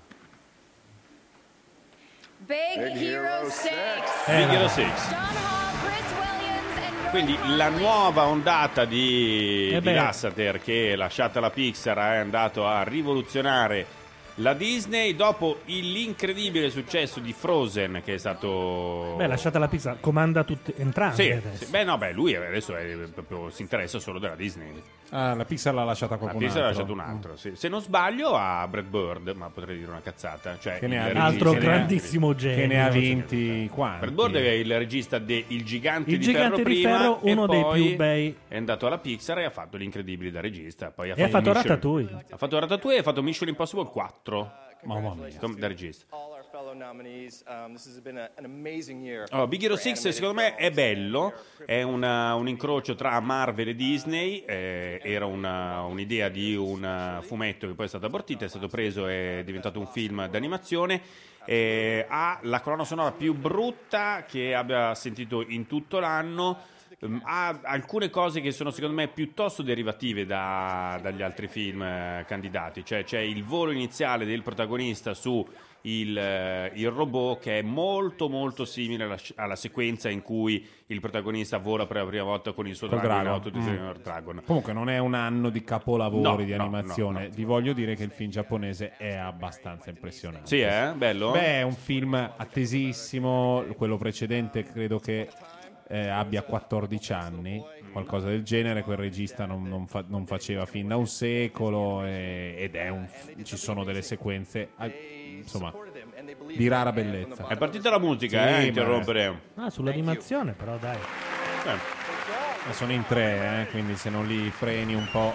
Big, Big Hero Hero six. Eh, Big Hero no. sei. Don Hall, Chris Williams, and Roy Quindi Hargrave. la nuova ondata di, Eh di beh. Lasseter, che lasciata la Pixar è andato a rivoluzionare la Disney dopo l'incredibile successo di Frozen, che è stato Beh, lasciata la pizza, comanda tutti, entrambi sì, adesso. sì. Beh no, beh, lui adesso è proprio, si interessa solo della Disney. Ah, la Pixar l'ha lasciata La qualcun Pixar ha altro. lasciato un altro, sì. Se non sbaglio a Brad Bird, ma potrei dire una cazzata, cioè Che ne ha il vinti- Altro che ne ha- grandissimo genio. Che ne ha vinti quanti? Brad Bird è il regista di Il Gigante Il di Gigante Ferro di prima, Ferro, e uno dei poi più bei. è andato alla Pixar e ha fatto l'incredibile da regista. Poi ha E ha fatto Mission- Ratatouille. Ha fatto Ratatouille e ha fatto Mission Impossible quattro. Mamma mia. Com- Da regista. All our fellow nominees. Um, this has been a, an amazing year. Allora, Big Hero for sei animated secondo me è films. bello, è una- un incrocio tra Marvel e Disney, eh, era una- un'idea di un eh, fumetto che poi è stato abortito, è stato preso e è diventato un film d'animazione, eh, ha la colonna sonora più brutta che abbia sentito in tutto l'anno. Um, ha alcune cose che sono secondo me piuttosto derivative da- dagli altri film eh, candidati, cioè c'è il volo iniziale del protagonista su il, eh, il robot, che è molto molto simile alla, alla sequenza in cui il protagonista vola per la prima volta con il suo Col drago, drago. no? Tutti Mm. insieme al Dragon. Comunque non è un anno di capolavori No, di no, animazione. no, no. Vi voglio dire che il film giapponese è abbastanza impressionante. Sì, eh? Bello? Beh, è un film attesissimo. Quello precedente credo che eh, abbia quattordici anni, qualcosa del genere. Quel regista non, non fa- non faceva fin da un secolo e- ed è un f- ci sono delle sequenze eh, insomma di rara bellezza. È partita la musica, Sì, eh, ma- interrompere. Ah, sull'animazione però, dai. Ma sono in tre, eh, quindi se non li freni un po'.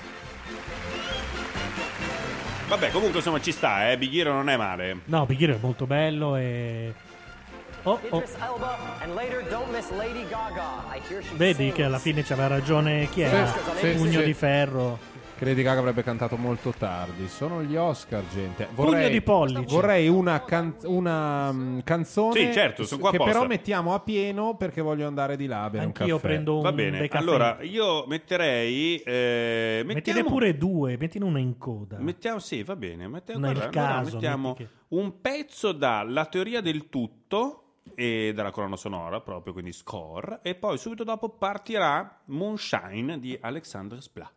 Vabbè, comunque insomma ci sta, eh? Big Hero non è male. No, Big Hero è molto bello e... Oh, oh. Idris Elba, and later don't miss Lady Gaga. I hear she Vedi sings. che alla fine c'aveva ragione chi era? Sì, sì, Pugno sì. di ferro. Che Lady Gaga avrebbe cantato molto tardi. Sono gli Oscar, gente. Pugno di pollice. Vorrei una, can- una mm, canzone Sì, certo, sono qua che apposta. però mettiamo a pieno perché voglio andare di là a bere un Anch'io caffè. prendo un Va bene, decaffè. allora io metterei. Eh, Mettine mettiamo, pure due, mettine una in coda. mettiamo, sì, va bene. Mettiamo, Non è guarda, il allora caso, mettiamo metti che- un pezzo da La teoria del tutto e dalla colonna sonora, proprio quindi score. E poi subito dopo partirà Moonshine di Alexander Splat.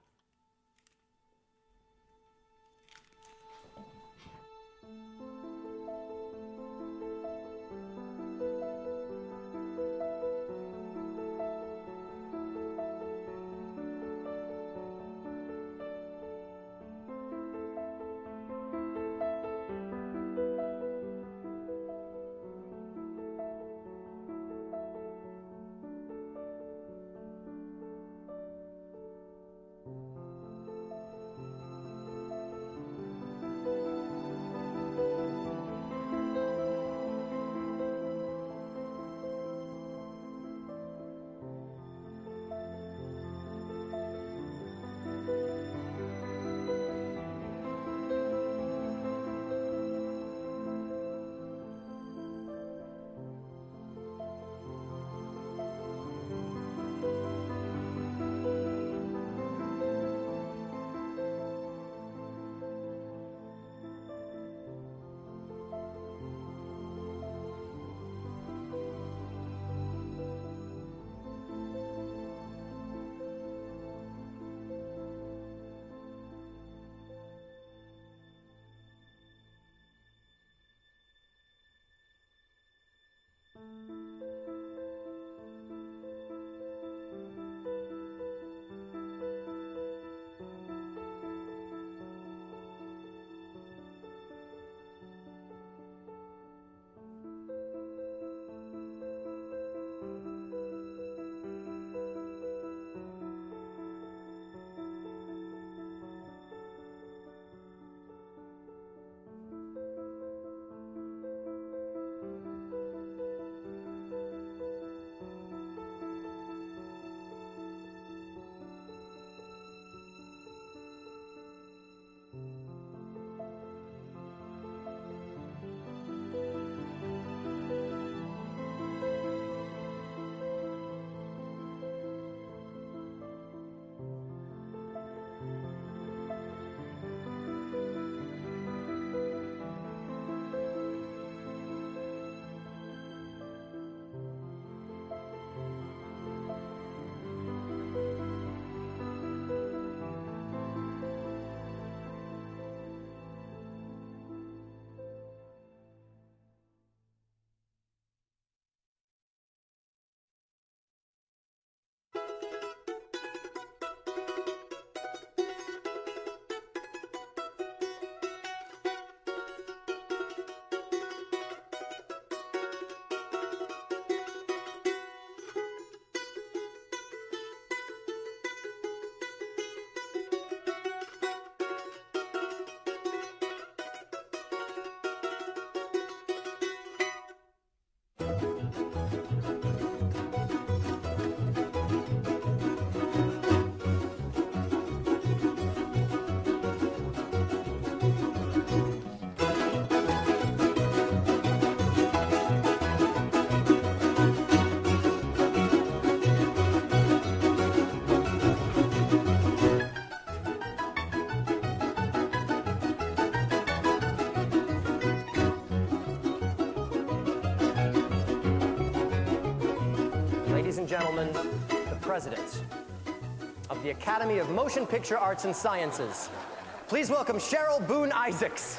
Ladies and gentlemen, the president of the Academy of Motion Picture Arts and Sciences. Please welcome Cheryl Boone Isaacs.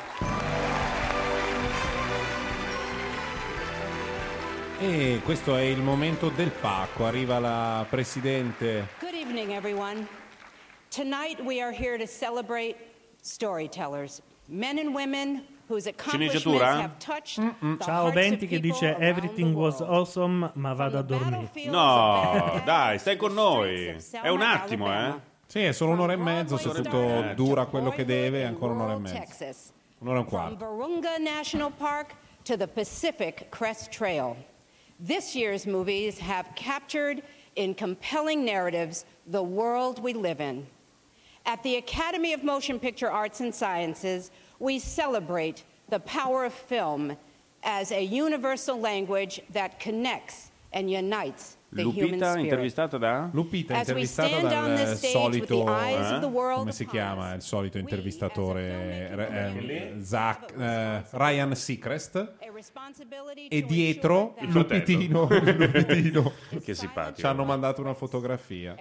E questo è il momento del pacco, arriva la presidente. Good evening, everyone. Tonight we are here to celebrate storytellers, men and women whose accomplishments Sceneggiatura? have touched Mm-mm. the Ciao hearts Benti of che people dice around everything the was world. awesome ma vado a dormire. No, dai, stai con noi. È un attimo, eh. Sì, è solo un'ora e mezzo, se tutto dura quello che deve, è ancora un'ora e mezza. Texas. Un'ora e un From quarto. Virunga National Park to the Pacific Crest Trail. This year's movies have captured in compelling narratives the world we live in. At the Academy of Motion Picture Arts and Sciences, we celebrate the power of film as a universal language that connects and unites the human Lupita spirit. intervistata da? Lupita As we intervistata stand on dal this stage with the solito, eyes of the world come si chiama il solito intervistatore, eh, Zach, eh, Ryan Seacrest, e dietro Il Lupitino, Lupitino. Che simpatico. Ci hanno mandato una fotografia.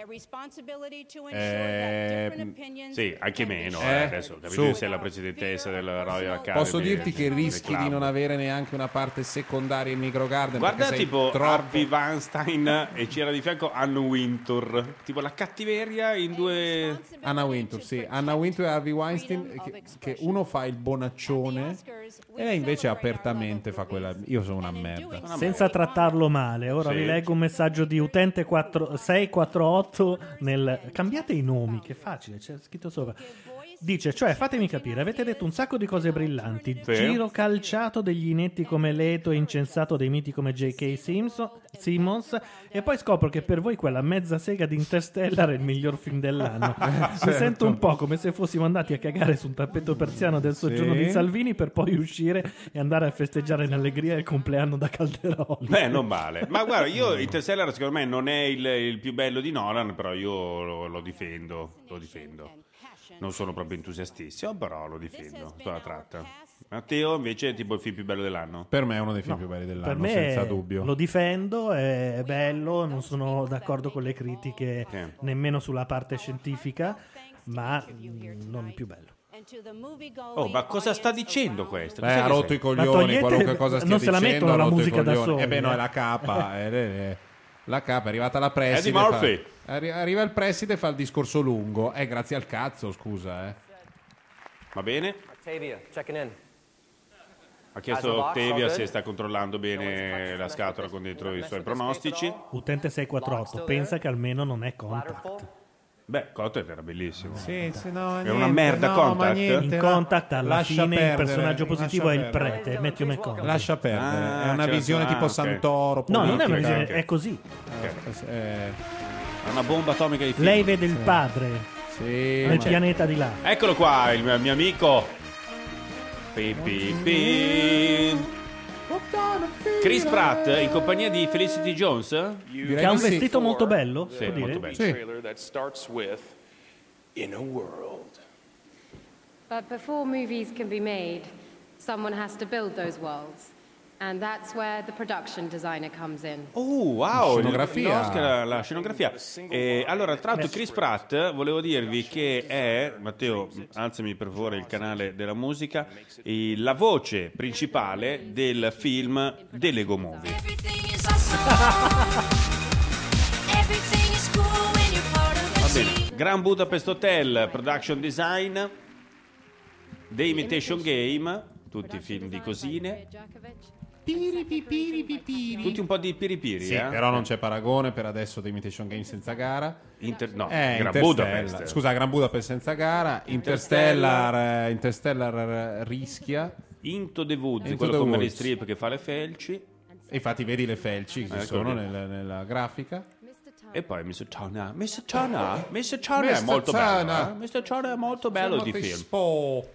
Eh, Sì, anche meno. Eh? Eh. Adesso capite Su. che sei la presidentessa della Royal Academy. Posso dirti che del rischi club. di non avere neanche una parte secondaria in Negro Garden. Guarda perché sei tipo troppo... Harvey Weinstein e c'era di fianco Anna Wintour. Tipo la cattiveria in due... Anna Wintour, sì. Anna Wintour e Harvey Weinstein, che, che uno fa il bonaccione e lei invece apertamente fa quella... Io sono una merda. Senza trattarlo male. Ora Sì. vi leggo un messaggio di utente quattro sei quattro otto nel... Cambiate i nomi, che facile, c'è scritto sopra. Dice, cioè, fatemi capire, avete detto un sacco di cose brillanti. Sì. Giro calciato degli inetti come Leto e incensato dei miti come J K. Simpson, Simmons, e poi scopro che per voi quella mezza sega di Interstellar è il miglior film dell'anno. Mi Certo. sento un po' come se fossimo andati a cagare su un tappeto persiano del soggiorno Sì. di Salvini per poi uscire e andare a festeggiare in allegria il compleanno da Calderoli. Beh, non male. Ma guarda, io Interstellar secondo me non è il, il più bello di Nolan, però io lo, lo difendo, lo difendo. Non sono proprio entusiastissimo, però lo difendo, sulla tratta. Matteo invece è tipo il film più bello dell'anno? Per me è uno dei film No, più belli Per dell'anno, me senza dubbio. lo difendo, è bello, non sono d'accordo con le critiche Sì. nemmeno sulla parte scientifica, ma mm, non il più bello. Oh, ma cosa sta dicendo questo? Beh, Cos'è ha che rotto sei? i coglioni, qualunque cosa stia non se la dicendo, mettono ha la rotto i musica da coglioni. soli, Eh beh, no, eh. è la capa. eh, eh, La capa è arrivata la preside. Eddie Murphy. fa- arri- arriva il preside e fa il discorso lungo. Eh, grazie al cazzo, scusa, eh. Va bene? Octavia, checking in. Ha chiesto As a box, all Octavia good? se sta controllando bene la scatola con dentro i suoi pronostici. Utente sei quattro otto, pensa che almeno non è contact. Beh, Contact era bellissimo. Sì, sì, no, Era una niente, merda no, Contact. ma niente, In no. Contact alla Lascia fine il perdere, personaggio positivo lascia è il perdere. prete, Matthew McConaughey. Lascia perdere, Ah, è una certo. visione Ah, tipo ok. Santoro. No, non è una politica. visione, ok. è così. Eh, È una bomba atomica di film. Lei vede il padre sì, nel ma- pianeta di là. Eccolo qua, il mio, mio amico. Pi, pi, pi. Chris Pratt in compagnia di Felicity Jones. Che ha un vestito molto bello, Sì, può dire? molto bello. Sì. trailer that starts with In a World. But before movies can be made, someone has to build those worlds. And that's where the production designer comes in. Oh, wow, Scenografia. il- l'Oscar, la scenografia. Eh, allora, tra l'altro, Chris Pratt, volevo dirvi che è, Matteo, alzami per favore il canale della musica, eh, la voce principale del film The Lego Movie. Va bene. Grand Budapest Hotel, Production Design, The Imitation Game, tutti film di cosine. Tutti un po' di piripiri, Sì, eh? però non c'è paragone per adesso The Imitation Game senza gara. Inter- no, Eh, Gran Interstellar. Budapest. Scusa, Gran Budapest senza gara. Interstellar, eh, Interstellar eh, rischia. Into the Woods, Into quello the con Meryl Woods. Streep che fa le felci. E infatti vedi le felci che ci Ecco sono lì. nella, nella grafica. E poi mister Turner, mister Turner, mister Turner è mister molto Turner. bello. eh? mister Turner è molto bello di Timothy film. Spall.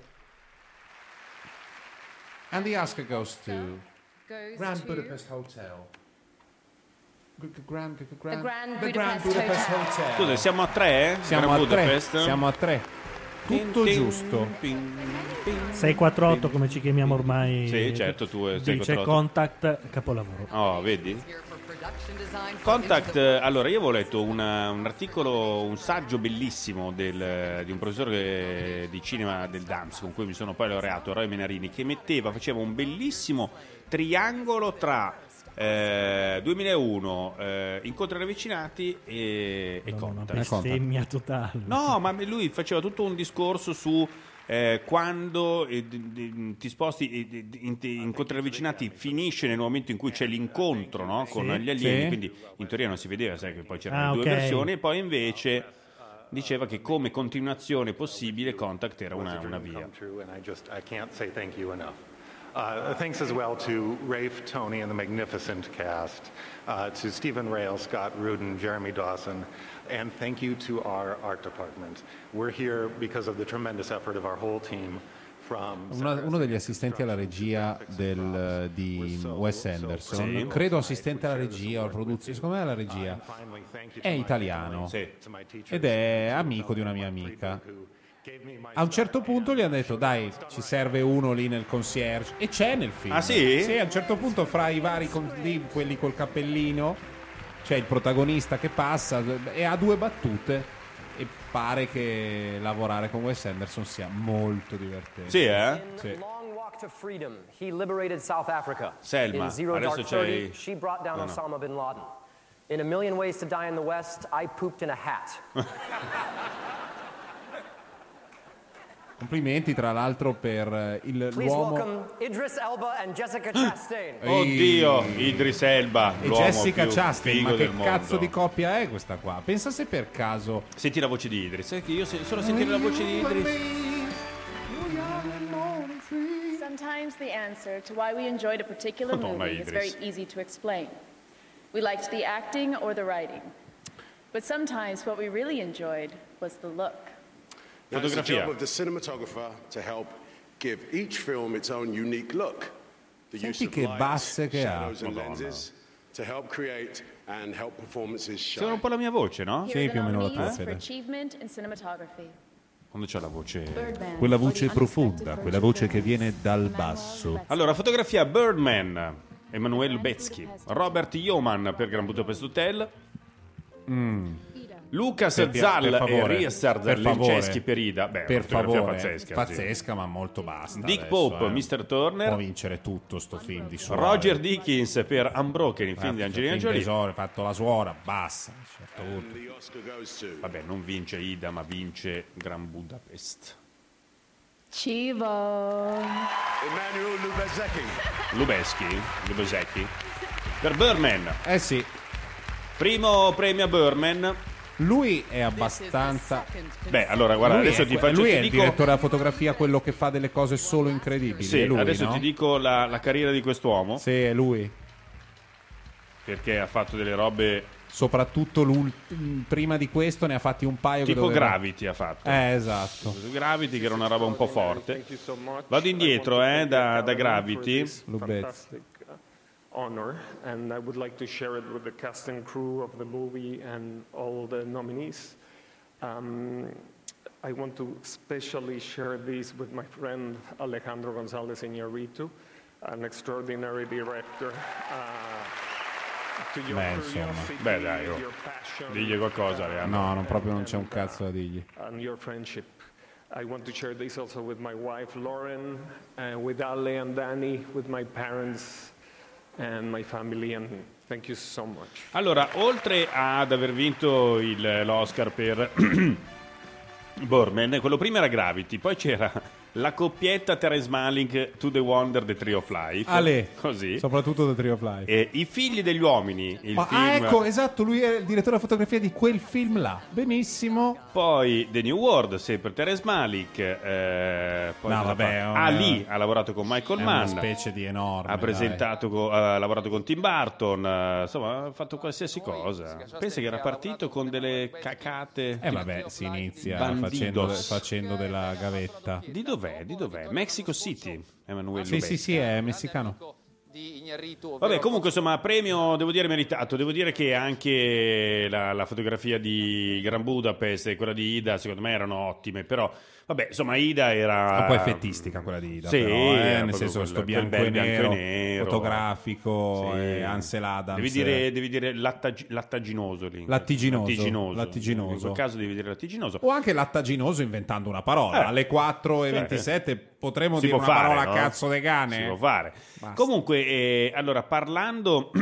And the Oscar goes to Goes Grand to- Budapest Hotel. G- g- Grand, g- g- Grand, Grand the Grand Budapest Budapest Hotel. Hotel. Scusa, siamo a tre? Siamo Grand a tre. Budapest? Siamo a tre. Tutto Tin, tin, giusto. ping, ping. sei quattro otto come ci chiamiamo ormai. Sì, certo, tu sei sei Dice quattro otto. Contact, capolavoro. Oh, vedi? Contact, eh, allora io avevo letto una- un articolo, un saggio bellissimo del- di un professore di cinema del D A M S con cui mi sono poi laureato, Roy Menarini, che metteva, faceva un bellissimo triangolo tra eh, duemilauno, eh, Incontri ravvicinati e, e Una Contact. bestemmia totale. No, ma lui faceva tutto un discorso su eh, quando eh, d- d- ti sposti eh, d- in, incontri ravvicinati finisce nel momento in cui c'è l'incontro, no, con Sì. gli alieni, Sì. quindi in teoria non si vedeva, sai che poi c'erano Ah, due ok. versioni, e poi invece diceva che come continuazione possibile Contact era una, una via. Come true, and I just I can't say thank you enough. Uh, thanks as well to Rafe, Tony, and the magnificent cast, uh, to Stephen Rail, Scott Rudin, Jeremy Dawson, and thank you to our art department. We're here because of the tremendous effort of our whole team. From Una- uno degli assistenti alla regia del, di Wes Anderson, Sì. credo assistente alla regia o alla produzione, secondo me alla regia, è italiano ed è amico di una mia amica. A un certo punto gli hanno detto dai, ci serve uno lì nel concierge, e c'è nel film. Ah, sì? Sì, a un certo punto fra i vari con- lì, quelli col cappellino c'è il protagonista che passa e ha due battute e pare che lavorare con Wes Anderson sia molto divertente. Sì, eh? Sì. Long Walk to Freedom, he liberated South Africa. Selma, In Zero adesso Dark c'hai- thirty, she brought down No, no. Osama bin Laden. In A Million Ways to Die in the West, I pooped in a hat. Complimenti tra l'altro per eh, il, Please l'uomo welcome Idris Elba and Jessica Chastain. Oddio, Idris Elba, e l'uomo Jessica più Chastain, figo ma che del cazzo mondo. di coppia è questa qua? Pensa se per caso Senti la voce di Idris, sai che io se- solo a sentire la voce di Idris. Sometimes the answer to why we enjoyed a particular Madonna, movie is Idris. very easy to explain. We liked the acting or the writing. But sometimes what we really enjoyed was the look. Now, it's the Fotografia. job of the cinematographer to help give each film its own unique look. The Senti use of che light, basse che ha. shadows and Madonna. lenses to help create and help performances Sembra shine. un po' la mia voce, no? Here are the nominees for achievement in cinematography. Quando c'è la voce. Birdman, Quella for the voce profonda, quella voce che viene dal basso. Allora, fotografia Birdman, Emanuele Lubezki, Robert Yeoman per Grand Budapest Hotel, Lucas Per- per Zal favore, e Richard per favore. Lenceschi per Ida. Beh, per una fotografia favore, pazzesca, pazzesca, ma molto basta. Dick adesso, Pope, eh. mister Turner. Può vincere tutto sto film di suora. Roger Dickens per Unbroken, il film di Angelina Jolie. Tesoro, fatto la suora, basta. a un certo punto. The Oscar goes to Vabbè, non vince Ida, ma vince Grand Budapest. Chivo. Emmanuel Lubezki. Lubezki, Lubezki. Per Birdman. Eh sì. Primo premio a Birdman. Lui è abbastanza. Beh, allora, guarda, lui adesso è, ti que- faccio lui ti è il dico- direttore della fotografia, quello che fa delle cose solo incredibili. Sì, è lui, adesso no? ti dico la, la carriera di quest'uomo. Sì, è lui. Perché ha fatto delle robe. Soprattutto l'ul- prima di questo ne ha fatti un paio che Tipo doveva- Gravity ha fatto. Eh, esatto. Gravity, che era una roba un po' forte. Vado indietro, eh, da, da Gravity. Fantastic uh, honor, and I would like to share it with the cast and crew of the movie and all the nominees. Um, I want to especially share this with my friend Alejandro González Iñárritu, an extraordinary director. Uh, to your Beh, insomma. curiosity, Beh, dai, oh. your passion, Digli qualcosa, Leandro. No, non proprio non c'è un cazzo da dirgli. and your friendship. I want to share this also with my wife Lauren, uh, with Ale and Danny, with my parents and my family, and thank you so much. Allora, oltre ad aver vinto il- l'Oscar per Birdman, quello prima era Gravity, poi c'era la coppietta Terrence Malick, To the Wonder, The Tree of Life. Ale, così. soprattutto The Tree of Life. E I figli degli uomini, il Ah, film. ah, ecco, esatto, lui è il direttore della fotografia di quel film là. Benissimo. Poi The New World, sempre Terrence Malick. Eh, poi No, cosa vabbè, fa? oh, Ah, eh. lì ha lavorato con Michael È Mann. una specie di enorme. Ha presentato, co- ha lavorato con Tim Burton, eh, insomma, ha fatto qualsiasi cosa. Pensa che era partito con delle cacate. Eh vabbè, si inizia Bandidos. facendo, facendo della gavetta. Di dov'è? Di dov'è? Mexico City, Emanuele Sì, sì, sì, è messicano. Vabbè, comunque insomma, premio devo dire meritato. Devo dire che anche la, la fotografia di Gran Budapest e quella di Ida secondo me erano ottime, però vabbè, insomma, Ida era Un po' effettistica quella di Ida, Sì, però, eh, era nel proprio senso quel- sto quel bianco, bel e bianco e nero, nero. fotografico, Sì. e Ansel Adams. Devi dire, devi dire lattag- lattaginoso lì. Lattiginoso. Lattiginoso. Lattiginoso. In quel caso devi dire lattiginoso. O anche lattaginoso inventando una parola. Eh. Alle quattro e Sì. ventisette potremmo Si dire può una fare, parola no? a cazzo de cane. Si può fare. Basta. Comunque, eh, allora, parlando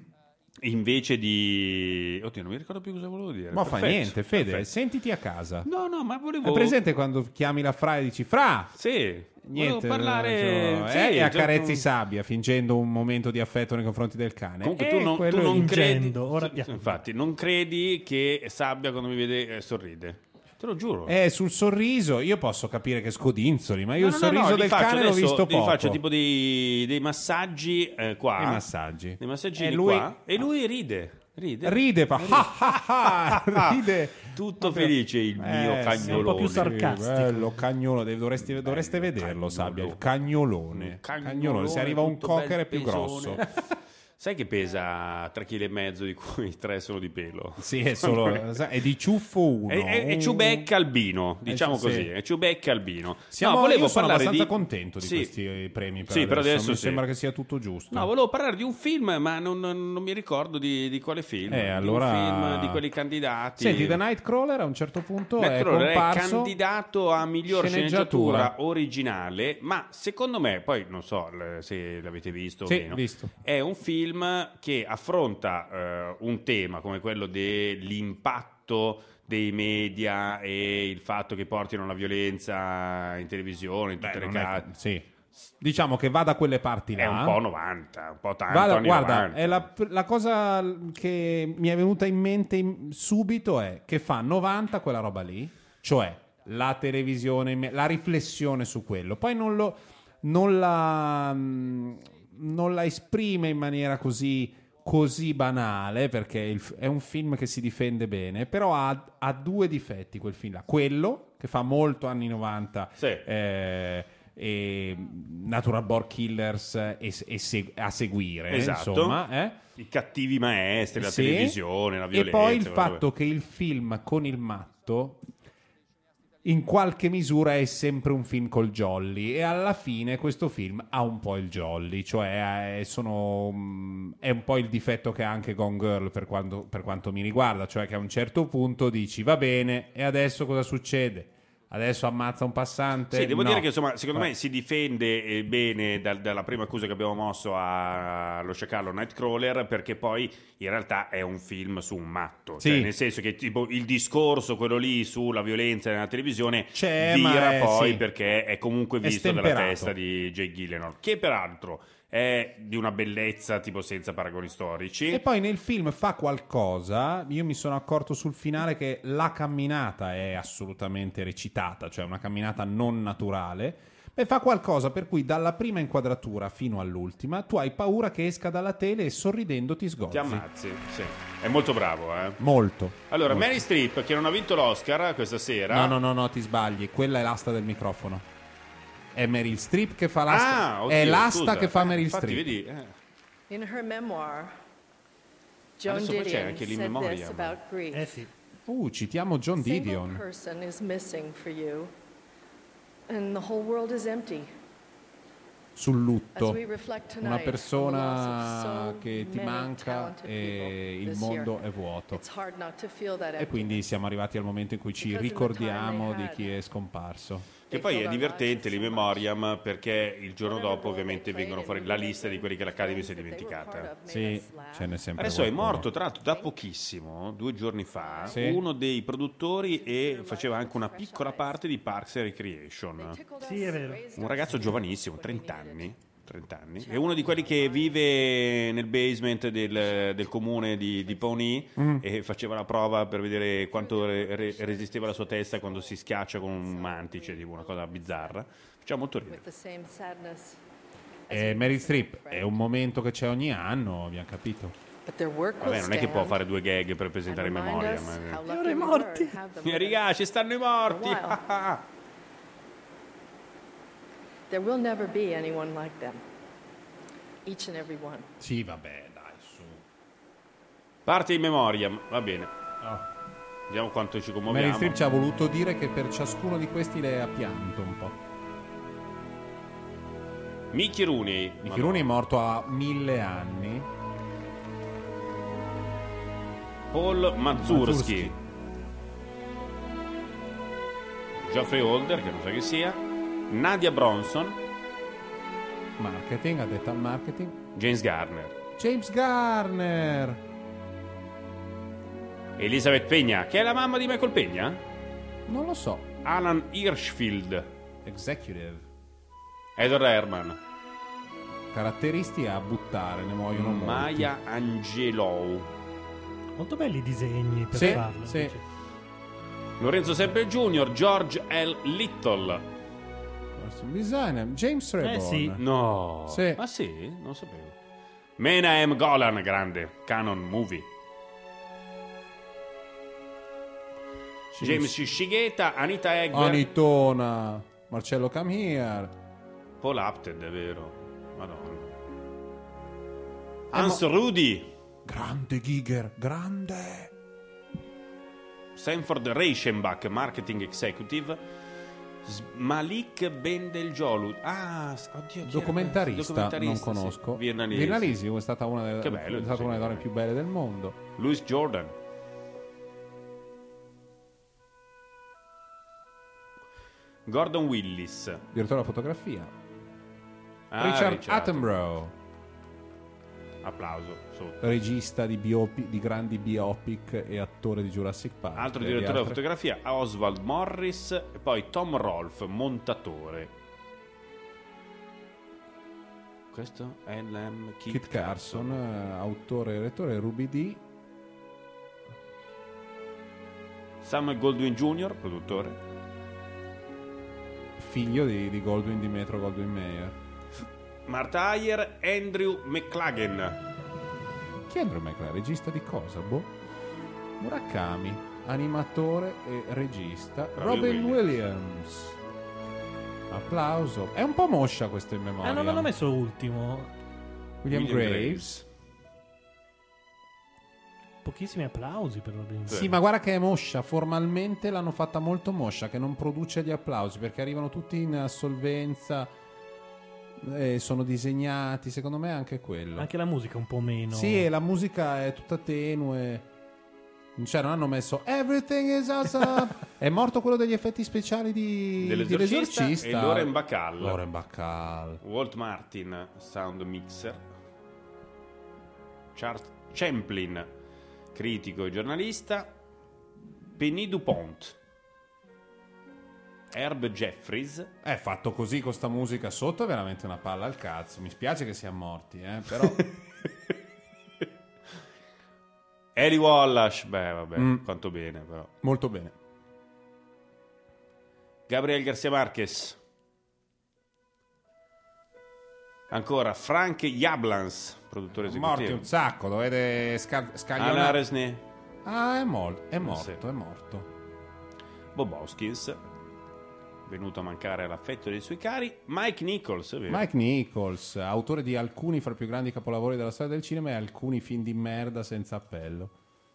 invece di... Oddio, non mi ricordo più cosa volevo dire. Ma fa Perfetto, niente, Fede, perfetto. sentiti a casa. No, no, ma volevo... È presente quando chiami la Fra e dici Fra? Sì. Niente, Volevo parlare... no, sì, eh, e accarezzi cioè, sabbia fingendo un momento di affetto nei confronti del cane. Comunque Eh, tu non, quello tu è non credi... Fingendo, ora tu- infatti, non credi che Sabbia quando mi vede eh, sorride. Te lo giuro. Eh, sul sorriso io posso capire che scodinzoli, ma io No, il no, no, sorriso no, li del faccio cane l'ho adesso, visto li poco. faccio tipo dei, dei massaggi eh, qua. Dei massaggi. Dei massagini E lui- qua. E lui ride. Ride. Ride, fa ah, ah, ah, ride. Tutto Proprio- felice il mio Eh, cagnolone. sì, un po' più sarcastico. Bello, cagnolo, dev- dovresti, dovreste vederlo, Sabbia, il cagnolone. Cagnolone, se arriva un tutto cocker bel è più pesone. grosso. Sai che pesa tre chili e mezzo, di cui tre sono di pelo? Sì, è solo è di ciuffo uno. È, è, è ciubecca albino, diciamo Eh, sì. così, è ciubecca albino. Siamo, no, volevo io sono parlare abbastanza di... contento di Sì. questi eh, premi per Sì, per adesso mi sì. sembra che sia tutto giusto. No, volevo parlare di un film, ma non, non- non mi ricordo di, di quale film. Eh, Di un allora- film di quelli candidati. Senti, The Nightcrawler a un certo punto è Nightcrawler è comparso candidato a miglior sceneggiatura. sceneggiatura originale, ma secondo me, poi non so l- se l'avete visto Sì, o meno, visto. è un film che affronta eh, un tema come quello dell'impatto dei media e il fatto che portino la violenza in televisione, in tutte Beh, le non è- case. sì. Diciamo che va da quelle parti là. È un po' novanta, un po' tanto Guarda, anni guarda, novanta. è la, la cosa che mi è venuta in mente in- subito è che fa novanta quella roba lì, cioè la televisione, la riflessione su quello. Poi non, lo, non, la, mm, non la esprime in maniera così, così banale, perché il- è un film che si difende bene, però ha, ha due difetti quel film là. Quello, che fa molto anni novanta, eh, e Natural Born Killers e, e se- a seguire, Esatto. insomma, eh? I cattivi maestri, la Sì. televisione, la violenza. E poi il quello- fatto che il film con il matto in qualche misura è sempre un film col jolly, e alla fine questo film ha un po' il jolly, cioè è, sono, mm, è un po' il difetto che ha anche Gone Girl per quanto, per quanto mi riguarda, cioè che a un certo punto dici va bene, e adesso cosa succede? Adesso ammazza un passante? Sì, devo No. dire che insomma, secondo Eh. me si difende eh, bene dal- dalla prima accusa che abbiamo mosso a- allo sciacallo Nightcrawler, perché poi in realtà è un film su un matto, Sì. cioè, nel senso che tipo il discorso, quello lì sulla violenza nella televisione, C'è, vira ma è- poi sì. perché è comunque È visto dalla stemperato. testa di Jake Gyllenhaal, che peraltro è di una bellezza tipo senza paragoni storici. E poi nel film fa qualcosa, io mi sono accorto sul finale che la camminata è assolutamente recitata, cioè una camminata non naturale, e fa qualcosa per cui dalla prima inquadratura fino all'ultima tu hai paura che esca dalla tele e sorridendo ti sgozzi. Ti ammazzi, sì. È molto bravo, eh. Molto. Allora, molto. Mary Streep, che non ha vinto l'Oscar questa sera. No, no, no, no, ti sbagli, quella è l'asta del microfono. È Meryl Streep che fa l'asta. Ah, oddio, è l'asta scusa. che fa Eh, Meryl infatti, Streep. vedi, eh. In her memoir, Joan Adesso poi c'è Didion anche said l'in memoria, this ma- about grief. Eh sì. Uh, citiamo John A single Didion. person is missing for you, and the whole world is empty. Sul lutto, As we reflect tonight una on the persona loss of so che ti many manca talented e people il this mondo year. è vuoto. It's hard not to feel that E emptiness. quindi siamo arrivati al momento in cui ci Because in the ricordiamo time they di had. chi è scomparso. Che poi è divertente l'In Memoriam perché il giorno dopo ovviamente vengono fuori la lista di quelli che l'Academy si è dimenticata. Sì, ce n'è sempre Adesso è qualcuno. morto, tra l'altro, da pochissimo, due giorni fa, Sì. uno dei produttori e faceva anche una piccola parte di Parks and Recreation. Sì, è vero. Un ragazzo giovanissimo, trenta anni. trenta anni. È uno di quelli che vive nel basement del, del comune di, di Pawnee Mm. e faceva la prova per vedere quanto re- re- resisteva la sua testa quando si schiaccia con un mantice, tipo una cosa bizzarra. Faceva molto ridere. E Meryl Streep è un momento che c'è ogni anno, abbiamo capito. Vabbè, non è che può fare due gag per presentare i Memoriam. Ora i morti. Eh, Raga, ci stanno i morti. There will never be anyone like them. Each and every one. Sì, vabbè, dai, su. Parte in Memoriam, va bene. Vediamo quanto ci Meryl commuoviamo. Streep ci ha voluto dire che per ciascuno di questi lei ha pianto un po'. Mickey Rooney. Mickey Rooney è morto a mille anni. Paul Mazursky. Geoffrey Holder, che non so chi sia. Nadia Bronson. Marketing, addetta al marketing. James Garner. James Garner. Elizabeth Peña, che è la mamma di Michael Peña? Non lo so. Alan Hirschfield. Executive. Edward Herman. Caratteristiche a buttare, ne muoiono molti. Maya Angelou. Molto belli i disegni per Sì, farlo. sì. Lorenzo Semple Junior George L. Little. Designer James Rebon. Eh sì. No. Sì. Ah sì? Non sapevo. Menahem Golan, grande. Canon Movie. James Shigeta, Anita Egger. Anitona. Marcello Come Here. Paul Apted, è vero. Madonna. Hans Rudy. Grande Giger, grande. Sanford Reichenbach, Marketing Executive. S- Malik Bendeljolu. Ah, s- oddio, chi era Documentarista, questo? Documentarista, non sì. conosco. Vietnamese. Vietnamese, è stata una delle, Che bello, è stata sì. una delle donne più belle del mondo. Louis Jordan. Gordon Willis. Direttore della fotografia. Ah, Richard Attenborough. Applauso sotto. Regista di, biopi- di grandi biopic e attore di Jurassic Park. Altro e di direttore della altre- fotografia, Oswald Morris. E poi Tom Rolfe, montatore. Questo è L M Kit, Kit Carson, eh, autore e rettore, Ruby D. Samuel Goldwyn Junior, produttore. Figlio di, di Goldwyn, di Metro Goldwyn Mayer. Martha Ayer, Andrew McLagan. Chi è Andrew McLaren? Regista di cosa? Boh. Murakami, animatore e regista. Robin Robin Williams. Applauso. È un po' moscia questo in memoria. Ah, non l'hanno messo ultimo. William, William Graves. Pochissimi applausi per Robin. Sì, ma guarda che è moscia. Formalmente l'hanno fatta molto moscia, che non produce gli applausi perché arrivano tutti in assolvenza. Eh, sono disegnati, secondo me è anche quello. Anche la musica un po' meno. Sì, e la musica è tutta tenue. Cioè, non hanno messo Everything is awesome. È morto quello degli effetti speciali di Dell'esorcista, dell'esorcista. e Lauren Bacall. Lauren Bacall. Walt Martin, sound mixer. Charles Champlin, critico e giornalista. Penny Dupont. Herb Jeffries. È fatto così con sta musica sotto, è veramente una palla al cazzo. Mi spiace che siamo morti, eh, però. Eli Wallace, beh vabbè, Mm. quanto bene però. Molto bene. Gabriel Garcia Marquez. Ancora Frank Yablans, produttore esecutivo. Morti un sacco, dovete sca- scaglionare. Alain Resnais. Ah, è, mol- è morto, Sì. è morto. Bob Hoskins, venuto a mancare all'affetto dei suoi cari. Mike Nichols, è vero. Mike Nichols, autore di alcuni fra i più grandi capolavori della storia del cinema e alcuni film di merda senza appello.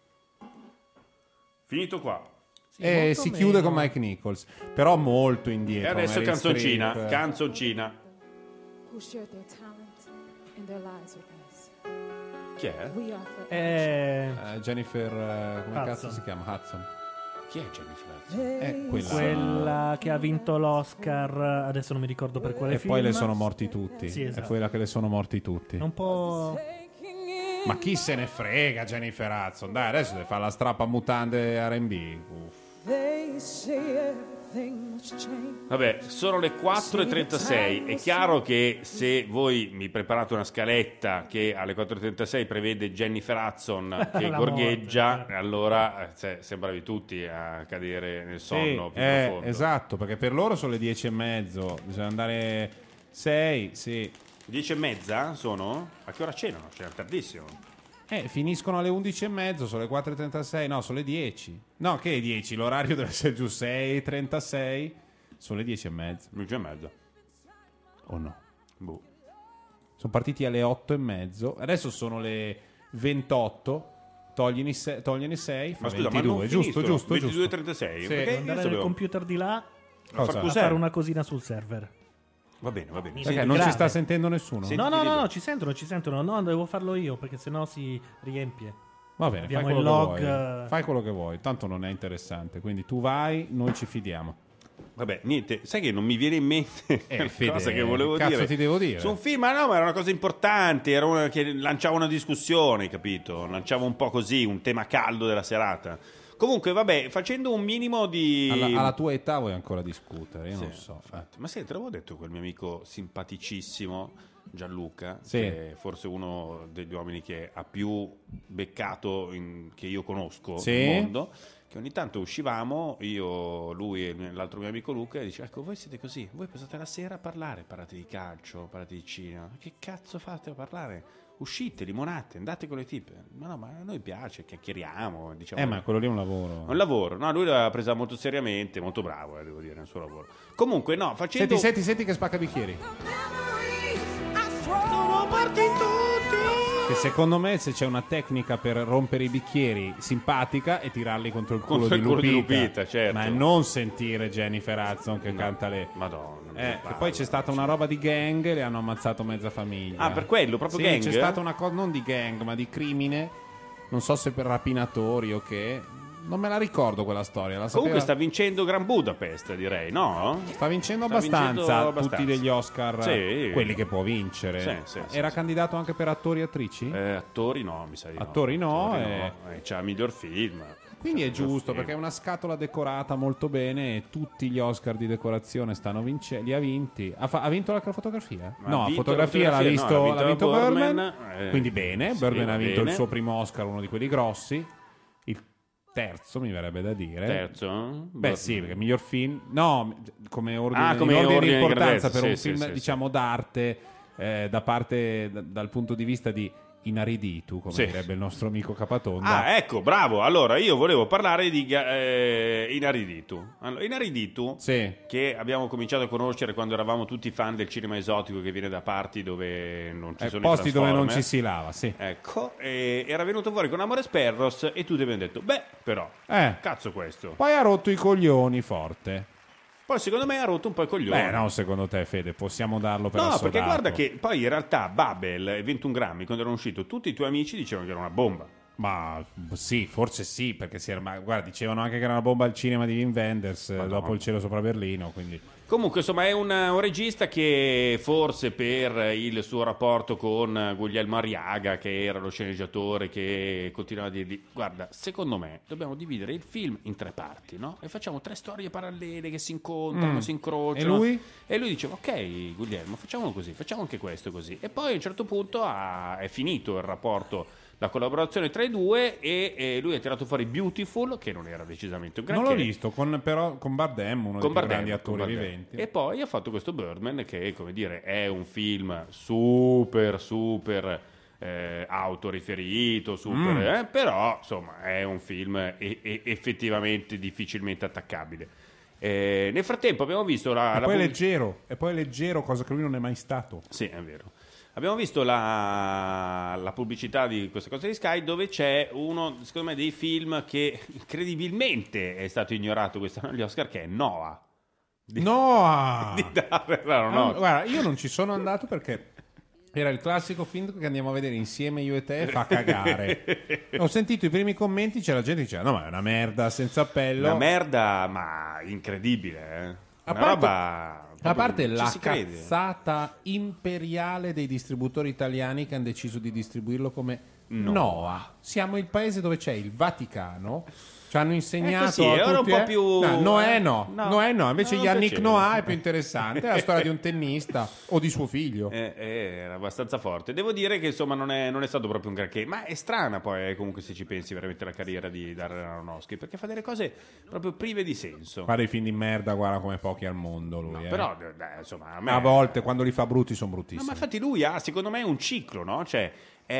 Finito qua. e molto si meno. chiude con Mike Nichols, però molto E indietro. adesso Meryl canzoncina, Streep. canzoncina. Who shared their talent and their lives with us. Chi è? We are forever. Eh, Eh, Jennifer, eh, come Hudson. cazzo si chiama? Hudson. Chi è Jennifer Hudson? È quella... Quella che ha vinto l'Oscar, adesso non mi ricordo per quale E film. poi le sono morti tutti. Sì, esatto. È quella che le sono morti tutti. È un po'... Ma chi se ne frega Jennifer Hudson? Dai, adesso deve fare la strappa mutande R and B. Uff. Vabbè, sono le quattro e trentasei. È chiaro che se voi mi preparate una scaletta che alle quattro e trentasei prevede Jennifer Hudson che La gorgheggia, morte, allora eh, sembravi tutti a cadere nel sonno Sì, più eh, profondo. esatto, perché per loro sono le dieci e mezzo. Bisogna andare sei, sì. Dieci e mezza sono? A che ora cenano? Cioè, è tardissimo. Eh, finiscono alle undici e mezzo, sono le quattro e trentasei, no, sono le dieci. No, che dieci? L'orario deve essere giù sei e trentasei. Sono le dieci e mezzo. dieci e mezzo. O no? Boh. Sono partiti alle otto e mezzo. Adesso sono le ventotto. Togliene se- togliene sei, fa Ma scusa, ma ventidue. non giusto, finiscono? giusto, ventidue e giusto. trentasei? Sì. Perché Devo io andare nel sapevo- computer di là A Cosa? far a cos'è? fare una cosina sul server. Va bene, va bene. Perché non ci sta sentendo nessuno? Senti No, no, no, libero. no, ci sentono, ci sentono. No, devo farlo io perché sennò si riempie. Va bene, fai Abbiamo quello, il log. che vuoi. eh, Fai quello che vuoi, tanto non è interessante. Quindi tu vai, noi ci fidiamo. Vabbè, niente, sai che non mi viene in mente Eh, una Fede, cosa che volevo che cazzo dire. ti devo dire? Su un film, ma no, ma era una cosa importante, era una che lanciava una discussione, capito? Lanciava un po' così, un tema caldo della serata. Comunque, vabbè, facendo un minimo di... Alla, alla tua età vuoi ancora discutere, io Sì, non so. infatti. Ma senti, te l'avevo detto quel mio amico simpaticissimo Gianluca, Sì. che è forse uno degli uomini che ha più beccato in- che io conosco Sì. nel mondo, che ogni tanto uscivamo, io, lui e il mio- l'altro mio amico Luca, e dice, ecco, voi siete così, voi passate la sera a parlare, parlate di calcio, parlate di cinema, che cazzo fate a parlare? Uscite, limonate, andate con le tipe. Ma no, ma a noi piace, chiacchieriamo, diciamo. Eh, ma quello lì è un lavoro. È un lavoro, no, lui l'ha presa molto seriamente, molto bravo, eh, devo dire, nel suo lavoro. Comunque, no, facendo... Senti, senti, senti che spacca bicchieri. Sono morti tutti! Che secondo me se c'è una tecnica per rompere i bicchieri simpatica e tirarli contro il culo, Contro di, il culo Lupita, di Lupita, certo. ma non sentire Jennifer Hudson che canta le... Madonna. Eh, che poi c'è stata una roba di gang e le hanno ammazzato mezza famiglia. Ah, per quello, proprio Sì, gang? c'è stata una cosa non di gang ma di crimine, non so se per rapinatori o che, non me la ricordo quella storia. La Comunque sapeva- sta vincendo Gran Budapest, direi, no? Sta vincendo Sta abbastanza, vincendo abbastanza. tutti degli Oscar, Sì. quelli che può vincere. Sì, sì, sì, Era sì. candidato anche per attori e attrici? Eh, attori no, mi sa di no. Attori no, Attori eh. no. Eh, c'ha miglior film. Quindi è Miglior giusto film. perché è una scatola decorata molto bene e tutti gli Oscar di decorazione stanno vincendo. Li ha vinti. Ha, fa- ha vinto la fotografia? Ha No, la vinto fotografia la l'ha fotografia, visto, no, l'ha l'ha vinto vinto Birdman, Birdman. eh, Quindi bene, sì, Birdman va ha vinto bene. il suo primo Oscar, uno di quelli grossi. Il terzo mi verrebbe da dire. Terzo? Beh Birdman. sì, perché miglior film. No, come ordine, Ah, come in ordine ordine di di importanza grandezza, per un sì, film sì, sì, diciamo d'arte eh, da parte da- dal punto di vista di inariditu, come Sì. direbbe il nostro amico Capatonda. Ah, ecco, bravo. Allora, io volevo parlare di eh, Inariditu. Allora, Inariditu, Sì. che abbiamo cominciato a conoscere quando eravamo tutti fan del cinema esotico che viene da parti dove non ci Eh, sono posti i dove non Transformer. ci si lava, sì. Ecco, e era venuto fuori con Amores Perros e tutti abbiamo detto, beh, però, Eh. cazzo questo. Poi ha rotto i coglioni forte. Poi secondo me ha rotto un po' i coglioni. Beh, no, secondo te, Fede, possiamo darlo per No, assodato. perché guarda che poi in realtà Babel e ventuno grammi, quando erano usciti, tutti i tuoi amici dicevano che era una bomba. Ma sì, forse sì, perché si era... ma, guarda, dicevano anche che era una bomba al cinema di Wim Wenders eh, dopo Il cielo sopra Berlino, quindi... Comunque, insomma, è un, un regista che forse per il suo rapporto con Guglielmo Arriaga, che era lo sceneggiatore, che continuava a dirgli: guarda, secondo me dobbiamo dividere il film in tre parti, no? E facciamo tre storie parallele che si incontrano, Mm. si incrociano. E lui? E lui diceva: ok, Guglielmo, facciamolo così, facciamo anche questo così. E poi a un certo punto ha- è finito il rapporto, la collaborazione tra i due, e, e lui ha tirato fuori Beautiful, che non era decisamente un Non granché. l'ho visto, con, però con Bardem, uno Con dei più Bardem, grandi con attori Bardem. viventi. E poi ha fatto questo Birdman che, come dire, è un film super, super eh, autoriferito, super, Mm. eh, però insomma è un film e- e- effettivamente difficilmente attaccabile. Eh, nel frattempo abbiamo visto la... E la poi è pubblic- leggero, e poi è leggero, cosa che lui non è mai stato. Sì, è vero. Abbiamo visto la, la pubblicità di questa cosa di Sky, dove c'è uno, secondo me, dei film che incredibilmente è stato ignorato quest'anno agli Oscar, che è Noah. Di- Noah! di Darren Ah, Aronofsky. guarda, io non ci sono andato perché Era il classico film che andiamo a vedere insieme io e te e fa cagare. Ho sentito i primi commenti, c'era gente che diceva no ma è una merda senza appello. Una merda ma incredibile, eh. Una A parte- roba... A parte non ci la si crede. cazzata imperiale dei distributori italiani che hanno deciso di distribuirlo come Noah. Noah. Siamo il paese dove c'è il Vaticano. Ci hanno insegnato Eh, così, a era un tutti, po' eh? più- No, Noè eh, no, no. Noè no. Invece No, non Yannick piaceva. Noah è più interessante. È la storia di un tennista o di suo figlio. Eh, eh, era abbastanza forte. Devo dire che insomma non è, non è stato proprio un granché, ma è strana poi eh, comunque se ci pensi veramente la carriera di Darren Aronofsky, perché fa delle cose proprio prive di senso. Fa dei film di merda, guarda come pochi al mondo lui. eh. Però dai, insomma a me... A volte quando li fa brutti sono No, bruttissimi. ma infatti lui ha secondo me un ciclo, no? Cioè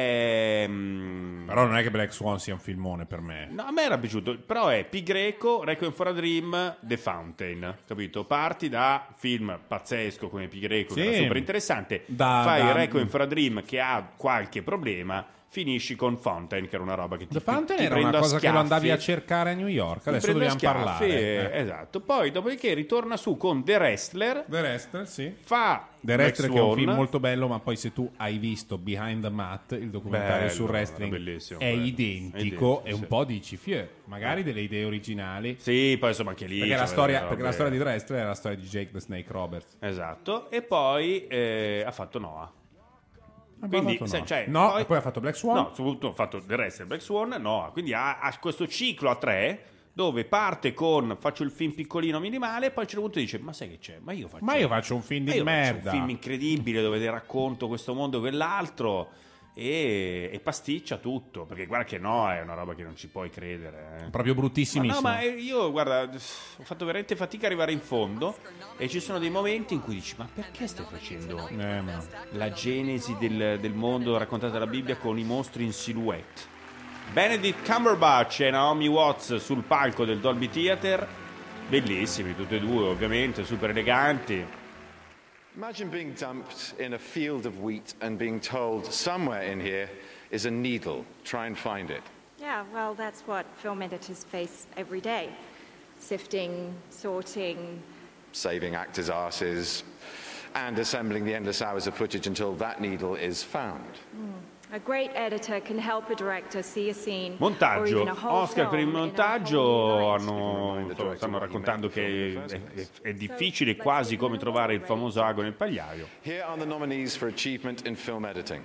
ehm, Però non è che Black Swan sia un filmone per me. no, a me era piaciuto, però è Pi Greco, Requiem for a Dream, The Fountain, capito? Parti da film pazzesco come Pi Greco, che Sì. era super interessante, Da- fai da- Requiem for a Dream che ha qualche problema, finisci con Fountain che era una roba che ti The Fountain ti era una prendo a cosa che lo schiaffi. andavi a cercare a New York. Ti Adesso prendo a dobbiamo schiaffi, parlare. eh, Eh. Esatto. Poi, dopodiché, ritorna su con The Wrestler. The Wrestler, sì. Fa The Black Wrestler che è un Swan. film molto bello, ma poi se tu hai visto Behind the Mat, il documentario Bello, sul wrestling, bellissimo, è bello. identico È identico, e sì. un po' dici, fie, magari delle idee originali. Sì, poi insomma anche lì Perché, c'è la storia, delle perché la robe- storia di The Wrestler è la storia di Jake the Snake Roberts. Esatto. E poi eh, ha fatto Noah. Ha Quindi, fatto se- no. cioè, No, e poi ha fatto Black Swan. No, soprattutto ha fatto The Wrestler, Black Swan, Noah. Quindi ha, ha questo ciclo a tre dove parte con faccio il film piccolino minimale e poi a un certo punto dice ma sai che c'è? Ma io faccio, Ma io faccio un film ma di io faccio merda. un film incredibile dove ti racconto questo mondo e quell'altro e, e pasticcia tutto perché guarda che no è una roba che non ci puoi credere eh. Proprio bruttissimissimo. Ma no, ma eh, io guarda ho fatto veramente fatica ad arrivare in fondo e ci sono dei momenti in cui dici ma perché stai facendo Eh, ma- la genesi del, del mondo raccontata dalla Bibbia con i mostri in silhouette. Benedict Cumberbatch e Naomi Watts sul palco del Dolby Theatre, bellissimi tutti e due ovviamente, super eleganti. Imagine being dumped in a field of wheat and being told somewhere in here is a needle. Try and find it. Yeah, well, that's what film editors face every day. Sifting, sorting. Saving actors' asses and assembling the endless hours of footage until that needle is found. A great editor can help a director see a scene or Montaggio, even a whole Oscar per il film in a montaggio, hanno, insomma, stanno raccontando che è, è- è difficile quasi come trovare il famoso ago nel pagliaio. Here are the nominees for achievement in film editing.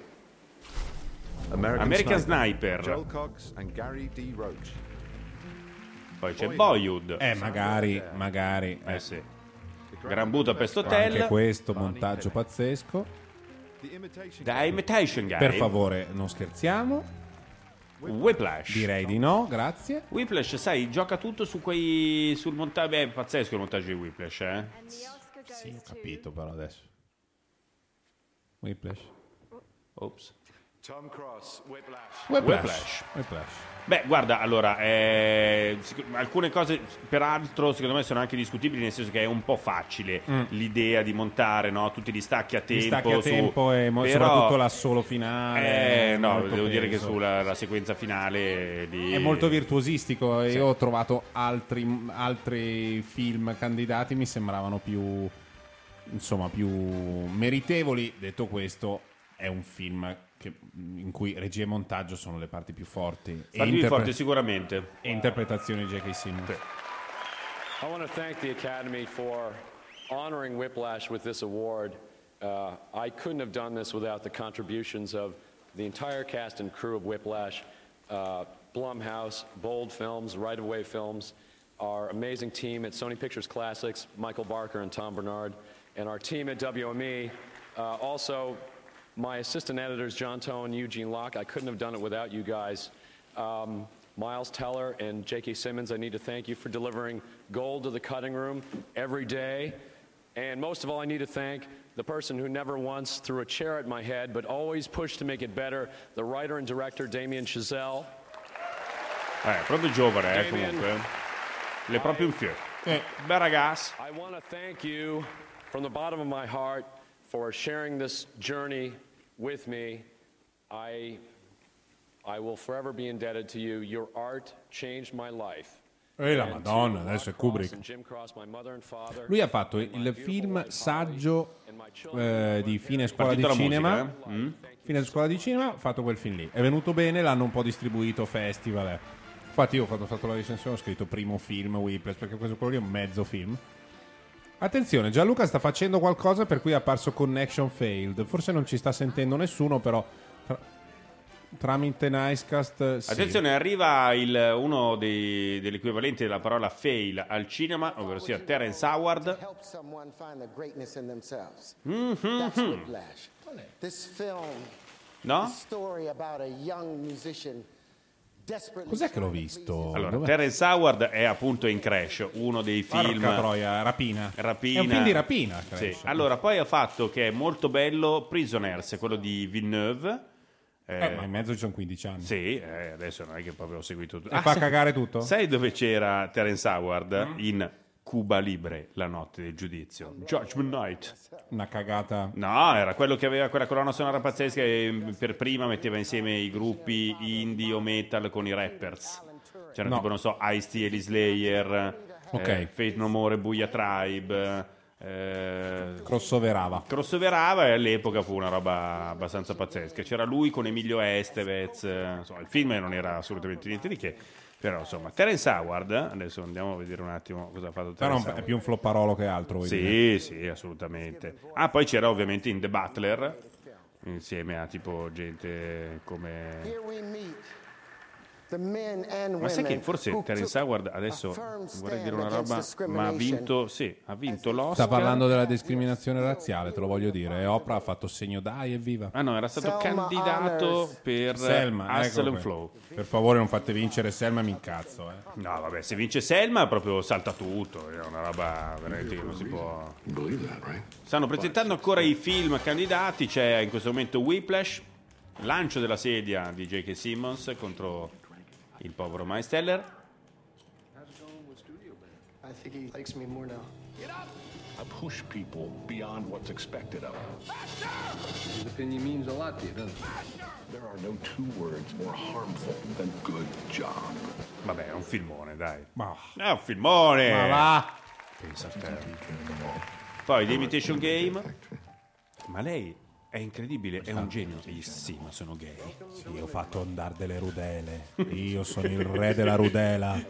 American Sniper. Joel Cox and Gary D. Roach. Poi c'è Boyhood. Eh, magari, magari. Eh sì. Gran Budapest Hotel. Anche questo montaggio pazzesco. The Imitation Game. Per favore, non scherziamo. Whiplash. Direi di no, grazie. Whiplash, sai, gioca tutto su quei sul montaggio. Beh, è pazzesco il montaggio di Whiplash, eh? Sì, ho capito però adesso. Whiplash. Ops. Tom Cross, Whiplash. Whiplash. Whiplash. Beh, guarda, allora, eh, sic- alcune cose, peraltro, secondo me sono anche discutibili, nel senso che è un po' facile Mm. l'idea di montare, no, tutti gli stacchi a tempo. Gli stacchi a su- tempo e mo- però- soprattutto l'assolo finale. Eh, no, molto devo dire che peso. sulla la sequenza finale di... È molto virtuosistico e Sì. io ho trovato altri, altri film candidati mi sembravano più insomma più meritevoli. Detto questo, è un film che- in cui regia e montaggio sono le parti più forti e, Parti più interpre- forti sicuramente. e interpretazione di J K. Simmons. I want to thank the Academy for honoring Whiplash with this award. Uh, I couldn't have done this without the contributions of the entire cast and crew of Whiplash, uh, Blumhouse, Bold Films, Right of Way Films, our amazing team at Sony Pictures Classics, Michael Barker and Tom Bernard, and our team at W M E. Uh, also, my assistant editors, John Tone and Eugene Locke. I couldn't have done it without you guys. Um, Miles Teller and J K. Simmons, I need to thank you for delivering gold to the cutting room every day. And most of all, I need to thank the person who never once threw a chair at my head, but always pushed to make it better, the writer and director, Damien Chazelle. Eh, proprio giovane, eh, Damien. comunque. Le proprio in fior. Eh, bel ragazzo. I want to thank you from the bottom of my heart for sharing this journey with me. I, I will forever be indebted to you. Your art changed my life. E la Madonna, adesso è Kubrick. Lui ha fatto il film saggio eh, di fine scuola di Partita la cinema. musica, eh? Mm. Fine scuola di cinema, ha fatto quel film lì. È venuto bene, l'hanno un po' distribuito, festival. eh. Infatti io quando ho fatto la recensione ho scritto primo film Whiplash, perché questo quello lì è un mezzo film. Attenzione, Gianluca sta facendo qualcosa per cui è apparso Connection Failed. Forse non ci sta sentendo nessuno, però tra- tramite Nicecast sì. Attenzione, arriva il, uno dei, degli equivalenti della parola fail al cinema, ovvero sia Terrence Howard. Help someone find the greatness in themselves. Mhm. That's Whiplash. This film, No? the story about a young musician desperately Cos'è che l'ho visto? Allora, Dov'è? Terrence Howard è appunto in Crash, uno dei film. Porca troia, rapina. Rapina. È un film di rapina, Crash. Sì. Allora, poi ha fatto che è molto bello Prisoners, quello di Villeneuve. Eh, ma in mezzo ci sono quindici anni. Sì, eh, adesso non è che proprio ho seguito tutto. E fa sai- cagare tutto? Sai dove c'era Terence Howard? Mm. In Cuba Libre, la notte del giudizio. Judgment Night. Una cagata. No, era quello che aveva quella colonna sonora pazzesca e per prima metteva insieme i gruppi indie o metal con i rappers. C'era No. tipo, non so, Ice-T e gli Slayer, Ok. eh, Fate No More e Buia Tribe. Eh, Crossoverava. crossoverava e all'epoca fu una roba abbastanza pazzesca. C'era lui con Emilio Estevez, eh, insomma, il film non era assolutamente niente di che, però insomma Terence Howard, adesso andiamo a vedere un attimo cosa ha fatto Però Terence è Howard. più un flopparolo che altro. vuoi Sì, dire? sì, assolutamente. Ah, poi c'era ovviamente in The Butler insieme a tipo gente come... Here we meet the men and Ma sai che women forse who Terence took Howard a adesso firm vorrei dire stand una against roba, ma ha discrimination. vinto, sì, ha vinto l'Oscar. Sta parlando della discriminazione razziale, te lo voglio dire. E Oprah ha fatto segno dai, evviva. Ah no, era stato Selma candidato Honors. per Selma, Hustle ecco and qui. Flow. Per favore non fate vincere Selma, mi incazzo. Eh. No, vabbè, se vince Selma proprio salta tutto, è una roba veramente che non si può... Stanno presentando ancora i film candidati, c'è in questo momento Whiplash, lancio della sedia di J K. Simmons contro il povero Miles Teller. I think he likes me more now. I push people beyond what's expected of them. His opinion means a lot to you, doesn't it? There are no two words more harmful than good job. Vabbè, è un filmone, dai. Ma, È un filmone! ma va! Pensa a te. Poi The Imitation Game. Ma lei è incredibile, è un genio. E sì, ma sono gay. Sì, ho fatto andare delle rudele. Io sono il re della rudela.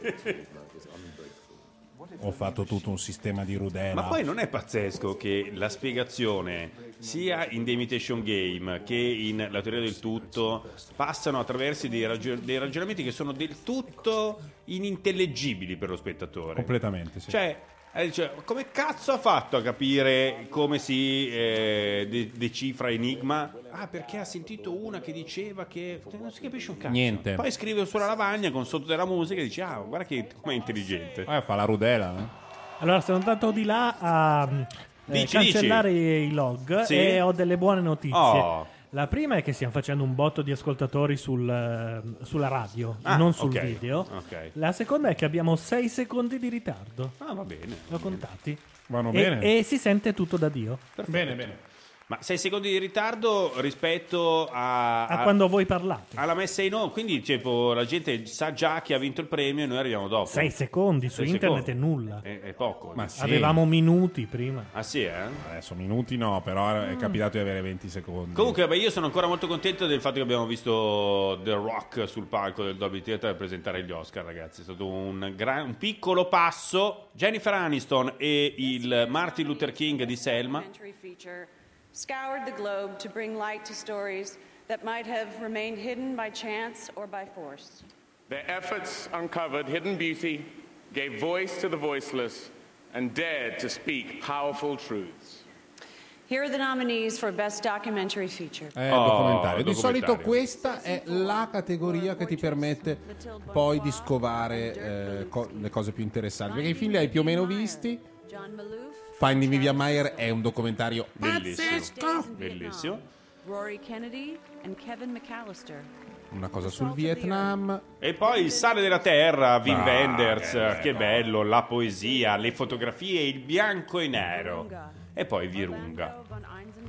Ho fatto tutto un sistema di rudela. Ma poi non è pazzesco che la spiegazione sia in The Imitation Game che in La teoria del tutto passano attraverso dei, ragio- dei ragionamenti che sono del tutto inintellegibili per lo spettatore. Completamente, sì. Cioè, eh, dice, come cazzo ha fatto a capire come si eh, de- decifra Enigma? Ah, perché ha sentito una che diceva che non si capisce un cazzo. Niente. Poi scrive sulla lavagna con sotto della musica e dice, ah, guarda che com'è intelligente. Eh, fa la rudela. Eh. Allora, sono andato di là a eh, Dici, cancellare i log Sì? e ho delle buone notizie. Oh. La prima è che stiamo facendo un botto di ascoltatori sul, eh, sulla radio, Ah, non sul ok, video. ok. La seconda è che abbiamo sei secondi di ritardo. Ah, va bene. L'ho contati. Vanno E, bene. e si sente tutto da Dio. Bene, bene. Ma sei secondi di ritardo rispetto a, A quando voi parlate. alla messa in onda, quindi tipo, la gente sa già chi ha vinto il premio e noi arriviamo dopo. Sei secondi su Sei internet secondi. è nulla. È, è poco. Ma sì. Avevamo minuti prima. Ah sì, eh? Adesso minuti no, però è capitato di avere venti secondi. Comunque, beh, io sono ancora molto contento del fatto che abbiamo visto The Rock sul palco del Dolby Theatre per presentare gli Oscar, ragazzi. È stato un, gran, un piccolo passo. Jennifer Aniston e il Martin Luther King di Selma. Feature scoured the globe to bring light to stories that might have remained hidden by chance or by force. Their efforts uncovered hidden beauty, gave voice to the voiceless, and dared to speak powerful truths. Here are the nominees for Best Documentary Feature. Eh, Oh, documentario. Di documentario. solito questa è la categoria che ti permette poi di scovare eh, co- le cose più interessanti. Perché i film li hai più o meno visti. John Maloof, Finding Vivian Maier è un documentario Bellissimo. Bellissimo. Rory Kennedy and Kevin McAllister. Una cosa sul Vietnam. E poi il sale della terra, Wim Ah, Wenders, che bello. che bello, la poesia, le fotografie, il bianco e nero. E poi Virunga.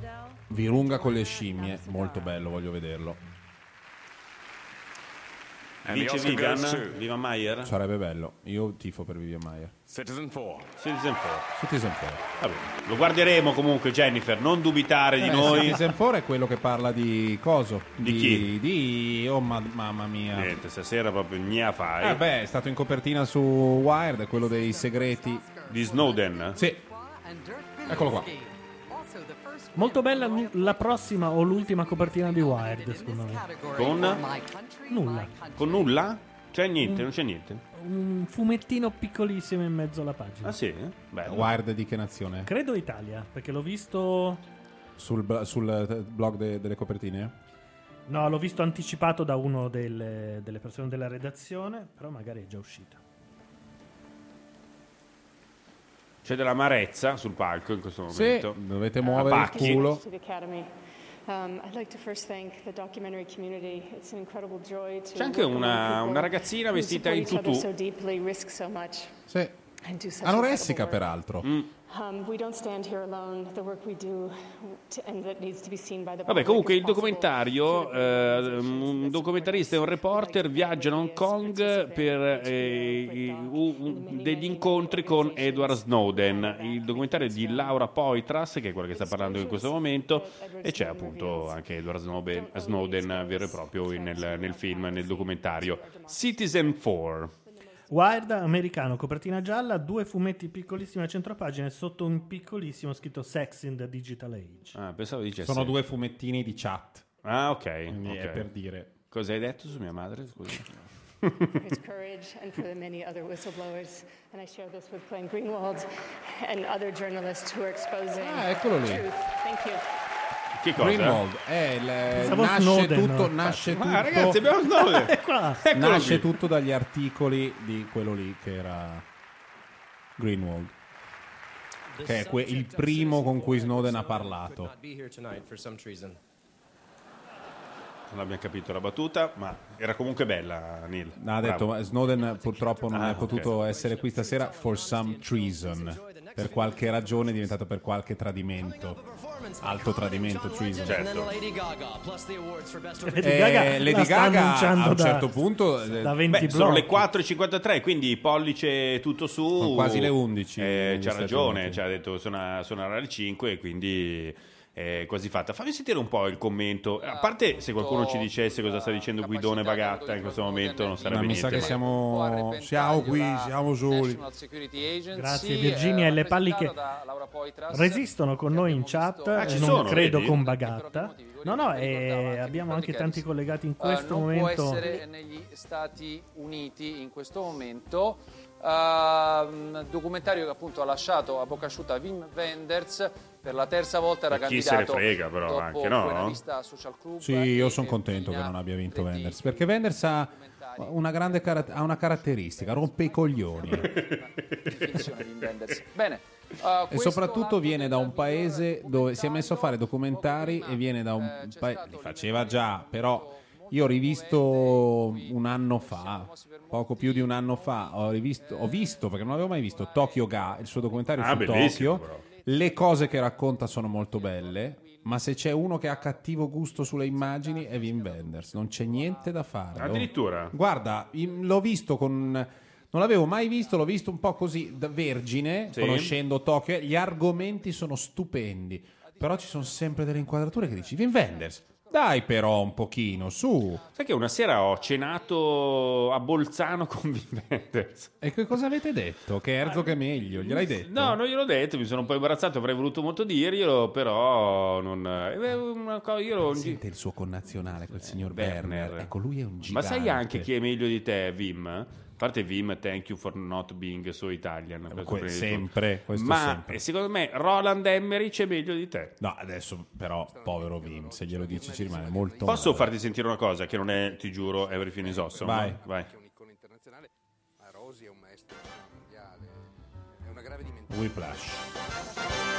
Virunga con le scimmie, molto bello, voglio vederlo. And the Vince Oscar Vivian, goes to Vivian Maier. Sarebbe bello. Io tifo per Vivian Maier. Citizen four. Citizen four. Citizen four. Vabbè, lo guarderemo comunque, Jennifer, non dubitare di Eh, noi. Citizen four è quello che parla di coso? Di chi? Di... Oh ma- mamma mia. Niente, stasera proprio gna fai. Eh beh, è stato in copertina su Wired, è quello dei segreti di Snowden. Sì. Eccolo qua. Molto bella l- la prossima o l'ultima copertina di Wired, secondo me. Con? Nulla. Con nulla? C'è niente, Mm. non c'è niente. Un fumettino piccolissimo in mezzo alla pagina. Ah sì? Bello. Wired di che nazione? Credo Italia, perché l'ho visto... Sul, bl- sul eh, blog de- delle copertine? No, l'ho visto anticipato da uno delle, delle persone della redazione, però magari è già uscita. C'è dell'amarezza sul palco in questo Sì, momento. dovete muovere il Pacchi. culo. To the Academy. Um, I'd like to first thank the documentary community. It's an incredible joy to C'è anche work among una, people una ragazzina who vestita in support each tutù. other so deeply, risk so much, Sì. and do such Anoressica, incredible work. peraltro. Mm. Um, we don't stand here alone. The work we do to, and that needs to be seen by the Vabbè, public comunque is il documentario, eh, un documentarista e un reporter viaggiano a Hong Kong per eh, u- u- degli incontri con Edward Snowden. Il documentario è di Laura Poitras, che è quella che sta parlando in questo momento, e c'è appunto anche Edward Snowden, Snowden vero e proprio in- nel, nel film, nel documentario. Citizen four. Wired americano, copertina gialla, due fumetti piccolissimi a centropagina e sotto un piccolissimo scritto Sex in the Digital Age. Ah, pensavo dicesse. Sono due fumettini di chat. Ah, ok. Quindi è ok. per dire. Cosa hai detto su mia madre? Scusa. for his courage and for the many other whistleblowers. And I share this with Glenn Greenwald and other journalists who are exposing Ah, eccolo lì. truth. Thank you. Che cosa? Greenwald è il, Pensavo nasce Snowden, tutto, no? nasce Ma tutto, ragazzi, abbiamo Snowden. È qua. Eccolo nasce qui. tutto dagli articoli di quello lì che era Greenwald, che è que- il primo con cui Snowden ha parlato. Non abbiamo capito la battuta, ma era comunque bella, Neil. No, ha detto, Bravo. ma Snowden purtroppo non Ah, è potuto ok. essere qui stasera for some treason. Per qualche ragione è diventato per qualche tradimento. Alto tradimento, treason. Certo. Lady Eh, Gaga Lady la sta Gaga annunciando a un da- certo punto eh, da venti Beh, sono blocchi. le quattro e cinquantatré, quindi pollice tutto su. Sono quasi le undici Eh, negli c'ha Stati ragione, Uniti. ci ha detto sono, sono alle cinque, quindi è quasi fatta. Fammi sentire un po' il commento. A parte se qualcuno ci dicesse cosa sta dicendo Guidone Bagatta in questo momento, non sarebbe Ma mi niente. sa che ma- siamo, siamo qui, siamo soli. Grazie Virginia e le palli che resistono con noi in chat, Ah, ci non sono, credo vedi? con Bagatta. No, no, e abbiamo anche tanti collegati in questo Eh, non momento. può essere negli Stati Uniti in questo momento. Uh, documentario che appunto ha lasciato a bocca asciutta Wim Wenders, per la terza volta era Ma chi se ne candidato frega, però, dopo anche, no? Buena Vista Social Club. Sì, io sono contento che non abbia vinto Wenders, perché Wenders ha una grande cara- ha una caratteristica, rompe i coglioni. Definizione di Wenders. Bene. uh, E questo soprattutto viene da un paese dove si è messo a fare documentari e viene da un paese, li faceva già, però io ho rivisto un anno fa, poco più di un anno fa, ho, rivisto, ho visto, perché non avevo mai visto, Tokyo Ga, il suo documentario Ah, su bellissimo, Tokyo. però. Le cose che racconta sono molto belle, ma se c'è uno che ha cattivo gusto sulle immagini è Wim Wenders, non c'è niente da fare. Addirittura? Guarda, im- l'ho visto con... Non l'avevo mai visto, l'ho visto un po' così da vergine, Sì. conoscendo Tokyo. Gli argomenti sono stupendi, però ci sono sempre delle inquadrature che dici, Wim Wenders, dai però un pochino, su. Sai che una sera ho cenato a Bolzano con Wim Wenders. E che cosa avete detto? Che Herzog è meglio, gliel'hai detto? No, non gliel'ho detto, mi sono un po' imbarazzato, avrei voluto molto dirglielo, però non... eh, una cosa, io ero... Sente il suo connazionale, quel signor Werner. Werner. Ecco, lui è un Ma gigante. sai anche chi è meglio di te, Wim? A parte Wim, thank you for not being so Italian. questo que- prima di sempre, tutto. questo Ma sempre. eh, secondo me Roland Emmerich è meglio di te. No, adesso però, povero Wim, se glielo dici ci rimane molto Posso male. farti sentire una cosa che non è, ti giuro, Everything is Awesome? Vai. no? Vai. Whiplash.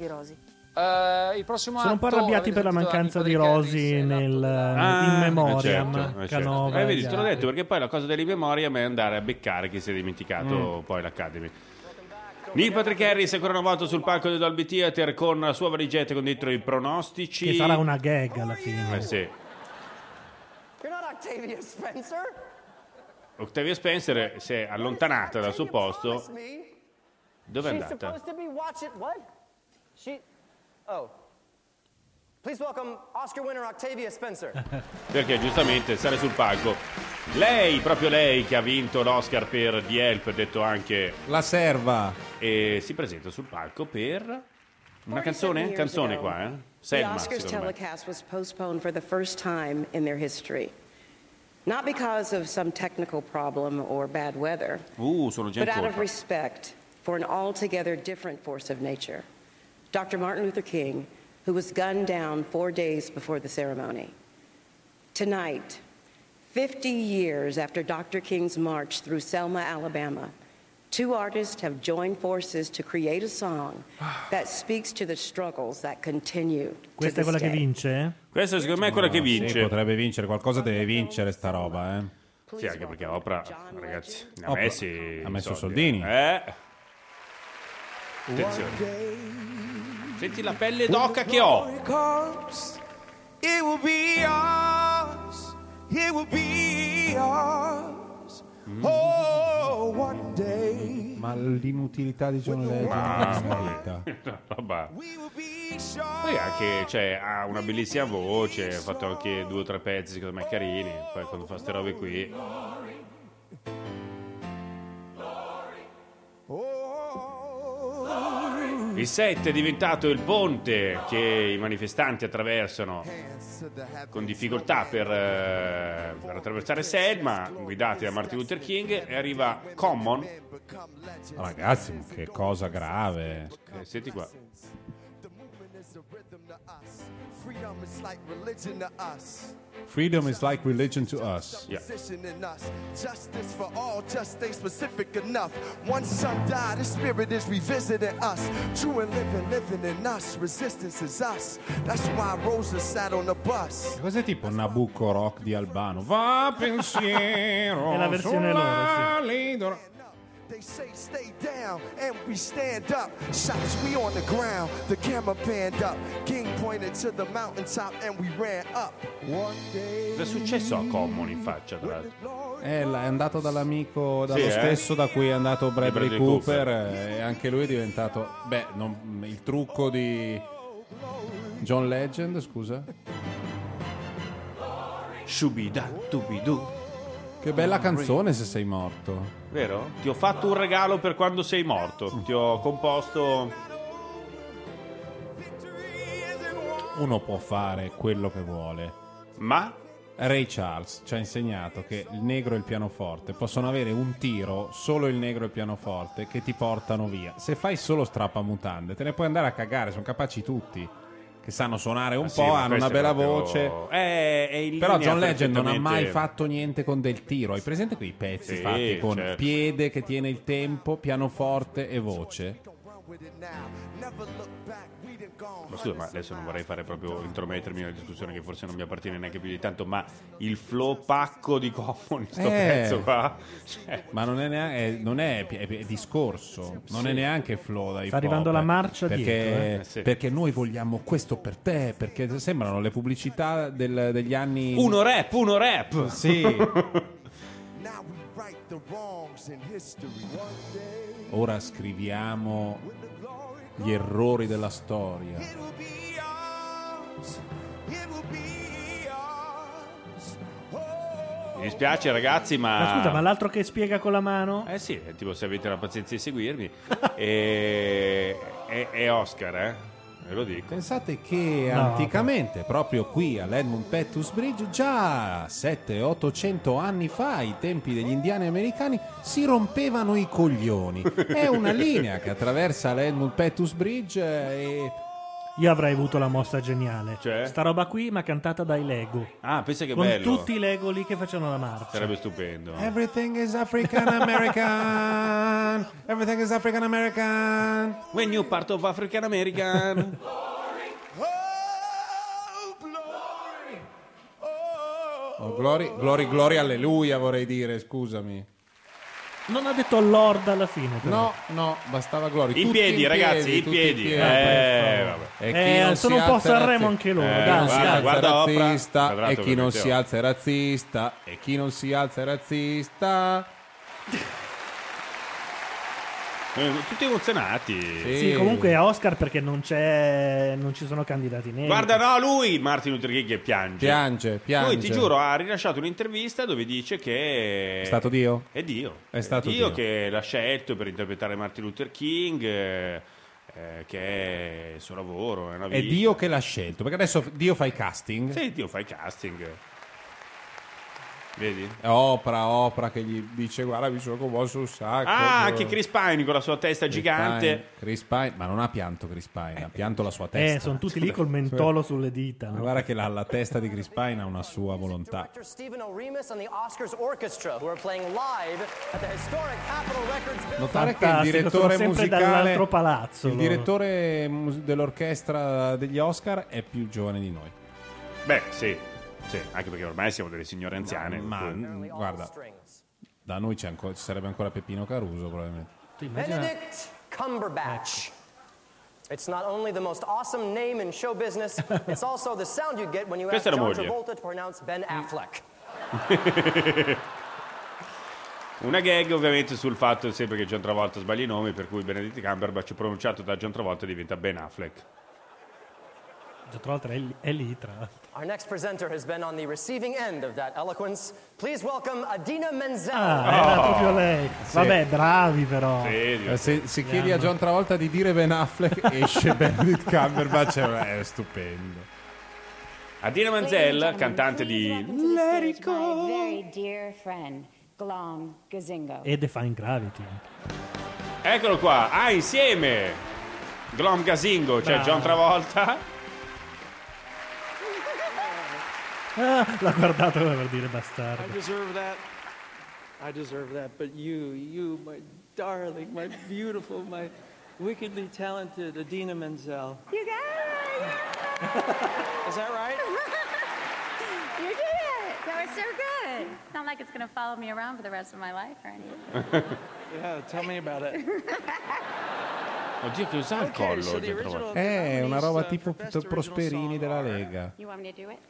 tanti rosi. Eh, il prossimo Sono un po' atto, arrabbiati avete per la sentito mancanza l'amico di Rick rosi Harris, nel Ah, in memoriam, eh certo, eh certo. Canova. Eh, vedi, e te l'ho gli detto, perché poi la cosa delle memorie è andare a beccare chi si è dimenticato Mm. poi l'Academy. Neil Patrick Harris ancora una volta sul palco del Dolby Theatre con la sua valigetta con dentro i pronostici. Che sarà una gag alla fine. Eh sì. You're not Octavia Spencer. Octavia Spencer si è allontanata dal suo posto. Dove è She's andata? supposed to be watching. What? She. Oh. Please welcome Oscar winner Octavia Spencer. Perché giustamente sale sul palco. Lei, proprio lei che ha vinto l'Oscar per The Help, detto anche la serva, e si presenta sul palco per una canzone? Canzone qua, eh? The Selma, Oscars secondo me. telecast was postponed for the first time in their history. Not because of some technical problem or bad weather, Uh, sono già in but out of colpa. respect for an altogether different force of nature. Doctor Martin Luther King, who was gunned down four days before the ceremony. Tonight, fifty years after Doctor King's march through Selma, Alabama, two artists have joined forces to create a song that speaks to the struggles that continue to Questa è this quella che day. vince? Questa secondo me è quella che No, sì, vince. potrebbe vincere, qualcosa deve vincere sta roba, eh. Sì, anche perché Oprah, ragazzi, ne ha Oprah messi ha messo soldi, soldini. Eh. Attenzione. Senti la pelle d'oca che ho. It will be yours. It will be yours. Oh, one day. Ma l'inutilità di John Legend Mamma è mia. Roba. Poi anche, cioè, ha una bellissima voce, ha fatto anche due o tre pezzi secondo me carini. Poi quando fa ste robe qui. Il set è diventato il ponte che i manifestanti attraversano con difficoltà per, eh, per attraversare Selma, guidati da Martin Luther King, e arriva Common. Ragazzi, che cosa grave. Eh, senti qua. Freedom is like religion to us. Freedom is like religion to us. Yeah. Position in us. Justice for all, just ain't specific enough. One son died, his spirit is revisiting us. True and living, living in us. Resistance is us. That's why Rosa sat on the bus. Cos'è tipo Nabucco Rock di Albano? Va pensiero. È la versione sulla loro, lido- They say stay down and we stand up. Shots we on the ground, the camera panned up. King pointed to the mountaintop and we ran up. One day. Cosa è successo a Common in faccia, tra l'altro? Eh, è andato dall'amico, dallo Sì, eh? stesso da cui è andato Bradley, Bradley Cooper, Cooper. eh, e anche lui è diventato, beh, non- il trucco di John Legend, scusa. Shubida dubidu. Che bella canzone Se sei morto. Vero? Ti ho fatto un regalo per quando sei morto. Ti ho composto. Uno può fare quello che vuole. Ma? Ray Charles ci ha insegnato che il negro e il pianoforte possono avere un tiro, solo il negro e il pianoforte, che ti portano via. Se fai solo strappamutande, te ne puoi andare a cagare, sono capaci tutti. Che sanno suonare un Ma sì, po', ma hanno questo una è bella proprio- voce. Eh, è in Però linea John Legend non ha mai perfettamente- fatto niente con del tiro. Hai presente quei pezzi Sì, fatti con certo. piede che tiene il tempo, pianoforte e voce? Ma scusa, ma adesso non vorrei fare proprio intromettermi nella discussione che forse non mi appartiene neanche più di tanto, ma il flow pacco di Common in sto Eh, pezzo qua. Cioè, Ma non è, neanche, è- non è, è- è discorso, non Sì. è neanche flow da hip Sta arrivando hop, la marcia perché, dietro, eh. Eh, sì. perché noi vogliamo questo per te, perché sembrano le pubblicità del- degli anni... uno rap, uno rap. Sì. Now we right the wrongs in history. One day. Ora scriviamo gli errori della storia. It will be yours. It will be yours. Oh. Mi dispiace ragazzi, ma... Ma scusa, ma l'altro che spiega con la mano? Eh sì, è tipo se avete la pazienza di seguirmi. e... è, è Oscar, eh? Ve lo dico. Pensate che No, anticamente, proprio qui all'Edmund Pettus Bridge, già settecento ottocento anni fa, ai tempi degli indiani americani, si rompevano i coglioni. È una linea che attraversa l'Edmund Pettus Bridge eh, e io avrei avuto la mossa geniale. Cioè? Sta roba qui, ma cantata dai Lego. Ah, pensa che con bello. tutti i Lego lì che facevano la marcia. Sarebbe stupendo. Everything is African American. Everything is African American. When you part of African American. Oh, glory, glory, glory, alleluia, vorrei dire, scusami. Non ha detto Lord alla fine, però. No, no, bastava glory. In Tutti piedi, ragazzi, in tutti piedi. in Eh, vabbè. E chi Eh, non sono si un po' alza è Sanremo razzi- anche loro, Eh, dai, chi non si guarda, alza è guarda Oprah. razzista, Quadrato e chi non Prometeo. si alza è razzista, e chi non si alza è razzista. Eh, Tutti emozionati. Sì, comunque è Oscar perché non c'è non ci sono candidati neri. Guarda, no, lui, Martin Luther King, che piange. Piange, piange. Lui, ti giuro, ha rilasciato un'intervista dove dice che... È stato Dio? È Dio. È stato Dio, Dio. che l'ha scelto per interpretare Martin Luther King, eh, eh, che è il suo lavoro, è una vita. È Dio che l'ha scelto, perché adesso Dio fa i casting. Sì, Dio fa i casting. Vedi? È Oprah, Oprah che gli dice guarda mi sono commosso un sacco. Ah, anche Chris Pine con la sua testa Chris gigante. Pine, Chris Pine, ma non ha pianto Chris Pine, ha pianto la sua testa. Eh, sono tutti lì col mentolo sulle dita. Ma no? guarda che la, la testa di Chris Pine ha una sua volontà. Director Stephen O'Remus and the Oscars Orchestra, who are playing live at the historic Capitol Records building. Notare che il Fantastico, direttore sono sempre musicale, dall'altro palazzo, il loro. direttore mus- dell'orchestra degli Oscar è più giovane di noi. Beh, sì. Sì, anche perché ormai siamo delle signore anziane. Ma per cui- mm, guarda, da noi c'è ancora, ci sarebbe ancora Peppino Caruso probabilmente. Benedict Cumberbatch. It's not only the most awesome name in show business, it's also the sound you get when you ask Questa è la John moglie. Travolta to pronounce Ben Affleck. Una gag ovviamente sul fatto sempre che John Travolta sbaglia i nomi, per cui Benedict Cumberbatch pronunciato da John Travolta diventa Ben Affleck. Tra l'altro è lì, è lì tra l'altro. Our next presenter has been on the receiving end of that eloquence. Please welcome Adina Menzel. Ah, era proprio lei. Sì. Vabbè, bravi però. Eh, se, se chiedi a John Travolta di dire Ben Affleck esce Benedict Cumberbatch, è è stupendo. Adina Menzel, cantante di Let It Go. My very dear friend, Glom Gazingo. E Define Gravity. Eccolo qua, ah, insieme Glom Gazingo, cioè Bravo. John Travolta. Ah, l'ha guardato per dire I bastardo. deserve that. I deserve that. But you, you, my darling, my beautiful, my wickedly talented Adina Menzel. You got it! Is that right? You did it! That was so good. It's not like it's going to follow me around for the rest of my life or anything. Yeah, tell me about it. Oddio, che usa il collo so the John original- Travolta. È una roba uh, tipo for best Prosperini original della song Lega. You want me to do it?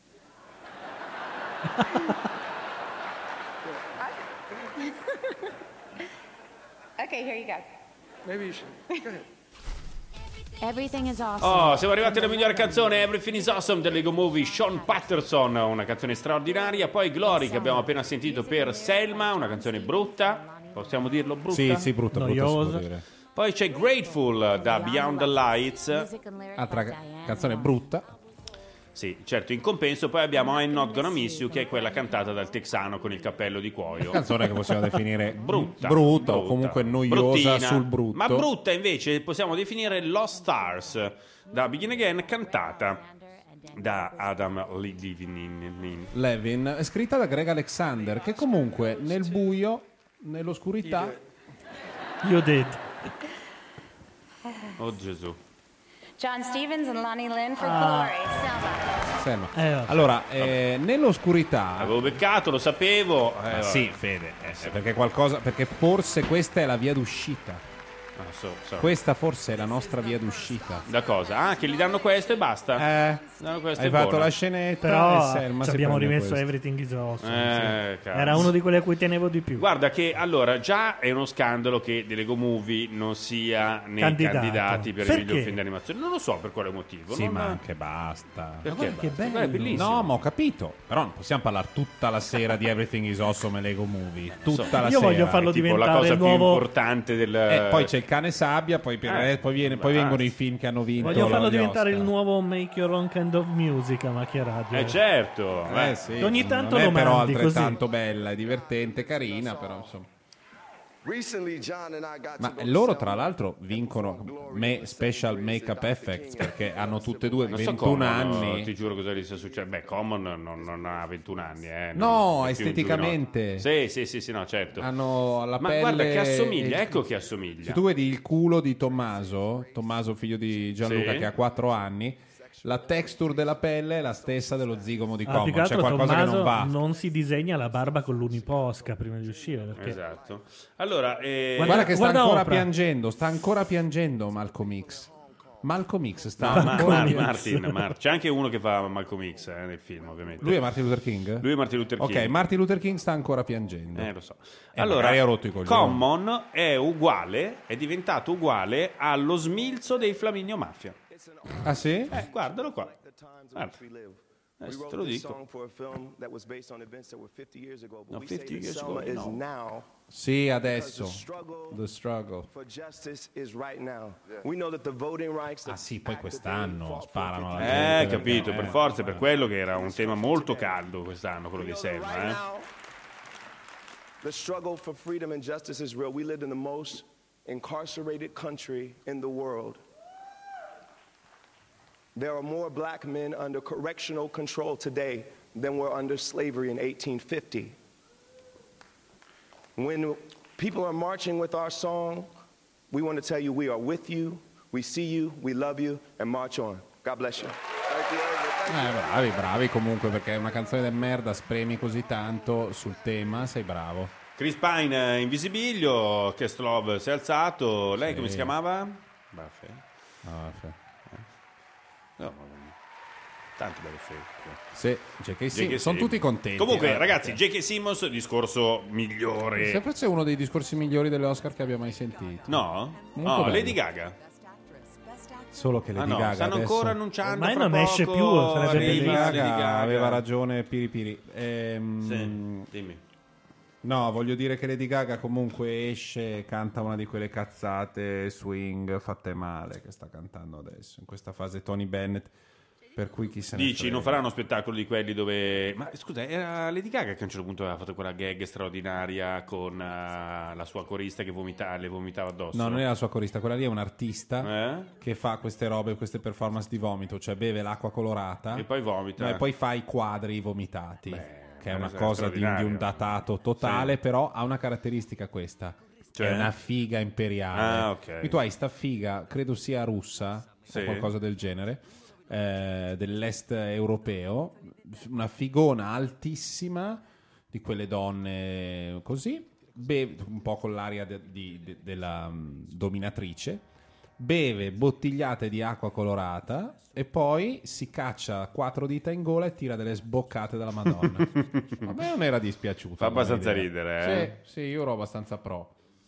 Okay, here you go. Maybe you should. Go ahead. Everything is awesome. Oh, siamo arrivati alla migliore canzone, Everything is Awesome del Lego Movie, Sean Patterson, una canzone straordinaria. Poi Glory che abbiamo appena sentito per Selma, una canzone brutta, possiamo dirlo brutta? Sì, sì, brutta, brutta si può Noiosa. dire. Poi c'è Grateful da Beyond the Lights. Altra ca- canzone brutta. Sì, certo, in compenso poi abbiamo I'm Not Gonna Miss You, che è quella cantata dal texano con il cappello di cuoio. Canzone che possiamo definire brutta, brutta o comunque noiosa bruttina. sul brutto. Ma brutta invece possiamo definire Lost Stars da Begin Again, cantata da Adam Levine. Levin, scritta da Greg Alexander, che comunque nel buio, nell'oscurità, Io did. Oh Gesù. John Stevens and Lonnie Lynn for Ah. Glory. Selma. Selma. Eh, vabbè. Allora, eh, nell'oscurità, Avevo beccato, lo sapevo. Eh, Ma vabbè. sì, Fede, eh, perché qualcosa, perché forse questa è la via d'uscita. Ah, so- so. Questa forse è la nostra via d'uscita. Da cosa? Ah, che gli danno questo e basta. Eh, Danno questo hai e fatto buona. la scenetta Però e Selma ci si abbiamo prende rimesso questo. Everything is Awesome. Eh, sì. cazzo. Era uno di quelli a cui tenevo di più. Guarda che allora già è uno scandalo che The Lego Movie non sia nei Candidato. candidati per Perché? il miglior film d'animazione. Non lo so per quale motivo. Sì, non- ma anche basta. Perché? guarda che basta? bello. Guarda, è bellissimo. No, ma ho capito. Però non possiamo parlare tutta la sera di Everything is Awesome e Lego Movie. Tutta So. la Io sera. voglio farlo È tipo diventare la cosa il più nuovo- importante del Eh, poi c'è il cane sabbia, poi, per- Eh, eh, poi, viene- poi basta. vengono i film che hanno vinto. Voglio farlo gli diventare Oscar. il nuovo Make Your Own Kind of Music a Macchia Radio. Eh certo. Eh, sì, Ogni tanto non è lo però mandi altrettanto così. bella, è divertente, carina, però insomma. Recently, John and I got Ma to go loro to tra l'altro vincono me special make-up effects perché hanno tutte e due Non so ventuno Common, anni. ti giuro cosa gli sia successo. Beh, Common non, non ha ventuno anni, eh. No, Non- è più un esteticamente. giuvenotto. Sì, sì, sì, sì, no, certo. Hanno la Ma pelle guarda che assomiglia, e- ecco che assomiglia. Se tu vedi il culo di Tommaso, Tommaso figlio di Gianluca Sì. che ha quattro anni, la texture della pelle è la stessa dello zigomo di Ah, più Common, che c'è altro qualcosa Tommaso che non va. non si disegna la barba con l'uniposca prima di uscire. Perché... Esatto. Allora, eh, Guarda, che sta guarda ancora Oprah. piangendo, sta ancora piangendo Malcolm X. Malcolm X sta No, Ma- ancora Mar- piangendo. Martin, Mar- c'è anche uno che fa Malcolm X eh, nel film, ovviamente. Lui è Martin Luther King? Lui è Martin Luther King. Ok, Martin Luther King sta ancora piangendo. Eh, lo so. E Allora, magari ha rotto i coglioni. Common è uguale, è diventato uguale allo smilzo dei Flaminio Mafia. Ah sì? Eh, guardalo qua. Guarda. We Adesso wrote te lo this dico. song for a film that was based on events that were fifty years ago, but No, we say fifty that years Selma ago, is no. now Sì, adesso. because the struggle The struggle. for justice is right now. We know that the voting rights Ah sì, poi quest'anno sparano alla Eh, gente. capito, perché- per forza, è per quello che era un tema molto caldo quest'anno, quello di Selma. right Eh. now the struggle for freedom and justice is real. We live in the most incarcerated country in the world. There are more black men under correctional control today than were under slavery in eighteen fifty. When people are marching with our song, we want to tell you we are with you, we see you, we love you, and march on. God bless you. Eh, bravi, bravi comunque, perché è una canzone del merda, spremi così tanto sul tema, sei bravo. Chris Pine in visibilio, Kestlov si è alzato, lei Sì. come si chiamava? Buffy. Ah, sì. No, ma- tanto bello fake. Sì, J K. Sim- J K. sono tutti contenti. Comunque, eh, ragazzi, perché- J K. Simmons, discorso migliore. Se forse è uno dei discorsi migliori delle Oscar che abbia mai sentito. No? Molto No, bello. Lady Gaga. Solo che Ah Lady no, Gaga stanno adesso... ancora annunciando. Ormai fra non esce poco più, sarebbe arriva Lady bellissimo. Lady Gaga Gaga. aveva ragione Piri Piri. Ehm, Sì, dimmi. No, voglio dire che Lady Gaga comunque esce e canta una di quelle cazzate swing fatte male che sta cantando adesso, in questa fase Tony Bennett, per cui chi se ne Dici, frega. non faranno spettacolo di quelli dove... Ma scusa, era Lady Gaga che a un certo punto aveva fatto quella gag straordinaria con eh, la sua corista che vomita- le vomitava addosso? No, non è la sua corista, quella lì è un artista Eh? che fa queste robe, queste performance di vomito, cioè beve l'acqua colorata E poi vomita. no, e poi fa i quadri vomitati, che è una è cosa di, di un straordinario. datato totale, Sì. però ha una caratteristica questa, Cioè? è una figa imperiale. Ah, ok. Quindi tu hai sta figa, credo sia russa Sì. o qualcosa del genere, eh, dell'est europeo, una figona altissima di quelle donne così, beve un po' con l'aria de- di- de- della mm, dominatrice, beve bottigliate di acqua colorata e poi si caccia quattro dita in gola e tira delle sboccate dalla Madonna. A me non era dispiaciuta. Fa abbastanza come idea. ridere, eh? Sì, sì, io ero abbastanza pro.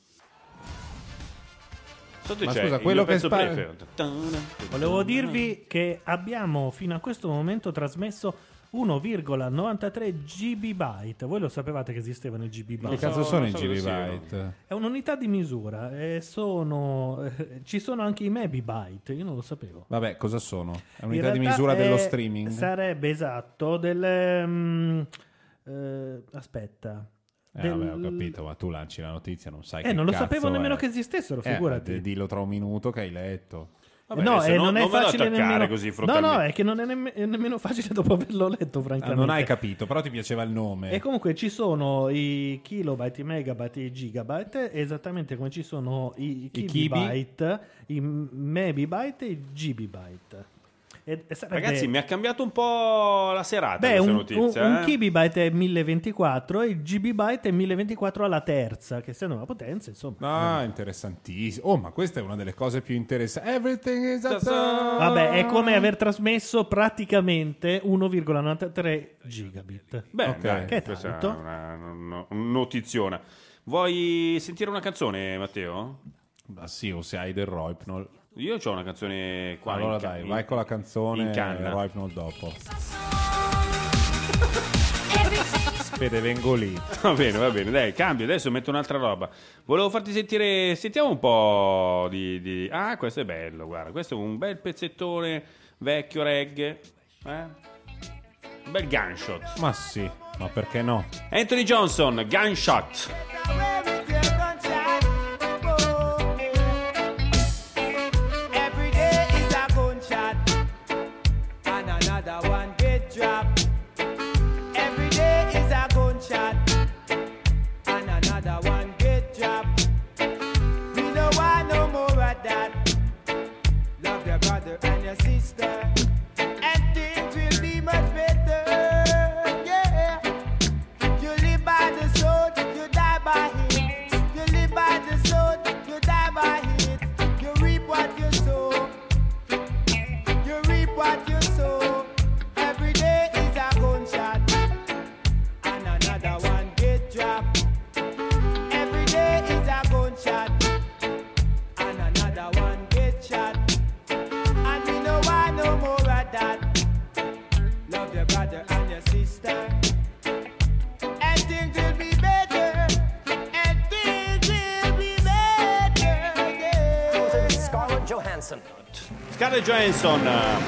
Sotto Ma c'è scusa, il quello mio che pezzo spara- preferito. Volevo dirvi che abbiamo fino a questo momento trasmesso uno virgola novantatré gigabyte. Voi lo sapevate che esistevano i gigabyte? Che cazzo sono i gigabyte? È un'unità di misura e sono eh, ci sono anche i megabyte, io non lo sapevo. Vabbè, cosa sono? È In un'unità di realtà misura è- dello streaming? Sarebbe esatto del mm, eh, aspetta. Eh, del- vabbè, ho capito, ma tu lanci la notizia, non sai Eh, che non lo cazzo sapevo nemmeno è. che esistessero, Eh, figurati. d- dillo tra un minuto che hai letto. Vabbè, no, adesso e non- non è non vado a facile attaccare nemmeno così No, frontalmente. no, è che non è nemm- è nemmeno facile dopo averlo letto, Ah, francamente. non hai capito, però ti piaceva il nome. E comunque ci sono i kilobyte, i megabyte, i gigabyte, esattamente come ci sono i, I kilobyte, i megabyte e i gigabyte. E, e sarebbe- Ragazzi, mi ha cambiato un po' la serata Beh, questa un, notizia. un, eh? un kilobyte è mille ventiquattro e il gigabyte è mille ventiquattro alla terza, che essendo una potenza, insomma. Ah, interessantissimo. Oh, ma questa è una delle cose più interessanti. Everything is a Vabbè, è come aver trasmesso praticamente uno virgola novantatré gigabit. Beh, Ok. dai, Che è questa è tanto. una, una- una notiziona. Vuoi sentire una canzone, Matteo? Ma sì, o se hai del Roipnol. Io ho una canzone qua. Allora in ca- dai, in- vai con la canzone in canna. Roipnol dopo. Fede, vengo lì. Va bene, va bene, dai, cambio, adesso metto un'altra roba. Volevo farti sentire, sentiamo un po' di... di- Ah, questo è bello, guarda, questo è un bel pezzettone vecchio reggae, eh? Un bel gunshot. Ma sì, ma perché no? Anthony Johnson, Gunshot. Everything another one get dropped. We don't want no more of that. Love your brother and your sister, and things will be much better. Yeah. You live by the sword, you die by it. You live by the sword, you die by it. You reap what you sow. You reap what you sow. Every day is a gunshot, and another one get dropped. Every day is a gunshot, and another one get shot. And we don't want no more of that. Love your brother and your sister, and things will be better. And things will be better. Yeah. Scarlett Johansson. Scarlett Johansson.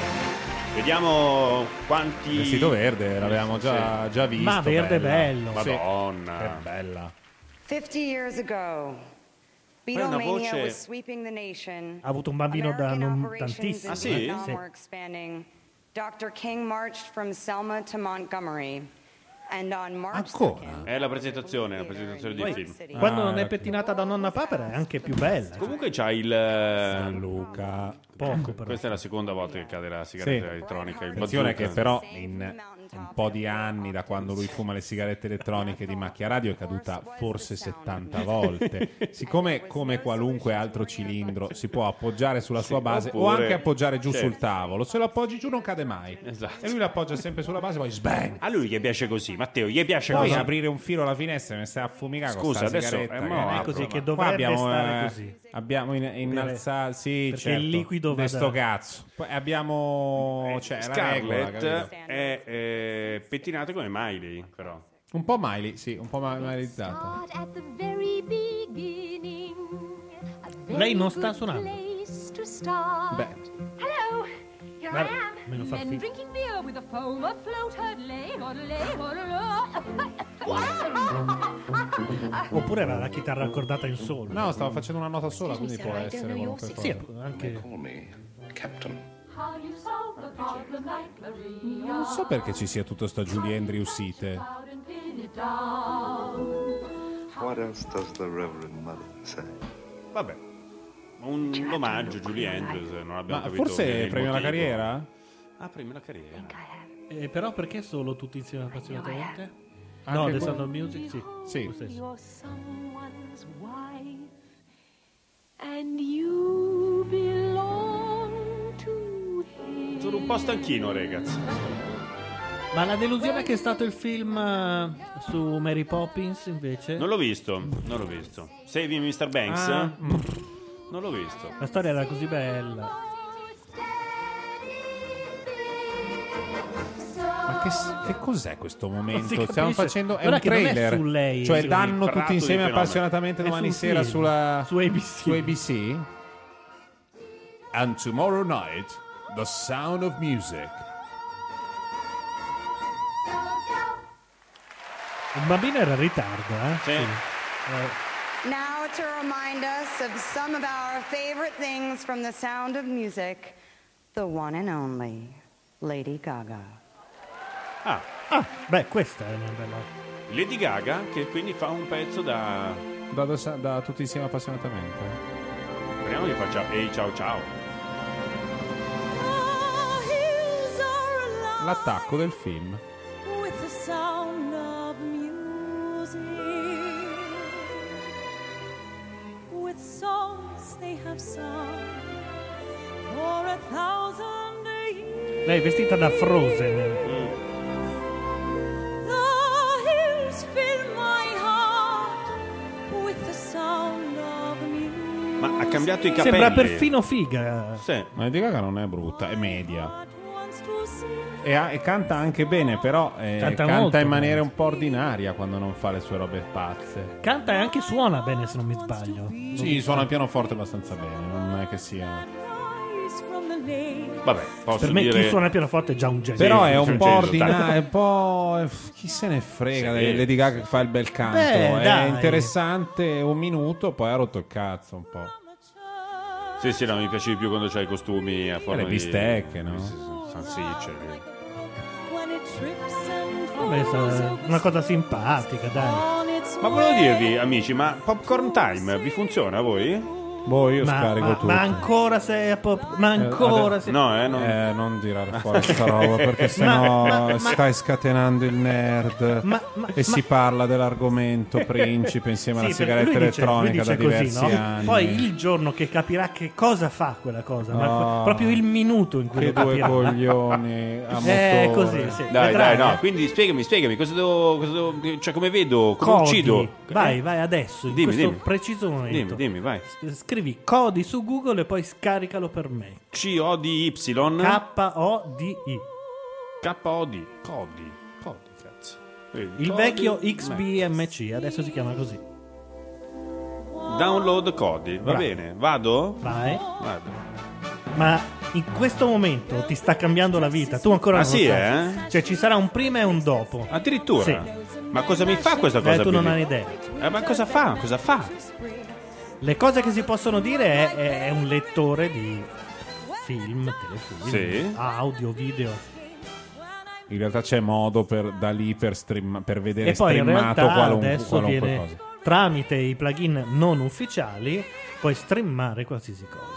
Vediamo quanti. Vestito verde, l'avevamo già, già visto. Ma verde bella. bello. Madonna. Che bella. Fifty years ago, Poi una Beatlemania voce- was sweeping the nation. Ha avuto un bambino da non Operations tantissimo. in sì? Vietnam Sì. were expanding. doctor King marched from Selma to Montgomery. And on March Ancora? È la presentazione, la presentazione del Poi, film. quando non Ah, è pettinata da nonna papera è anche più bella. Comunque c'ha il eh, San Luca. Poco però. Questa è la seconda volta che cade la sigaretta Sì. elettronica. Il Attenzione bazooka. che però in un po' di anni da quando lui fuma le sigarette elettroniche di Macchia Radio è caduta forse settanta volte. Siccome come qualunque altro cilindro si può appoggiare sulla sua base o oppure- anche appoggiare giù certo. sul tavolo, se lo appoggi giù non cade mai. Esatto. E lui l'appoggia sempre sulla base, poi sbang. A lui gli piace così, Matteo, gli piace Poi così. aprire un filo alla finestra e mi stai a fumicare con Scusa, sta adesso sigaretta, eh, che- mo è apro, così ma- che Qua dovrebbe abbiamo, stare eh, così. abbiamo in- innalzato, sì, Perché certo, il liquido va di da- sto cazzo. Poi abbiamo, cioè, la regola, Scarlett capito? è eh, pettinata come Miley, però. Un po' Miley, sì, un po' Mileyzzata. At the very beginning, a very Lei non sta good suonando. place to start. Beh. Hello, here Guarda, I me lo am. fa Men fi- drinking beer with a foam afloat, hurley, hurley, Oppure era la chitarra accordata in sol. No, stavo facendo una nota sola, quindi può essere qualunque Sì, cosa. anche. Call me Captain. How you solve the problem like Maria. Non so perché ci sia tutta sta Julie Andrews-ite. Out and pin it down. What else does the Reverend Mother say? Vabbè. Un omaggio Julie Andrews, non abbiamo Ma capito forse bene il premio la motivo. carriera? Ah, premio la carriera. Eh, però perché solo tutti insieme appassionatamente? Anche No, The quello- Sound of Music, sì. Sì. Lo stesso. You're someone's wife, and you belong to him. Sono un po' stanchino, ragazzi. Ma la delusione che è stato il film eh, su Mary Poppins invece? Non l'ho visto, non l'ho visto. Saving mister Banks? Ah. Non l'ho visto. La storia era così bella. Ma che, s- che cos'è questo Non si momento? capisce. Stiamo facendo è Guarda un che non è trailer. su lei. Cioè Sì, danno prato tutti di insieme fenomeno. appassionatamente È domani sul sera film. sulla Su A B C. su A B C. And tomorrow night, The Sound of Music. Il bambino era in ritardo, eh? Sì. Eh, Now to remind us of some of our favorite things from The Sound of Music, the one and only Lady Gaga. Ah, Ah, beh, questa è una bella. Lady Gaga, che quindi fa un pezzo da... Da, da- da tutti insieme appassionatamente. Speriamo che faccia Ehi ciao ciao. L'attacco del film. With the sound of music, with songs they have sung for a thousand years. Lei è vestita da Frozen. The hills fill my heart with the sound of music. Ma ha cambiato i capelli. Sembra perfino figa. Sì. Ma Lady Gaga non è brutta, è media. Wants to sing. E, ha- e canta anche bene, però eh, Canta canta, molto in maniera bene. un po' ordinaria quando non fa le sue robe pazze. Canta e anche suona bene, se non mi sbaglio. Sì, suona il pianoforte abbastanza bene, non è che sia... Rise from the lake. Vabbè, posso Per me dire... chi suona il pianoforte è già un genio. Però è sì, un po' sì, ordinario, è un po'... chi se ne frega Sì. di Lady Gaga che fa il bel canto. Beh, è dai. interessante un minuto, poi ha rotto il cazzo un po'. Sì, sì, no, mi piace di più quando c'hai i costumi a forma le di... bistecche, no? Sì, sì, salsicce. When it trips and Vabbè, falls sa- over una cosa simpatica, dai. on its Ma volevo dirvi, amici, ma Popcorn Time vi funziona a voi? Boh, io ma, scarico ma, tutto. ma ancora sei a pop... Ma ancora Eh, sei... No, eh, non... Eh, non tirare fuori sta roba perché sennò Ma- ma- ma- stai scatenando il nerd Ma- ma- e si ma- parla dell'argomento principe insieme alla Sì, perché sigaretta lui dice- elettronica lui da dice diversi così, no? anni. Poi il giorno che capirà che cosa fa quella cosa, ma Oh, proprio il minuto in cui che lo due capirà. coglioni a Eh, motore. così, sì. Dai, Vedrai, dai, no, eh. quindi spiegami, spiegami, cosa devo, cosa devo cioè come vedo, come Codi. uccido? Vai, Eh? vai adesso, in Dimmi, questo dimmi. preciso momento. Dimmi, dimmi, vai. S- Scrivi Codi su Google e poi scaricalo per me. C O D Y K O D I. K O D Codi, Codi, cazzo. Vedi, Il Codi, vecchio Mac. X B M C, adesso si chiama così. Download Codi, va Bravo. bene, vado? Vai. Vado. Ma in questo momento ti sta cambiando la vita. Tu ancora Ah, non sì, lo sai. eh? Cioè ci sarà un prima e un dopo. Addirittura? Sì. Ma cosa mi fa questa cosa? Eh, tu non Billy? hai idea. Eh, ma cosa fa? Cosa fa? Le cose che si possono dire è, è- è un lettore di film, telefilm, Sì. audio, video. In realtà c'è modo per, da lì per, stream, per vedere E poi in streamato realtà qualunque, adesso qualunque viene cosa. tramite i plugin non ufficiali puoi streamare qualsiasi cosa.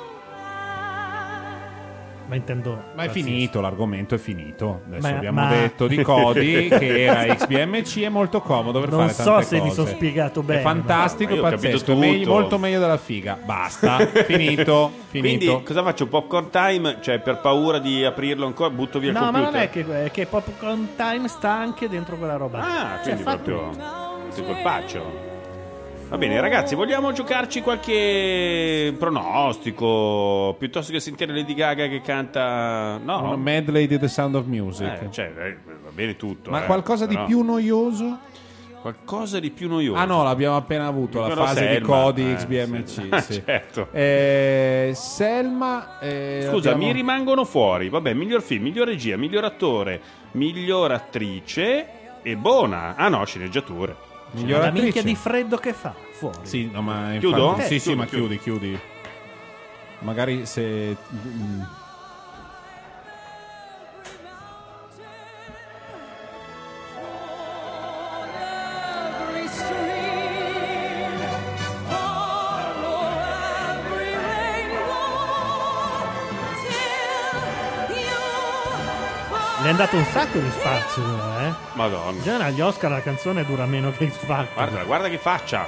Ma intendo Ma è qualsiasi. finito, l'argomento è finito. Adesso Ma- abbiamo ma- detto di Codi che era X B M C, è molto comodo per Non fare so tante se mi cose. sono spiegato bene, È fantastico, ma io ho capito pazzesco, è meglio- tutto. molto meglio della figa. Basta, finito, finito. Quindi cosa faccio? Popcorn Time? Cioè per paura di aprirlo ancora butto via il No, ma computer? non è che, è che Popcorn Time sta anche dentro quella roba. Ah, Cioè, quindi fa proprio tutto. tipo il paccio. Va bene ragazzi, vogliamo giocarci qualche pronostico piuttosto che sentire Lady Gaga che canta... No, Un medley di The Sound of Music. Eh, cioè, eh, va bene tutto. Ma eh, qualcosa però- di più noioso? Qualcosa di più noioso. Ah no, l'abbiamo appena avuto, la Quello fase Selma, di Codi eh, X B M C. sì. Ah, sì. certo. Eh, Selma... eh, Scusa, abbiamo- mi rimangono fuori. Vabbè, miglior film, miglior regia, miglior attore, miglior attrice e buona. Ah no, sceneggiature. Miglior La attrice? minchia di freddo che fa fuori. Sì, no, ma infatti- Chiudo? Sì, Eh, sì, chiudo, ma chiudo. chiudi, chiudi. Magari se... mm, Le è andato un sacco di spazio, eh. Madonna. In genere agli Oscar la canzone dura meno che X Factor. Guarda, guarda che faccia.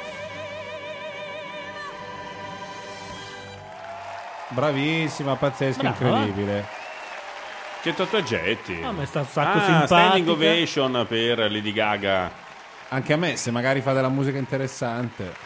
Bravissima, pazzesca, Brava. incredibile. Che tatuaggetti. Ah, ma sta un sacco ah, simpatica. standing ovation per Lady Gaga. Anche a me, se magari fa della musica interessante.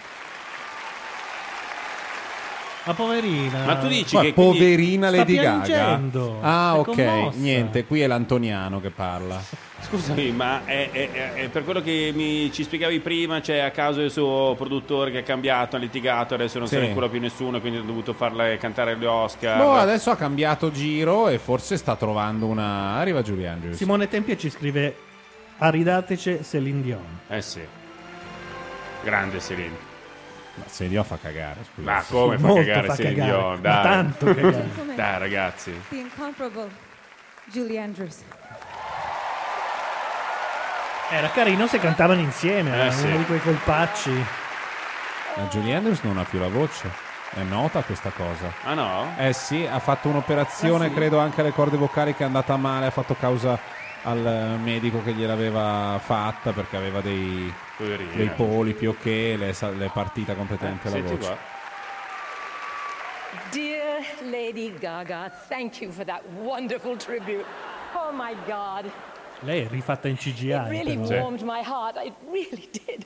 Ma poverina. Ma tu dici Ma che quindi- poverina sta Lady Gaga. piangendo. Ah, È ok. commossa. Niente, qui è l'Antoniano che parla. Scusami, ma è, è- è- è per quello che mi, ci spiegavi prima, cioè a causa del suo produttore che ha cambiato, ha litigato, adesso non Sì. se ne cura più nessuno, quindi ha dovuto farla cantare agli Oscar. Boh, adesso ha cambiato giro e forse sta trovando una... Arriva Julie Andrews. Simone Tempio ci scrive: Aridateci Celine Dion. Eh sì. Grande Celine. Ma Celine Dion fa cagare, scusa. Ma come fa Molto cagare fa Celine cagare, Dion? ma Dai. tanto cagare. Dai ragazzi. The incomparable Julie Andrews. Era carino se cantavano insieme, Eh, era sì. uno di quei colpacci. Ma Julie Andrews non ha più la voce. È nota questa cosa. Ah no? Eh sì, ha fatto un'operazione, Ah, sì? credo anche alle corde vocali, che è andata male, ha fatto causa al medico che gliel'aveva fatta perché aveva dei, Poverina. dei polipi o che le, è sa- le è partita completamente Eh, la senti voce. qua. Dear Lady Gaga, thank you for that wonderful tribute. Oh my God. Lei è rifatta in C G I. It really però. warmed my heart. It really did.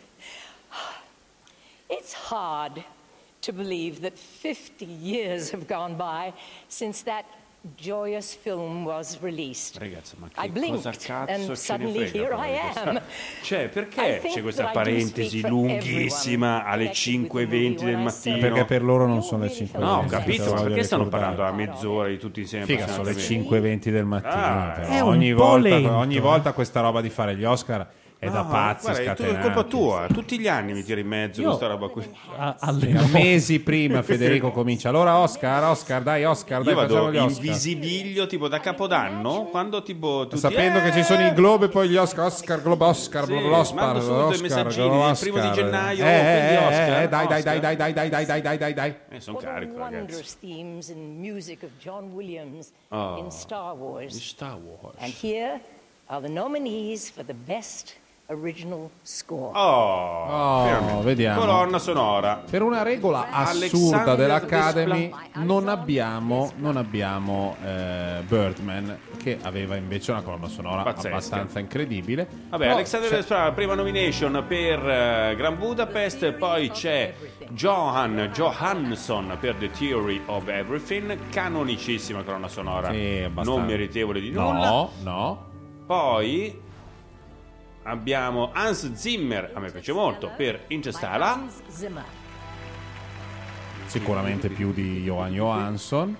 It's hard to believe that fifty years have gone by since that joyous film was released. Ragazzi, ma I che blinked cosa cazzo and ce ne suddenly frega here però I di questa- am. Cioè, I perché think c'è questa that I do parentesi speak for lunghissima alle cinque e venti del mattino? Perché per loro non sono le cinque e No, ho venti, capito, te lo ma voglio perché stanno ricordare. parlando a mezz'ora di tutti insieme? Figa, sono le passandomi? cinque e venti del mattino. Ah, però È un ogni po' volta, lento, ogni eh. volta questa roba di fare gli Oscar è da No, pazzi guarda, è tu- è scatenati. colpa tua, tutti gli anni mi tiri in mezzo Io- questa roba qui. A- Sì, alle a mesi prima Federico comincia. Allora Oscar, Oscar, dai Oscar, dai, Io facciamo vado gli in Oscar. visibilio tipo da Capodanno, quando tipo tutti, Sapendo eh, che ci sono i Globe e poi gli Oscar, Oscar, Globe, Oscar, Sì, Globe, Oscar, mando subito i Oscar, messaggini, Globe, il primo di Oscar. gennaio, Eh, quindi eh, Oscar, eh, dai, dai, Oscar. dai, dai, dai, dai, dai, dai, dai, dai. Eh, sono What a carico, ragazzi. wondrous themes and music of John Williams Oh, in Star Wars. Star Wars. And here are the nominees for the best original score. Oh, Oh, finalmente. vediamo. Colonna sonora. Per una regola assurda Alexander dell'Academy Desplat. non abbiamo, non abbiamo eh, Birdman, che aveva invece una colonna sonora Pazzesca. abbastanza incredibile. Vabbè, Però Alexander c'è- Desplat, prima nomination per eh, Grand Budapest, poi c'è Johan Johansson per The Theory of Everything, canonicissima colonna sonora, Sì, abbastanza. non meritevole di nulla. No, no. Poi abbiamo Hans Zimmer, a me piace molto, per Interstellar. Hans Zimmer. Sicuramente più di Johan Johansson.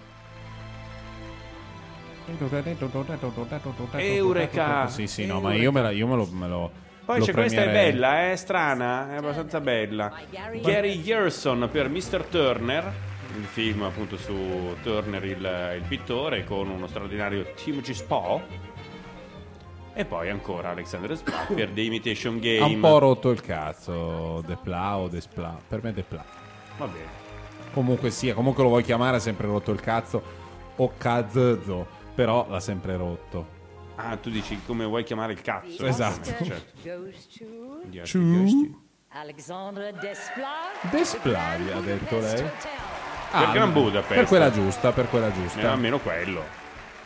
Eureka! Sì, sì, no, ma io me, la, io me lo, me lo Poi lo c'è questa, è premierei. bella, è strana, è abbastanza bella. Gary Gerson per mister Turner, il film appunto su Turner il, il pittore, con uno straordinario Timothy Spall. E poi ancora Alexander Desplat per The Imitation Game. Ha un po' rotto il cazzo Desplat o Desplat. Per me Desplat. Va bene. Comunque sia, comunque lo vuoi chiamare, ha sempre rotto il cazzo o cazzo, però l'ha sempre rotto. Ah, tu dici come vuoi chiamare il cazzo. Esatto. Certo. Goes to Gli altri Ciu. gesti. Alexandre Desplat. Desplat, ha detto lei. Per Gran Budapest. Per quella giusta, per quella Eh, giusta. almeno quello.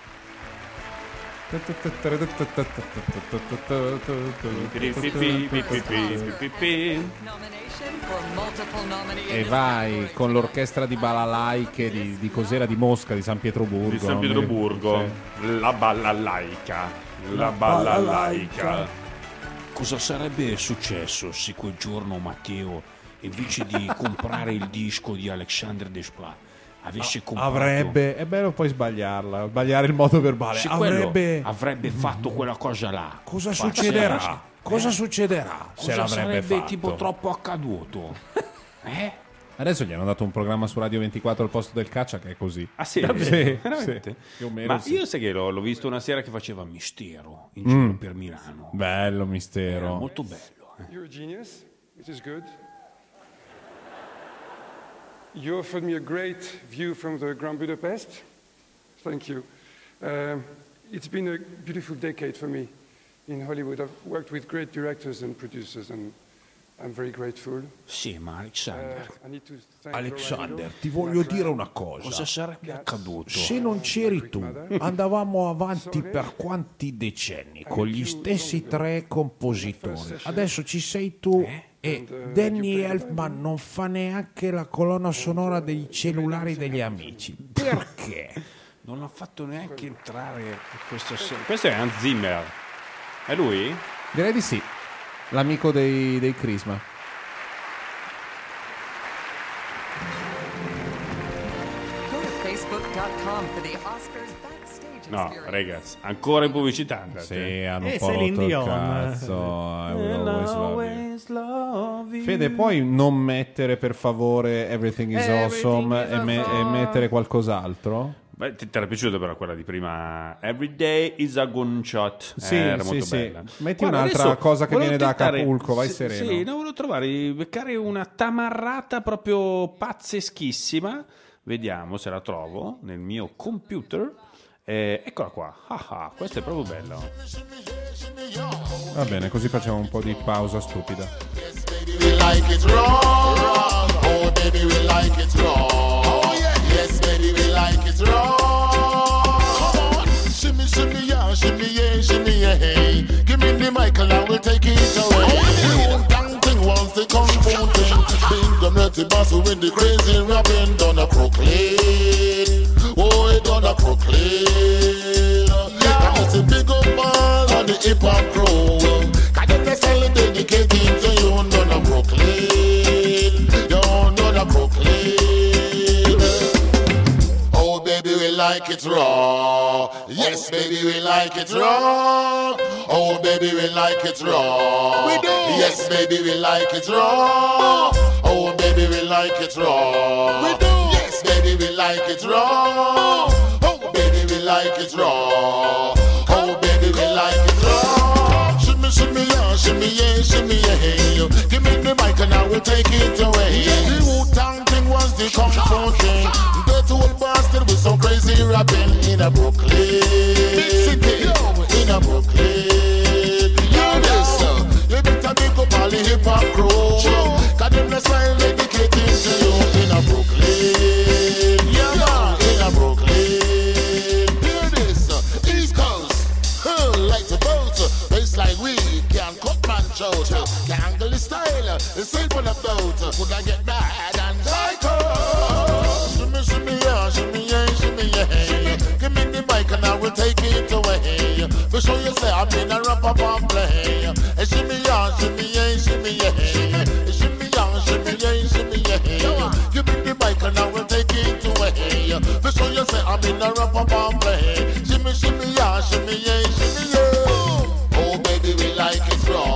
E vai con l'orchestra di balalaiche di, di cos'era, di Mosca, di San Pietroburgo. Di San non mi Pietroburgo. ricordo. La ballalaica. La ballalaica. Cosa sarebbe successo se quel giorno Matteo, invece di comprare il disco di Alexander Desplat, avesse comprato... Avrebbe, è bello poi sbagliarla, sbagliare il modo verbale. Se quello Avrebbe. avrebbe fatto quella cosa là. Cosa Pazzesco. succederà? Cosa succederà se Cosa l'avrebbe sarebbe fatto? tipo troppo accaduto? Eh? Adesso gli hanno dato un programma su Radio ventiquattro al posto del caccia che è così. Ah sì? Sì, Veramente? sì, più o meno Ma sì. io sai che l'ho, l'ho visto una sera che faceva mistero in giro Mm. per Milano. Bello Era mistero. molto bello. eh. You're a genius, which is good. You offered me a great view from the Grand Budapest. Thank you. Um, it's been a beautiful decade for me in Hollywood. I've worked with great directors and producers, and I'm very grateful. Sì, ma Alexander... Uh, I need to thank Alexander, Lorenzo, ti my voglio friend. dire una cosa. Cosa sarebbe accaduto? Se non c'eri tu, andavamo avanti per quanti decenni con gli stessi tre compositori. Adesso ci sei tu e Danny Elfman non fa neanche la colonna sonora dei cellulari degli amici. Perché? Non l'ha fatto neanche entrare in questa sera. Questo è Hans Zimmer. È lui? Direi di sì. L'amico dei, dei Crisma. Go to facebook dot com for the Oscars backstage No, experience. ragazzi, ancora in pubblicità. andate. Sì, hanno un E po' Celine rotto il Dion. cazzo. I will I'll always love you. always love you. Fede, puoi non mettere per favore Everything is Everything Awesome is e, me- awesome. e mettere qualcos'altro? Beh, ti, ti era piaciuta però quella di prima? Every day is a gunshot. Sì, Eh, era sì, molto sì. bella. Metti Guarda, un'altra adesso cosa che volevo viene da tentare- Acapulco, vai sì, sereno. Sì, no, volevo trovare, beccare una tamarrata proprio pazzeschissima. Vediamo se la trovo nel mio computer. Eh, eccola qua. Ah, ah, questa è proprio bella. Va bene, così facciamo un po' di pausa stupida. We like it raw. Oh, baby, we like it raw. Oh, yeah. Yes, baby, we like it raw. Come on. Shimmy, shimmy, yeah, shimmy, yeah, shimmy, yeah, hey. Give me the mic and I will take it away. Oh, dang thing was the kung fu thing. Being the nutty boss with the crazy rapping. Donna proclaim. Oh, it donna proclaim. Yeah. And it's a big old ball on the hip hop crew. Can you tell it dedicated to you, Donna Brooklyn? You, Donna Brooklyn. Oh, baby, we like it raw. Yes, baby, we like it raw. Oh, baby, we like it raw. We do. Yes, baby, we like it raw. Oh, baby, we like it raw. We do. Yes, baby, we like it raw. Oh, baby, we like it raw. Oh, baby, we like it raw. Shimmy, shimmy, yeah, shimmy, yeah, shimmy, yeah. Give me the mic and I will take it away. The Wu-Tang thing was the kung fu thing. That old bastard with some crazy rapping in a Brooklyn. Big city, in a Brooklyn. You this, uh, you better pick up all the hip-hop crew. Cause them the smile dedicated to you in a Brooklyn. Yeah, man, in a Brooklyn. Hear this, uh, East Coast, huh, like the boat. Race like we can cut man throat. Can angle the style, the same for the boat. Could I get mad and psycho? Shimmy, shimmy, yeah, shimmy, yeah, shimmy, yeah. Give me the mic and I will take it away. For sure you say I'm in a rap up and play. Shimmy, yeah, shimmy, yeah, shimmy, yeah. Shimmy, yeah, shimmy, yeah, shimmy, yeah. Give me the mic and I will take it away. For sure you say I'm in a rap up and play. Shimmy, shimmy, yeah, shimmy, yeah, shimmy, yeah. Oh, baby, we like it raw.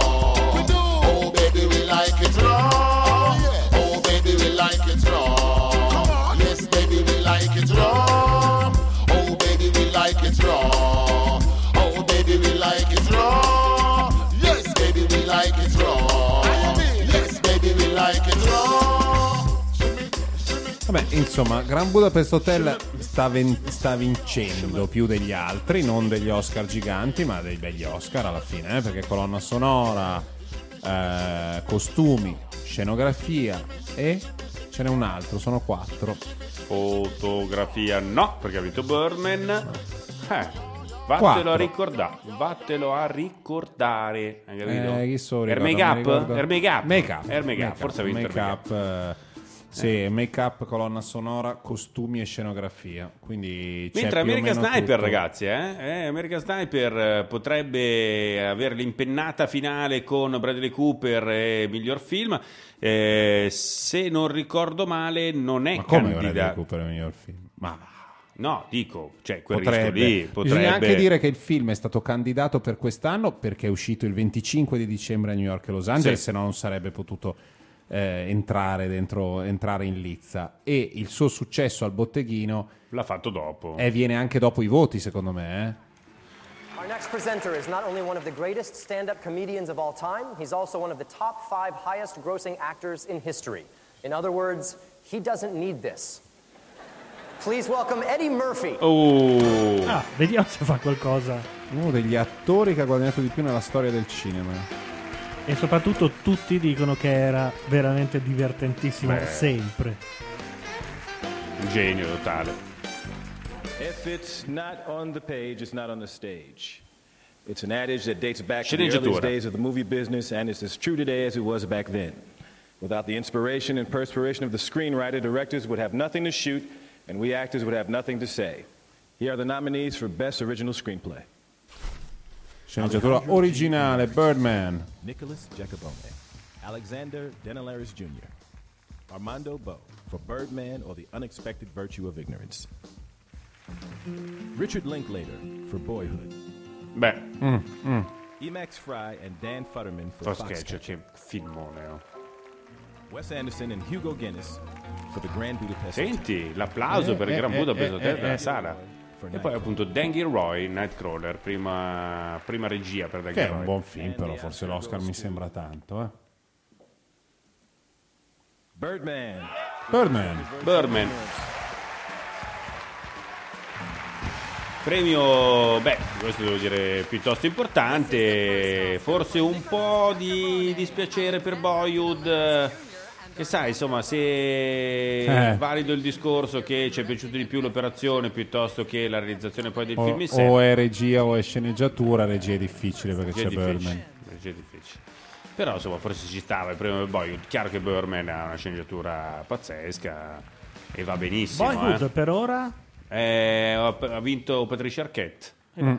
Oh, baby, we like it raw. Oh, baby, we like it raw. Yes, baby, we like it raw. Oh, baby, we like it raw. Oh, baby, we like it raw. Yes, baby, we like it raw. Yes, baby, we like it raw. Vabbè, insomma, Grand Budapest Hotel sta, ven- sta vincendo più degli altri, non degli Oscar giganti, ma dei begli Oscar alla fine, eh, perché colonna sonora, eh, costumi, scenografia e ce n'è un altro, sono quattro. Fotografia no, perché ha vinto Birdman. Eh, vattelo Quattro. a ricordare, vattelo a ricordare. Hai capito? Eh, chi so, Air ricordo, Make mi Up? ricordo. Air Make Up? Make Up. Air Make Up, Make forse ha Up, vinto Make Air Up, eh, sì, Make Up, colonna sonora, costumi e scenografia. Quindi c'è Mentre più o American meno Sniper, tutto. ragazzi, eh? Eh, American Sniper eh, potrebbe avere l'impennata finale con Bradley Cooper e miglior film. Eh, se non ricordo male, non è Ma come Bradley candidato. Cooper è il miglior film? Ma no, dico, cioè quel potrebbe. rischio lì potrebbe. Bisogna anche dire che il film è stato candidato per quest'anno perché è uscito il venticinque di dicembre a New York e Los Angeles, Sì. se no non sarebbe potuto eh, entrare dentro, entrare in lizza, e il suo successo al botteghino l'ha fatto dopo. E viene anche dopo i voti, secondo me, eh. Our next presenter is not only one of the greatest stand-up comedians of all time, he's also one of the top five highest grossing actors in history. In other words, he doesn't need this. Please welcome Eddie Murphy. Oh. Ah, vediamo se fa qualcosa. Uno degli attori che ha guadagnato di più nella storia del cinema. E soprattutto tutti dicono che era veramente divertentissimo, Beh. sempre. Un genio totale. If it's not on the page, it's not on the stage. It's an adage that dates back to the Sceneggiatura. earliest days of the movie business, and it's as true today as it was back then. Without the inspiration and perspiration of the screenwriter, directors would have nothing to shoot, and we actors would have nothing to say. Here are the nominees for Best Original Screenplay. Sceneggiatura originale, Birdman. Nicholas Giacobone, Alexander Denelaris Junior, Armando Bo for Birdman or the Unexpected Virtue of Ignorance. Richard Linklater for Boyhood. Beh, Mm, mm. Emax Fry and Dan Futterman fa for sketch, Foxcatcher. che filmone, no? Wes Anderson and Hugo Guinness for The Grand Budapest Hotel. Senti, l'applauso Eh, per il eh, Gran eh, Budapest eh, Hotel eh, della eh. sala. For E poi Nightcrawler. appunto Dan Gilroy, Nightcrawler, prima, prima regia per Dan Che è Gilroy. un buon film, però forse l'Oscar mi sembra tanto, eh. Birdman. Birdman. Birdman. Premio, beh, questo devo dire piuttosto importante, forse un po' di dispiacere per Boyhood, eh, che sai, insomma, se Eh. valido il discorso che ci è piaciuta di più l'operazione piuttosto che la realizzazione poi del O, film in sé. o è regia o è sceneggiatura. Regia è difficile perché Regia c'è è difficile, Birdman. regia è difficile. Però insomma forse ci stava il premio per Boyhood. Chiaro che Birdman ha una sceneggiatura pazzesca e va benissimo. Boyhood eh. per ora Eh, ha ha vinto Patricia Arquette. Mm.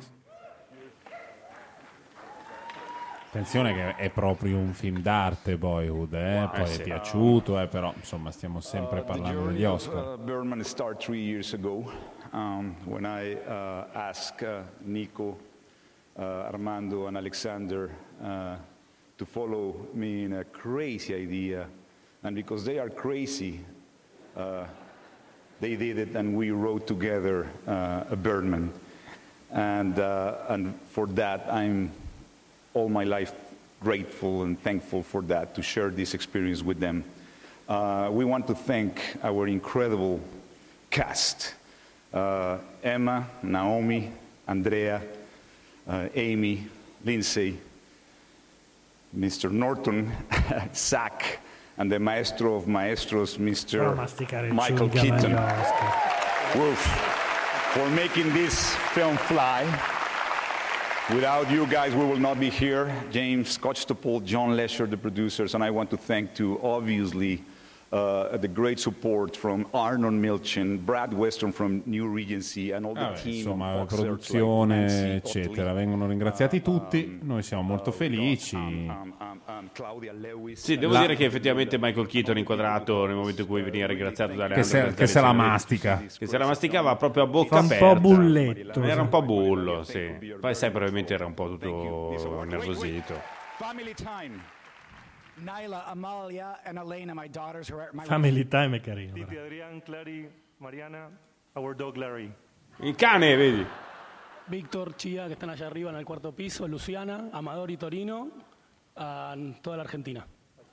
Attenzione che è proprio un film d'arte, Boyhood, eh? Wow. Poi Eh è sì. piaciuto, eh, però insomma stiamo sempre parlando degli Oscar. Uh, Birdman started three years ago um, when I uh, asked uh, Nico uh, Armando and Alexander uh, to follow me in a crazy idea. And because they are crazy, uh, they did it, and we wrote together uh, a Birdman. And, uh, and for that, I'm all my life grateful and thankful for that, to share this experience with them. Uh, we want to thank our incredible cast, uh, Emma, Naomi, Andrea, uh, Amy, Lindsay, Mister Norton, Zach, and the maestro of maestros, Mister Michael Keaton, Wolf, for making this film fly. Without you guys, we will not be here. James Scotchtople, John Lesher, the producers, and I want to thank to, obviously, uh, the great support from Arnon Milchin, Brad Weston from New Regency, and all the Ah, beh, team. insomma, of la Fox Searchlight, produzione, Nancy, eccetera, vengono ringraziati tutti, noi siamo molto felici. Sì, devo La- dire che effettivamente Michael Keaton inquadrato nel momento in cui veniva ringraziato da Che se- che se la mastica. che se la masticava proprio a bocca Fa un aperta. po' bulletto, Era sì. un po' bullo, sì. Poi sai, probabilmente era un po' tutto nervosito. Family time. Nyla, Amalia, and Elena, my daughters, who are my Family time è carino. Titi, però. Adrian, Clary, Mariana, our dog Larry. Il cane, vedi? Víctor, Chía, que están allá arriba en el cuarto piso, Luciana, Amador y Torino, a toda la Argentina.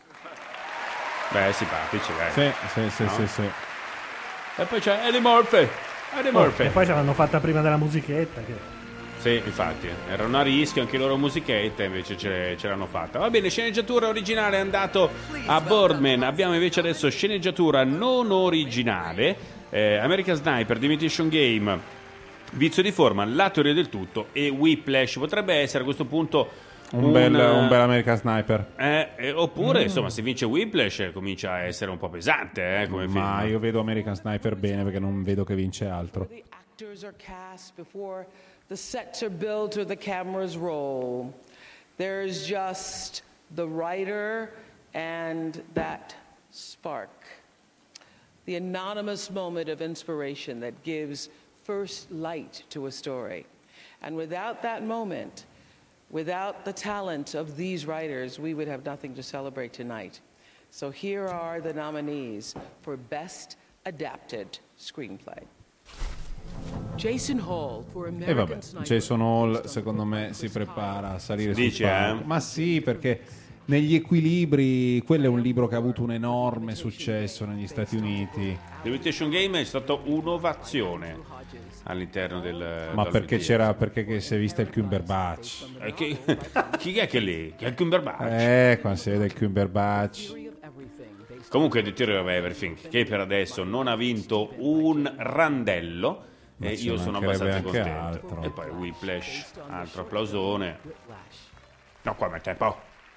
Beh, simpatici, dai. Sì, sì, sì, No? sì, sì. E poi c'è Eddie Murphy. Eddie Oh, Murphy. e poi ce l'hanno fatta prima della musichetta. Che... Sì, infatti, erano a rischio anche i loro musichette, invece ce, ce l'hanno fatta. Va bene, sceneggiatura originale è andato a Birdman. Abbiamo invece adesso sceneggiatura non originale, eh, American Sniper, The Imitation Game, Vizio di forma, La teoria del tutto e Whiplash. Potrebbe essere a questo punto Un, bel, un bel American Sniper. eh, eh, oppure, Mm. insomma, se vince Whiplash eh, comincia a essere un po' pesante, eh, come Ma film. io vedo American Sniper bene perché non vedo che vince altro. Actors are cast before the sets are built or the cameras roll. There's just the writer and that spark. The anonymous moment of inspiration that gives first light to a story. And without that moment, without the talent of these writers, we would have nothing to celebrate tonight. So here are the nominees for Best Adapted Screenplay. Jason Hall for E American vabbè, Sniper. Jason Hall secondo me si prepara a salire sul Dici, palco. eh? Ma sì, perché negli equilibri, quello è un libro che ha avuto un enorme successo negli Stati Uniti. The Imitation Game è stata un'ovazione all'interno del Ma del perché film. c'era, perché che si è vista il Cumberbatch. Eh, chi, chi è che è lì? Che è il Cumberbatch? Eh, quando si vede il Cumberbatch. Comunque The Theory of Everything, che per adesso non ha vinto un randello, Ma e ci io sono mancherebbe abbastanza anche contento. altro. E poi Whiplash, altro applausone. No, qua mette un po'.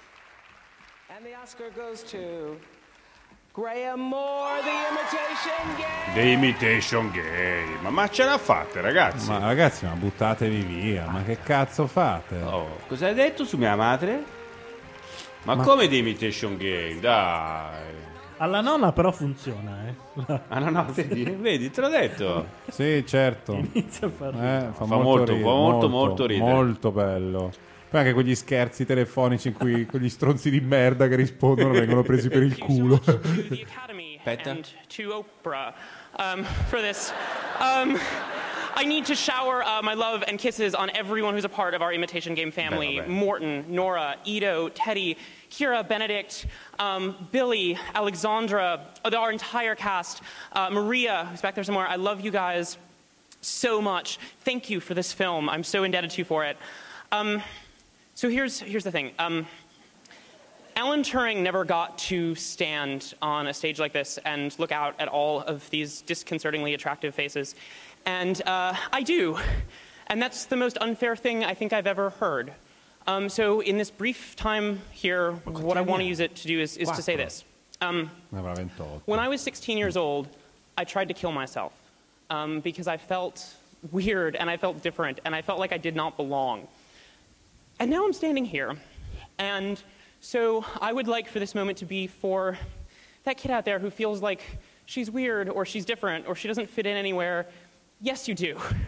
And the Oscar goes to Graham Moore, The Imitation Game. The Imitation Game. Ma, ma ce l'ha fatta, ragazzi? Ma ragazzi, ma buttatevi via, ma che cazzo fate? Oh, cosa hai detto su mia madre? Ma, Ma- come The Imitation Game? Dai. Alla nonna però funziona, eh. Ah no, no, vedi, vedi, te l'ho detto. Sì, certo. Inizia a far Eh, ridere. fa, Fa molto, molto, ridere, fa molto, molto ridere. Molto bello. Poi anche quegli scherzi telefonici in cui quegli stronzi di merda che rispondono vengono presi per il culo. Aspetta. And to Oprah um, for this. Um, I need to shower uh, my love and kisses on everyone who's a part of our Imitation Game family. Beh, vabbè. Morton, Nora, Ito, Teddy, Kira, Benedict, um, Billy, Alexandra, uh, our entire cast, uh, Maria, who's back there somewhere. I love you guys so much. Thank you for this film. I'm so indebted to you for it. Um, so here's, here's the thing. Um, Alan Turing never got to stand on a stage like this and look out at all of these disconcertingly attractive faces. And uh, I do. And that's the most unfair thing I think I've ever heard. Um, so in this brief time here, what I want to use it to do is, is to say this. Um, Ne avrà ventotto. when I was sixteen years old, I tried to kill myself um, because I felt weird and I felt different and I felt like I did not belong. And now I'm standing here. And so I would like for this moment to be for that kid out there who feels like she's weird or she's different or she doesn't fit in anywhere. Yes, you do.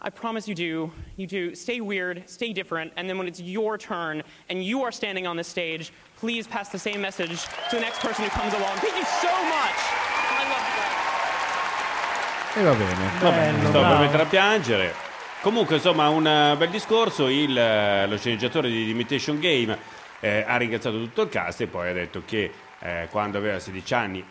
I promise you do. You do. Stay weird, stay different, and then when it's your turn and you are standing on the stage, please pass the same message to the next person who comes along. Thank you so much. I love you guys. E va bene. Va bene, Bello, sto per bravo. mettere a piangere. Comunque, insomma, un eh, bel discorso. Il, eh, lo sceneggiatore di The Imitation Game eh, ha ringraziato tutto il cast e poi ha detto che eh, quando aveva sedici anni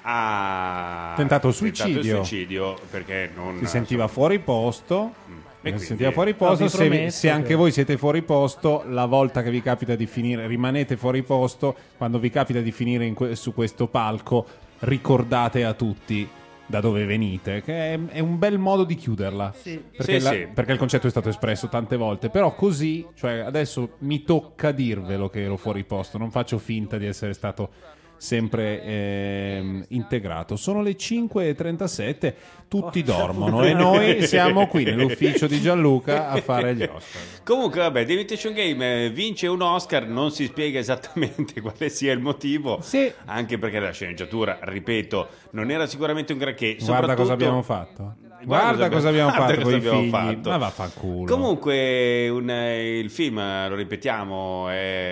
ha Tentato il tentato suicidio. il suicidio perché non Si sentiva fuori posto. E Si quindi- sentiva fuori posto. No, vi Se, prometto se anche che- voi siete fuori posto, la volta che vi capita di finire, rimanete fuori posto. Quando vi capita di finire in que- su questo palco, ricordate a tutti da dove venite, che è, è un bel modo di chiuderla. Sì. Perché, Sì, la- sì. perché il concetto è stato espresso tante volte. Però così, cioè adesso mi tocca dirvelo che ero fuori posto. Non faccio finta di essere stato sempre ehm, integrato. Sono le cinque e trentasette, tutti dormono e noi siamo qui nell'ufficio di Gianluca a fare gli Oscar. Comunque, vabbè, The Imitation Game eh, vince un Oscar, non si spiega esattamente quale sia il motivo, Sì. anche perché la sceneggiatura, ripeto, non era sicuramente un granché. Guarda soprattutto- cosa abbiamo fatto. Guarda Guarda cosa abbiamo guarda fatto cosa con i abbiamo figli. fatto. Ma vaffanculo. Comunque, un, eh, il film, eh, lo ripetiamo,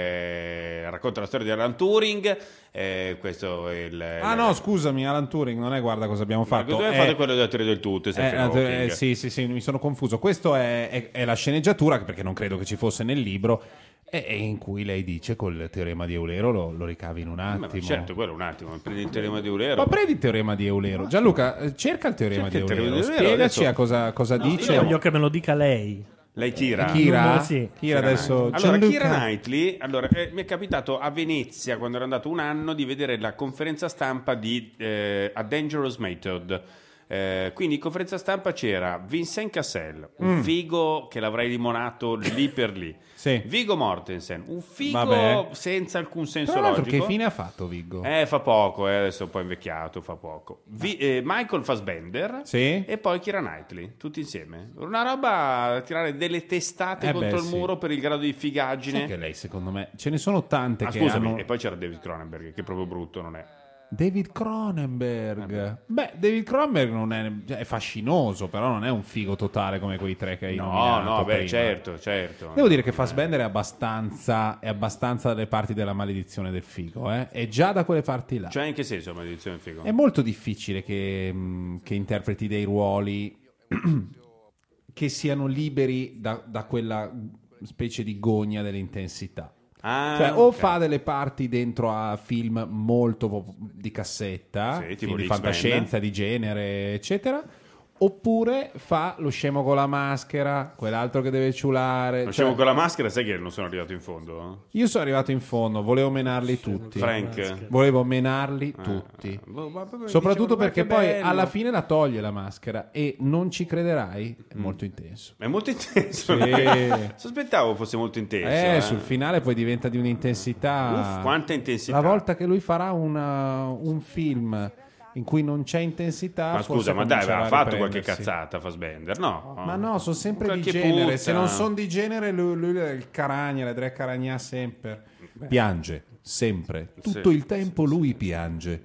è- racconta la storia di Alan Turing. eh, questo è il. Ah no, scusami, Alan Turing non è guarda cosa abbiamo fatto. Tu hai è- fatto quello della teoria del tutto, Eh, Stephen eh, Hawking. eh, sì, sì, sì, mi sono confuso. Questo è, è- è la sceneggiatura, perché non credo che ci fosse nel libro, e, e in cui lei dice col teorema di Eulero lo, lo ricavi in un Ma attimo. certo, quello un attimo, prendi il teorema di Eulero. Ma prendi il teorema di Eulero. Gianluca, eh, cerca il teorema Cerca di il teorema Eulero. di Eulero, Spiegaci adesso- a cosa, cosa Io dice. voglio che me lo dica lei. Lei Kira? Kira? Numero- sì. Kira adesso. Knightley. Allora, Gianluca. Kira Knightley, allora, eh, mi è capitato a Venezia, quando ero andato un anno, di vedere la conferenza stampa di eh, A Dangerous Method. Eh, quindi in conferenza stampa c'era Vincent Cassel, un Mm. figo che l'avrei limonato lì per lì. Sì. Viggo Mortensen, un figo Vabbè. senza alcun senso Tra l'altro, logico. che fine ha fatto Viggo? Eh, fa poco, eh, adesso è un po' invecchiato, fa poco. Vi- eh, Michael Fassbender Sì. e poi Keira Knightley, tutti insieme. Una roba a tirare delle testate Eh contro beh, il sì. muro per il grado di Sai figaggine. che lei, secondo me, ce ne sono tante Ah, che scusami, hanno. e poi c'era David Cronenberg, che proprio brutto non è. David Cronenberg. Beh, David Cronenberg non è, è fascinoso, però non è un figo totale come quei tre che hai No, nominato no, beh, prima. certo, certo. Devo dire che Fassbender è abbastanza, è abbastanza dalle parti della maledizione del figo, eh? È già da quelle parti là. Cioè, in che senso la maledizione del figo? È molto difficile che, mh, che interpreti dei ruoli che siano liberi da, da quella specie di gogna dell'intensità. Ah, Cioè, o ok. fa delle parti dentro a film molto pop- di cassetta, Sì, tipo film di gli X-Men. fantascienza, di genere, eccetera, oppure fa lo scemo con la maschera, quell'altro che deve ciulare. Lo Cioè, scemo con la maschera, sai che non sono arrivato in fondo? io sono arrivato in fondo, volevo menarli tutti. Frank. Volevo menarli Ah, tutti. boh, ma proprio Soprattutto dicevo, perché "Ma che poi bello". alla fine la toglie la maschera e non ci crederai, è molto intenso. È molto intenso. Sì. Sospettavo fosse molto intenso. Eh, eh. sul finale poi diventa di un'intensità. Uff, quanta intensità. La volta che lui farà una- un film in cui non c'è intensità, Ma forse scusa, ma dai, comincerà aveva a fatto qualche riprendersi. cazzata Fassbender? No. Ma no, sono sempre di Qualche genere. Se putta. non sono di genere, lui, lui è il caragna, la Dre caragna sempre. Piange, sempre. Tutto Sì, il tempo lui piange.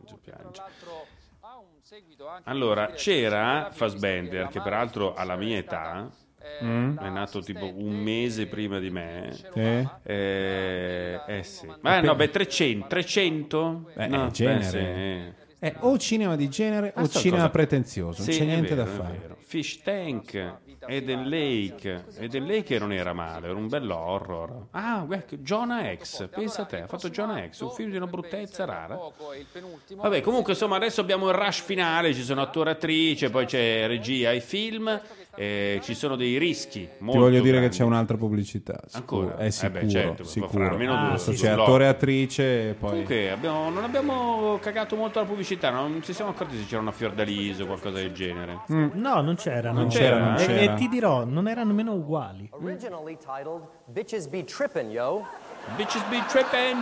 Allora, c'era Fassbender, che peraltro alla mia età, Mm. è nato tipo un mese prima di me. Sì. Eh, eh sì. Ma no, beh, trecento? trecento? Eh, no, è genere. beh, sì, eh. È o cinema di genere Ah, o sta cinema cosa- pretenzioso, non Sì, c'è è niente vero, da è fare. vero. Fish Tank, Eden Lake. Eden Lake non era male, era un bello horror. Ah, ecco, Jonah X, pensa a te, ha fatto Jonah X, un film di una bruttezza rara. Vabbè, comunque insomma adesso abbiamo il rush finale, ci sono attore e attrice, poi c'è regia e film, eh, ci sono dei rischi molto Ti voglio dire grandi. che c'è un'altra pubblicità. sicuro. Ancora? È Eh sicuro. beh, certo, sicuro. farà almeno due Adesso sul c'è blog. attore e attrice e poi. Comunque abbiamo- non abbiamo cagato molto la pubblicità, non ci siamo accorti se c'era una Fiordaliso o qualcosa del genere. No, non c'erano. Non c'era, non E- c'era. E, ti dirò, non erano nemmeno uguali. Originally titled Bitches Be Trippin', Yo. Bitches Be Trippin'.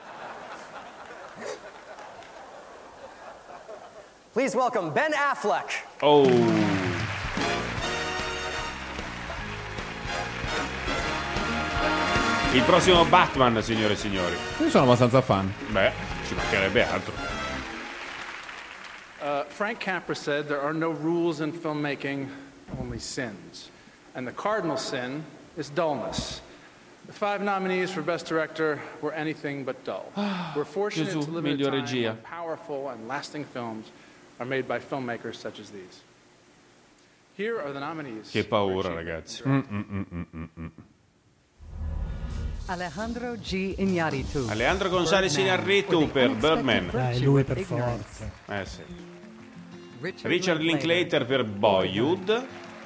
Please welcome Ben Affleck. Oh. Il prossimo Batman, signore e signori. Io sono abbastanza fan. Beh, ci mancherebbe altro. Uh, Frank Capra said there are no rules in filmmaking, only sins. and the cardinal sin is dullness. The five nominees for Best Director were anything but dull. We're fortunate Gesù, to live in a miglior time regia. when powerful and lasting films are made by filmmakers such as these. Here are the nominees. Che paura, ragazzi. Mm, mm, mm, mm, mm, mm. Alejandro G. Iñárritu. Alejandro González Iñárritu per Birdman. Dai, lui per forza. Eh sì. Richard Linklater per Boyhood.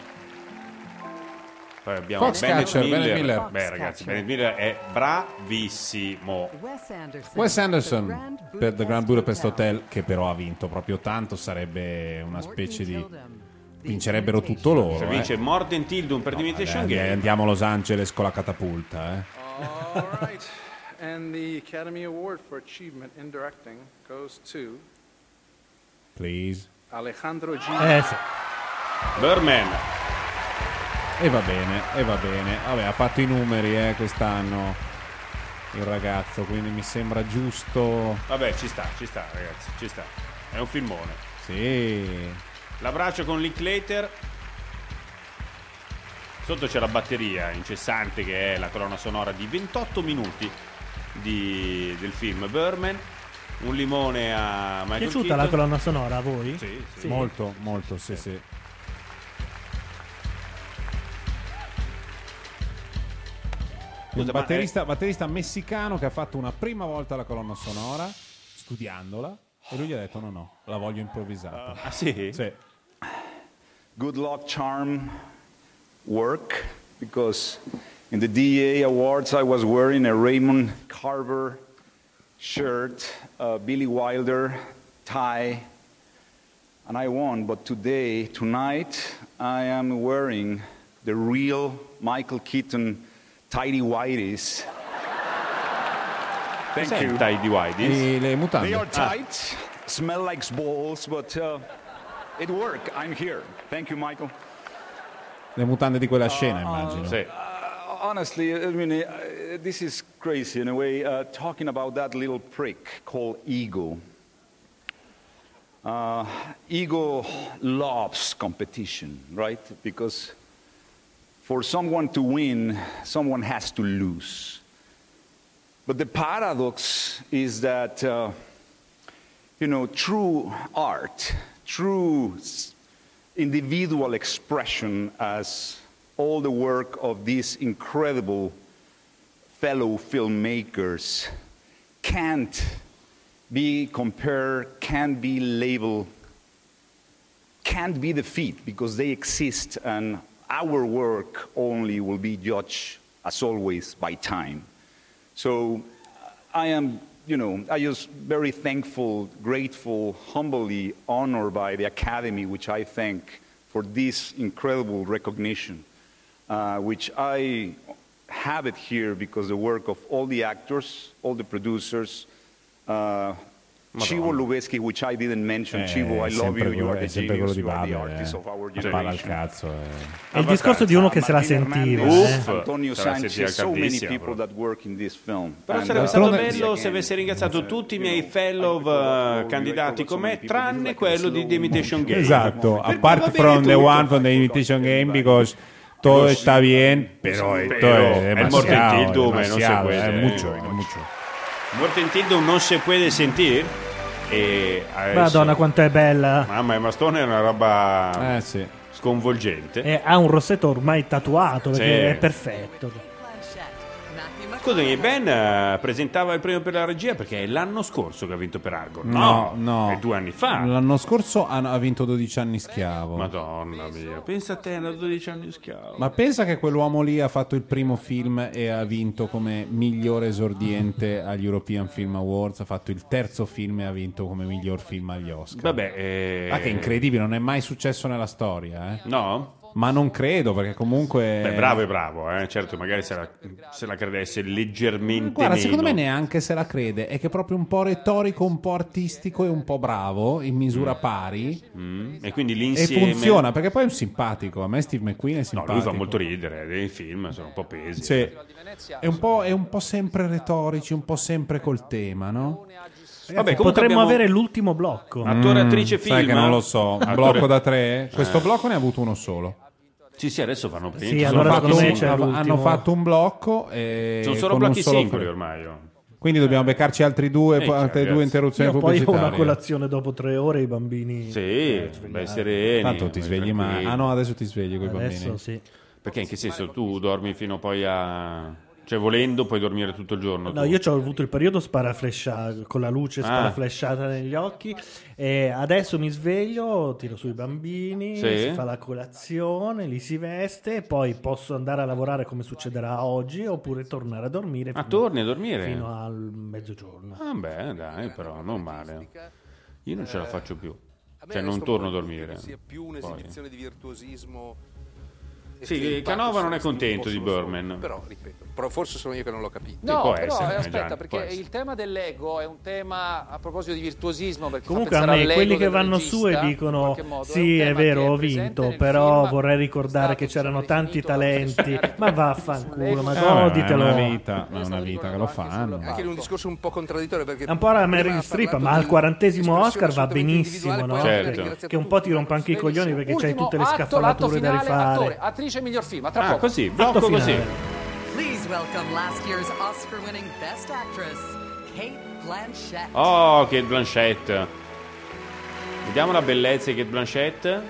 Poi abbiamo Foxcatcher, Bennett Miller. Bennett Miller. Beh, ragazzi, Bennett Miller è bravissimo. Wes Anderson per The Grand Budapest Hotel, che però ha vinto proprio tanto, sarebbe una specie di... vincerebbero tutto loro. Se vince eh. Morten Tildum per The Imitation Eh, Game. andiamo a Los Angeles con la catapulta. Eh. All right. And the Academy Award for Achievement in Directing goes to Please. Alejandro G. Eh sì. Birdman. E va bene, e va bene. Vabbè, ha fatto i numeri eh, quest'anno il ragazzo, quindi mi sembra giusto. Vabbè, ci sta, ci sta, ragazzi, ci sta. È un filmone. Sì. L'abbraccio con Linklater. Sotto c'è la batteria incessante che è la colonna sonora di ventotto minuti di, del film Birdman. Un limone a Michael Piaciuta Keaton. la colonna sonora a voi? Sì, sì. Molto, molto, sì, sì. Un Scusa, ma batterista, batterista messicano che ha fatto una prima volta la colonna sonora studiandola e lui gli ha detto no no, la voglio improvvisata. Ah sì? Sì. Good luck charm work, because in the D E A Awards I was wearing a Raymond Carver shirt, uh, Billy Wilder tie, and I won. But today, tonight, I am wearing the real Michael Keaton tidy whities. Thank Cos'è you. il tidy whities? E le mutande. They are Ah. tight, smell like balls, but uh, it worked. I'm here. Thank you, Michael. Le mutande di quella scena, immagino. Sì. Uh, honestly, I mean, uh, this is crazy in a way. Uh, talking about that little prick called ego. Uh, ego loves competition, right? Because for someone to win, someone has to lose. But the paradox is that, uh, you know, true art, true individual expression, as all the work of these incredible fellow filmmakers, can't be compared, can't be labeled, can't be defeated, because they exist, and our work only will be judged, as always, by time. So I am, you know, I just very thankful, grateful, humbly honored by the Academy, which I thank for this incredible recognition, uh, which I have it here because the work of all the actors, all the producers, uh, Civo Lubezki, which I didn't mention. Eh, Civo, I love sempre you, you quello- are the è sempre quello genius, di you are the Babel, artist eh. of our Palla al generation. cazzo. eh. È il discorso di uno che se la sentiva. Uff, eh. Antonio Se la sentiva Sanchez, so many caldissima, people proprio. that work in this film. Però And, sarebbe uh, stato again, bello se avesse ringraziato tutti i miei fellow uh, candidati con me, tranne quello di The Imitation Game. Esatto, Perché apart va bene from the tutto. one from the Imitation Game, because todo está bien, pero esto Pero es el demasiado, Morten Tildum, no se demasiado, puede, es eh. mucho, es mucho. Morten Tildum non se puede sentir. E adesso- Madonna, quanto è bella. Mamma, ma Stone è una roba Eh sì. sconvolgente. E ha un rossetto ormai tatuato perché Sì. è perfetto. Scusami, Ben eh, presentava il premio per la regia perché è l'anno scorso che ha vinto per Argo. No, no. È due anni fa. L'anno scorso ha, ha vinto dodici anni schiavo. Madonna mia, pensa a te, da dodici anni schiavo. Ma pensa che quell'uomo lì ha fatto il primo film e ha vinto come migliore esordiente agli European Film Awards, ha fatto il terzo film e ha vinto come miglior film agli Oscar. Vabbè, eh... Ah, che incredibile, non è mai successo nella storia, eh? No? Ma non credo, perché comunque... Beh, bravo e bravo, eh. Certo, magari se la, se la credesse leggermente Guarda, meno. secondo me neanche se la crede, è che è proprio un po' retorico, un po' artistico e un po' bravo, in misura pari. Mm. E quindi E l'insieme... funziona, perché poi è un simpatico. A me Steve McQueen è No, simpatico. lui fa molto ridere, dei film sono un po' pesi. Sì. È un po', è un po' sempre retorici, un po' sempre col tema, no? Vabbè, comunque Potremmo abbiamo- avere l'ultimo blocco. Attore, attrice, Mm, sai film. che non lo so. Un Attore- blocco da tre? Questo Eh. blocco ne ha avuto uno solo. Sì, sì, adesso fanno Sì, praticamente allora solo secondo me blocchi c'è singoli. l'ultimo. Hanno fatto un blocco e Sono solo con un blocchi solo singoli frame. ormai. oh. Quindi dobbiamo beccarci altri due, Eh, poi altre ragazzi. due interruzioni Io poi ho pubblicitarie. una colazione dopo tre ore, i bambini. Sì, eh, beh, sereni. Tanto ti beh, svegli ma tranquilli. ah no, adesso ti svegli con i Adesso bambini. sì. Perché in che senso tu dormi fino poi a... Cioè volendo puoi dormire tutto il giorno? No, tu? io ho avuto il periodo sparaflesciato, con la luce Ah. sparaflesciata negli occhi, e adesso mi sveglio, tiro sui bambini, Sì. si fa la colazione, li si veste, poi posso andare a lavorare come succederà oggi, oppure tornare a dormire. Ah, fino- torni a dormire? Fino al mezzogiorno. Ah beh, dai, però non male. Io non ce la faccio più. A me Cioè non resta un torno a po' il dubbio dormire. che sia più Poi. un'esibizione di virtuosismo. e Sì, che il Canova pathos non è estivo contento di possono solo- Berman. Però, ripeto, però forse sono io che non l'ho capito. Sì, No, può però essere, eh, eh, aspetta, Gianni, può perché essere. il tema dell'ego è un tema a proposito di virtuosismo. Perché fa Comunque a pensare me all'ego quelli che del vanno regista, su e in dicono qualche modo. sì un è tema vero che ho presente vinto, nel però film, vorrei ricordare che c'erano tanti talenti, ma vaffanculo, ma Eh, vabbè, goditelo. è una vita, è una vita che lo fanno. Anche in un discorso un po' contraddittorio perché È un po' la prima Meryl ha Streep, parlato ma al di quarantesimo espressione Oscar va assolutamente benissimo, individuale, no? poi alla fine Certo. ha ringraziato Che un po' ti rompa anche i coglioni perché c'hai Ultimo tutte le atto, l'atto scaffalature da finale, rifare. attore, attrice miglior film. A tra Ah, poco. così, Atto blocco così. finale. Please welcome last year's Oscar-winning Best Actress, Kate Blanchett. Oh, Kate Blanchett. Vediamo la bellezza di Kate Blanchett.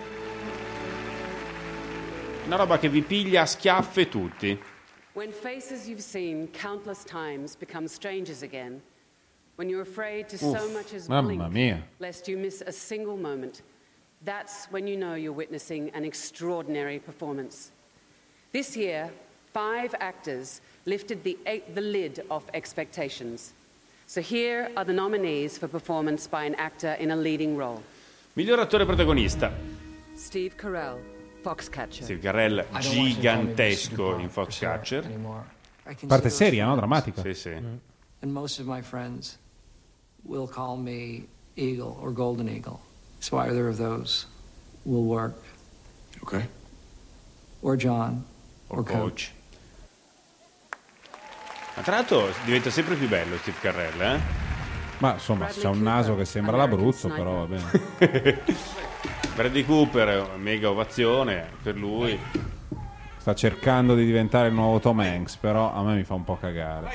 Una roba che vi piglia a schiaffe tutti. When faces you've seen countless times become strangers again, when you're afraid to so Uff, much as mamma blink mia. lest you miss a single moment, that's when you know you're witnessing an extraordinary performance. This year, five actors lifted the, the lid off expectations. So here are the nominees for performance by an actor in a leading role. Miglior attore protagonista. Steve Carell, Foxcatcher. Steve Carell, gigantesco in Foxcatcher. Parte seria, no? Drammatica. Sì, sì. And most of my friends will call me Eagle or Golden Eagle. So either of those will work. Okay. Or John. Or Or Coach. Coach. Ma tra l'altro diventa sempre più bello Steve Carell, eh? Ma insomma, c'ha un naso che sembra l'Abruzzo, però va bene. Bradley Cooper, mega ovazione per lui. Sta cercando di diventare il nuovo Tom Hanks, però a me mi fa un po' cagare.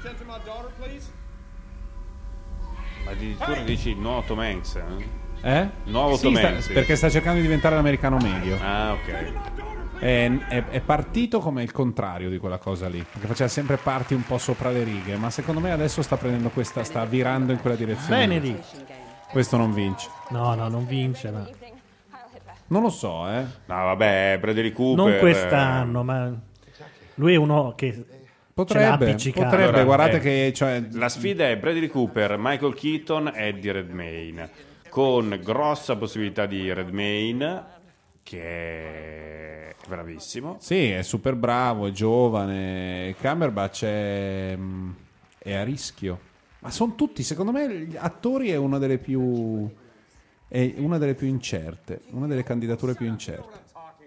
Ma addirittura dici il nuovo Tom Hanks, eh? Eh? Nuovo Sì, Tom sta- Hanks. perché sta cercando di diventare l'americano medio. Ah, ok. È, è- è partito come il contrario di quella cosa lì, perché faceva sempre parti un po' sopra le righe, ma secondo me adesso sta prendendo questa, sta virando in quella direzione. Benedict. Questo non vince. No, no, non vince, ma Non lo so, eh. No, vabbè, Bradley Cooper. non quest'anno, ma lui è uno che ce l'ha Potrebbe, appiccicato. potrebbe, Allora, guardate eh, che... Cioè, La sfida è Bradley Cooper, Michael Keaton, Eddie Redmayne, con grossa possibilità di Redmayne, che è bravissimo. sì, è super bravo, è giovane. Cumberbatch è, è a rischio. Ma sono tutti, secondo me, gli attori è una delle più... È una delle più incerte, una delle candidature più incerte.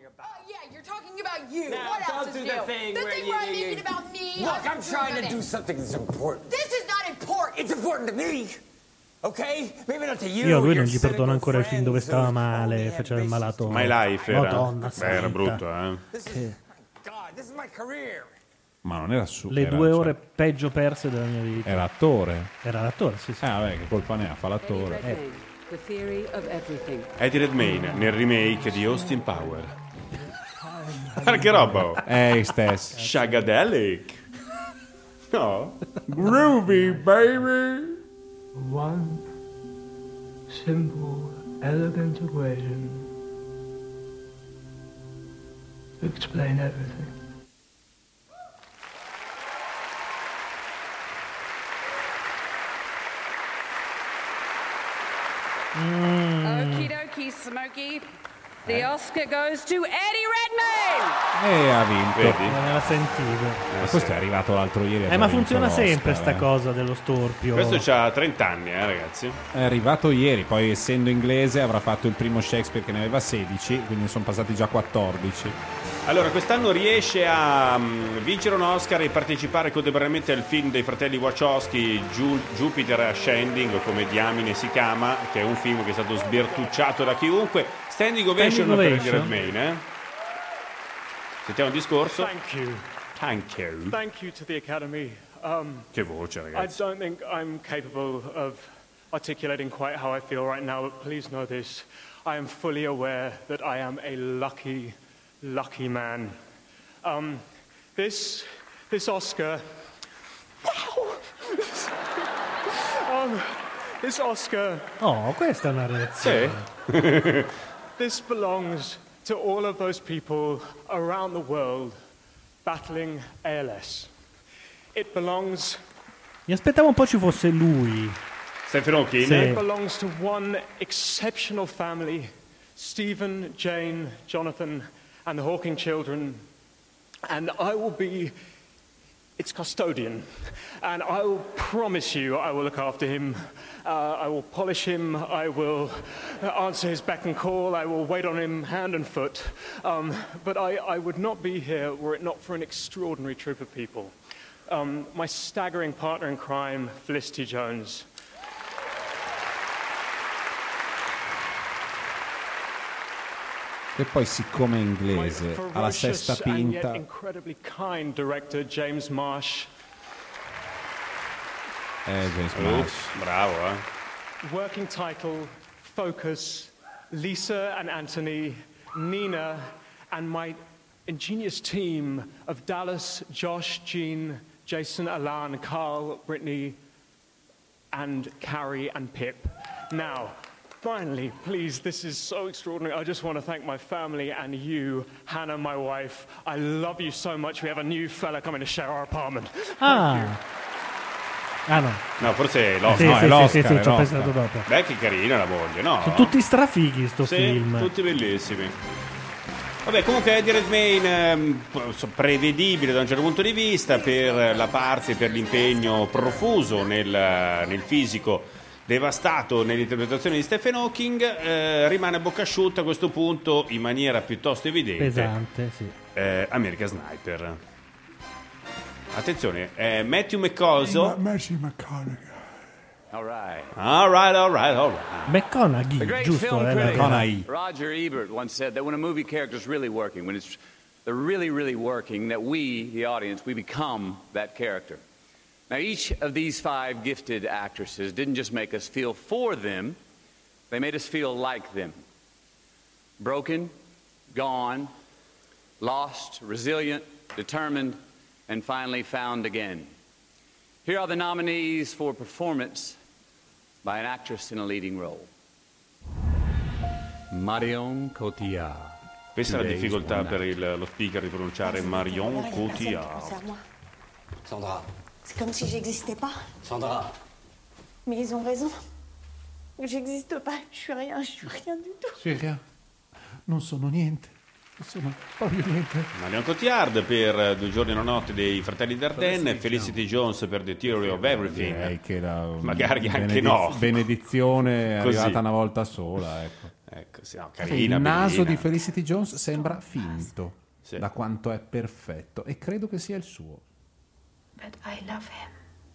You. Now, what don't else do is the new? thing the where thing you- where I'm you- making about me. Look, I'm I'm trying to improving do it. something that's important. This is not important. It's important to me. Okay? Maybe not to you. Io a lui your non gli perdono cynical ancora il film dove friends stava who male, only faceva il malato. My Life era, Madonna beh, era santa. brutto, eh. Che- God, this is my career. Ma non era su. Le era, due cioè, ore peggio perse della mia vita. Era attore. Era l'attore, sì, sì. Ah, vabbè, che colpa ne ha? Fa l'attore. Redmayne, The Theory of Everything. Eddie Redmayne nel remake di Austin Power. Che roba, oh. Eh, stesso. Shagadelic. No? Groovy, baby. One simple, elegant equation to explain everything. Okie dokie, Smokey. The Oscar goes to Eddie Redmayne. E ha vinto. Vedi? Non me la sentivo. Ma questo è arrivato l'altro ieri. ha Eh, già ma vinto funziona l'Oscar, sempre sta eh. cosa dello storpio. Questo c'ha trenta anni, eh, ragazzi. È arrivato ieri, poi essendo inglese avrà fatto il primo Shakespeare che ne aveva sedici, quindi sono passati già quattordici. Allora, quest'anno riesce a mm, vincere un Oscar e partecipare contemporaneamente al film dei fratelli Wachowski, Ju- Jupiter Ascending, o come diamine si chiama, che è un film che è stato sbirtucciato da chiunque. Standing ovation Standing per ovation? Eddie Redmayne, eh? Sentiamo il discorso. Thank you. Thank you. Thank you to the Academy. Um, Che voce, I ragazzi. don't think I'm capable of articulating quite how I feel right now, but please know this. I am fully aware that I am a lucky, lucky man. Um, this, this Oscar... um, this Oscar... Oh, questa è una reazione. This belongs to all of those people around the world battling A L S. It belongs... Mi aspettavo un po' ci fosse lui. Stephen Hawking? Sì. It belongs to one exceptional family, Stephen, Jane, Jonathan, and the Hawking children. And I will be its custodian. And I will promise you I will look after him. Uh, I will polish him. I will answer his beck and call. I will wait on him hand and foot. Um, but I, I would not be here were it not for an extraordinary troop of people. Um, my staggering partner in crime, Felicity Jones. E poi, siccome è inglese, ha la sesta Ferocious and yet pinta. incredibly kind director James Marsh. Eh, James Uff, Marsh. bravo, eh. Working title, Focus, Lisa and Anthony, Nina, and my ingenious team of Dallas, Josh, Jean, Jason, Alan, Carl, Brittany, and Carrie and Pip. Now, finally, please, this is so extraordinary. I just want to thank my family and you, Hannah, my wife. I love you so much. We have a new fella coming to share our apartment. Ah. Ah no. No, forse è l'Oscar. Sì, No, sì, è l'Oscar, sì, sì, è ci ho l'Oscar. pensato dopo. Beh, che carina la moglie, no? Sono tutti strafighi sto Sì, film. tutti bellissimi. Vabbè, comunque Eddie Redmayne, ehm, prevedibile da un certo punto di vista per la parte, per l'impegno profuso nel, nel fisico, devastato nell'interpretazione di Stephen Hawking, eh, rimane a bocca asciutta a questo punto in maniera piuttosto evidente. Pesante, sì. eh, American Sniper. Attenzione, eh, Matthew McConaughey. Matthew McConaughey. All right. All right, all right, all right. McConaughey, The great giusto? film eh, la- critic Roger Ebert once said that when a movie character is really working, when it's they're really, really working, that we, the audience, we become that character. Now, each of these five gifted actresses didn't just make us feel for them, they made us feel like them. Broken, gone, lost, resilient, determined, and finally found again. Here are the nominees for performance by an actress in a leading role. Marion Cotillard. Questa è la Today's difficoltà Wonder. per il- lo speaker di pronunciare Marion Cotillard. C'est à moi. Sandra. C'est comme si j'existais pas. Sandra. Mais ils ont raison. J'existe pas. Je suis rien. Je suis rien du tout. Sì, che- non sono niente. Non sono proprio niente. Marion Cotillard per Due giorni e una notte dei Fratelli Dardenne, Felicity Jones per The Theory of Everything. Direi che la Magari anche benediz- no. benedizione è Così. arrivata una volta sola, ecco. Ecco, sì, no, Sì, carina, il naso bellina. di Felicity Jones sembra finto da quanto è perfetto e credo che sia il suo. But I love him.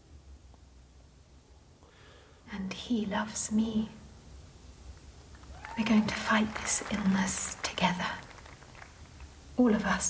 And he loves me. We're going to fight this illness together. All of us.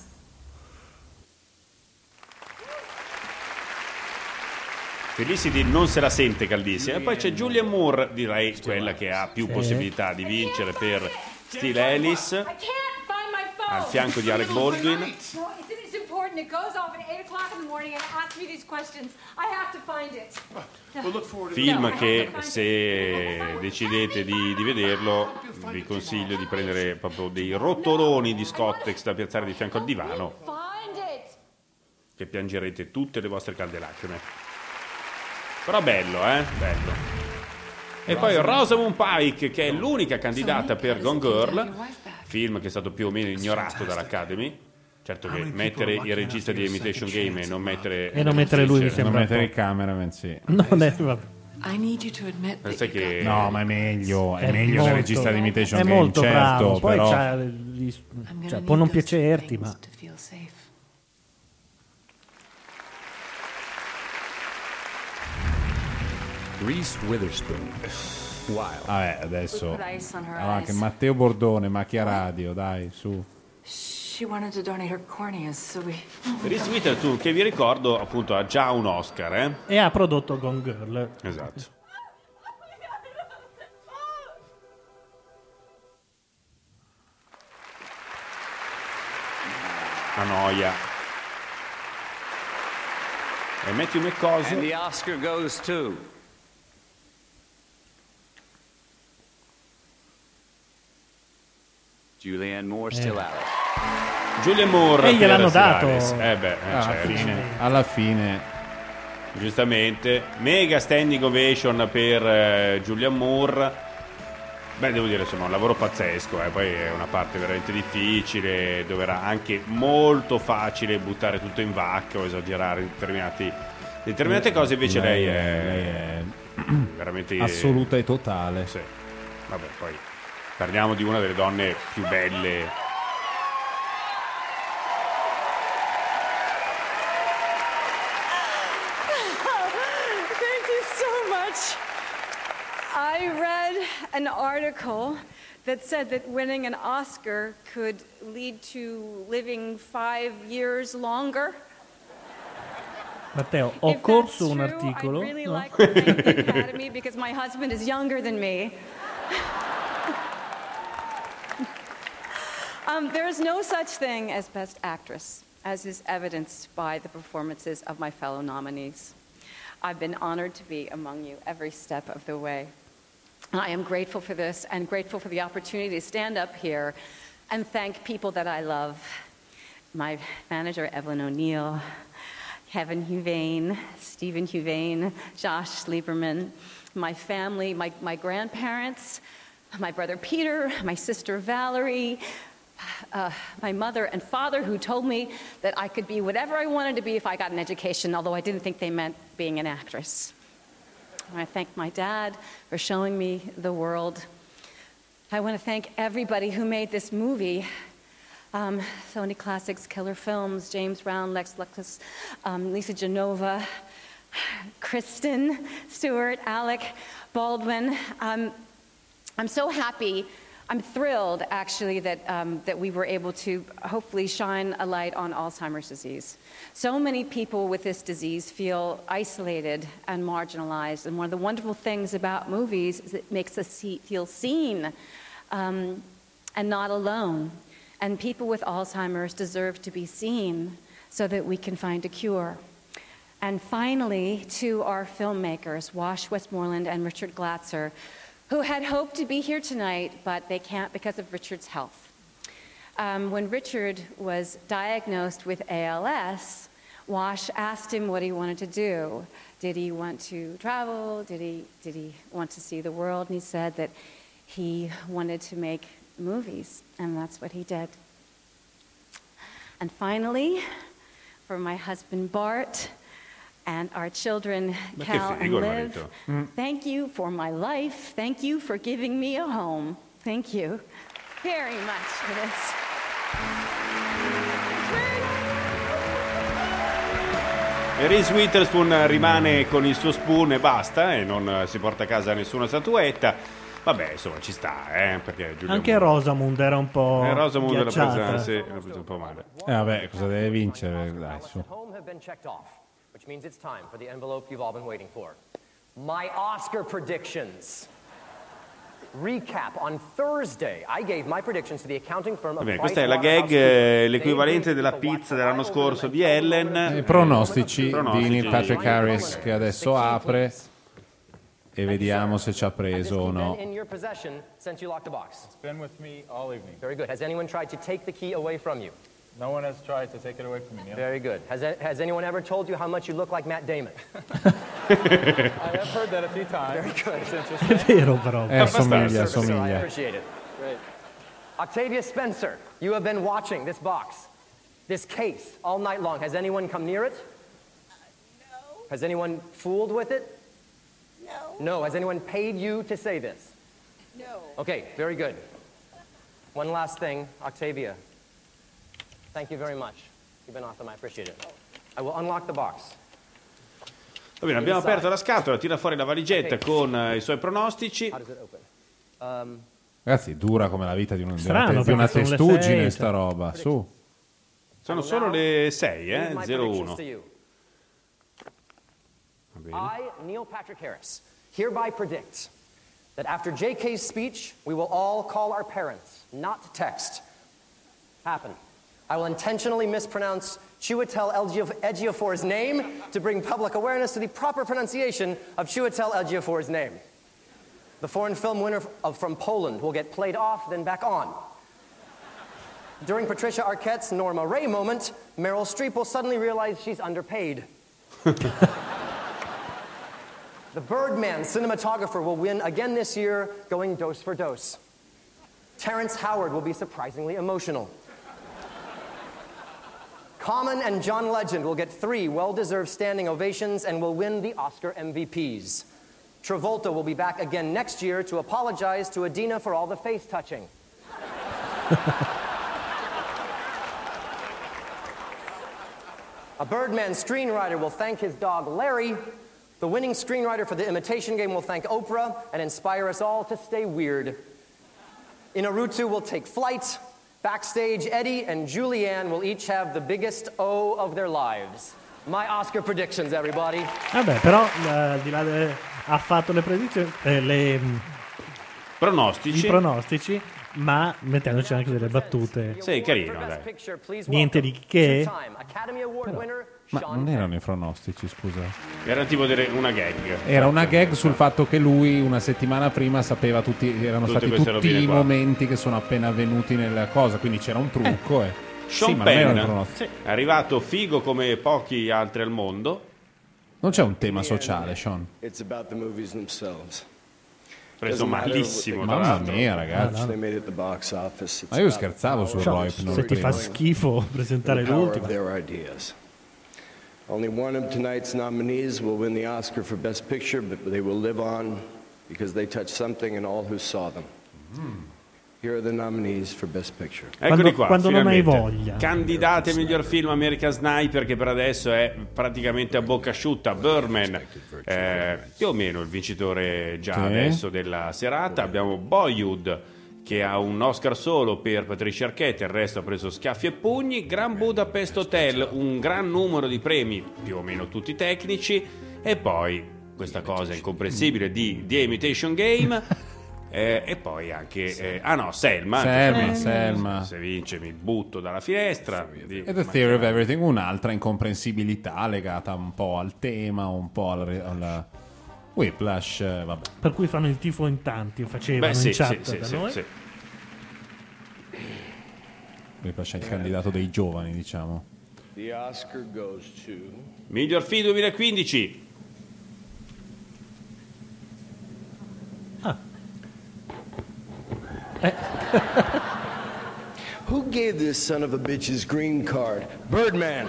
Felicity non se la sente caldissima. E poi c'è Julianne Moore, direi quella che ha più Sì. possibilità di vincere per Steve Ellis, I can't find my phone. al fianco di Alec Baldwin. No, it's, it's important. It goes off at eight o'clock in the morning and asks me these questions. I have to find it. Film che, se decidete di, di vederlo, vi consiglio di prendere proprio dei rotoloni di Scottex da piazzare di fianco al divano, Find it. che piangerete tutte le vostre calde lacrime. Però bello, eh? Bello. E poi Rosamund Pike, che è l'unica candidata per Gone Girl, film che è stato più o meno ignorato dall'Academy. Certo che mettere il regista di Imitation Game e non mettere... E non mettere lui mi Non sembra un mettere po'. il cameraman, sì. Non è, vabbè. I need you to admit that Sai che... No, ma è meglio, è, È meglio molto- il regista di Imitation è Game, molto certo, bravo. Poi però... c'ha gli- cioè, può non piacerti, ma to feel safe. Reese Witherspoon. Wow. Vabbè, adesso... We put ice on her Allora, eyes. anche Matteo Bordone, Macchia Radio, dai, su. She wanted to donate her corneas, so we... Reese Witherspoon, che vi ricordo appunto ha già un Oscar, eh? E ha prodotto Gone Girl. Esatto. La noia. E Matthew And McConaughey. the Oscar goes to Julianne Moore, still Alice. Julianne Moore. E gliel'hanno per dato. Alice. Eh beh, eh, alla, certo. fine, alla fine. Giustamente. Mega standing ovation per eh, Julianne Moore. Beh, devo dire, insomma, un lavoro pazzesco, eh. Poi è una parte veramente difficile, dove era anche molto facile buttare tutto in vacca o esagerare in determinati, determinate cose, invece lei, Lei è, è- lei è veramente assoluta e totale. Sì. Vabbè, poi parliamo di una delle donne più belle. Thank you so much. I read an article that said that winning an Oscar could lead to living five years longer. Matteo, ho corso un articolo. I'd really no? like to thank the Academy because my husband is younger than me. Um, there is no such thing as Best Actress, as is evidenced by the performances of my fellow nominees. I've been honored to be among you every step of the way. I am grateful for this and grateful for the opportunity to stand up here and thank people that I love. My manager, Evelyn O'Neill, Kevin Huvane, Stephen Huvane, Josh Lieberman, my family, my, my grandparents, my brother Peter, my sister Valerie, uh, my mother and father who told me that I could be whatever I wanted to be if I got an education, although I didn't think they meant being an actress. I thank my dad for showing me the world. I want to thank everybody who made this movie. Um, Sony Classics, Killer Films, James Brown, Lex Luxus, um, Lisa Genova, Kristen Stewart, Alec Baldwin. Um, I'm so happy. I'm thrilled, actually, that, um, that we were able to hopefully shine a light on Alzheimer's disease. So many people with this disease feel isolated and marginalized, and one of the wonderful things about movies is it makes us see, feel seen um, and not alone. And people with Alzheimer's deserve to be seen so that we can find a cure. And finally, to our filmmakers, Wash Westmoreland and Richard Glatzer, who had hoped to be here tonight, but they can't because of Richard's health. Um, when Richard was diagnosed with A L S, Wash asked him what he wanted to do. Did he want to travel? Did he, did he want to see the world? And he said that he wanted to make movies, and that's what he did. And finally, for my husband Bart, and our children, Ma che Cal and figo il Liv, marito. Mm. thank you for my life. Thank you for giving me a home. Thank you very much for this. E Reese Witherspoon rimane con il suo spoon e basta, e non eh, si porta a casa nessuna statuetta. Vabbè, insomma, ci sta, eh, perché Giulio Anche Rosamund era un po' Eh, Rosamund era presa, ghiacciata. sì, era presa un po' male. Eh vabbè, cosa deve vincere? Dai, su. Home have been checked off, which means it's time for the envelope you've all been waiting for. My Oscar predictions. Recap. On Thursday, I gave my predictions to the accounting firm of Vabbè, questa è la gag, eh, l'equivalente della pizza dell'anno scorso di Ellen. I pronostici, Pronostici. di Neil Patrick Harris che adesso apre e vediamo se ci ha preso o no. In your possession since you locked the box. It's been with me all evening. Very good. Has anyone tried to take the key away from you? No one has tried to take it away from me, Neil. Very good. Has, has anyone ever told you how much you look like Matt Damon? I have heard that a few times. Very good. It's interesting. È vero, però. Eh, assomiglia, I assomiglia. appreciate it. Great. Octavia Spencer, you have been watching this box, this case, all night long. Has anyone come near it? No. Has anyone fooled with it? No. No. Has anyone paid you to say this? No. Okay, very good. One last thing, Octavia. Thank you very much. You've been awesome. I appreciate it. I will unlock the box. Va bene, abbiamo aperto la scatola, tira fuori la valigetta con eh, i suoi pronostici. How does it open? Um, Ragazzi, dura come la vita di, un, Strano, di una, te- di una perché sono le testuggine sei, sta roba, su. Sono solo le sei, eh? My zero predictions uno. to you. Va bene. I, Neil Patrick Harris, hereby predict that after J K's speech, we will all call our parents, not text. Happen. I will intentionally mispronounce Chiwetel Ejiofor's name to bring public awareness to the proper pronunciation of Chiwetel Ejiofor's name. The foreign film winner of, from Poland will get played off, then back on. During Patricia Arquette's Norma Ray moment, Meryl Streep will suddenly realize she's underpaid. The Birdman cinematographer will win again this year, going dose for dose. Terrence Howard will be surprisingly emotional. Common and John Legend will get three well-deserved standing ovations and will win the Oscar M V Ps. Travolta will be back again next year to apologize to Adina for all the face touching. A Birdman screenwriter will thank his dog Larry. The winning screenwriter for The Imitation Game will thank Oprah and inspire us all to stay weird. Inarutu will take flight. Backstage, Eddie and Julianne will each have the biggest O of their lives. My Oscar predictions, everybody. Vabbè, però eh, al di là de- ha fatto le predizioni, eh, le, pronostici. i pronostici, ma mettendoci anche delle battute. Sì, carino, dai. Niente di che. Ma non erano i pronostici, scusa. Era tipo delle- una gag. Era una gag sul fatto che lui una settimana prima sapeva tutti, erano Tutte stati queste tutti robine i qua. momenti che sono appena avvenuti nella cosa, quindi c'era un trucco. Eh. Sean sì, ma non erano i Penn pronostici. è arrivato figo come pochi altri al mondo. Non c'è un tema sociale, Sean. It's about the movies themselves. Preso Doesn't matter malissimo, what tra Mamma l'altro. mia, ragazzi. They made at the box office. It's Ma io about scherzavo the sul power Roy of the non Se ti fa storytelling schifo presentare and the power l'ultima. of their ideas. Only one of tonight's nominees will win the Oscar for Best Picture, but they will live on because they touched something in all who saw them. Here are the nominees for Best Picture. Eccoli qua, quando non hai finalmente. voglia. Candidati a miglior film American Sniper, che per adesso è praticamente a bocca asciutta. Birdman, eh, più o meno il vincitore già Sì. adesso della serata. Abbiamo Boyhood, che ha un Oscar solo per Patricia Arquette, il resto ha preso schiaffi e pugni. Grand Budapest Hotel, un gran numero di premi, più o meno tutti tecnici. E poi questa cosa incomprensibile di The Imitation Game. Eh, e poi anche eh, ah no Selma Selma, Eh, Selma. se vince mi butto dalla finestra di- E The Theory of Everything, un'altra incomprensibilità legata un po' al tema, un po' al, al Whiplash, eh, vabbè. Per cui fanno il tifo in tanti, facevano Beh, sì, in chat sì, sì, da sì, noi. sì. Whiplash è il candidato dei giovani, diciamo. The Oscar goes to miglior film duemilaquindici. Who gave this son of a bitch his green card? Birdman.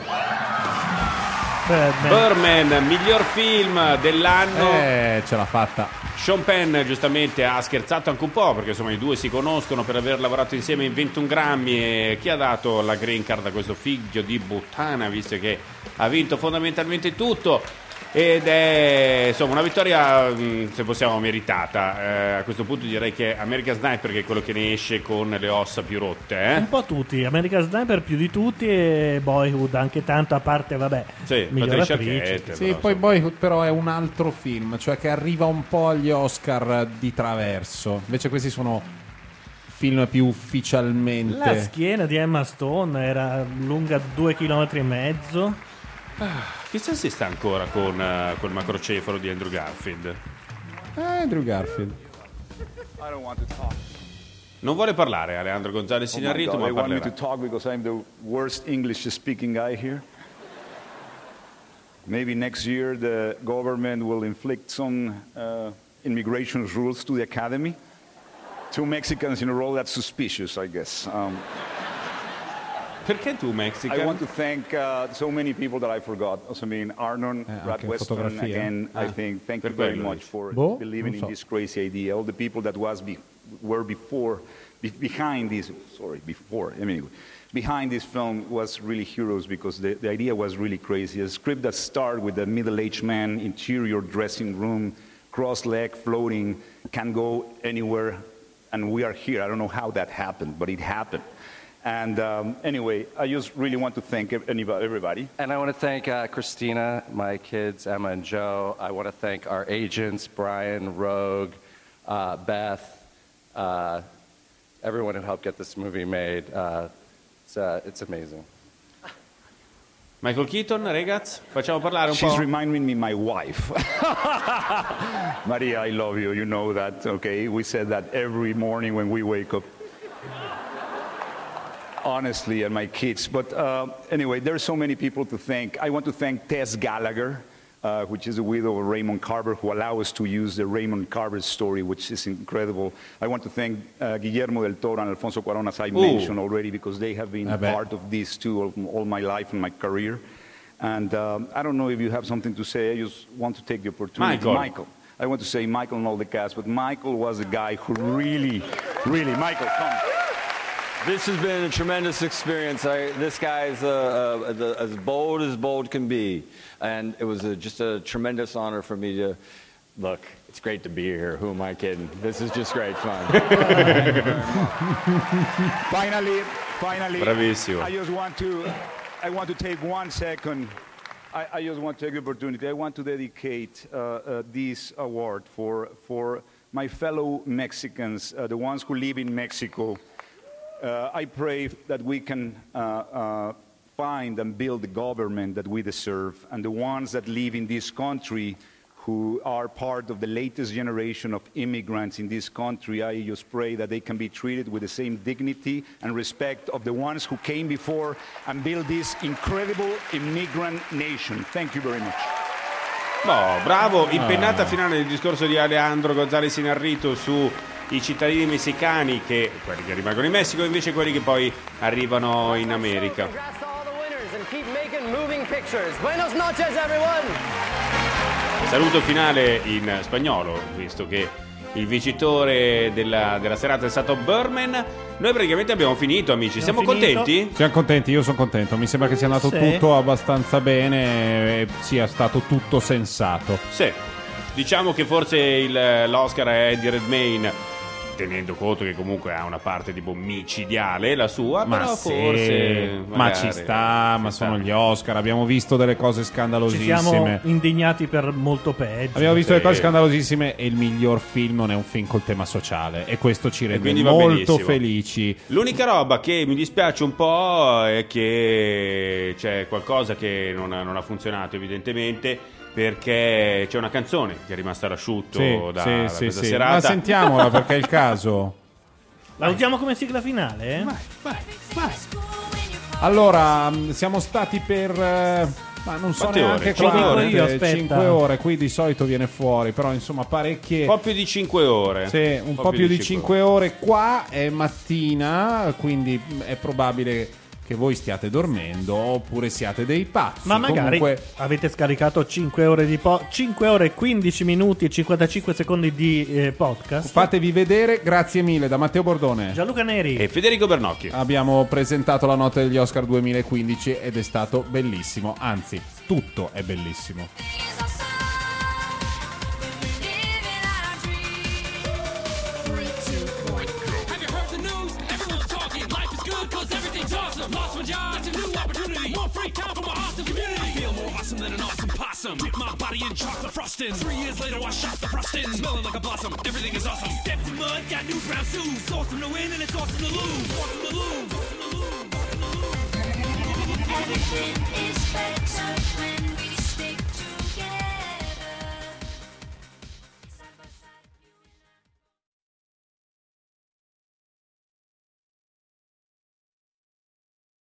Birdman, miglior film dell'anno. Eh, ce l'ha fatta. Sean Penn giustamente ha scherzato anche un po', perché insomma i due si conoscono per aver lavorato insieme in ventuno grammi. E chi ha dato la green card a questo figlio di puttana, visto che ha vinto fondamentalmente tutto. Ed è insomma una vittoria, mh, se possiamo, meritata. Eh, a questo punto direi che American Sniper, che è quello che ne esce con le ossa più rotte, eh? Un po' tutti, American Sniper più di tutti e Boyhood anche tanto, a parte, vabbè, Sì, miglior Patricia attrice. Arquette, Sì, poi Boyhood però è un altro film, cioè che arriva un po' agli Oscar di traverso. Invece questi sono film più ufficialmente. La schiena di Emma Stone era lunga due chilometri e mezzo. Chissà se sta ancora con uh, col macrocefalo di Andrew Garfield. Eh, Andrew Garfield. I don't want to talk. Non vuole parlare Alejandro González Oh my Iñárritu, God, ma they want me parlerà. to talk because I'm the worst English speaking guy here. Maybe next year the government will inflict some uh, immigration rules to the academy. Two Mexicans in a row, that's suspicious, I guess. Um, Perché tu Mexican? I want to thank uh, so many people that I forgot. Also, I mean, Arnon, Eh, Brad anche Weston, fotografia. again, I Ah, think, thank per you very quello much dici. for Boh, believing non so. in this crazy idea. All the people that was be, were before, be, behind this, sorry, before, I mean, behind this film was really heroes because the, the idea was really crazy. A script that started with a middle-aged man, interior dressing room, cross-leg floating, can go anywhere and we are here. I don't know how that happened, but it happened. And um, anyway, I just really want to thank anybody, everybody. And I want to thank uh, Christina, my kids, Emma and Joe. I want to thank our agents, Brian, Rogue, uh, Beth, uh, everyone who helped get this movie made. Uh, it's, uh, it's amazing. Michael Keaton, ragazzi, facciamo parlare un She's po'. reminding me my wife. Maria, I love you. You know that, okay? We said that every morning when we wake up. Honestly, and my kids. But uh, anyway, there's so many people to thank. I want to thank Tess Gallagher, uh, which is the widow of Raymond Carver, who allowed us to use the Raymond Carver story, which is incredible. I want to thank uh, Guillermo del Toro and Alfonso Cuarón, as I Ooh. mentioned already, because they have been I bet. part of this too all, all my life and my career. And um, I don't know if you have something to say. I just want to take the opportunity. Michael. Michael. I want to say Michael and all the cast, but Michael was a guy who really, really, Michael, come. This has been a tremendous experience. I, this guy is uh, uh, the, as bold as bold can be. And it was a, just a tremendous honor for me to, look, it's great to be here. Who am I kidding? This is just great fun. Finally, finally, Bravissimo. I just want to, I want to take one second. I, I just want to take the opportunity. I want to dedicate uh, uh, this award for, for my fellow Mexicans, uh, the ones who live in Mexico. Uh, I pray that we can uh, uh, find and build the government that we deserve, and the ones that live in this country who are part of the latest generation of immigrants in this country, I just pray that they can be treated with the same dignity and respect of the ones who came before and built this incredible immigrant nation. Thank you very much. No, bravo, impennata finale del discorso di Alejandro González Iñárritu su i cittadini messicani, che quelli che rimangono in Messico, e invece quelli che poi arrivano in America. Congrats to all the winners and keep making moving pictures. Buenos noches, everyone. Saluto finale in spagnolo, visto che il vincitore della, della serata è stato Birdman. Noi praticamente abbiamo finito, amici. Siamo Abbiamo finito. contenti? Siamo contenti, io sono contento. Mi sembra che sia andato Sì. tutto abbastanza bene e sia stato tutto sensato. Sì. Diciamo che forse il, l'Oscar è Eddie Redmayne, tenendo conto che comunque ha una parte tipo micidiale la sua, Ma però sì, forse ma magari- ci sta, ma ci sono sta. gli Oscar. Abbiamo visto delle cose Ci scandalosissime. siamo indignati per molto peggio. Abbiamo visto Sì. le cose scandalosissime e il miglior film non è un film col tema sociale, e questo ci rende quindi va molto benissimo. felici. L'unica roba che mi dispiace un po' è che c'è qualcosa che non ha, non ha funzionato evidentemente, perché c'è una canzone che è rimasta all'asciutto Sì, da, sì, da sì, questa sì. serata. Ma sentiamola, perché è il caso. La usiamo come sigla finale? Vai, Allora, mh, siamo stati per... eh, ma non so Quante neanche ore? Cinque quante, ore? Io, aspetta. cinque ore, qui di solito viene fuori, però insomma parecchie... Un po' più di cinque ore. Sì, un po' più di cinque ore. Qua è mattina, quindi è probabile che voi stiate dormendo oppure siate dei pazzi. Ma magari Comunque, avete scaricato cinque ore di po- cinque ore e quindici minuti e cinquantacinque secondi di eh, podcast. fatevi vedere. Grazie mille da Matteo Bordone. Gianluca Neri e Federico Bernocchi. Abbiamo presentato la notte degli Oscar duemilaquindici ed è stato bellissimo. Anzi, tutto è bellissimo. Have you heard the news? Everyone's talking. Life is good cause everything's awesome. Lost my job, it's a new opportunity. More free time for my awesome community. I feel more awesome than an awesome possum. Dip my body in chocolate frosting. Three years later, I shot the frosting. Smelling like a blossom. Everything is awesome. Stepped in mud, got new brown shoes. It's awesome to win and it's awesome to lose. Awesome to lose. Awesome to lose. Awesome to lose. Everything is